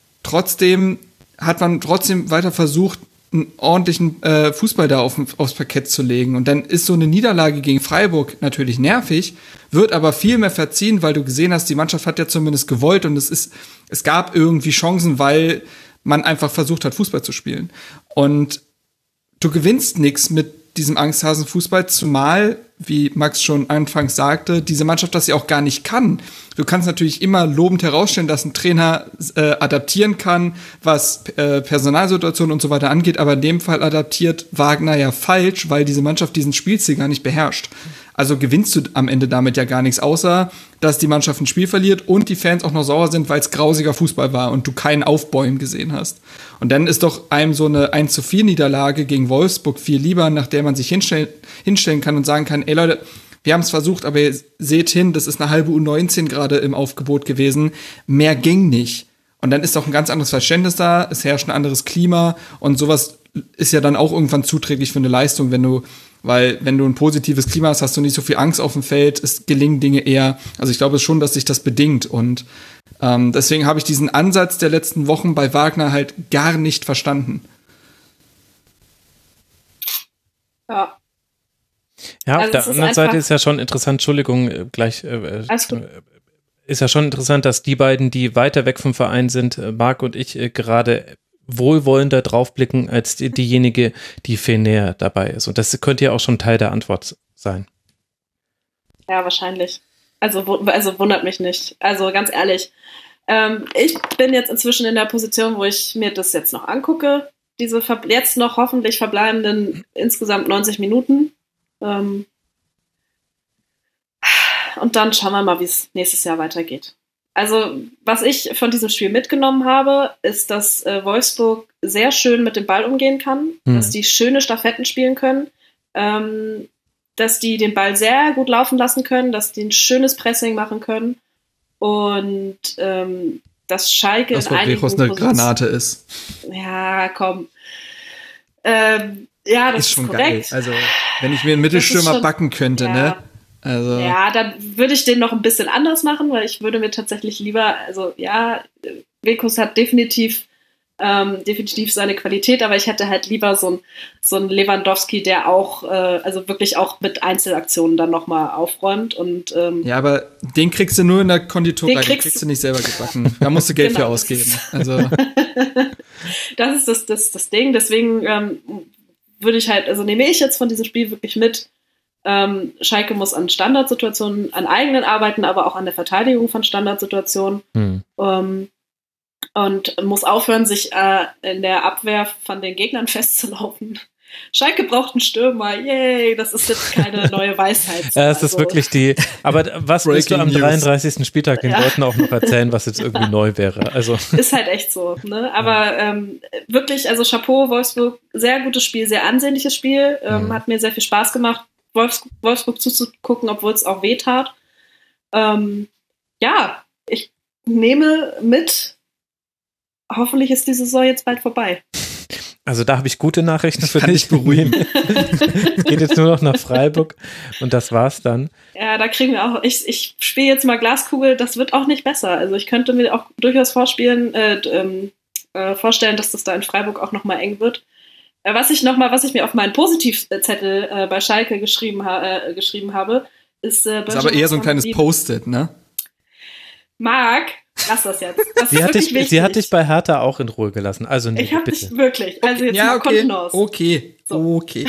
trotzdem hat man trotzdem weiter versucht, einen ordentlichen äh, Fußball da auf, aufs Parkett zu legen. Und dann ist so eine Niederlage gegen Freiburg natürlich nervig, wird aber viel mehr verziehen, weil du gesehen hast, die Mannschaft hat ja zumindest gewollt und es ist, es gab irgendwie Chancen, weil man einfach versucht hat, Fußball zu spielen. Und du gewinnst nichts mit diesem Angsthasenfußball, zumal, wie Max schon anfangs sagte, diese Mannschaft das ja auch gar nicht kann. Du kannst natürlich immer lobend herausstellen, dass ein Trainer äh, adaptieren kann, was äh, Personalsituation und so weiter angeht, aber in dem Fall adaptiert Wagner ja falsch, weil diese Mannschaft diesen Spielstil gar nicht beherrscht. Also gewinnst du am Ende damit ja gar nichts, außer dass die Mannschaft ein Spiel verliert und die Fans auch noch sauer sind, weil es grausiger Fußball war und du keinen Aufbäumen gesehen hast. Und dann ist doch einem so eine eins zu vier Niederlage gegen Wolfsburg viel lieber, nach der man sich hinstellen, hinstellen kann und sagen kann, ey Leute, wir haben es versucht, aber ihr seht hin, das ist eine halbe U neunzehn gerade im Aufgebot gewesen. Mehr ging nicht. Und dann ist doch ein ganz anderes Verständnis da, es herrscht ein anderes Klima und sowas ist ja dann auch irgendwann zuträglich für eine Leistung, wenn du, weil wenn du ein positives Klima hast, hast du nicht so viel Angst auf dem Feld, es gelingen Dinge eher, also ich glaube schon, dass sich das bedingt und ähm, deswegen habe ich diesen Ansatz der letzten Wochen bei Wagner halt gar nicht verstanden. Ja. Ja, auf also der anderen Seite ist ja schon interessant, Entschuldigung, gleich, äh, ist ja schon interessant, dass die beiden, die weiter weg vom Verein sind, Marc und ich, äh, gerade wohlwollender draufblicken als die, diejenige, die viel näher dabei ist. Und das könnte ja auch schon Teil der Antwort sein. Ja, wahrscheinlich. Also, also wundert mich nicht. Also ganz ehrlich, ähm, ich bin jetzt inzwischen in der Position, wo ich mir das jetzt noch angucke, diese jetzt noch hoffentlich verbleibenden insgesamt neunzig Minuten. Ähm, und dann schauen wir mal, wie es nächstes Jahr weitergeht. Also, was ich von diesem Spiel mitgenommen habe, ist, dass äh, Wolfsburg sehr schön mit dem Ball umgehen kann, mhm. dass die schöne Stafetten spielen können, ähm, dass die den Ball sehr gut laufen lassen können, dass die ein schönes Pressing machen können und ähm, dass Schalke das in einigen Das, was eine Granate ist. Ja, komm. Ähm, ja, das ist, ist schon korrekt. Geil. Also, wenn ich mir einen Mittelstürmer schon, backen könnte, ja. ne? Also. Ja, dann würde ich den noch ein bisschen anders machen, weil ich würde mir tatsächlich lieber, also ja, Wilkus hat definitiv ähm, definitiv seine Qualität, aber ich hätte halt lieber so ein so ein Lewandowski, der auch, äh, also wirklich auch mit Einzelaktionen dann nochmal aufräumt und ähm, ja, aber den kriegst du nur in der Konditorei, den kriegst, den kriegst du nicht selber gebacken. Da musst du Geld genau, für ausgeben. Also das ist das, das, das Ding, deswegen ähm, würde ich halt, also nehme ich jetzt von diesem Spiel wirklich mit, Ähm, Schalke muss an Standardsituationen, an eigenen arbeiten, aber auch an der Verteidigung von Standardsituationen hm. ähm, und muss aufhören, sich äh, in der Abwehr von den Gegnern festzulaufen. Schalke braucht einen Stürmer, yay, das ist jetzt keine neue Weisheit. Ja, es ist also wirklich die, aber was willst du am dreiunddreißigsten Spieltag den ja. Leuten auch noch erzählen, was jetzt irgendwie ja. neu wäre? Also ist halt echt so, ne? Aber ähm, wirklich, also Chapeau, Wolfsburg, sehr gutes Spiel, sehr ansehnliches Spiel, ähm, hm. hat mir sehr viel Spaß gemacht, Wolfsburg, Wolfsburg zuzugucken, obwohl es auch weh tat. Ähm, ja, ich nehme mit, hoffentlich ist die Saison jetzt bald vorbei. Also da habe ich gute Nachrichten für Kann dich. Ich beruhigen. Es geht jetzt nur noch nach Freiburg und das war's dann. Ja, da kriegen wir auch, ich, ich spiele jetzt mal Glaskugel, das wird auch nicht besser. Also ich könnte mir auch durchaus vorspielen, äh, ähm, äh, vorstellen, dass das da in Freiburg auch nochmal eng wird. Äh, was ich noch mal, was ich mir auf meinen Positivzettel äh, bei Schalke geschrieben, ha- äh, geschrieben habe, ist äh, Das ist aber eher so ein kleines Post-it, ne? Marc, lass das jetzt. Das Sie ist hat, dich, wichtig. sie hat dich bei Hertha auch in Ruhe gelassen. Also nee, Ich habe bitte. dich wirklich. Also jetzt Ja, mal okay. Kontenance. Okay. So. Okay.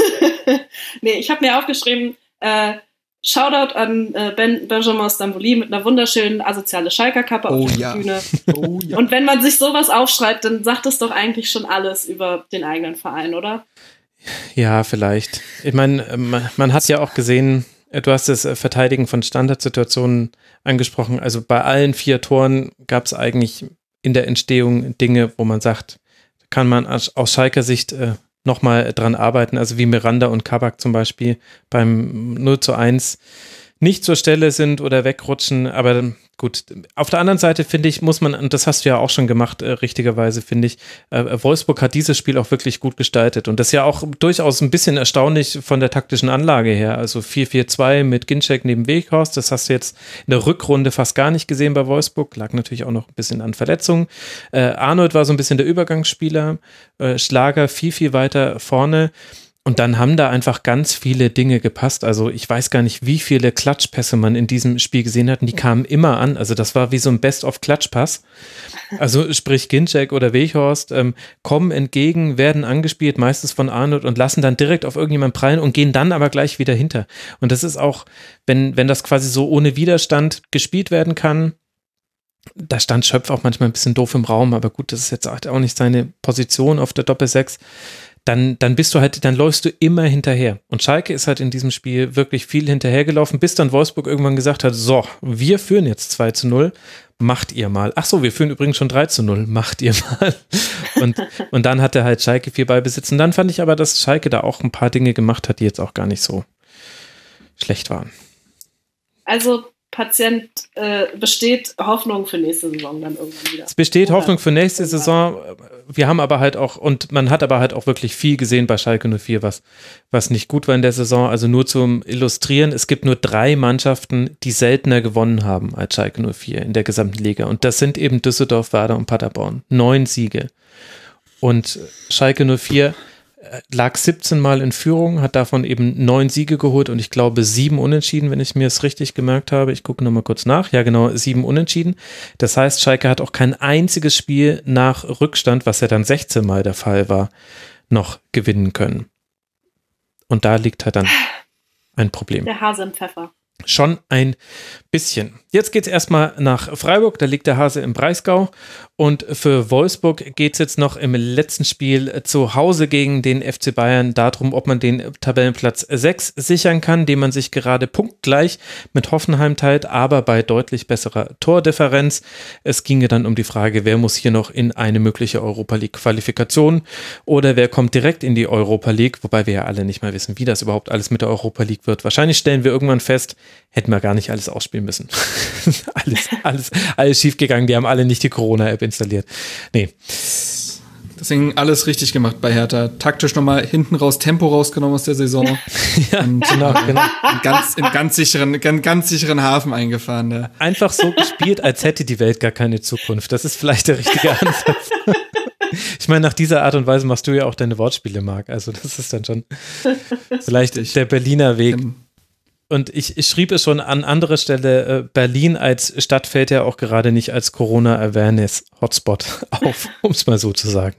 Nee, ich habe mir aufgeschrieben, äh, Shoutout an äh, ben, Benjamin Stambouli mit einer wunderschönen asoziale Schalker-Kappe Oh auf der ja. Bühne. Oh ja. Und wenn man sich sowas aufschreibt, dann sagt es doch eigentlich schon alles über den eigenen Verein, oder? Ja, vielleicht. Ich meine, man, man hat ja auch gesehen, du hast das Verteidigen von Standardsituationen angesprochen. Also bei allen vier Toren gab es eigentlich in der Entstehung Dinge, wo man sagt, kann man aus Schalker Sicht äh, nochmal dran arbeiten. Also wie Miranda und Kabak zum Beispiel beim null zu eins nicht zur Stelle sind oder wegrutschen. Aber gut, auf der anderen Seite finde ich, muss man, und das hast du ja auch schon gemacht, äh, richtigerweise finde ich, äh, Wolfsburg hat dieses Spiel auch wirklich gut gestaltet und das ist ja auch durchaus ein bisschen erstaunlich von der taktischen Anlage her, also vier vier zwei mit Ginczek neben Weghorst, das hast du jetzt in der Rückrunde fast gar nicht gesehen bei Wolfsburg, lag natürlich auch noch ein bisschen an Verletzungen. Äh, Arnold war so ein bisschen der Übergangsspieler, äh, Schlager viel, viel weiter vorne. Und dann haben da einfach ganz viele Dinge gepasst. Also ich weiß gar nicht, wie viele Klatschpässe man in diesem Spiel gesehen hat. Und die kamen immer an. Also das war wie so ein Best-of-Klatschpass. Also sprich Ginczek oder Weghorst ähm, kommen entgegen, werden angespielt, meistens von Arnold und lassen dann direkt auf irgendjemanden prallen und gehen dann aber gleich wieder hinter. Und das ist auch, wenn, wenn das quasi so ohne Widerstand gespielt werden kann, da stand Schöpf auch manchmal ein bisschen doof im Raum, aber gut, das ist jetzt auch nicht seine Position auf der Doppelsechs. Dann, dann bist du halt, dann läufst du immer hinterher. Und Schalke ist halt in diesem Spiel wirklich viel hinterhergelaufen, bis dann Wolfsburg irgendwann gesagt hat, so, wir führen jetzt zwei zu null, macht ihr mal. Ach so, wir führen übrigens schon drei zu null, macht ihr mal. Und, und dann hatte halt Schalke viel Ballbesitz. Und dann fand ich aber, dass Schalke da auch ein paar Dinge gemacht hat, die jetzt auch gar nicht so schlecht waren. Also Patient, äh, besteht Hoffnung für nächste Saison dann irgendwann wieder. Es besteht Oder? Hoffnung für nächste Saison. Wir haben aber halt auch, und man hat aber halt auch wirklich viel gesehen bei Schalke null vier, was, was nicht gut war in der Saison. Also nur zum Illustrieren, es gibt nur drei Mannschaften, die seltener gewonnen haben als Schalke null vier in der gesamten Liga. Und das sind eben Düsseldorf, Werder und Paderborn. Neun Siege. Und Schalke null vier lag siebzehn Mal in Führung, hat davon eben neun Siege geholt und ich glaube sieben Unentschieden, wenn ich mir es richtig gemerkt habe. Ich gucke nochmal kurz nach. Ja genau, sieben Unentschieden. Das heißt, Schalke hat auch kein einziges Spiel nach Rückstand, was ja dann sechzehn Mal der Fall war, noch gewinnen können. Und da liegt halt dann ein Problem. Der Hase im Pfeffer. Schon ein bisschen. Jetzt geht es erstmal nach Freiburg, da liegt der Hase im Breisgau und für Wolfsburg geht es jetzt noch im letzten Spiel zu Hause gegen den F C Bayern darum, ob man den Tabellenplatz sechs sichern kann, den man sich gerade punktgleich mit Hoffenheim teilt, aber bei deutlich besserer Tordifferenz. Es ginge dann um die Frage, wer muss hier noch in eine mögliche Europa League Qualifikation oder wer kommt direkt in die Europa League, wobei wir ja alle nicht mal wissen, wie das überhaupt alles mit der Europa League wird. Wahrscheinlich stellen wir irgendwann fest, hätten wir gar nicht alles ausspielen müssen. alles, alles, alles schief gegangen. Die haben alle nicht die Corona-App installiert. Nee. Deswegen alles richtig gemacht bei Hertha. Taktisch nochmal hinten raus Tempo rausgenommen aus der Saison. Ja, und genau, genau. In ganz, in ganz sicheren, ganz, ganz sicheren Hafen eingefahren. Ja. Einfach so gespielt, als hätte die Welt gar keine Zukunft. Das ist vielleicht der richtige Ansatz. Ich meine, nach dieser Art und Weise machst du ja auch deine Wortspiele, Marc. Also das ist dann schon vielleicht der Berliner Weg. Und ich, ich schrieb es schon an anderer Stelle, äh, Berlin als Stadt fällt ja auch gerade nicht als Corona-Awareness-Hotspot auf, um es mal so zu sagen.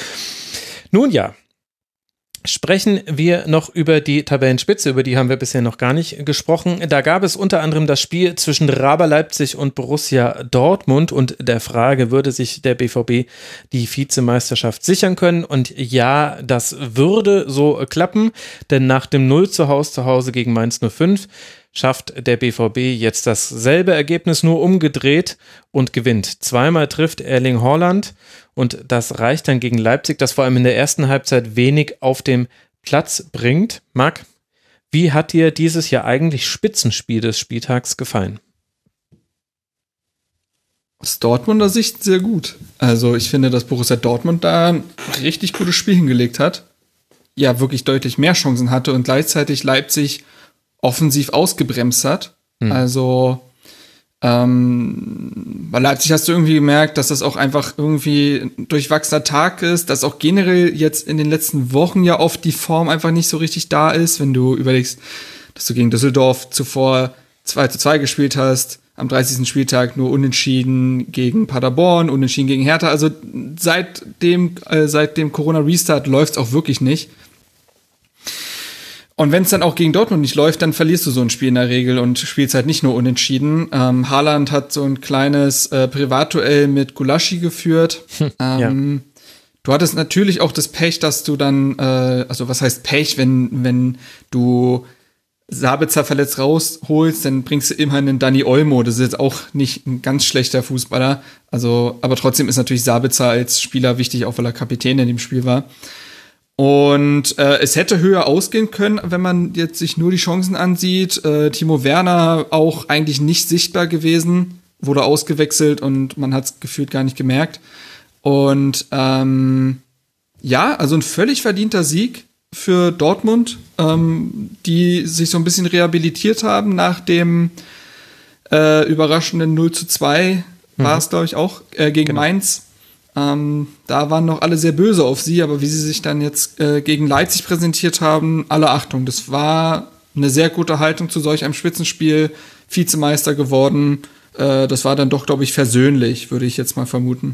Nun ja, sprechen wir noch über die Tabellenspitze, über die haben wir bisher noch gar nicht gesprochen. Da gab es unter anderem das Spiel zwischen Raber Leipzig und Borussia Dortmund und der Frage, würde sich der B V B die Vizemeisterschaft sichern können? Und ja, das würde so klappen, denn nach dem null zu Hause zu Hause gegen Mainz null fünf schafft der B V B jetzt dasselbe Ergebnis, nur umgedreht und gewinnt. Zweimal trifft Erling Haaland und das reicht dann gegen Leipzig, das vor allem in der ersten Halbzeit wenig auf dem Platz bringt. Marc, wie hat dir dieses ja eigentlich Spitzenspiel des Spieltags gefallen? Aus Dortmunder Sicht sehr gut. Also ich finde, dass Borussia Dortmund da ein richtig gutes Spiel hingelegt hat. Ja, wirklich deutlich mehr Chancen hatte und gleichzeitig Leipzig offensiv ausgebremst hat. Hm. Also ähm, bei Leipzig hast du irgendwie gemerkt, dass das auch einfach irgendwie ein durchwachsener Tag ist, dass auch generell jetzt in den letzten Wochen ja oft die Form einfach nicht so richtig da ist, wenn du überlegst, dass du gegen Düsseldorf zuvor zwei zu zwei gespielt hast, am dreißigsten Spieltag nur unentschieden gegen Paderborn, unentschieden gegen Hertha. Also seit dem, äh, seit dem Corona-Restart läuft es auch wirklich nicht. Und wenn es dann auch gegen Dortmund nicht läuft, dann verlierst du so ein Spiel in der Regel und spielst halt nicht nur unentschieden. Ähm, Haaland hat so ein kleines äh, Privatduell mit Gulaschi geführt. Hm, ähm, ja. Du hattest natürlich auch das Pech, dass du dann, äh, also was heißt Pech, wenn, wenn du Sabitzer verletzt rausholst, dann bringst du immerhin einen Dani Olmo. Das ist jetzt auch nicht ein ganz schlechter Fußballer. Also, aber trotzdem ist natürlich Sabitzer als Spieler wichtig, auch weil er Kapitän in dem Spiel war. Und äh, es hätte höher ausgehen können, wenn man jetzt sich nur die Chancen ansieht. Äh, Timo Werner auch eigentlich nicht sichtbar gewesen, wurde ausgewechselt und man hat es gefühlt gar nicht gemerkt. Und ähm, ja, also ein völlig verdienter Sieg für Dortmund, ähm, die sich so ein bisschen rehabilitiert haben nach dem äh, überraschenden null zu zwei, mhm. war es, glaube ich, auch, äh, gegen genau. Mainz. Ähm, da waren noch alle sehr böse auf sie, aber wie sie sich dann jetzt äh, gegen Leipzig präsentiert haben, alle Achtung. Das war eine sehr gute Haltung zu solch einem Spitzenspiel, Vizemeister geworden. Äh, das war dann doch, glaube ich, versöhnlich, würde ich jetzt mal vermuten.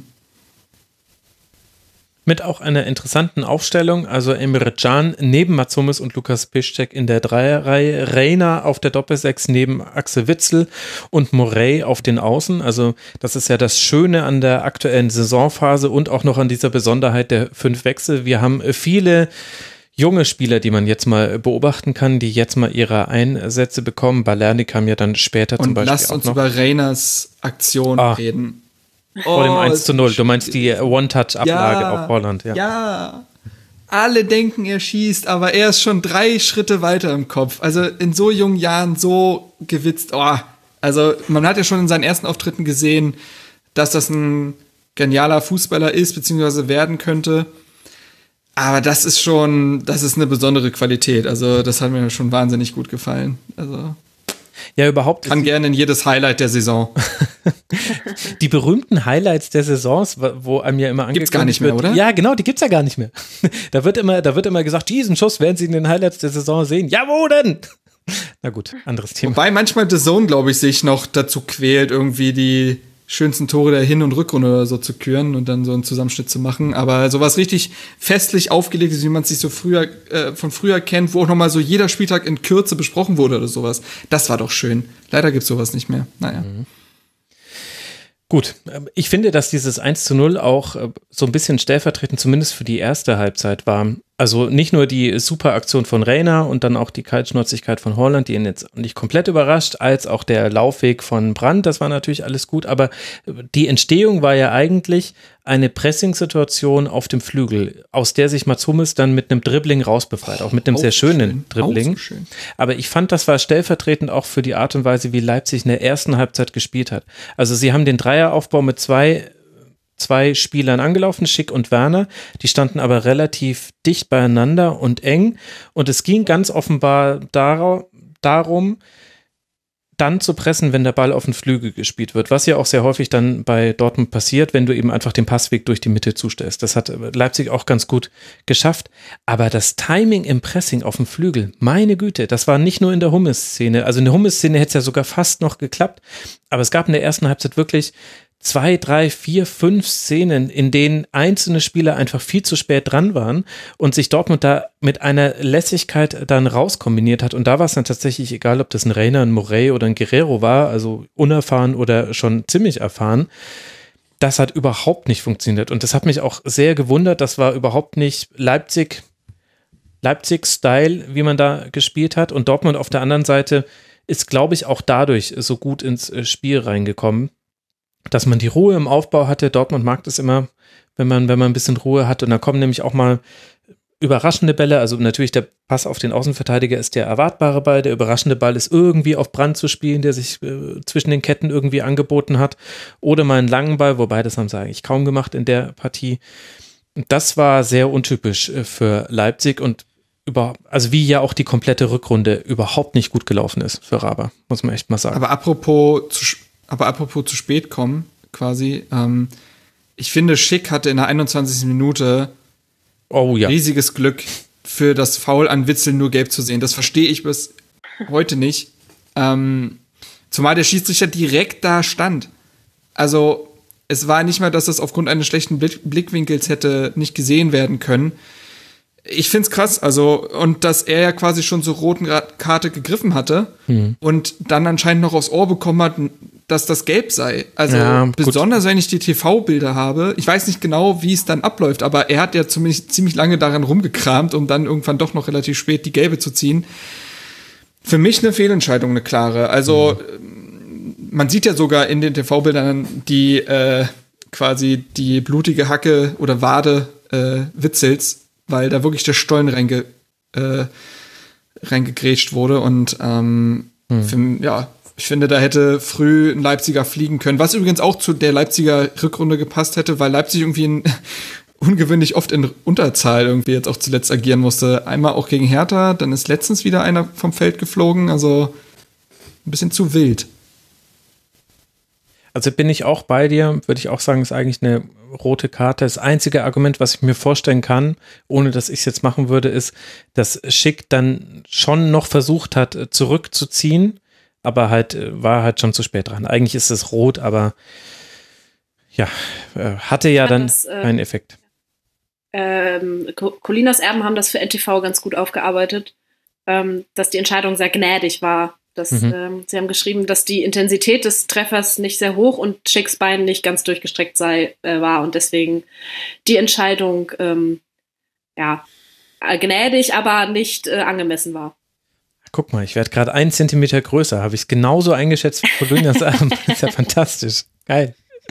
Mit auch einer interessanten Aufstellung, also Emre Can neben Mats Hummels und Lukas Piszczek in der Dreierreihe, Reina auf der Doppelsechs neben Axel Witsel und Morey auf den Außen. Also das ist ja das Schöne an der aktuellen Saisonphase und auch noch an dieser Besonderheit der fünf Wechsel. Wir haben viele junge Spieler, die man jetzt mal beobachten kann, die jetzt mal ihre Einsätze bekommen. Balerni kam ja dann später und zum Beispiel lasst auch uns noch. über Reinas Aktion ah. reden. Vor dem eins zu null. Du meinst die One-Touch-Ablage ja, auf Holland, ja. Ja. Alle denken, er schießt, aber er ist schon drei Schritte weiter im Kopf. Also in so jungen Jahren so gewitzt. Oh. Also man hat ja schon in seinen ersten Auftritten gesehen, dass das ein genialer Fußballer ist, beziehungsweise werden könnte. Aber das ist schon, das ist eine besondere Qualität. Also das hat mir schon wahnsinnig gut gefallen. Also ja, überhaupt. Kann gerne in jedes Highlight der Saison. Die berühmten Highlights der Saisons, wo einem ja immer angekündigt gibt's gar nicht mehr, wird, oder? Ja, genau, die gibt's ja gar nicht mehr. Da wird immer, da wird immer gesagt, diesen Schuss werden Sie in den Highlights der Saison sehen. Ja, wo denn? Na gut, anderes Thema. Wobei manchmal The Zone, glaube ich, sich noch dazu quält, irgendwie die schönsten Tore der Hin- und Rückrunde oder so zu küren und dann so einen Zusammenschnitt zu machen. Aber sowas richtig festlich aufgelegt ist, wie man es sich so früher äh, von früher kennt, wo auch nochmal so jeder Spieltag in Kürze besprochen wurde oder sowas. Das war doch schön. Leider gibt's sowas nicht mehr. Naja. Mhm. Gut, ich finde, dass dieses eins zu null auch so ein bisschen stellvertretend zumindest für die erste Halbzeit war. Also nicht nur die super Aktion von Reina und dann auch die Kaltschnäuzigkeit von Haaland, die ihn jetzt nicht komplett überrascht, als auch der Laufweg von Brandt, das war natürlich alles gut, aber die Entstehung war ja eigentlich eine Pressing-Situation auf dem Flügel, aus der sich Mats Hummels dann mit einem Dribbling rausbefreit, auch mit einem auch sehr schönen schön. Dribbling. So schön. Aber ich fand, das war stellvertretend auch für die Art und Weise, wie Leipzig in der ersten Halbzeit gespielt hat. Also sie haben den Dreieraufbau mit zwei zwei Spielern angelaufen, Schick und Werner, die standen aber relativ dicht beieinander und eng und es ging ganz offenbar dar- darum, dann zu pressen, wenn der Ball auf den Flügel gespielt wird, was ja auch sehr häufig dann bei Dortmund passiert, wenn du eben einfach den Passweg durch die Mitte zustellst. Das hat Leipzig auch ganz gut geschafft, aber das Timing im Pressing auf dem Flügel, meine Güte, das war nicht nur in der Hummels-Szene, also in der Hummels-Szene hätte es ja sogar fast noch geklappt, aber es gab in der ersten Halbzeit wirklich zwei, drei, vier, fünf Szenen, in denen einzelne Spieler einfach viel zu spät dran waren und sich Dortmund da mit einer Lässigkeit dann rauskombiniert hat. Und da war es dann tatsächlich egal, ob das ein Reina, ein Morey oder ein Guerrero war, also unerfahren oder schon ziemlich erfahren. Das hat überhaupt nicht funktioniert. Und das hat mich auch sehr gewundert. Das war überhaupt nicht Leipzig, Leipzig-Style, wie man da gespielt hat. Und Dortmund auf der anderen Seite ist, glaube ich, auch dadurch so gut ins Spiel reingekommen, dass man die Ruhe im Aufbau hatte. Dortmund mag das immer, wenn man, wenn man ein bisschen Ruhe hat. Und da kommen nämlich auch mal überraschende Bälle, also natürlich der Pass auf den Außenverteidiger ist der erwartbare Ball, der überraschende Ball ist irgendwie auf Brandt zu spielen, der sich äh, zwischen den Ketten irgendwie angeboten hat, oder mal einen langen Ball, wobei das haben sie eigentlich kaum gemacht in der Partie. Das war sehr untypisch äh, für Leipzig und über, also wie ja auch die komplette Rückrunde überhaupt nicht gut gelaufen ist für Raber, muss man echt mal sagen. Aber apropos zu, aber apropos zu spät kommen, quasi, ähm, ich finde, Schick hatte in der einundzwanzigsten Minute oh, ja. riesiges Glück, für das Foul an Witzel nur gelb zu sehen. Das verstehe ich bis heute nicht. Ähm, zumal der Schiedsrichter direkt da stand. Also es war nicht mal, dass das aufgrund eines schlechten Blick- Blickwinkels hätte nicht gesehen werden können. Ich find's krass, also, und dass er ja quasi schon zur roten Karte gegriffen hatte hm. und dann anscheinend noch aufs Ohr bekommen hat, dass das gelb sei. Also, ja, besonders wenn ich die T V-Bilder habe. Ich weiß nicht genau, wie es dann abläuft, aber er hat ja zumindest ziemlich lange daran rumgekramt, um dann irgendwann doch noch relativ spät die gelbe zu ziehen. Für mich eine Fehlentscheidung, eine klare. Also, hm. man sieht ja sogar in den T V-Bildern die, äh, quasi die blutige Hacke oder Wade äh, Witzels, weil da wirklich der Stollen reinge, äh, reingegrätscht wurde. Und ähm, hm. für, ja, ich finde, da hätte früh ein Leipziger fliegen können. Was übrigens auch zu der Leipziger Rückrunde gepasst hätte, weil Leipzig irgendwie in, ungewöhnlich oft in Unterzahl irgendwie jetzt auch zuletzt agieren musste. Einmal auch gegen Hertha, dann ist letztens wieder einer vom Feld geflogen. Also ein bisschen zu wild. Also bin ich auch bei dir, würde ich auch sagen, ist eigentlich eine rote Karte. Das einzige Argument, was ich mir vorstellen kann, ohne dass ich es jetzt machen würde, ist, dass Schick dann schon noch versucht hat, zurückzuziehen, aber halt war halt schon zu spät dran. Eigentlich ist es rot, aber ja, hatte ja dann das, äh, einen Effekt. Ähm, Colinas Erben haben das für N T V ganz gut aufgearbeitet, ähm, dass die Entscheidung sehr gnädig war. Das, mhm. ähm, sie haben geschrieben, dass die Intensität des Treffers nicht sehr hoch und Schicks Bein nicht ganz durchgestreckt sei, äh, war und deswegen die Entscheidung ähm, ja, gnädig, aber nicht äh, angemessen war. Guck mal, ich werde gerade einen Zentimeter größer. Habe ich es genauso eingeschätzt wie Colinas Arm. Das ist ja fantastisch. Geil.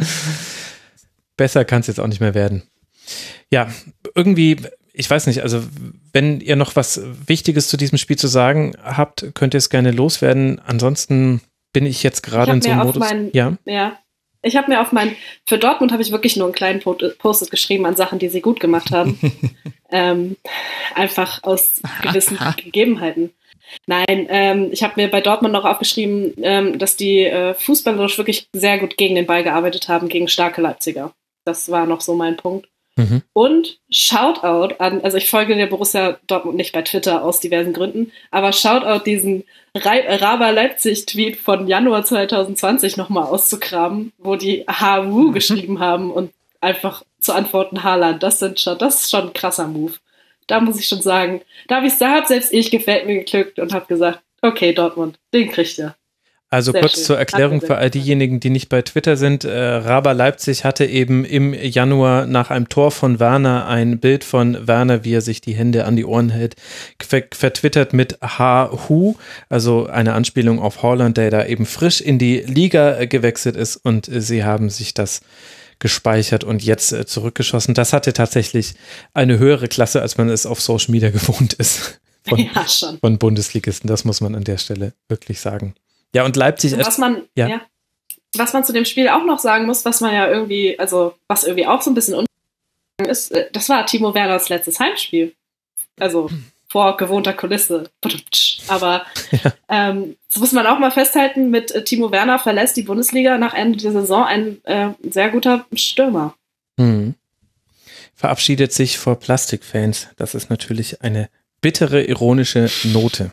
Besser kann es jetzt auch nicht mehr werden. Ja, irgendwie, ich weiß nicht, also wenn ihr noch was Wichtiges zu diesem Spiel zu sagen habt, könnt ihr es gerne loswerden. Ansonsten bin ich jetzt gerade in so einem Modus. Mein, ja? ja, ich habe mir auf mein, für Dortmund habe ich wirklich nur einen kleinen Post-it geschrieben an Sachen, die sie gut gemacht haben. ähm, einfach aus gewissen Gegebenheiten. Nein, ähm, ich habe mir bei Dortmund noch aufgeschrieben, ähm, dass die äh, fußballerisch wirklich sehr gut gegen den Ball gearbeitet haben, gegen starke Leipziger. Das war noch so mein Punkt. Mhm. Und Shoutout an, also ich folge der Borussia Dortmund nicht bei Twitter aus diversen Gründen, aber Shoutout diesen Raber-Leipzig-Tweet von Januar zwanzig zwanzig nochmal auszukramen, wo die H W geschrieben haben und einfach zu antworten Haaland. Das sind schon, das ist schon ein krasser Move. Da muss ich schon sagen, da habe ich da hab selbst ich gefällt mir geglückt und habe gesagt, okay, Dortmund, den kriegt ihr. Also sehr kurz schön. Zur Erklärung für all diejenigen, die nicht bei Twitter sind. Äh, Raber Leipzig hatte eben im Januar nach einem Tor von Werner ein Bild von Werner, wie er sich die Hände an die Ohren hält, ver- vertwittert mit H-Hu, also eine Anspielung auf Haaland, der da eben frisch in die Liga äh, gewechselt ist und äh, sie haben sich das gespeichert und jetzt äh, zurückgeschossen. Das hatte tatsächlich eine höhere Klasse, als man es auf Social Media gewohnt ist von, ja, schon. von Bundesligisten. Das muss man an der Stelle wirklich sagen. Ja, und Leipzig. Und was man, ja. ja, was man zu dem Spiel auch noch sagen muss, was man ja irgendwie, also was irgendwie auch so ein bisschen unbekannt ist, das war Timo Werners letztes Heimspiel. Also vor gewohnter Kulisse. Aber ja. ähm, das muss man auch mal festhalten, mit äh, Timo Werner verlässt die Bundesliga nach Ende der Saison ein äh, sehr guter Stürmer. Hm. Verabschiedet sich vor Plastikfans. Das ist natürlich eine bittere, ironische Note.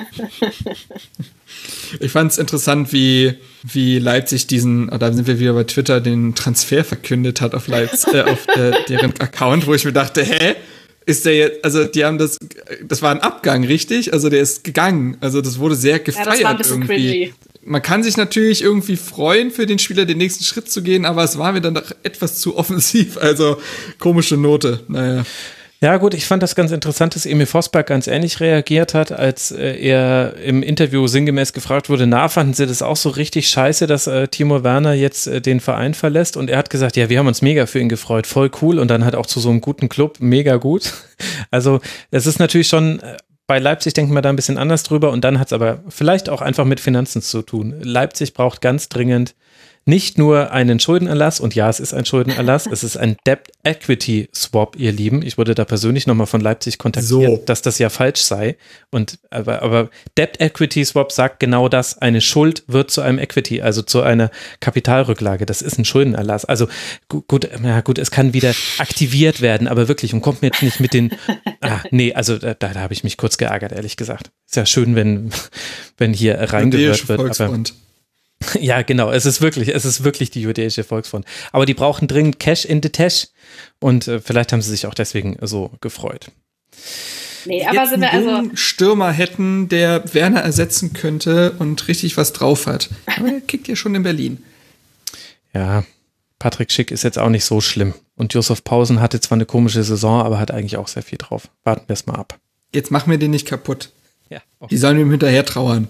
Ich fand es interessant, wie, wie Leipzig diesen, da sind wir wieder bei Twitter, den Transfer verkündet hat auf Leipzig, äh, auf äh, deren Account, wo ich mir dachte, hä? Ist der jetzt, also die haben das, das war ein Abgang, richtig? Also der ist gegangen. Also das wurde sehr gefeiert. Ja, das war ein bisschen irgendwie. Cringy. Man kann sich natürlich irgendwie freuen, für den Spieler den nächsten Schritt zu gehen, aber es war mir dann doch etwas zu offensiv. Also komische Note, naja. Ja gut, ich fand das ganz interessant, dass Emil Vosberg ganz ähnlich reagiert hat, als äh, er im Interview sinngemäß gefragt wurde, na, fanden Sie das auch so richtig scheiße, dass äh, Timo Werner jetzt äh, den Verein verlässt? Und er hat gesagt, ja, wir haben uns mega für ihn gefreut, voll cool und dann halt auch zu so einem guten Club, mega gut. Also das ist natürlich schon, äh, bei Leipzig denkt man da ein bisschen anders drüber und dann hat es aber vielleicht auch einfach mit Finanzen zu tun. Leipzig braucht ganz dringend nicht nur einen Schuldenerlass, und ja, es ist ein Schuldenerlass, es ist ein Debt-Equity-Swap, ihr Lieben. Ich wurde da persönlich nochmal von Leipzig kontaktiert, so. dass das ja falsch sei. Und aber, aber Debt-Equity-Swap sagt genau das, eine Schuld wird zu einem Equity, also zu einer Kapitalrücklage. Das ist ein Schuldenerlass. Also gut, gut, ja, gut, es kann wieder aktiviert werden, aber wirklich, und kommt mir jetzt nicht mit den, ah, nee, also da, da habe ich mich kurz geärgert, ehrlich gesagt. Ist ja schön, wenn, wenn hier reingehört wird. Volksfront. Aber ja, genau, es ist wirklich, es ist wirklich die Jüdische Volksfront. Aber die brauchen dringend Cash in the Tash und äh, vielleicht haben sie sich auch deswegen so gefreut. Nee, aber sind wir also Stürmer hätten, der Werner ersetzen könnte und richtig was drauf hat. Aber der kickt ja schon in Berlin. Ja, Patrick Schick ist jetzt auch nicht so schlimm. Und Josef Pausen hatte zwar eine komische Saison, aber hat eigentlich auch sehr viel drauf. Warten wir es mal ab. Jetzt machen wir den nicht kaputt. Ja. Okay. Die sollen ihm hinterher trauern.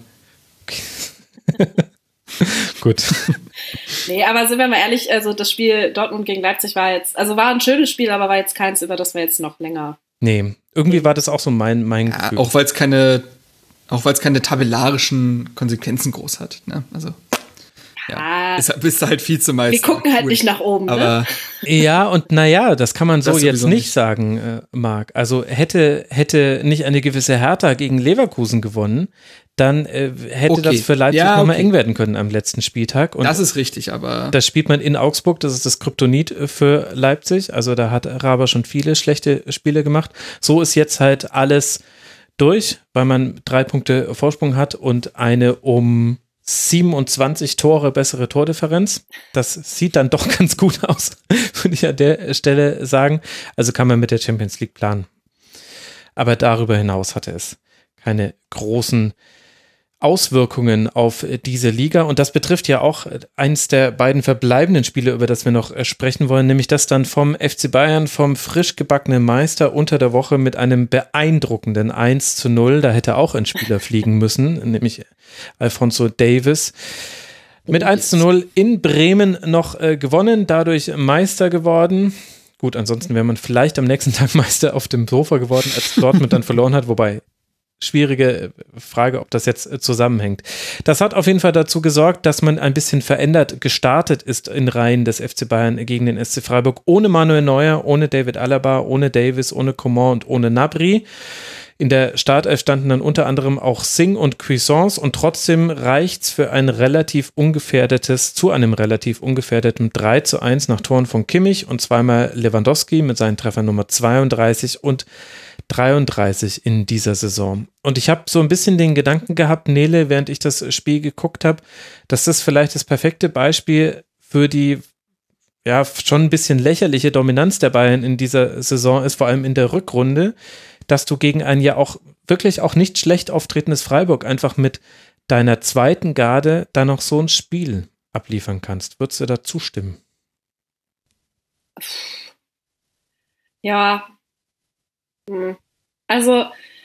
Okay. Gut. Nee, aber sind wir mal ehrlich, also das Spiel Dortmund gegen Leipzig war jetzt, also war ein schönes Spiel, aber war jetzt keins, über das wir jetzt noch länger. Nee, irgendwie war das auch so mein, mein ja, Gefühl. Auch weil es keine, auch weil es keine tabellarischen Konsequenzen groß hat. Ne? Also ja, ist, bist du halt viel zu meist. Wir gucken halt cool. nicht nach oben. Aber ne? Ja, und naja, das kann man so jetzt nicht, nicht sagen, äh, Marc. Also hätte, hätte nicht eine gewisse Hertha gegen Leverkusen gewonnen, dann äh, hätte okay. das für Leipzig ja, nochmal okay. eng werden können am letzten Spieltag. Und das ist richtig, aber das spielt man in Augsburg, das ist das Kryptonit für Leipzig. Also da hat Raber schon viele schlechte Spiele gemacht. So ist jetzt halt alles durch, weil man drei Punkte Vorsprung hat und eine um siebenundzwanzig Tore bessere Tordifferenz. Das sieht dann doch ganz gut aus, würde ich an der Stelle sagen. Also kann man mit der Champions League planen. Aber darüber hinaus hatte es keine großen Auswirkungen auf diese Liga. Und das betrifft ja auch eins der beiden verbleibenden Spiele, über das wir noch sprechen wollen, nämlich das dann vom F C Bayern, vom frisch gebackenen Meister unter der Woche mit einem beeindruckenden eins zu null. Da hätte auch ein Spieler fliegen müssen, nämlich Alphonso Davies. Mit eins zu null in Bremen noch äh, gewonnen, dadurch Meister geworden. Gut, ansonsten wäre man vielleicht am nächsten Tag Meister auf dem Sofa geworden, als Dortmund dann verloren hat, wobei schwierige Frage, ob das jetzt zusammenhängt. Das hat auf jeden Fall dazu gesorgt, dass man ein bisschen verändert gestartet ist in Reihen des F C Bayern gegen den S C Freiburg. Ohne Manuel Neuer, ohne David Alaba, ohne Davies, ohne Coman und ohne Gnabry. In der Startelf standen dann unter anderem auch Singh und Cuisance und trotzdem reicht's für ein relativ ungefährdetes, zu einem relativ ungefährdeten drei zu eins nach Toren von Kimmich und zweimal Lewandowski mit seinen Treffern Nummer zweiunddreißig und dreiunddreißig in dieser Saison. Und ich habe so ein bisschen den Gedanken gehabt, Nele, während ich das Spiel geguckt habe, dass das vielleicht das perfekte Beispiel für die ja schon ein bisschen lächerliche Dominanz der Bayern in dieser Saison ist, vor allem in der Rückrunde, dass du gegen ein ja auch wirklich auch nicht schlecht auftretendes Freiburg einfach mit deiner zweiten Garde da noch so ein Spiel abliefern kannst. Würdest du da zustimmen? Ja, also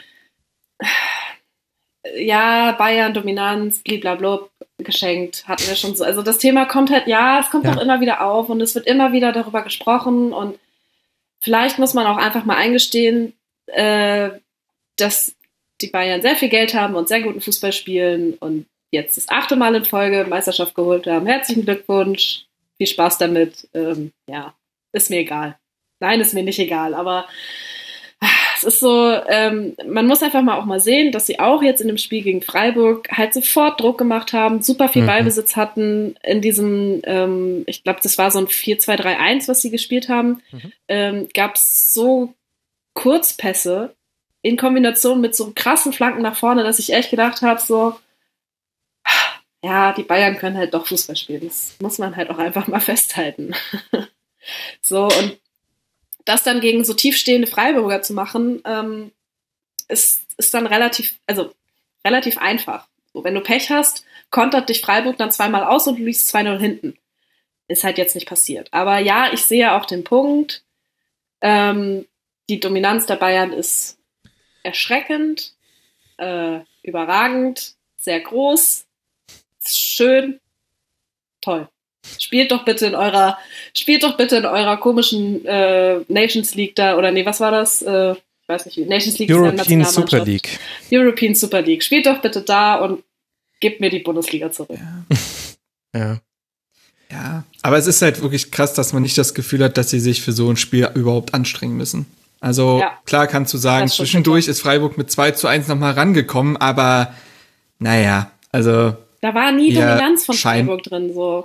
ja, Bayern, Dominanz, blablabla, geschenkt, hatten wir schon so. Also das Thema kommt halt, ja, es kommt ja. auch immer wieder auf und es wird immer wieder darüber gesprochen und vielleicht muss man auch einfach mal eingestehen, äh, dass die Bayern sehr viel Geld haben und sehr guten Fußball spielen und jetzt das achte Mal in Folge Meisterschaft geholt haben. Herzlichen Glückwunsch, viel Spaß damit. Ähm, ja, ist mir egal. Nein, ist mir nicht egal, aber es ist so, ähm, man muss einfach mal auch mal sehen, dass sie auch jetzt in dem Spiel gegen Freiburg halt sofort Druck gemacht haben, super viel mhm. Ballbesitz hatten in diesem, ähm, ich glaube, das war so ein vier zwei drei eins, was sie gespielt haben, mhm. ähm, gab es so Kurzpässe in Kombination mit so krassen Flanken nach vorne, dass ich echt gedacht habe, so, ja, die Bayern können halt doch Fußball spielen. Das muss man halt auch einfach mal festhalten. So, und das dann gegen so tiefstehende Freiburger zu machen, ähm, ist, ist dann relativ, also relativ einfach. So, wenn du Pech hast, kontert dich Freiburg dann zweimal aus und du liegst zwei null hinten. Ist halt jetzt nicht passiert. Aber ja, ich sehe auch den Punkt, ähm, die Dominanz der Bayern ist erschreckend, äh, überragend, sehr groß, schön, toll. Spielt doch bitte in eurer, spielt doch bitte in eurer komischen äh, Nations League da, oder nee, was war das? Äh, ich weiß nicht, Nations League European ist ja Super League. European Super League. Spielt doch bitte da und gebt mir die Bundesliga zurück. Ja. ja. Ja, aber es ist halt wirklich krass, dass man nicht das Gefühl hat, dass sie sich für so ein Spiel überhaupt anstrengen müssen. Also ja. klar kannst du sagen, zwischendurch ist Freiburg mit zwei zu eins nochmal rangekommen, aber naja, also da war nie Dominanz von Freiburg drin, so.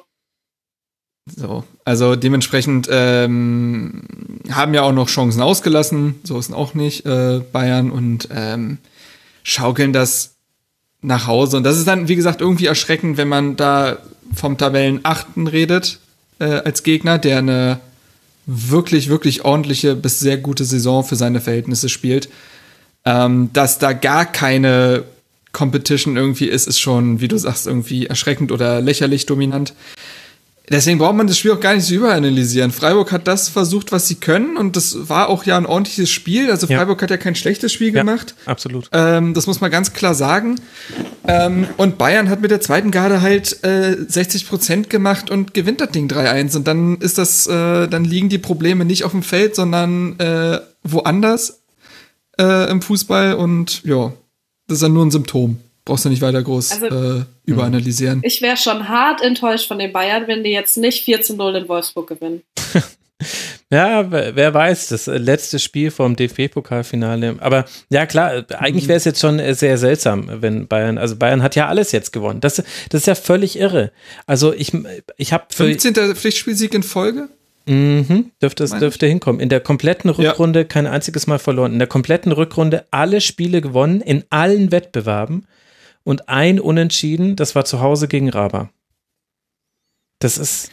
So, also dementsprechend ähm, haben ja auch noch Chancen ausgelassen, so ist es auch nicht, äh, Bayern, und ähm, schaukeln das nach Hause. Und das ist dann, wie gesagt, irgendwie erschreckend, wenn man da vom Tabellenachten redet äh, als Gegner, der eine wirklich, wirklich ordentliche bis sehr gute Saison für seine Verhältnisse spielt. Ähm, dass da gar keine Competition irgendwie ist, ist schon, wie du sagst, irgendwie erschreckend oder lächerlich dominant. Deswegen braucht man das Spiel auch gar nicht so überanalysieren. Freiburg hat das versucht, was sie können, und das war auch ja ein ordentliches Spiel. Also Freiburg ja. hat ja kein schlechtes Spiel ja, gemacht. Absolut. Ähm, das muss man ganz klar sagen. Ähm, und Bayern hat mit der zweiten Garde halt äh, sechzig Prozent gemacht und gewinnt das Ding drei eins. Und dann ist das, äh, dann liegen die Probleme nicht auf dem Feld, sondern äh, woanders äh, im Fußball. Und ja, das ist dann nur ein Symptom. Brauchst du nicht weiter groß also, äh, überanalysieren. Ich wäre schon hart enttäuscht von den Bayern, wenn die jetzt nicht vier zu null in Wolfsburg gewinnen. Ja, wer weiß, das letzte Spiel vom D F B-Pokalfinale. Aber ja, klar, eigentlich wäre es jetzt schon sehr seltsam, wenn Bayern, also Bayern hat ja alles jetzt gewonnen. Das, das ist ja völlig irre. Also ich, ich habe für fünfzehnter Pflichtspielsieg in Folge? Mhm, dürfte es dürfte hinkommen. In der kompletten Rückrunde ja. kein einziges Mal verloren. In der kompletten Rückrunde alle Spiele gewonnen, in allen Wettbewerben. Und ein Unentschieden, das war zu Hause gegen Raba. Das ist,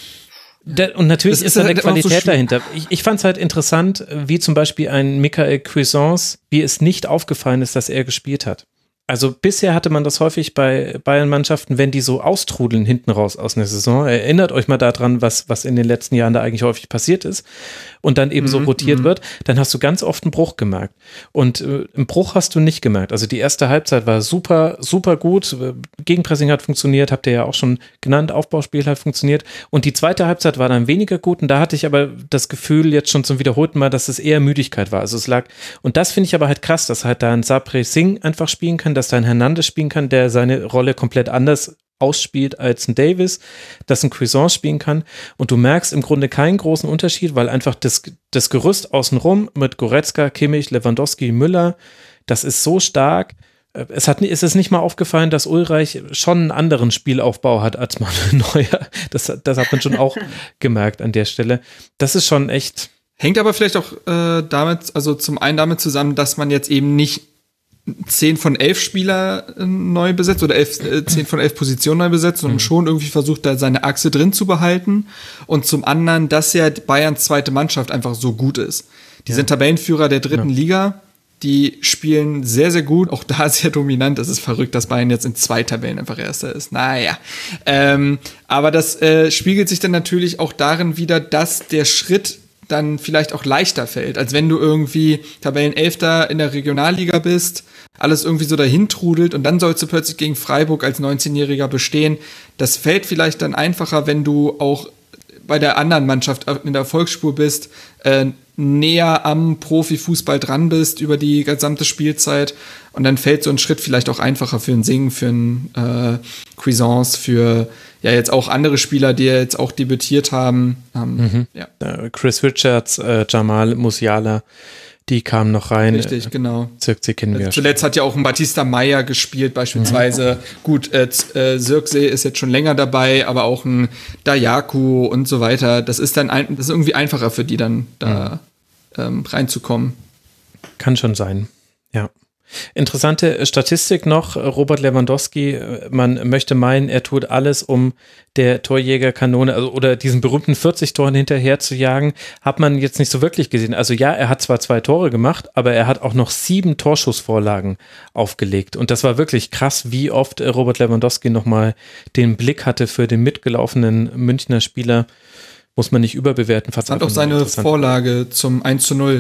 der, und natürlich ist, ist da eine Qualität so dahinter. Ich, ich fand es halt interessant, wie zum Beispiel ein Michael Cuisance, wie es nicht aufgefallen ist, dass er gespielt hat. Also bisher hatte man das häufig bei Bayern-Mannschaften, wenn die so austrudeln hinten raus aus einer Saison. Erinnert euch mal daran, was, was in den letzten Jahren da eigentlich häufig passiert ist und dann eben so mhm, rotiert m- wird, dann hast du ganz oft einen Bruch gemerkt. Und äh, einen Bruch hast du nicht gemerkt. Also die erste Halbzeit war super, super gut. Gegenpressing hat funktioniert, habt ihr ja auch schon genannt, Aufbauspiel hat funktioniert. Und die zweite Halbzeit war dann weniger gut, und da hatte ich aber das Gefühl jetzt schon zum wiederholten Mal, dass es eher Müdigkeit war. Also es lag, und das finde ich aber halt krass, dass halt da ein Sabri Singh einfach spielen kann, dass da ein Hernandez spielen kann, der seine Rolle komplett anders ausspielt als ein Davis, dass ein Cuisance spielen kann, und du merkst im Grunde keinen großen Unterschied, weil einfach das, das Gerüst außenrum mit Goretzka, Kimmich, Lewandowski, Müller, das ist so stark. Es, hat, es ist nicht mal aufgefallen, dass Ulreich schon einen anderen Spielaufbau hat als Manuel Neuer. Das, das hat man schon auch gemerkt an der Stelle. Das ist schon echt. Hängt aber vielleicht auch äh, damit, also zum einen damit zusammen, dass man jetzt eben nicht zehn von elf Spieler neu besetzt oder elf, äh, zehn von elf Positionen neu besetzt, und mhm. schon irgendwie versucht, da seine Achse drin zu behalten. Und zum anderen, dass ja Bayerns zweite Mannschaft einfach so gut ist. Die ja. sind Tabellenführer der dritten ja. Liga. Die spielen sehr, sehr gut, auch da sehr dominant. Es ist verrückt, dass Bayern jetzt in zwei Tabellen einfach Erster ist. Naja. Ähm, aber das äh, spiegelt sich dann natürlich auch darin wieder, dass der Schritt dann vielleicht auch leichter fällt, als wenn du irgendwie Tabellenelfter in der Regionalliga bist, alles irgendwie so dahin trudelt, und dann sollst du plötzlich gegen Freiburg als neunzehnjähriger bestehen. Das fällt vielleicht dann einfacher, wenn du auch bei der anderen Mannschaft in der Erfolgsspur bist, äh, näher am Profifußball dran bist über die gesamte Spielzeit, und dann fällt so ein Schritt vielleicht auch einfacher für einen Sing, für einen äh, Cuisance, für ja jetzt auch andere Spieler, die jetzt auch debütiert haben. Ähm, mhm. ja. Chris Richards, äh, Jamal Musiala, die kamen noch rein. Richtig, genau. Zirkzee kennen wir. Zuletzt hat ja auch ein Batista Meyer gespielt beispielsweise. Mhm. Gut, äh, äh, Zirkzee ist jetzt schon länger dabei, aber auch ein Dayaku und so weiter. Das ist dann ein, das ist irgendwie einfacher für die dann da mhm. ähm, reinzukommen. Kann schon sein, ja. Interessante Statistik noch, Robert Lewandowski, man möchte meinen, er tut alles, um der Torjägerkanone, also oder diesen berühmten vierzig Toren hinterher zu jagen, hat man jetzt nicht so wirklich gesehen. Also ja, er hat zwar zwei Tore gemacht, aber er hat auch noch sieben Torschussvorlagen aufgelegt, und das war wirklich krass, wie oft Robert Lewandowski nochmal den Blick hatte für den mitgelaufenen Münchner Spieler, muss man nicht überbewerten. Fand auch seine Vorlage zum eins zu null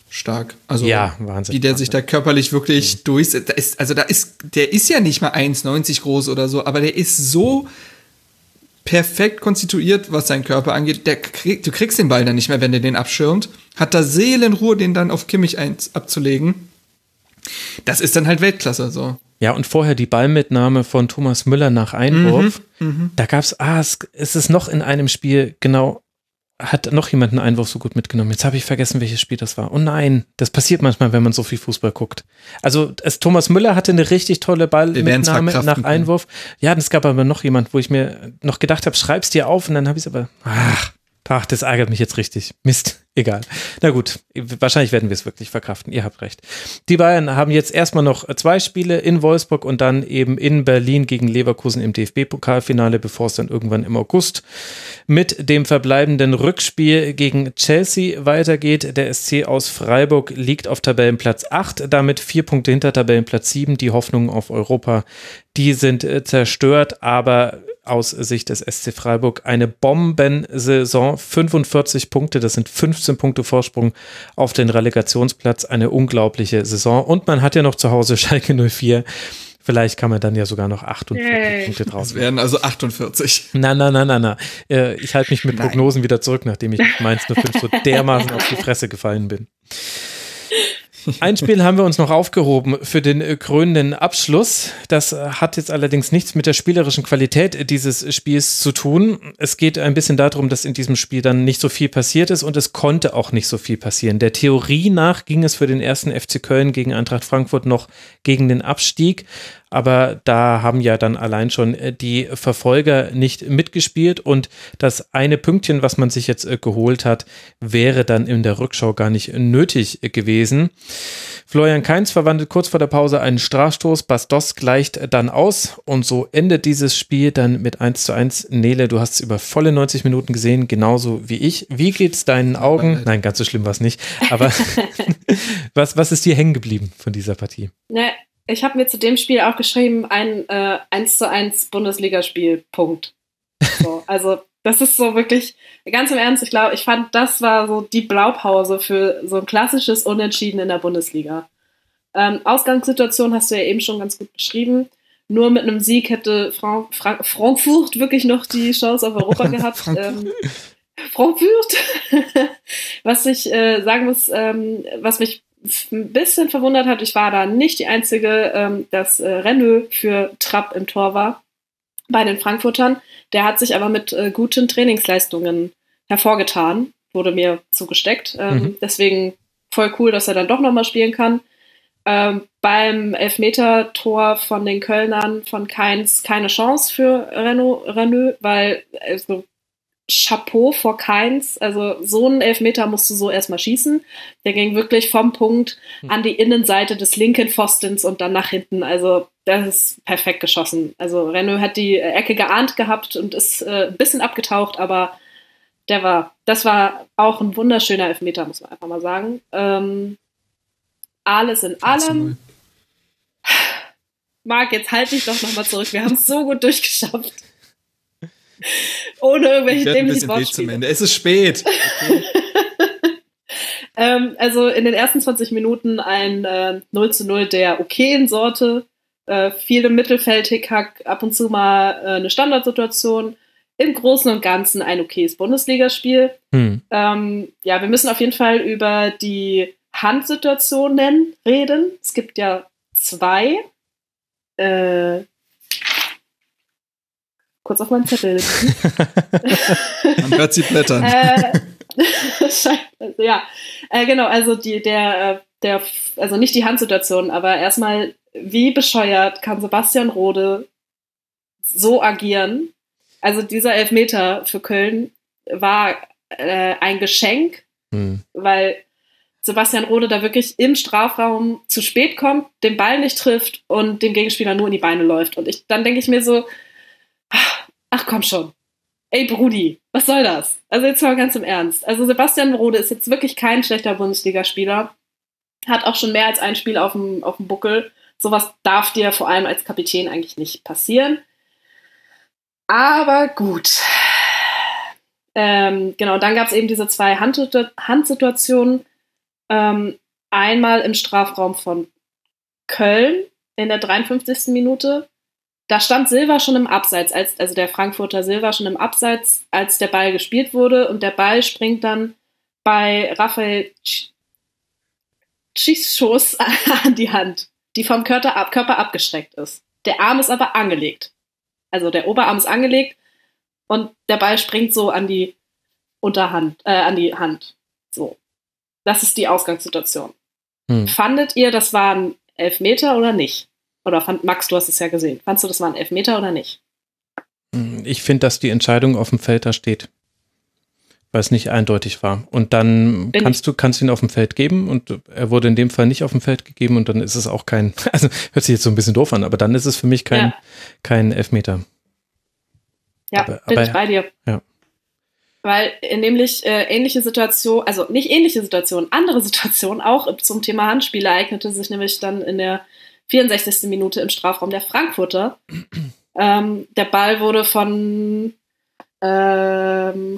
stark. Also, ja, Wahnsinn. Wie der sich da körperlich wirklich mhm. durch, da ist, also da ist, der ist ja nicht mal eins neunzig groß oder so, aber der ist so perfekt konstituiert, was seinen Körper angeht. Der krieg, du kriegst den Ball dann nicht mehr, wenn der den abschirmt. Hat da Seelenruhe, den dann auf Kimmich eins abzulegen. Das ist dann halt Weltklasse, so. Ja, und vorher die Ballmitnahme von Thomas Müller nach Einwurf. Mhm, mh. Da gab's, ah, es, es ist noch in einem Spiel, genau, hat noch jemand einen Einwurf so gut mitgenommen. Jetzt habe ich vergessen, welches Spiel das war. Oh nein, das passiert manchmal, wenn man so viel Fußball guckt. Also es, Thomas Müller hatte eine richtig tolle Ballmitnahme nach Einwurf. Ja, es gab aber noch jemand, wo ich mir noch gedacht habe, schreib's dir auf, und dann habe ich es aber, ach, ach, das ärgert mich jetzt richtig. Mist, egal. Na gut, wahrscheinlich werden wir es wirklich verkraften. Ihr habt recht. Die Bayern haben jetzt erstmal noch zwei Spiele in Wolfsburg und dann eben in Berlin gegen Leverkusen im D F B-Pokalfinale, bevor es dann irgendwann im August mit dem verbleibenden Rückspiel gegen Chelsea weitergeht. Der S C aus Freiburg liegt auf Tabellenplatz acht, damit vier Punkte hinter Tabellenplatz sieben. Die Hoffnungen auf Europa, die sind zerstört, aber aus Sicht des S C Freiburg eine Bombensaison, fünfundvierzig Punkte, das sind fünfzehn Punkte Vorsprung auf den Relegationsplatz, eine unglaubliche Saison, und man hat ja noch zu Hause Schalke null vier, vielleicht kann man dann ja sogar noch achtundvierzig Yay. Punkte draus. Das wären also achtundvierzig. Na, na, na, na, na. Ich halte mich mit Prognosen Nein. wieder zurück, nachdem ich mit Mainz null fünf so dermaßen auf die Fresse gefallen bin. Ein Spiel haben wir uns noch aufgehoben für den krönenden Abschluss. Das hat jetzt allerdings nichts mit der spielerischen Qualität dieses Spiels zu tun. Es geht ein bisschen darum, dass in diesem Spiel dann nicht so viel passiert ist, und es konnte auch nicht so viel passieren. Der Theorie nach ging es für den ersten F C Köln gegen Eintracht Frankfurt noch gegen den Abstieg. Aber da haben ja dann allein schon die Verfolger nicht mitgespielt, und das eine Pünktchen, was man sich jetzt geholt hat, wäre dann in der Rückschau gar nicht nötig gewesen. Florian Kainz verwandelt kurz vor der Pause einen Strafstoß, Bastos gleicht dann aus, und so endet dieses Spiel dann mit eins zu eins. Nele, du hast es über volle neunzig Minuten gesehen, genauso wie ich. Wie geht's deinen Augen? Nein, ganz so schlimm war es nicht, aber was, was ist dir hängen geblieben von dieser Partie? Ne. Ich habe mir zu dem Spiel auch geschrieben, ein äh, eins zu eins Bundesligaspiel, Punkt. So, also das ist so wirklich, ganz im Ernst, ich glaube, ich fand, das war so die Blaupause für so ein klassisches Unentschieden in der Bundesliga. Ähm, Ausgangssituation hast du ja eben schon ganz gut beschrieben. Nur mit einem Sieg hätte Fra- Fra- Frankfurt wirklich noch die Chance auf Europa gehabt. ähm, Frankfurt. Was ich äh, sagen muss, ähm, was mich ein bisschen verwundert hat, ich war da nicht die Einzige, ähm, dass äh, Renö für Trapp im Tor war bei den Frankfurtern. Der hat sich aber mit äh, guten Trainingsleistungen hervorgetan, wurde mir zugesteckt. Ähm, mhm. Deswegen voll cool, dass er dann doch nochmal spielen kann. Ähm, beim Elfmeter-Tor von den Kölnern von Kainz keine Chance für Renö, Renö weil also, Chapeau vor Kainz, also so einen Elfmeter musst du so erstmal schießen. Der ging wirklich vom Punkt an die Innenseite des linken Pfostens und dann nach hinten. Also das ist perfekt geschossen. Also Renö hat die Ecke geahnt gehabt und ist äh, ein bisschen abgetaucht, aber der war, das war auch ein wunderschöner Elfmeter, muss man einfach mal sagen. Ähm, alles in allem. Marc, jetzt halte ich doch nochmal zurück. Wir haben es so gut durchgeschafft. Ohne irgendwelche dämlichen Wortspiele. Es ist spät. Okay. ähm, also in den ersten zwanzig Minuten ein äh, null zu null der okayen Sorte. Äh, viel im Mittelfeld, Hickhack, ab und zu mal äh, eine Standardsituation. Im Großen und Ganzen ein okayes Bundesligaspiel. Hm. Ähm, ja, wir müssen auf jeden Fall über die Handsituationen reden. Es gibt ja zwei. Äh, kurz auf meinen Zettel. Man hört sie blättern. äh, ja, äh, genau, also die, der, der, also nicht die Handsituation, aber erstmal, wie bescheuert kann Sebastian Rode so agieren? Also dieser Elfmeter für Köln war äh, ein Geschenk, hm. weil Sebastian Rode da wirklich im Strafraum zu spät kommt, den Ball nicht trifft und dem Gegenspieler nur in die Beine läuft. Und ich, dann denke ich mir so, ach komm schon, ey Brudi, was soll das? Also jetzt mal ganz im Ernst. Also Sebastian Rode ist jetzt wirklich kein schlechter Bundesligaspieler, hat auch schon mehr als ein Spiel auf dem, auf dem Buckel. Sowas darf dir vor allem als Kapitän eigentlich nicht passieren. Aber gut. Ähm, genau, dann gab es eben diese zwei Hand- Handsituationen. Ähm, einmal im Strafraum von Köln in der dreiundfünfzigsten Minute. Da stand Silva schon im Abseits, als, also der Frankfurter Silva schon im Abseits, als der Ball gespielt wurde. Und der Ball springt dann bei Raphael Czichos an die Hand, die vom Körper, ab, Körper abgestreckt ist. Der Arm ist aber angelegt. Also der Oberarm ist angelegt und der Ball springt so an die Unterhand, äh, an die Hand. So. Das ist die Ausgangssituation. Hm. Fandet ihr, das war ein Elfmeter oder nicht? Oder fand, Max, du hast es ja gesehen. Fandst du, das war ein Elfmeter oder nicht? Ich finde, dass die Entscheidung auf dem Feld da steht, weil es nicht eindeutig war. Und dann Bin kannst ich. du kannst ihn auf dem Feld geben und er wurde in dem Fall nicht auf dem Feld gegeben und dann ist es auch kein, also hört sich jetzt so ein bisschen doof an, aber dann ist es für mich kein, ja. kein Elfmeter. Ja, aber, bin aber, ich bei dir. Ja. Weil nämlich äh, ähnliche Situation, also nicht ähnliche Situation, andere Situation auch zum Thema Handspiel ereignete sich nämlich dann in der vierundsechzigsten Minute im Strafraum der Frankfurter. ähm, der Ball wurde von ähm,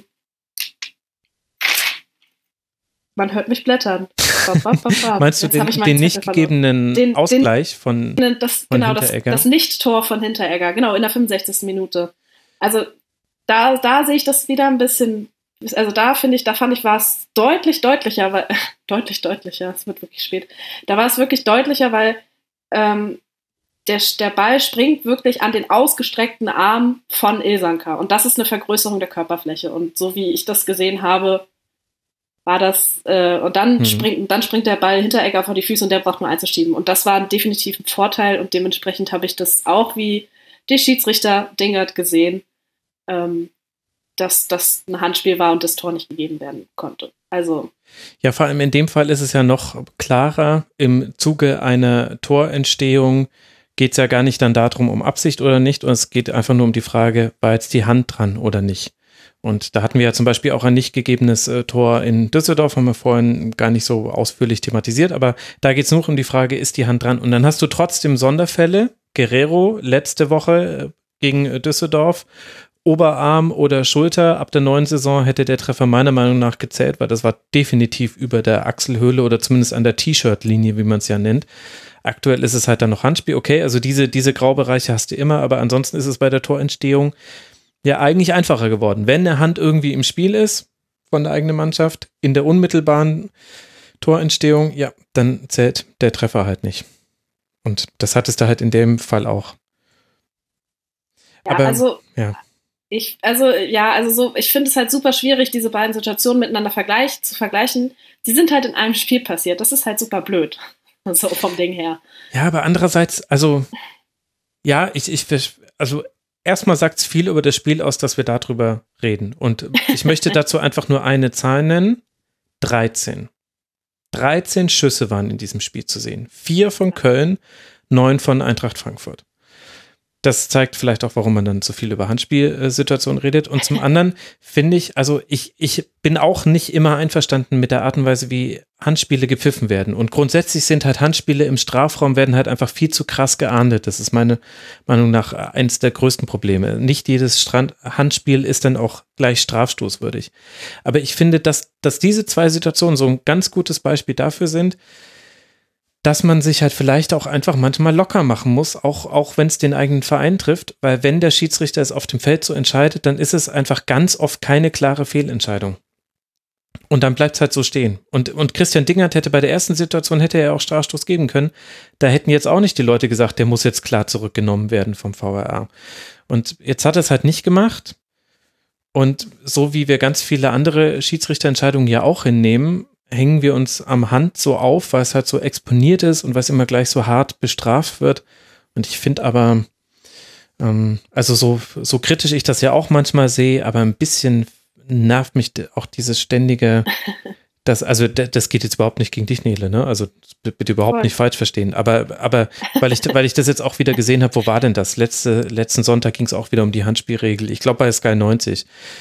man hört mich blättern. Bap, bap, bap, bap. Meinst du den, den nicht gegebenen den, den, Ausgleich von, das, von genau, Hinteregger? Das, das Nicht-Tor von Hinteregger, genau, in der fünfundsechzigsten Minute. Also da, da sehe ich das wieder ein bisschen, also da finde ich, da fand ich, war es deutlich deutlicher, weil, deutlich deutlicher, es wird wirklich spät, da war es wirklich deutlicher, weil ähm, der, der Ball springt wirklich an den ausgestreckten Arm von Ilsanker und das ist eine Vergrößerung der Körperfläche und so wie ich das gesehen habe, war das, äh, und dann, mhm. springt, dann springt der Ball Hinteregger vor die Füße und der braucht nur einzuschieben und das war definitiv ein Vorteil und dementsprechend habe ich das auch wie die Schiedsrichter Dingert gesehen, ähm, dass das ein Handspiel war und das Tor nicht gegeben werden konnte. Also ja, vor allem in dem Fall ist es ja noch klarer. Im Zuge einer Torentstehung geht es ja gar nicht dann darum, um Absicht oder nicht, und es geht einfach nur um die Frage, war jetzt die Hand dran oder nicht? Und da hatten wir ja zum Beispiel auch ein nicht gegebenes äh, Tor in Düsseldorf, haben wir vorhin gar nicht so ausführlich thematisiert, aber da geht es nur um die Frage, ist die Hand dran? Und dann hast du trotzdem Sonderfälle, Guerrero letzte Woche gegen Düsseldorf, Oberarm oder Schulter, ab der neuen Saison hätte der Treffer meiner Meinung nach gezählt, weil das war definitiv über der Achselhöhle oder zumindest an der T-Shirt-Linie, wie man es ja nennt. Aktuell ist es halt dann noch Handspiel, okay, also diese, diese Graubereiche hast du immer, aber ansonsten ist es bei der Torentstehung ja eigentlich einfacher geworden. Wenn eine Hand irgendwie im Spiel ist von der eigenen Mannschaft, in der unmittelbaren Torentstehung, ja, dann zählt der Treffer halt nicht. Und das hat es da halt in dem Fall auch. Ja, aber, also ja. Ich, also, ja, also so, ich finde es halt super schwierig, diese beiden Situationen miteinander vergleich, zu vergleichen. Die sind halt in einem Spiel passiert. Das ist halt super blöd. So vom Ding her. Ja, aber andererseits, also, ja, ich, ich, also, erstmal sagt es viel über das Spiel aus, dass wir darüber reden. Und ich möchte dazu einfach nur eine Zahl nennen. dreizehn. dreizehn Schüsse waren in diesem Spiel zu sehen. Vier von Köln, neun von Eintracht Frankfurt. Das zeigt vielleicht auch, warum man dann so viel über Handspielsituationen redet. Und zum anderen finde ich, also ich, ich bin auch nicht immer einverstanden mit der Art und Weise, wie Handspiele gepfiffen werden. Und grundsätzlich sind halt Handspiele im Strafraum werden halt einfach viel zu krass geahndet. Das ist meiner Meinung nach eins der größten Probleme. Nicht jedes Strand- Handspiel ist dann auch gleich strafstoßwürdig. Aber ich finde, dass, dass diese zwei Situationen so ein ganz gutes Beispiel dafür sind, dass man sich halt vielleicht auch einfach manchmal locker machen muss, auch, auch wenn es den eigenen Verein trifft, weil wenn der Schiedsrichter es auf dem Feld so entscheidet, dann ist es einfach ganz oft keine klare Fehlentscheidung. Und dann bleibt es halt so stehen. Und, und Christian Dingert hätte bei der ersten Situation, hätte er auch Strafstoß geben können, da hätten jetzt auch nicht die Leute gesagt, der muss jetzt klar zurückgenommen werden vom V R A. Und jetzt hat er es halt nicht gemacht. Und so wie wir ganz viele andere Schiedsrichterentscheidungen ja auch hinnehmen, hängen wir uns am Hand so auf, weil es halt so exponiert ist und weil es immer gleich so hart bestraft wird. Und ich finde aber, ähm, also so, so kritisch ich das ja auch manchmal sehe, aber ein bisschen nervt mich auch dieses ständige, das, also das geht jetzt überhaupt nicht gegen dich, Nele, ne? Also bitte überhaupt Voll. Nicht falsch verstehen. Aber, aber weil ich, weil ich das jetzt auch wieder gesehen habe, wo war denn das? Letzte, letzten Sonntag ging es auch wieder um die Handspielregel. Ich glaube bei Sky neunzig.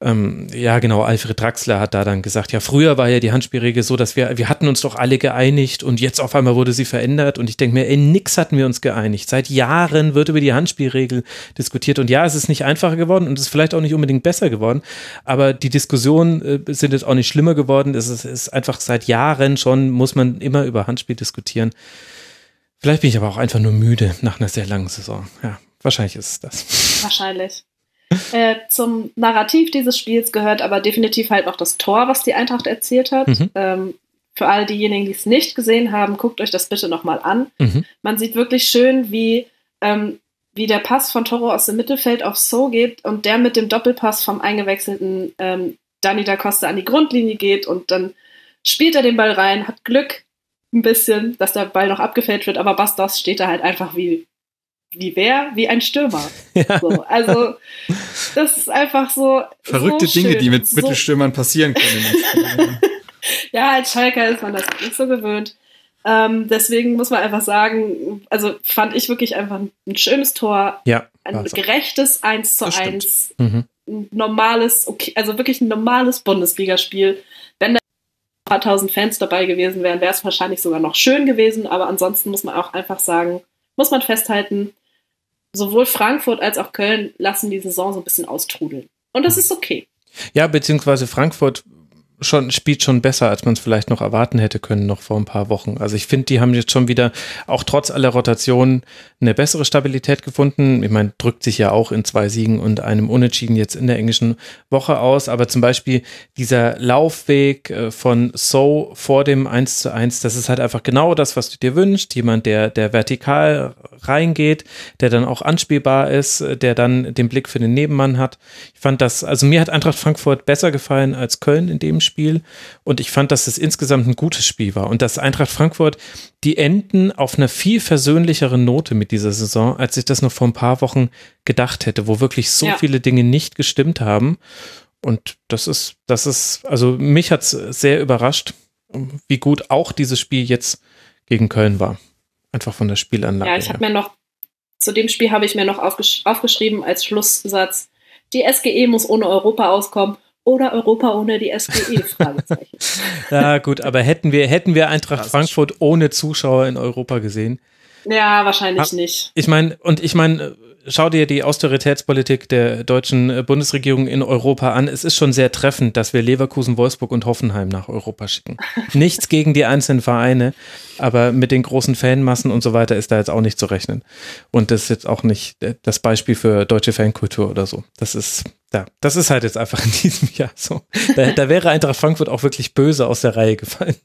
ähm, ja genau, Alfred Draxler hat da dann gesagt, ja früher war ja die Handspielregel so, dass wir, wir hatten uns doch alle geeinigt und jetzt auf einmal wurde sie verändert und ich denke mir, ey, nix hatten wir uns geeinigt. Seit Jahren wird über die Handspielregel diskutiert und ja, es ist nicht einfacher geworden und es ist vielleicht auch nicht unbedingt besser geworden, aber die Diskussionen äh, sind jetzt auch nicht schlimmer geworden. Es ist, es ist einfach seit Jahren schon, muss man immer über Handspiel diskutieren. Vielleicht bin ich aber auch einfach nur müde nach einer sehr langen Saison. Ja, wahrscheinlich ist es das. Wahrscheinlich. Äh, zum Narrativ dieses Spiels gehört aber definitiv halt noch das Tor, was die Eintracht erzielt hat. Mhm. Ähm, für all diejenigen, die es nicht gesehen haben, guckt euch das bitte nochmal an. Mhm. Man sieht wirklich schön, wie, ähm, wie der Pass von Toro aus dem Mittelfeld auf So geht und der mit dem Doppelpass vom eingewechselten ähm, Dani da Costa an die Grundlinie geht und dann spielt er den Ball rein, hat Glück ein bisschen, dass der Ball noch abgefälscht wird, aber Bastos steht da halt einfach wie wie wer? Wie ein Stürmer. Ja. So, also, das ist einfach so. Verrückte so Dinge, schön. die mit so Mittelstürmern passieren können. Ja, als Schalker ist man das nicht so gewöhnt. Ähm, deswegen muss man einfach sagen, also fand ich wirklich einfach ein schönes Tor. Ja. Ein gerechtes eins zu eins. Mhm. Ein normales, okay, also wirklich ein normales Bundesligaspiel. Wenn da ein paar tausend Fans dabei gewesen wären, wäre es wahrscheinlich sogar noch schön gewesen, aber ansonsten muss man auch einfach sagen, muss man festhalten, sowohl Frankfurt als auch Köln lassen die Saison so ein bisschen austrudeln. Und das ist okay. Ja, beziehungsweise Frankfurt schon, spielt schon besser, als man es vielleicht noch erwarten hätte können, noch vor ein paar Wochen. Also ich finde, die haben jetzt schon wieder, auch trotz aller Rotationen, eine bessere Stabilität gefunden. Ich meine, drückt sich ja auch in zwei Siegen und einem Unentschieden jetzt in der englischen Woche aus. Aber zum Beispiel dieser Laufweg von So vor dem eins zu eins, das ist halt einfach genau das, was du dir wünschst. Jemand, der, der vertikal reingeht, der dann auch anspielbar ist, der dann den Blick für den Nebenmann hat. Ich fand das, also mir hat Eintracht Frankfurt besser gefallen als Köln in dem Spiel und ich fand, dass es insgesamt ein gutes Spiel war und dass Eintracht Frankfurt, die enden auf einer viel versöhnlicheren Note mit dieser Saison, als ich das noch vor ein paar Wochen gedacht hätte, wo wirklich so ja. viele Dinge nicht gestimmt haben und das ist, das ist, also mich hat es sehr überrascht, wie gut auch dieses Spiel jetzt gegen Köln war. Einfach von der Spielanlage. Ja, ich habe mir noch, zu dem Spiel habe ich mir noch aufgesch- aufgeschrieben als Schlusssatz, die S G E muss ohne Europa auskommen oder Europa ohne die S G E? Fragezeichen. Ja, gut, aber hätten wir, hätten wir Eintracht Frankfurt ohne Zuschauer in Europa gesehen? Ja, wahrscheinlich ha- nicht. Ich meine, und ich meine, schau dir die Austeritätspolitik der deutschen Bundesregierung in Europa an. Es ist schon sehr treffend, dass wir Leverkusen, Wolfsburg und Hoffenheim nach Europa schicken. Nichts gegen die einzelnen Vereine, aber mit den großen Fanmassen und so weiter ist da jetzt auch nicht zu rechnen. Und das ist jetzt auch nicht das Beispiel für deutsche Fankultur oder so. Das ist, ja, das ist halt jetzt einfach in diesem Jahr so. Da, da wäre Eintracht Frankfurt auch wirklich böse aus der Reihe gefallen.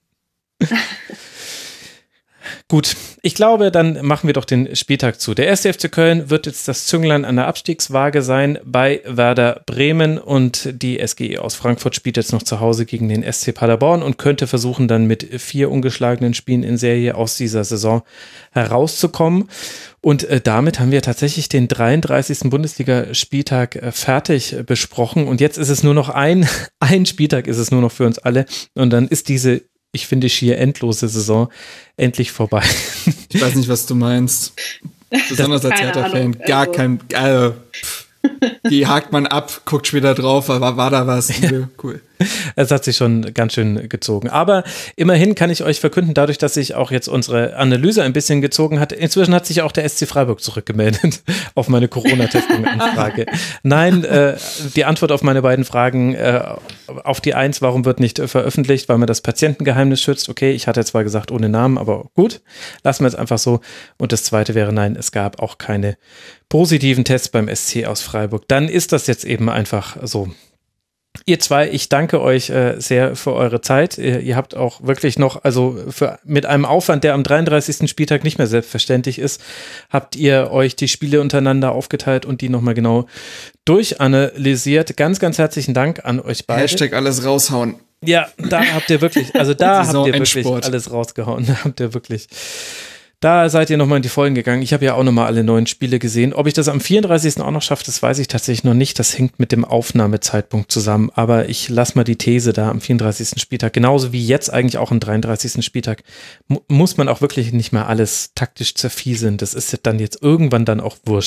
Gut, ich glaube, dann machen wir doch den Spieltag zu. Der erste F C Köln wird jetzt das Zünglein an der Abstiegswaage sein bei Werder Bremen und die S G E aus Frankfurt spielt jetzt noch zu Hause gegen den S C Paderborn und könnte versuchen, dann mit vier ungeschlagenen Spielen in Serie aus dieser Saison herauszukommen. Und äh, damit haben wir tatsächlich den dreiunddreißigsten Bundesligaspieltag äh, fertig äh, besprochen und jetzt ist es nur noch ein, ein Spieltag ist es nur noch für uns alle und dann ist diese ich finde, schier endlose Saison endlich vorbei. Ich weiß nicht, was du meinst. Besonders als Hertha-Fan. Gar also. kein, äh, die hakt man ab, guckt später drauf, aber war da was? Ja. Cool. Es hat sich schon ganz schön gezogen. Aber immerhin kann ich euch verkünden, dadurch, dass sich auch jetzt unsere Analyse ein bisschen gezogen hat, inzwischen hat sich auch der S C Freiburg zurückgemeldet auf meine Corona-Testung-Anfrage. Nein, äh, die Antwort auf meine beiden Fragen, äh, auf die eins, warum wird nicht veröffentlicht, weil man das Patientengeheimnis schützt. Okay, ich hatte zwar gesagt ohne Namen, aber gut, lassen wir es einfach so. Und das zweite wäre, nein, es gab auch keine positiven Tests beim S C aus Freiburg. Dann ist das jetzt eben einfach so. Ihr zwei, ich danke euch äh, sehr für eure Zeit. Ihr, ihr habt auch wirklich noch, also für, mit einem Aufwand, der am dreiunddreißigsten Spieltag nicht mehr selbstverständlich ist, habt ihr euch die Spiele untereinander aufgeteilt und die nochmal genau durchanalysiert. Ganz, ganz herzlichen Dank an euch beide. Hashtag alles raushauen. Ja, da habt ihr wirklich, also da habt ihr wirklich alles rausgehauen. Da habt ihr wirklich... Da seid ihr nochmal in die Folgen gegangen. Ich habe ja auch nochmal alle neuen Spiele gesehen. Ob ich das am vierunddreißigsten auch noch schaffe, das weiß ich tatsächlich noch nicht. Das hängt mit dem Aufnahmezeitpunkt zusammen. Aber ich lasse mal die These da am vierunddreißigsten Spieltag, genauso wie jetzt eigentlich auch am dreiunddreißigsten Spieltag, mu- muss man auch wirklich nicht mehr alles taktisch zerfieseln. Das ist dann jetzt irgendwann dann auch wurscht.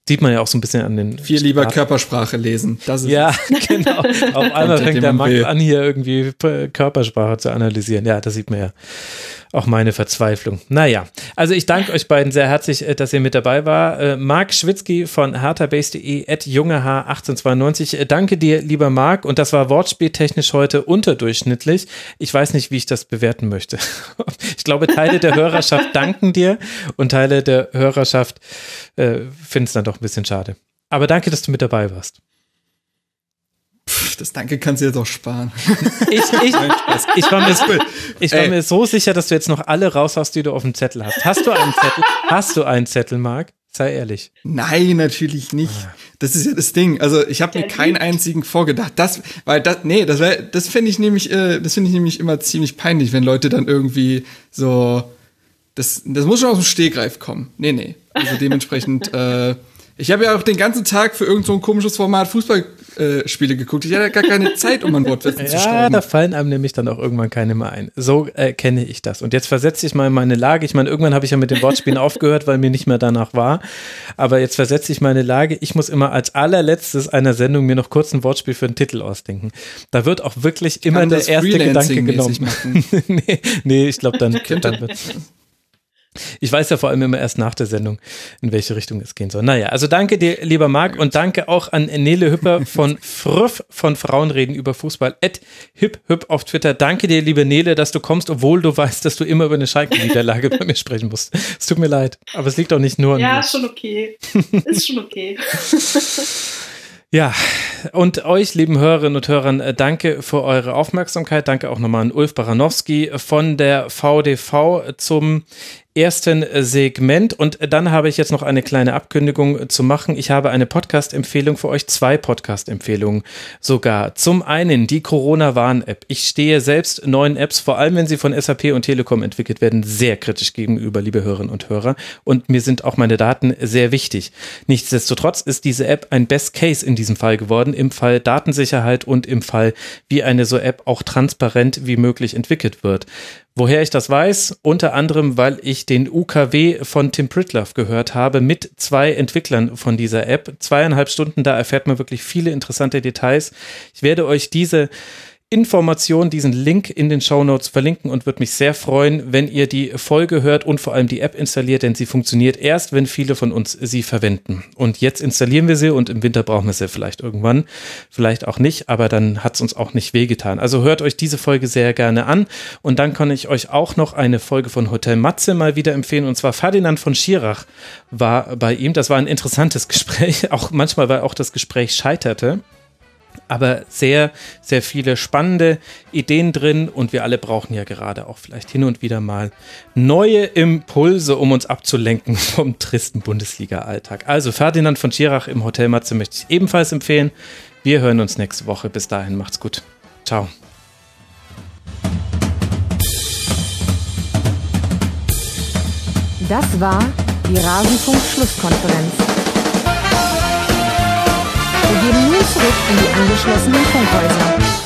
Sieht man ja auch so ein bisschen an den Viel lieber Start. Körpersprache lesen. Das ist ja, genau. Auf einmal fängt der Max an, hier irgendwie Körpersprache zu analysieren. Ja, das sieht man ja. Auch meine Verzweiflung. Naja, also ich danke euch beiden sehr herzlich, dass ihr mit dabei war. Äh, Marc Schwitzky von herthabase punkt de at jungehaar achtzehnhundertzweiundneunzig. Äh, danke dir, lieber Marc. Und das war wortspieltechnisch heute unterdurchschnittlich. Ich weiß nicht, wie ich das bewerten möchte. Ich glaube, Teile der Hörerschaft danken dir und Teile der Hörerschaft äh, finden es dann doch ein bisschen schade. Aber danke, dass du mit dabei warst. Das Danke kannst du jetzt auch sparen. Ich, ich, ich, war, mir, ich war mir so sicher, dass du jetzt noch alle raushaust, die du auf dem Zettel hast. Hast du einen Zettel? Hast du einen Zettel, Marc? Sei ehrlich. Nein, natürlich nicht. Das ist ja das Ding. Also ich habe mir keinen einzigen vorgedacht. Das, weil das, nee, das, das finde ich nämlich, äh, das finde ich nämlich immer ziemlich peinlich, wenn Leute dann irgendwie so, das, das muss schon aus dem Stegreif kommen. Nee, nee. Also dementsprechend. äh, Ich habe ja auch den ganzen Tag für irgend so ein komisches Format Fußballspiele äh, geguckt. Ich hatte gar keine Zeit, um ein Wortwitz ja, zu schreiben. Ja, da fallen einem nämlich dann auch irgendwann keine mehr ein. So äh, kenne ich das. Und jetzt versetze ich mal in meine Lage. Ich meine, irgendwann habe ich ja mit den Wortspielen aufgehört, weil mir nicht mehr danach war. Aber jetzt versetze ich meine Lage. Ich muss immer als allerletztes einer Sendung mir noch kurz ein Wortspiel für einen Titel ausdenken. Da wird auch wirklich immer der erste Gedanke genommen. nee, nee, ich glaube, dann, dann wird Ich weiß ja vor allem immer erst nach der Sendung, in welche Richtung es gehen soll. Naja, also danke dir, lieber Marc, und danke auch an Nele Hüpper von Früff von Frauenreden über Fußball, at hiphüpp auf Twitter. Danke dir, liebe Nele, dass du kommst, obwohl du weißt, dass du immer über eine Schalke-Niederlage bei mir sprechen musst. Es tut mir leid, aber es liegt auch nicht nur an ja, mir. Ja, ist schon okay. Ist schon okay. Ja, und euch, lieben Hörerinnen und Hörern, danke für eure Aufmerksamkeit. Danke auch nochmal an Ulf Baranowski von der V D V zum ersten Segment. Und dann habe ich jetzt noch eine kleine Ankündigung zu machen. Ich habe eine Podcast-Empfehlung für euch, zwei Podcast-Empfehlungen sogar. Zum einen die Corona-Warn-App. Ich stehe selbst neuen Apps, vor allem wenn sie von S A P und Telekom entwickelt werden, sehr kritisch gegenüber, liebe Hörerinnen und Hörer. Und mir sind auch meine Daten sehr wichtig. Nichtsdestotrotz ist diese App ein Best Case in diesem Fall geworden, im Fall Datensicherheit und im Fall, wie eine so App auch transparent wie möglich entwickelt wird. Woher ich das weiß? Unter anderem, weil ich den U K W von Tim Pritlove gehört habe mit zwei Entwicklern von dieser App. Zweieinhalb Stunden, da erfährt man wirklich viele interessante Details. Ich werde euch diese Information, diesen Link in den Shownotes verlinken und würde mich sehr freuen, wenn ihr die Folge hört und vor allem die App installiert, denn sie funktioniert erst, wenn viele von uns sie verwenden. Und jetzt installieren wir sie und im Winter brauchen wir sie vielleicht irgendwann, vielleicht auch nicht, aber dann hat es uns auch nicht wehgetan. Also hört euch diese Folge sehr gerne an und dann kann ich euch auch noch eine Folge von Hotel Matze mal wieder empfehlen, und zwar Ferdinand von Schirach war bei ihm. Das war ein interessantes Gespräch, auch manchmal, weil auch das Gespräch scheiterte. Aber sehr, sehr viele spannende Ideen drin und wir alle brauchen ja gerade auch vielleicht hin und wieder mal neue Impulse, um uns abzulenken vom tristen Bundesliga-Alltag. Also Ferdinand von Schirach im Hotel Matze möchte ich ebenfalls empfehlen. Wir hören uns nächste Woche. Bis dahin, macht's gut. Ciao. Das war die Rasenfunk-Schlusskonferenz. Wir gehen nun zurück in die angeschlossenen Funkhäuser.